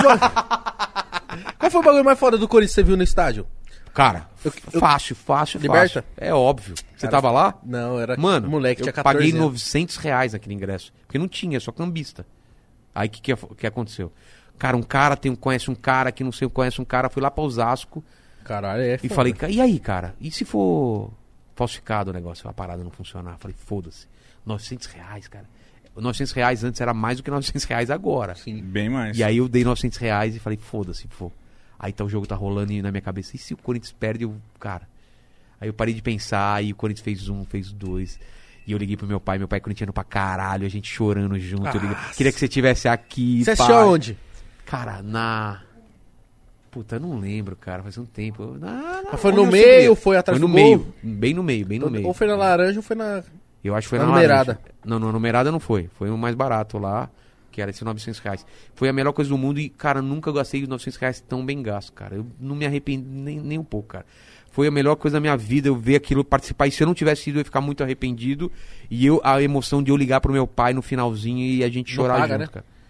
foi o... Qual foi o bagulho mais foda do Corinthians que você viu no estádio? Cara, Eu- eu- fácil, fácil, Liberta? fácil. É óbvio. Você Cara, tava lá? Não, era Mano, moleque, eu tinha catorze paguei anos. novecentos reais naquele ingresso. Porque não tinha, só cambista. Aí o que, que, que aconteceu? Cara, um cara tem, um- conhece um cara que não sei, conhece um cara, fui lá pra Osasco Caralho, é e foda. falei, "Ca- e aí, cara? E se for falsificado o negócio, a parada não funcionar?" Falei, foda-se. novecentos reais, cara. novecentos reais antes era mais do que novecentos reais agora. Sim. Bem mais. E aí eu dei novecentos reais e falei, foda-se, for. Aí tá, o jogo tá rolando e na minha cabeça, e se o Corinthians perde, eu, cara... Aí eu parei de pensar, aí o Corinthians fez um, fez dois. E eu liguei pro meu pai, meu pai corintiano pra caralho, a gente chorando junto. Eu liguei, Nossa. queria que você estivesse aqui, Você pai. assistiu aonde? Cara, na... Puta, eu não lembro, cara, faz um tempo. Eu- Na, na- Mas foi onde no eu meio sempre- ou foi atrás Foi no do gol? meio, bem no meio, bem no meio. Ou foi na laranja ou foi na... Eu acho que foi Na na, numerada. laranja. Não, na numerada não foi. Foi o mais barato lá, que era esses novecentos reais. Foi a melhor coisa do mundo e, cara, nunca gastei os novecentos reais tão bem gasto, cara. Eu não me arrependi nem, nem um pouco, cara. Foi a melhor coisa da minha vida, eu ver aquilo, participar. E se eu não tivesse ido, eu ia ficar muito arrependido. E eu, a emoção de eu ligar pro meu pai no finalzinho e a gente Não chorar paga, junto, né? cara.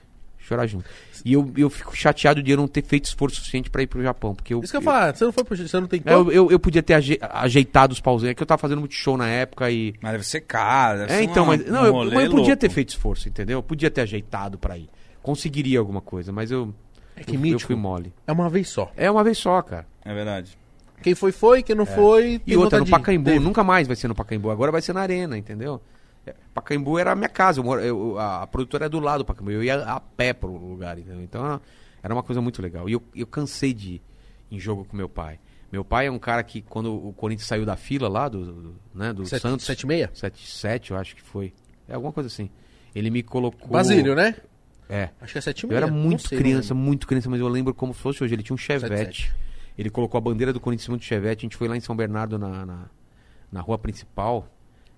chorar junto. E eu, eu fico chateado de eu não ter feito esforço suficiente pra ir pro Japão, porque eu... Isso que eu ia falar, você não foi pro você não tem eu, eu, eu, eu podia ter aje, ajeitado os pauzinhos, é que eu tava fazendo muito show na época e... Mas deve ser caro, deve É, ser então, uma- mas... Não, um eu, rolê mas eu podia louco. ter feito esforço, entendeu? Eu podia ter ajeitado pra ir. Conseguiria alguma coisa, mas eu... É que eu, eu mítico fui mole. é uma vez só. É uma vez só, cara. É verdade. Quem foi, foi. Quem não foi, E tem outra, no vontade de ir. Pacaembu, Teve. nunca mais vai ser no Pacaembu, agora vai ser na Arena, entendeu? É, Pacaembu era a minha casa, eu moro- eu- a, a produtora é do lado do Pacaembu, eu ia a pé pro lugar, entendeu? Então era uma coisa muito legal. E eu, eu cansei de ir em jogo com meu pai. Meu pai é um cara que, quando o Corinthians saiu da fila lá, do, do, né, do Sete- Santos... sete e meia? sete sete, eu acho que foi. É alguma coisa assim. Ele me colocou... Basílio, né? É. Acho que é sete e Eu meia. era não muito sei, criança, não muito criança, mas eu lembro como se fosse hoje. Ele tinha um Sete, Chevette. sete. Ele colocou a bandeira do Corinthians em cima do Chevette. A gente foi lá em São Bernardo, na, na, na rua principal.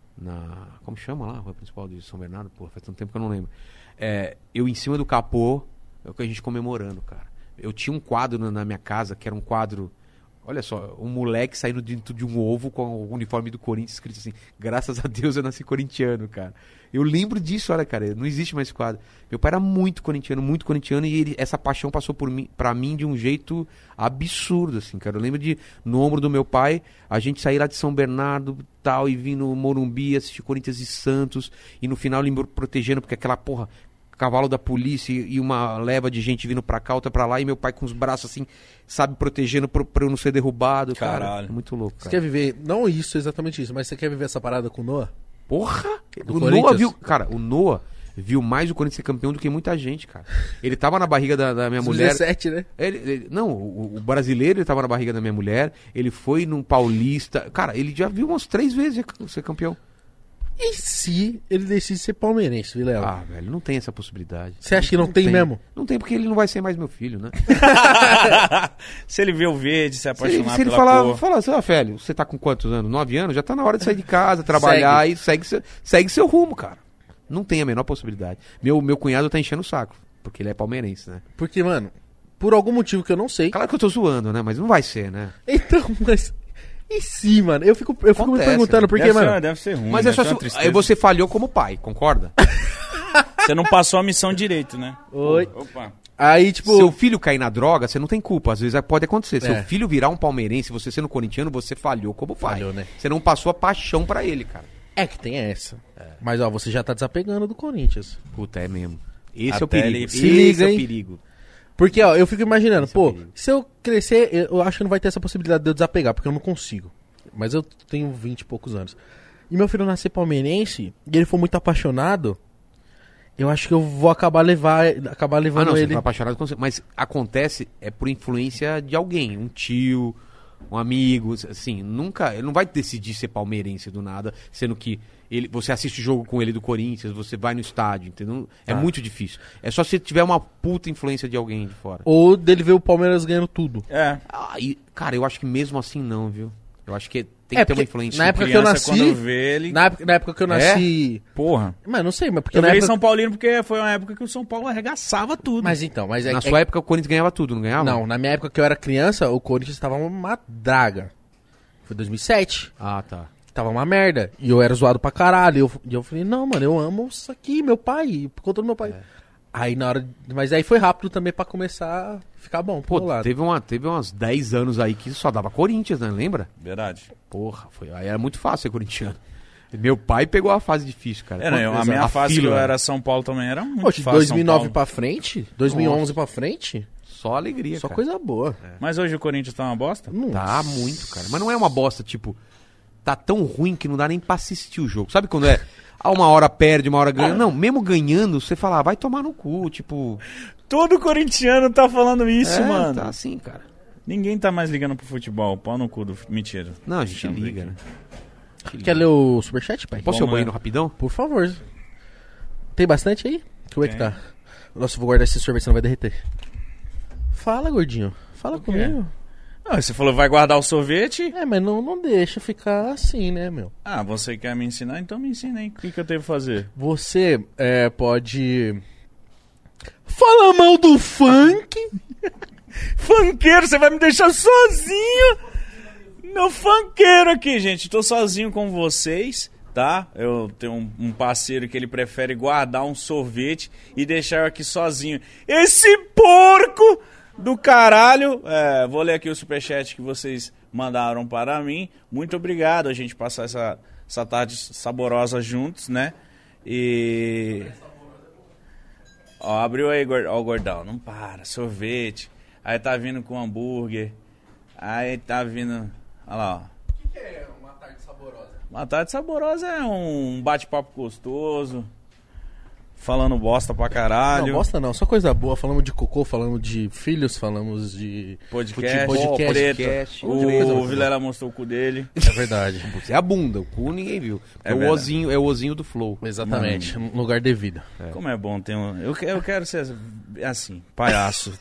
Na. Como chama lá? A rua principal de São Bernardo? Pô, faz tanto tempo que eu não lembro. É, eu em cima do capô, é o que a gente comemorando, cara. Eu tinha um quadro na, na minha casa, que era um quadro. Olha só, um moleque saindo dentro de um ovo com o uniforme do Corinthians escrito assim: graças a Deus eu nasci corintiano, cara. Eu lembro disso, olha, cara, não existe mais esse quadro. Meu pai era muito corintiano, muito corintiano, e ele, essa paixão passou por mim, pra mim de um jeito absurdo, assim, cara. Eu lembro de, no ombro do meu pai, a gente sair lá de São Bernardo tal, e vir no Morumbi, assistir Corinthians e Santos, e no final ele me protegendo, porque aquela porra, cavalo da polícia e e uma leva de gente vindo pra cá, outra pra lá, e meu pai com os braços assim, sabe, protegendo pra, pra eu não ser derrubado, cara. Caralho. É muito louco, Você cara. quer viver, não isso, exatamente isso, mas você quer viver essa parada com o Noah? Porra! Do O Noah Corinthians? viu. Cara, o Noah viu mais o Corinthians ser campeão do que muita gente, cara. Ele tava na barriga da, da minha mulher. dezessete, né? Ele, ele- não, o, o brasileiro ele tava na barriga da minha mulher. Ele foi num paulista. Cara, ele já viu umas três vezes ser campeão. E se ele decide ser palmeirense, Vilela? Ah, velho, não tem essa possibilidade. Você acha que não tem mesmo? Não tem, porque ele não vai ser mais meu filho, né? Se ele vê o verde, se Se ele, apaixonar se ele pela falar, cor. fala assim, ó, velho, você tá com quantos anos? Nove anos? Já tá na hora de sair de casa, trabalhar e segue seu, segue seu rumo, cara. Não tem a menor possibilidade. Meu, meu cunhado tá enchendo o saco, porque ele é palmeirense, né? Porque, mano, por algum motivo que eu não sei. Claro que eu tô zoando, né? Mas não vai ser, né? Então, mas. E se, mano? Eu fico, eu fico me Acontece, perguntando, né? porque, deve, mano. ser, deve ser ruim. Mas é deve só ser se, uma tristeza. aí você falhou como pai, concorda? Você não passou a missão direito, né? Oi. Opa. Aí, tipo. Seu filho cair na droga, você não tem culpa. Às vezes pode acontecer. Seu É. filho virar um palmeirense, você sendo corintiano, você falhou como pai. Falhou, né? Você não passou a paixão pra ele, cara. É que tem essa. Mas, ó, você já tá desapegando do Corinthians. Puta, é mesmo. Esse Até é o perigo. ele- Se Esse liga, é o hein? perigo. Porque, ó, eu fico imaginando, Esse é o pô, perigo. se eu crescer, eu eu acho que não vai ter essa possibilidade de eu desapegar, porque eu não consigo. Mas eu tenho vinte e poucos anos. E meu filho nascer palmeirense, e ele for muito apaixonado, eu acho que eu vou acabar, levar, acabar Ah, levando não, você ele. tá apaixonado com você. Mas acontece é por influência de alguém. Um tio, um amigo, assim. Nunca. Ele não vai decidir ser palmeirense do nada, sendo que ele, você assiste o jogo com ele do Corinthians, você vai no estádio, entendeu? É Tá. muito difícil. É só se tiver uma puta influência de alguém de fora. Ou dele ver o Palmeiras ganhando tudo. É. Ah, e, cara, eu acho que mesmo assim não, viu? Eu acho que tem É, que ter uma porque influência. na época que eu Criança, nasci- quando vê ele... Na época, na época que eu nasci. Porra. Mas não sei, mas porque Eu na virei época. São Paulino porque foi uma época que o São Paulo arregaçava tudo. Mas então, mas é, Na é- sua época o Corinthians ganhava tudo, não ganhava? Não, na minha época que eu era criança, o Corinthians tava uma draga. Foi dois mil e sete. Ah, tá. Tava uma merda. E eu era zoado pra caralho. E eu, e eu falei, não, mano, eu amo isso aqui, meu pai, por conta do meu pai. Aí na hora. Mas aí foi rápido também pra começar a ficar bom pro Pô, meu lado. teve, uma, teve umas dez anos aí que só dava Corinthians, né? Lembra? Verdade. Porra, foi, aí era muito fácil ser corintiano. Meu pai pegou a fase difícil, cara. É, né, a minha fase que eu fila, era São Paulo também era muito Poxa, fácil. dois mil e nove São Paulo. pra frente, dois mil e onze pra frente, Só alegria, só cara. coisa boa. Mas hoje o Corinthians tá uma bosta? Nossa. Tá muito, cara. Mas não é uma bosta, tipo... Tá tão ruim que não dá nem pra assistir o jogo. Sabe quando é... Ah, uma hora perde, uma hora ganha. Não, mesmo ganhando, você fala, ah, vai tomar no cu, tipo... Todo corintiano tá falando isso, é, mano. tá assim, cara. Ninguém tá mais ligando pro futebol. Pau no cu do... Mentira. Não, a gente Deixa eu ver liga, aqui. né? A gente Quer liga. ler o superchat, pai? Posso ir ao Vamos banheiro ler. rapidão? Por favor. Tem bastante aí? Como é que Tem. tá? Nossa, eu vou guardar esse sorvete, senão vai derreter. Fala, gordinho. Fala quê? comigo. Ah, você falou vai guardar o sorvete? É, mas não, não deixa ficar assim, né, meu? Ah, você quer me ensinar? Então me ensina aí. O que, que eu tenho que fazer? Você é, pode... Fala mal do funk? Funkeiro, você vai me deixar sozinho? Meu funkeiro aqui, gente. Tô sozinho com vocês. tá? Eu tenho um, um parceiro que ele prefere guardar um sorvete e deixar eu aqui sozinho. Esse porco do caralho! É, vou ler aqui o superchat que vocês mandaram para mim. Muito obrigado a gente passar essa, essa tarde saborosa juntos, né? E... Ó, abriu aí, ó, o gordão. Não para, sorvete. Aí tá vindo com hambúrguer. Aí tá vindo... Olha lá, ó. O que é uma tarde saborosa? Uma tarde saborosa é um bate-papo gostoso, falando bosta pra caralho. Não, bosta não, só coisa boa. Falamos de cocô, falamos de filhos, falamos de podcast, futebol, podcast. podcast. O, o Vilela mostrou o cu dele. É verdade. Putz, é a bunda, o cu ninguém viu. É, É o verdade. ozinho, é o ozinho do Flow. Exatamente, no lugar devido. Como é bom ter um... Eu, que- eu quero ser assim, palhaço.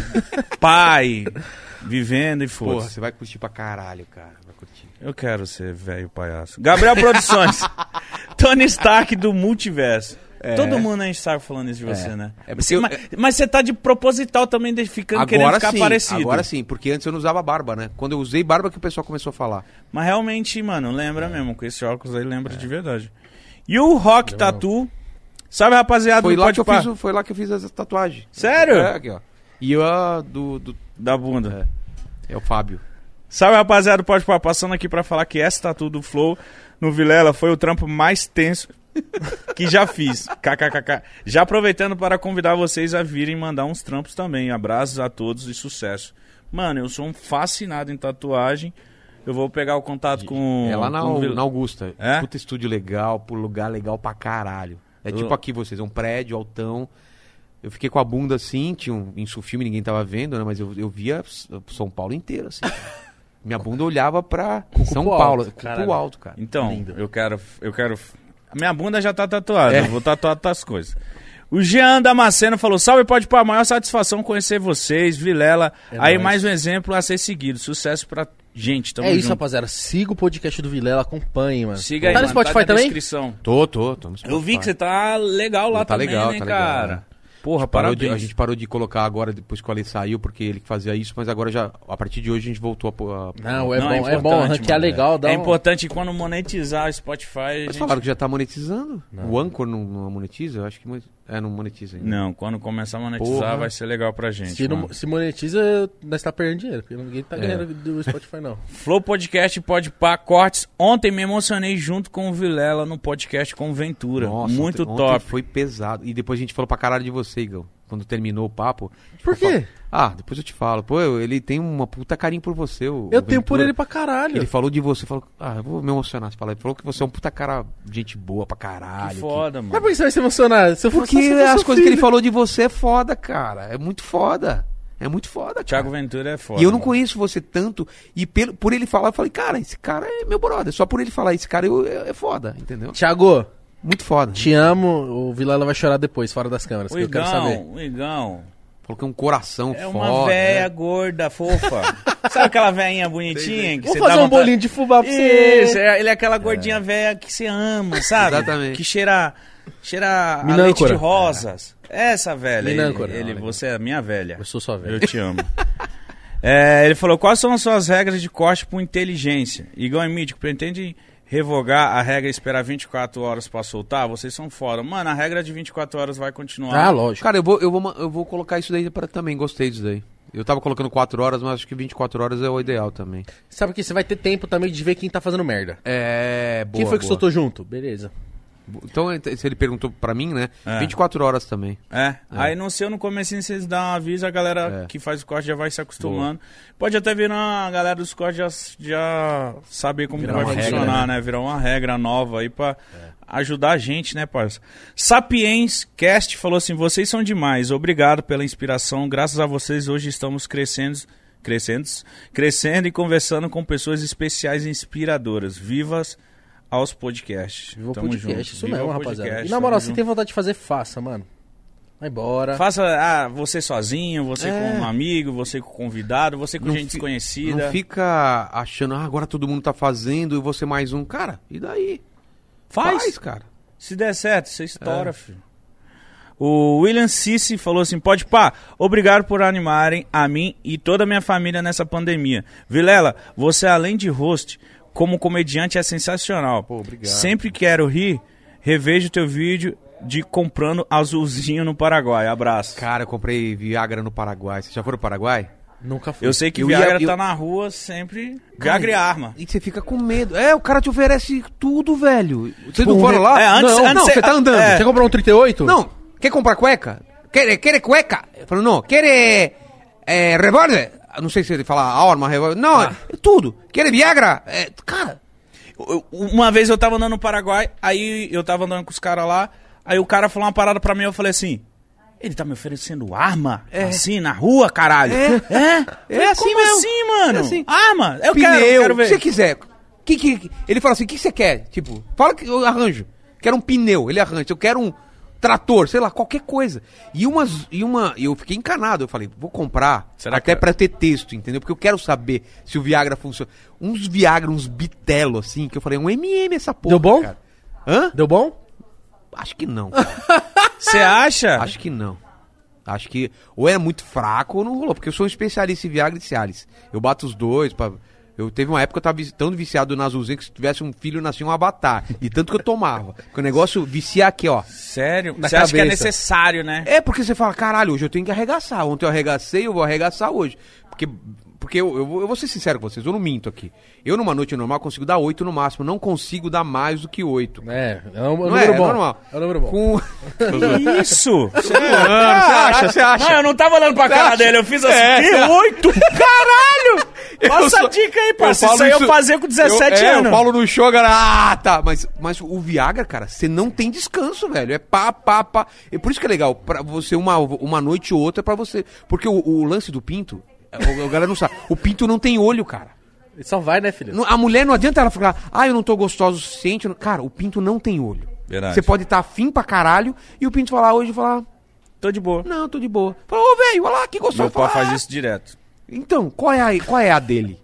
Pai, vivendo e Porra, foda-se. você vai curtir pra caralho, cara. Vai curtir. Eu quero ser velho palhaço. Gabriel Produções. Tony Stark do Multiverso. Todo mundo enche saco falando isso de você, né? É mas, porque eu- mas, mas você tá de proposital também, de- ficando querendo Agora ficar sim, parecido. agora sim, porque antes eu não usava barba, né? Quando eu usei barba que o pessoal começou a falar. Mas realmente, mano, lembra mesmo. Com esse óculos aí, lembra de verdade. E o Rock Tattoo. Sabe, rapaziada, Foi do lá, que eu Podpah? fiz, o- foi lá que eu fiz essa tatuagem. Sério? É, aqui, ó. E a do, do... Da bunda. É o Fábio. Salve, rapaziada do Podpah, passando aqui pra falar que essa tatu do Flow no Vilela foi o trampo mais tenso que já fiz. KKKK. Já aproveitando para convidar vocês a virem mandar uns trampos também. Abraços a todos e sucesso. Mano, eu sou um fascinado em tatuagem. Eu vou pegar o contato com... É lá na, com o Vil- na Augusta. É? Puta estúdio legal, por lugar legal pra caralho. É Eu- tipo aqui vocês, é um prédio altão. Eu fiquei com a bunda assim, tinha um, em filme ninguém tava vendo, né? Mas eu, eu via S- São Paulo inteiro, assim. Minha bunda olhava pra São Cupo Paulo, alto, cupo caralho. alto, cara. Então, Lindo. eu quero, eu quero... A minha bunda já tá tatuada, É. eu vou tatuar outras coisas. O Jean Damasceno falou, salve, pode pôr, a maior satisfação conhecer vocês, Vilela. É Aí nóis. mais um exemplo a ser seguido. Sucesso pra gente, tamo é isso, junto. rapaziada. Siga o podcast do Vilela, acompanhe, mano. Siga aí, Tá no mano, Spotify na também? descrição. Tô, tô, tô no Eu vi que você tá legal lá Tá também, legal, né, tá legal, cara? né? Porra, Parou de- parabéns. a gente parou de colocar agora, depois que o Ale saiu, porque ele que fazia isso, mas agora já, a partir de hoje, a gente voltou a... pôr a... Não, é Não, bom, é, importante, bom, ranquear mano. legal, dá É um- importante quando monetizar o Spotify, a Mas gente... falaram que já tá monetizando. O Anchor não, não monetiza? Eu acho que... mon- É, não monetiza ainda. Não, quando começar a monetizar Porra. vai ser legal pra gente, Se, não- mano. se monetiza, nós tá perdendo dinheiro, porque ninguém É. tá ganhando do Spotify, não. Flow Podcast pode pá cortes. Ontem me emocionei junto com o Vilela no podcast com o Ventura. Nossa, Muito ontem- top. ontem foi pesado. E depois a gente falou pra caralho de você, Igão. Quando terminou o papo. Por quê? Ah, depois eu te falo. Pô, eu- ele tem uma puta carinho por você. O, Eu o tenho por Ventura. ele pra caralho. Ele falou de você, falou... Ah, eu vou me emocionar se falar. Ele falou que você é um puta cara, gente boa pra caralho. Que foda, Mas mano. por que você vai se emocionar? Se eu que- fosse Porque você, fosse as seu coisas que ele filho. falou de você é foda, cara. É muito foda. É muito foda, cara. Thiago Ventura é foda. E eu não mano. conheço você tanto. E pelo, por ele falar, eu falei, cara, esse cara é meu brother. Só por ele falar, esse cara eu- é, é foda, entendeu? Thiago, Muito foda. te amo. O Vilela vai chorar depois, fora das câmeras, O que eu quero saber. Igão, o Igão Falou que é um coração é foda. uma véia né? gorda, fofa. Sabe aquela véinha bonitinha? Que Vou você fazer dá um vontade- bolinho de fubá pra você. Isso, é- ele é aquela gordinha véia que você ama, sabe? Exatamente. Que cheira, cheira a Minâncora. leite de rosas. Essa velha. Ele, Minâncora. ele, Não, você é a minha velha. Eu sou sua velha. Eu te amo. É, ele falou, quais são as suas regras de corte por inteligência? Igão e Mítico, pretende revogar a regra e esperar vinte e quatro horas pra soltar? Vocês são fora. Mano, a regra de vinte e quatro horas vai continuar. Ah, lógico. Cara, eu vou, eu, vou, ma- eu vou colocar isso daí pra também. Gostei disso daí. Eu tava colocando quatro horas, mas acho que vinte e quatro horas é o ideal também. Sabe que você vai ter tempo também de ver quem tá fazendo merda. É, boa, quem foi que boa. soltou junto? Beleza. Então, se ele perguntou pra mim, né? É. vinte e quatro horas também. É. Aí no seu, no comecinho, vocês dão um aviso, a galera É. que faz o corte já vai se acostumando. Pode até virar a galera dos cortes já, já saber como Virar vai uma funcionar, regra, né? Virar uma regra nova aí pra ajudar a gente, né, parça? Sapiens Cast falou assim, vocês são demais, obrigado pela inspiração, graças a vocês hoje estamos crescendo, crescendo, crescendo e conversando com pessoas especiais e inspiradoras, vivas aos podcasts. Viva o Tamo podcast, junto. isso Viva mesmo, o rapaziada. podcast, E na moral, tamo se junto. tem vontade de fazer, faça, mano. Vai embora. Faça, ah, você sozinho, você É. com um amigo, você com convidado, você com Não gente fi- desconhecida. Não fica achando, ah, agora todo mundo tá fazendo e você mais um. Cara, e daí? Faz. cara. Se der certo, você estoura, filho. O William Cici falou assim, pode pá, obrigado por animarem a mim e toda a minha família nessa pandemia. Vilela, você além de host, como comediante é sensacional. Pô, obrigado. Sempre quero rir, revejo teu vídeo de comprando azulzinho no Paraguai. Abraço. Cara, eu comprei Viagra no Paraguai. Você já foi no Paraguai? Nunca fui. Eu sei que Eu Viagra ia- eu- tá na rua sempre. Cara, Viagra e arma. E você fica com medo. É, o cara te oferece tudo, velho. Vocês Tipo, não um foram re- lá? É, antes- não, antes não, você- você tá andando. é. Você comprou um trinta e oito? Não, quer comprar cueca? Quer, quer cueca? Eu falo, não, quer é, revólver? Não sei se ele fala arma, revólver. Não, é tudo. Quer Viagra? É, cara, Eu- Uma vez eu tava andando no Paraguai, aí eu tava andando com os caras lá, aí o cara falou uma parada pra mim, eu falei assim, ele tá me oferecendo arma? Assim, na rua, caralho? É. É? É Falei, assim Como mesmo. assim, mano? É assim. Arma? Eu pneu, quero, eu quero o que ver. você quiser. Que, que, ele fala assim, o que você quer? Tipo, fala que eu arranjo. Quero um pneu, ele arranja. Eu quero um trator, sei lá, qualquer coisa. E umas, e uma, e eu fiquei encanado. Eu falei, vou comprar, Será até que- pra ter texto, entendeu? Porque eu quero saber se o Viagra funciona. Uns Viagra, uns bitelo, assim, que eu falei, um M M essa porra, Deu bom? cara. Hã? Deu bom? Acho que não, cara. Você acha? Acho que não. Acho que ou é muito fraco ou não rolou, porque eu sou um especialista em Viagra e Cialis. Eu bato os dois, pra... eu teve uma época que eu tava vi- tão viciado na Azulzinha que se tivesse um filho nascia um avatar. E tanto que eu tomava. Porque o negócio vicia aqui, ó. Sério? Na Você acha que é cabeça. necessário, né? É porque você fala, caralho, hoje eu tenho que arregaçar. Ontem eu arregacei, eu vou arregaçar hoje. Porque, porque eu, eu, vou, eu vou ser sincero com vocês, eu não minto aqui. Eu numa noite normal consigo dar oito no máximo, não consigo dar mais do que oito. É, é um, é um Não número é, é bom. normal. É um número bom. Com... Que isso? Você acha, você acha? Não, eu não tava olhando pra cara acha? dele, eu fiz assim, É, que você acha? oito? Caralho! Eu Passa sou- a dica aí, eu parceiro. Isso falo aí eu isso- fazia com dezessete eu, é, anos. Eu falo no show, galera. Ah, tá. Mas, mas o Viagra, cara, você não tem descanso, velho. É pá, pá, pá. E por isso que é legal. Pra você, uma, uma noite ou outra, é pra você. Porque o, o lance do pinto, a, a galera não sabe. O pinto não tem olho, cara. Ele só vai, né, filho? Não- A mulher não adianta ela falar, ah, eu não tô gostoso o suficiente. Cara, o pinto não tem olho. Verdade. Você pode estar afim pra caralho e o pinto falar hoje e falar, Tô de boa. não, tô de boa. Fala, ô, velho, olha lá, que gostoso. Meu pai Fala, faz "Ah." isso direto. Então, qual é a, qual é a dele?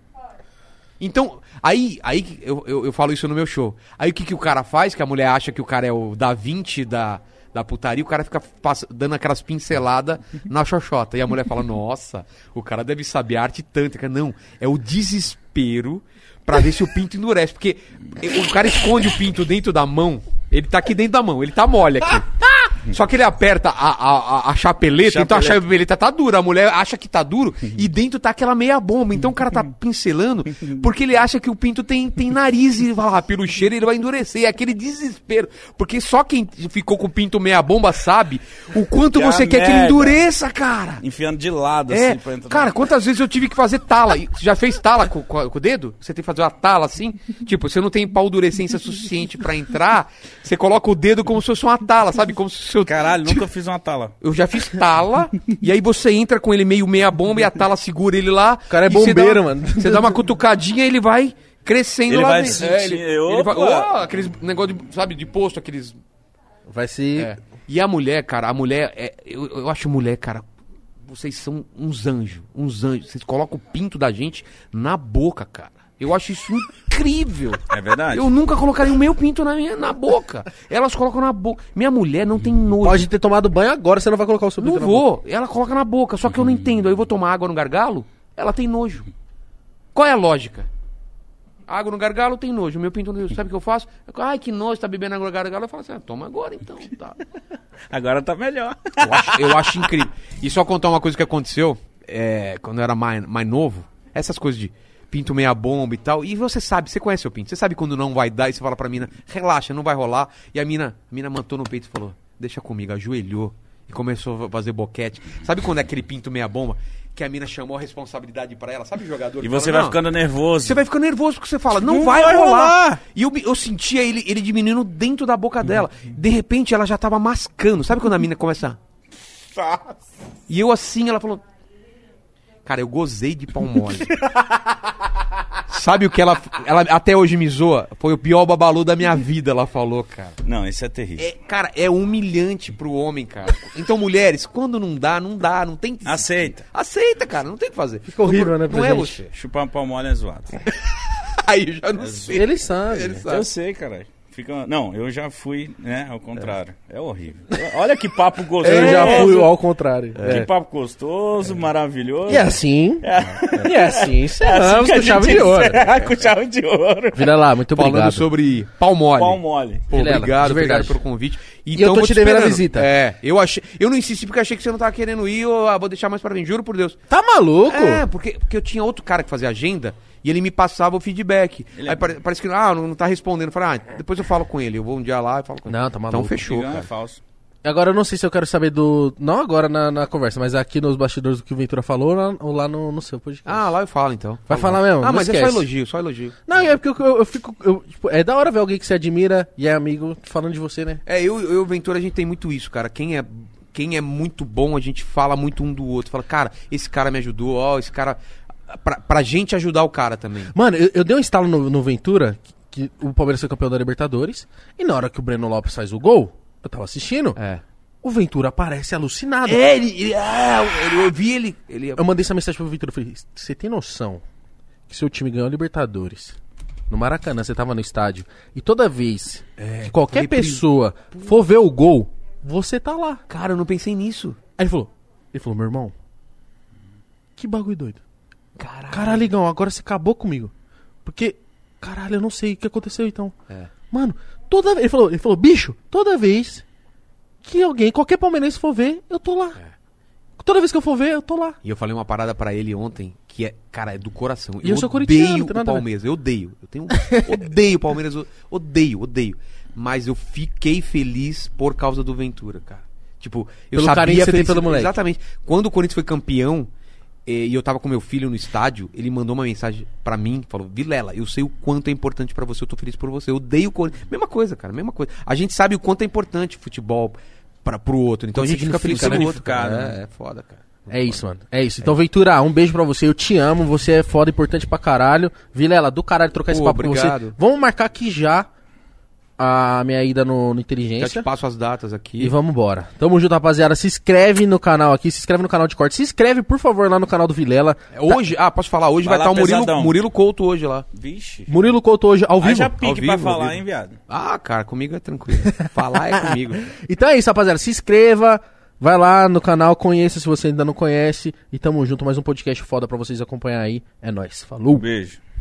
Então, aí, aí que eu, eu, eu falo isso no meu show. Aí o que, que o cara faz? Que a mulher acha que o cara é o Da Vinci da, da putaria, o cara fica passa- dando aquelas pinceladas na xoxota. E a mulher fala, nossa, o cara deve saber arte tântrica. Não, é o desespero pra ver se o pinto endurece. Porque o cara esconde o pinto dentro da mão, ele tá aqui dentro da mão, ele tá mole aqui. Só que ele aperta a, a, a- a chapeleta, então a Chapeleta. chapeleta tá dura. A mulher acha que tá duro e dentro tá aquela meia bomba. Então o cara tá pincelando porque ele acha que o pinto tem, tem nariz e fala, ah, pelo cheiro ele vai endurecer. É aquele desespero. Porque só quem ficou com o pinto meia bomba sabe o quanto Que você a quer que ele merda. endureça, cara. Enfiando de lado, É, assim, pra entrar. cara, quantas vezes eu tive que fazer tala? E você já fez tala com, com, com o dedo? Você tem que fazer uma tala assim? Tipo, você não tem paldurecência suficiente pra entrar, você coloca o dedo como se fosse uma tala, sabe? Como se o seu... Caralho, nunca fiz uma tala. Eu já fiz tala, e aí você entra com ele meio meia bomba e a tala segura ele lá. O cara é bombeiro, mano. Você dá uma cutucadinha e ele vai crescendo Ele lá vai dentro. sentir- É, ele, ele vai, Opa! oh, aqueles negócio de, sabe, de posto, aqueles... Vai se... É. E a mulher, cara, a mulher, é, eu, eu acho mulher, cara, vocês são uns anjos, uns anjos. Vocês colocam o pinto da gente na boca, cara. Eu acho isso incrível. É verdade. Eu nunca colocaria o meu pinto na, minha, na boca. Elas colocam na boca. Minha mulher não tem nojo. Pode ter tomado banho agora, você não vai colocar o seu Não pinto na vou. Ela coloca na boca. Só que eu não entendo. Aí eu vou tomar água no gargalo, ela tem nojo. Qual é a lógica? Água no gargalo tem nojo. Meu pinto, sabe o que eu faço? Eu, ai, que nojo, tá bebendo água no gargalo. Eu falo assim, ah, toma agora então. Tá. Agora tá melhor. Eu acho, eu acho incrível. E só contar uma coisa que aconteceu é, quando eu era mais, mais novo. Essas coisas de pinto meia bomba e tal. E você sabe, você conhece o pinto. Você sabe quando não vai dar e você fala pra mina, relaxa, não vai rolar. E a mina, a mina mantou no peito e falou, deixa comigo, ajoelhou. E começou a fazer boquete. Sabe quando é aquele pinto meia bomba? Que a mina chamou a responsabilidade pra ela. Sabe o jogador? E que você fala, vai "Não, ficando nervoso. Você vai ficando nervoso porque você fala, não, Não vai, vai rolar. rolar. E eu, eu sentia ele, ele diminuindo dentro da boca dela. De repente ela já tava mascando. Sabe quando a mina começa... E eu assim, ela falou... Cara, eu gozei de pau mole. Sabe o que ela, ela até hoje me zoa? Foi o pior babalu da minha vida, ela falou, cara. Não, isso é terrível. É, cara, é humilhante pro homem, cara. Então, mulheres, quando não dá, não dá, não tem... Aceita. Aceita, cara, não tem o que fazer. Fica horrível, né, Não pra é gente? você. Chupar um pau mole é zoado. Aí eu já não sei. Ele sabe. Ele sabe. Eu sei, caralho. Fica... Não, eu já fui, né, ao contrário. É, é horrível. Olha que papo gostoso. Eu já fui ao contrário. Que É. papo gostoso, maravilhoso. E assim, É. e assim, É encerramos que a com chave gente de ouro. encerra com chave de ouro. Vira lá, muito Falando obrigado. sobre pau mole. Pau mole. Pô, Vilela, obrigado, de obrigado verdade. pelo convite. eu Então, tô vou te devendo a esperando. visita. É, eu achei, eu não insisti porque achei que você não tava querendo ir, eu ah, vou deixar mais pra vir, juro por Deus. Tá maluco? É, porque, porque eu tinha outro cara que fazia agenda e ele me passava o feedback. Ele Aí é- pare- parece que, ah, não, não tá respondendo. Eu falei, ah, depois eu falo com ele, eu vou um dia lá e falo com ele. Não, tá maluco. Então fechou, Não, é cara. falso. Agora eu não sei se eu quero saber do... Não agora na, na conversa, mas aqui nos bastidores do que o Ventura falou ou lá, ou lá no, no seu podcast. Ah, lá eu falo então. Vai Falo falar lá. mesmo? Ah, Não mas é esquece. só elogio, só elogio. Não, é porque eu, eu, eu fico... eu, tipo, é da hora ver alguém que se admira e é amigo falando de você, né? É, eu e o Ventura, a gente tem muito isso, cara. Quem é, quem é muito bom, a gente fala muito um do outro. Fala, cara, esse cara me ajudou, ó, esse cara... Pra, pra gente ajudar o cara também. Mano, eu, eu dei um estalo no, no Ventura, que, que o Palmeiras foi campeão da Libertadores, e na hora que o Breno Lopes faz o gol, eu tava assistindo, É. o Ventura aparece alucinado. É, ele, ele, ah, eu, eu vi ele. ele Eu mandei essa mensagem pro Ventura, eu falei, você tem noção que seu time ganhou a Libertadores, no Maracanã, você tava no estádio, e toda vez que qualquer falei, pri- pessoa for ver o gol, você tá lá. Cara, eu não pensei nisso. Aí ele falou, ele falou, meu irmão, que bagulho doido. Caralho. Caralho, Igão, agora você acabou comigo. Porque, caralho, eu não sei o que aconteceu então. É. Mano, toda vez. Ele falou, ele falou, bicho, toda vez que alguém, qualquer palmeirense for ver, eu tô lá. Toda vez que eu for ver, eu tô lá. E eu falei uma parada pra ele ontem, que é, cara, é do coração. E eu sou corintiano, odeio não tem o nada a ver. Palmeiras, eu odeio. Eu tenho, odeio o Palmeiras, eu odeio, odeio. Mas eu fiquei feliz por causa do Ventura, cara. Tipo, eu Pelo sabia carinho que você tem felici- pelo moleque. Exatamente. Quando o Corinthians foi campeão, eh, e eu tava com meu filho no estádio, ele mandou uma mensagem pra mim, falou, Vilela, eu sei o quanto é importante pra você, eu tô feliz por você. Eu odeio o Corinthians. Mesma coisa, cara, mesma coisa. A gente sabe o quanto é importante futebol pra, pro outro. Então Quanto a gente fica feliz significa, pelo né? outro, cara. Significado, É, é foda, cara. É isso, mano. É isso. Então, Ventura, um beijo pra você. Eu te amo. Você é foda, importante pra caralho. Vilela, do caralho trocar esse Pô, papo com obrigado. você. Vamos marcar aqui já a minha ida no, no Já Inteligência. te passo as datas aqui. E vamos embora. Tamo junto, rapaziada. Se inscreve no canal aqui, se inscreve no canal de corte. Se inscreve, por favor, lá no canal do Vilela. Hoje, ah, posso falar, hoje Vai vai lá, estar o Murilo, pesadão. Murilo Couto hoje lá. Vixe. Murilo Couto hoje ao Aí vivo. já Ao pique vivo, pra ao falar, vivo. hein, viado? Ah, cara, comigo é tranquilo. Falar é comigo. Então é isso, rapaziada. Se inscreva, vai lá no canal, conheça se você ainda não conhece. E tamo junto, mais um podcast foda pra vocês acompanhar aí. É nóis. Falou! Beijo.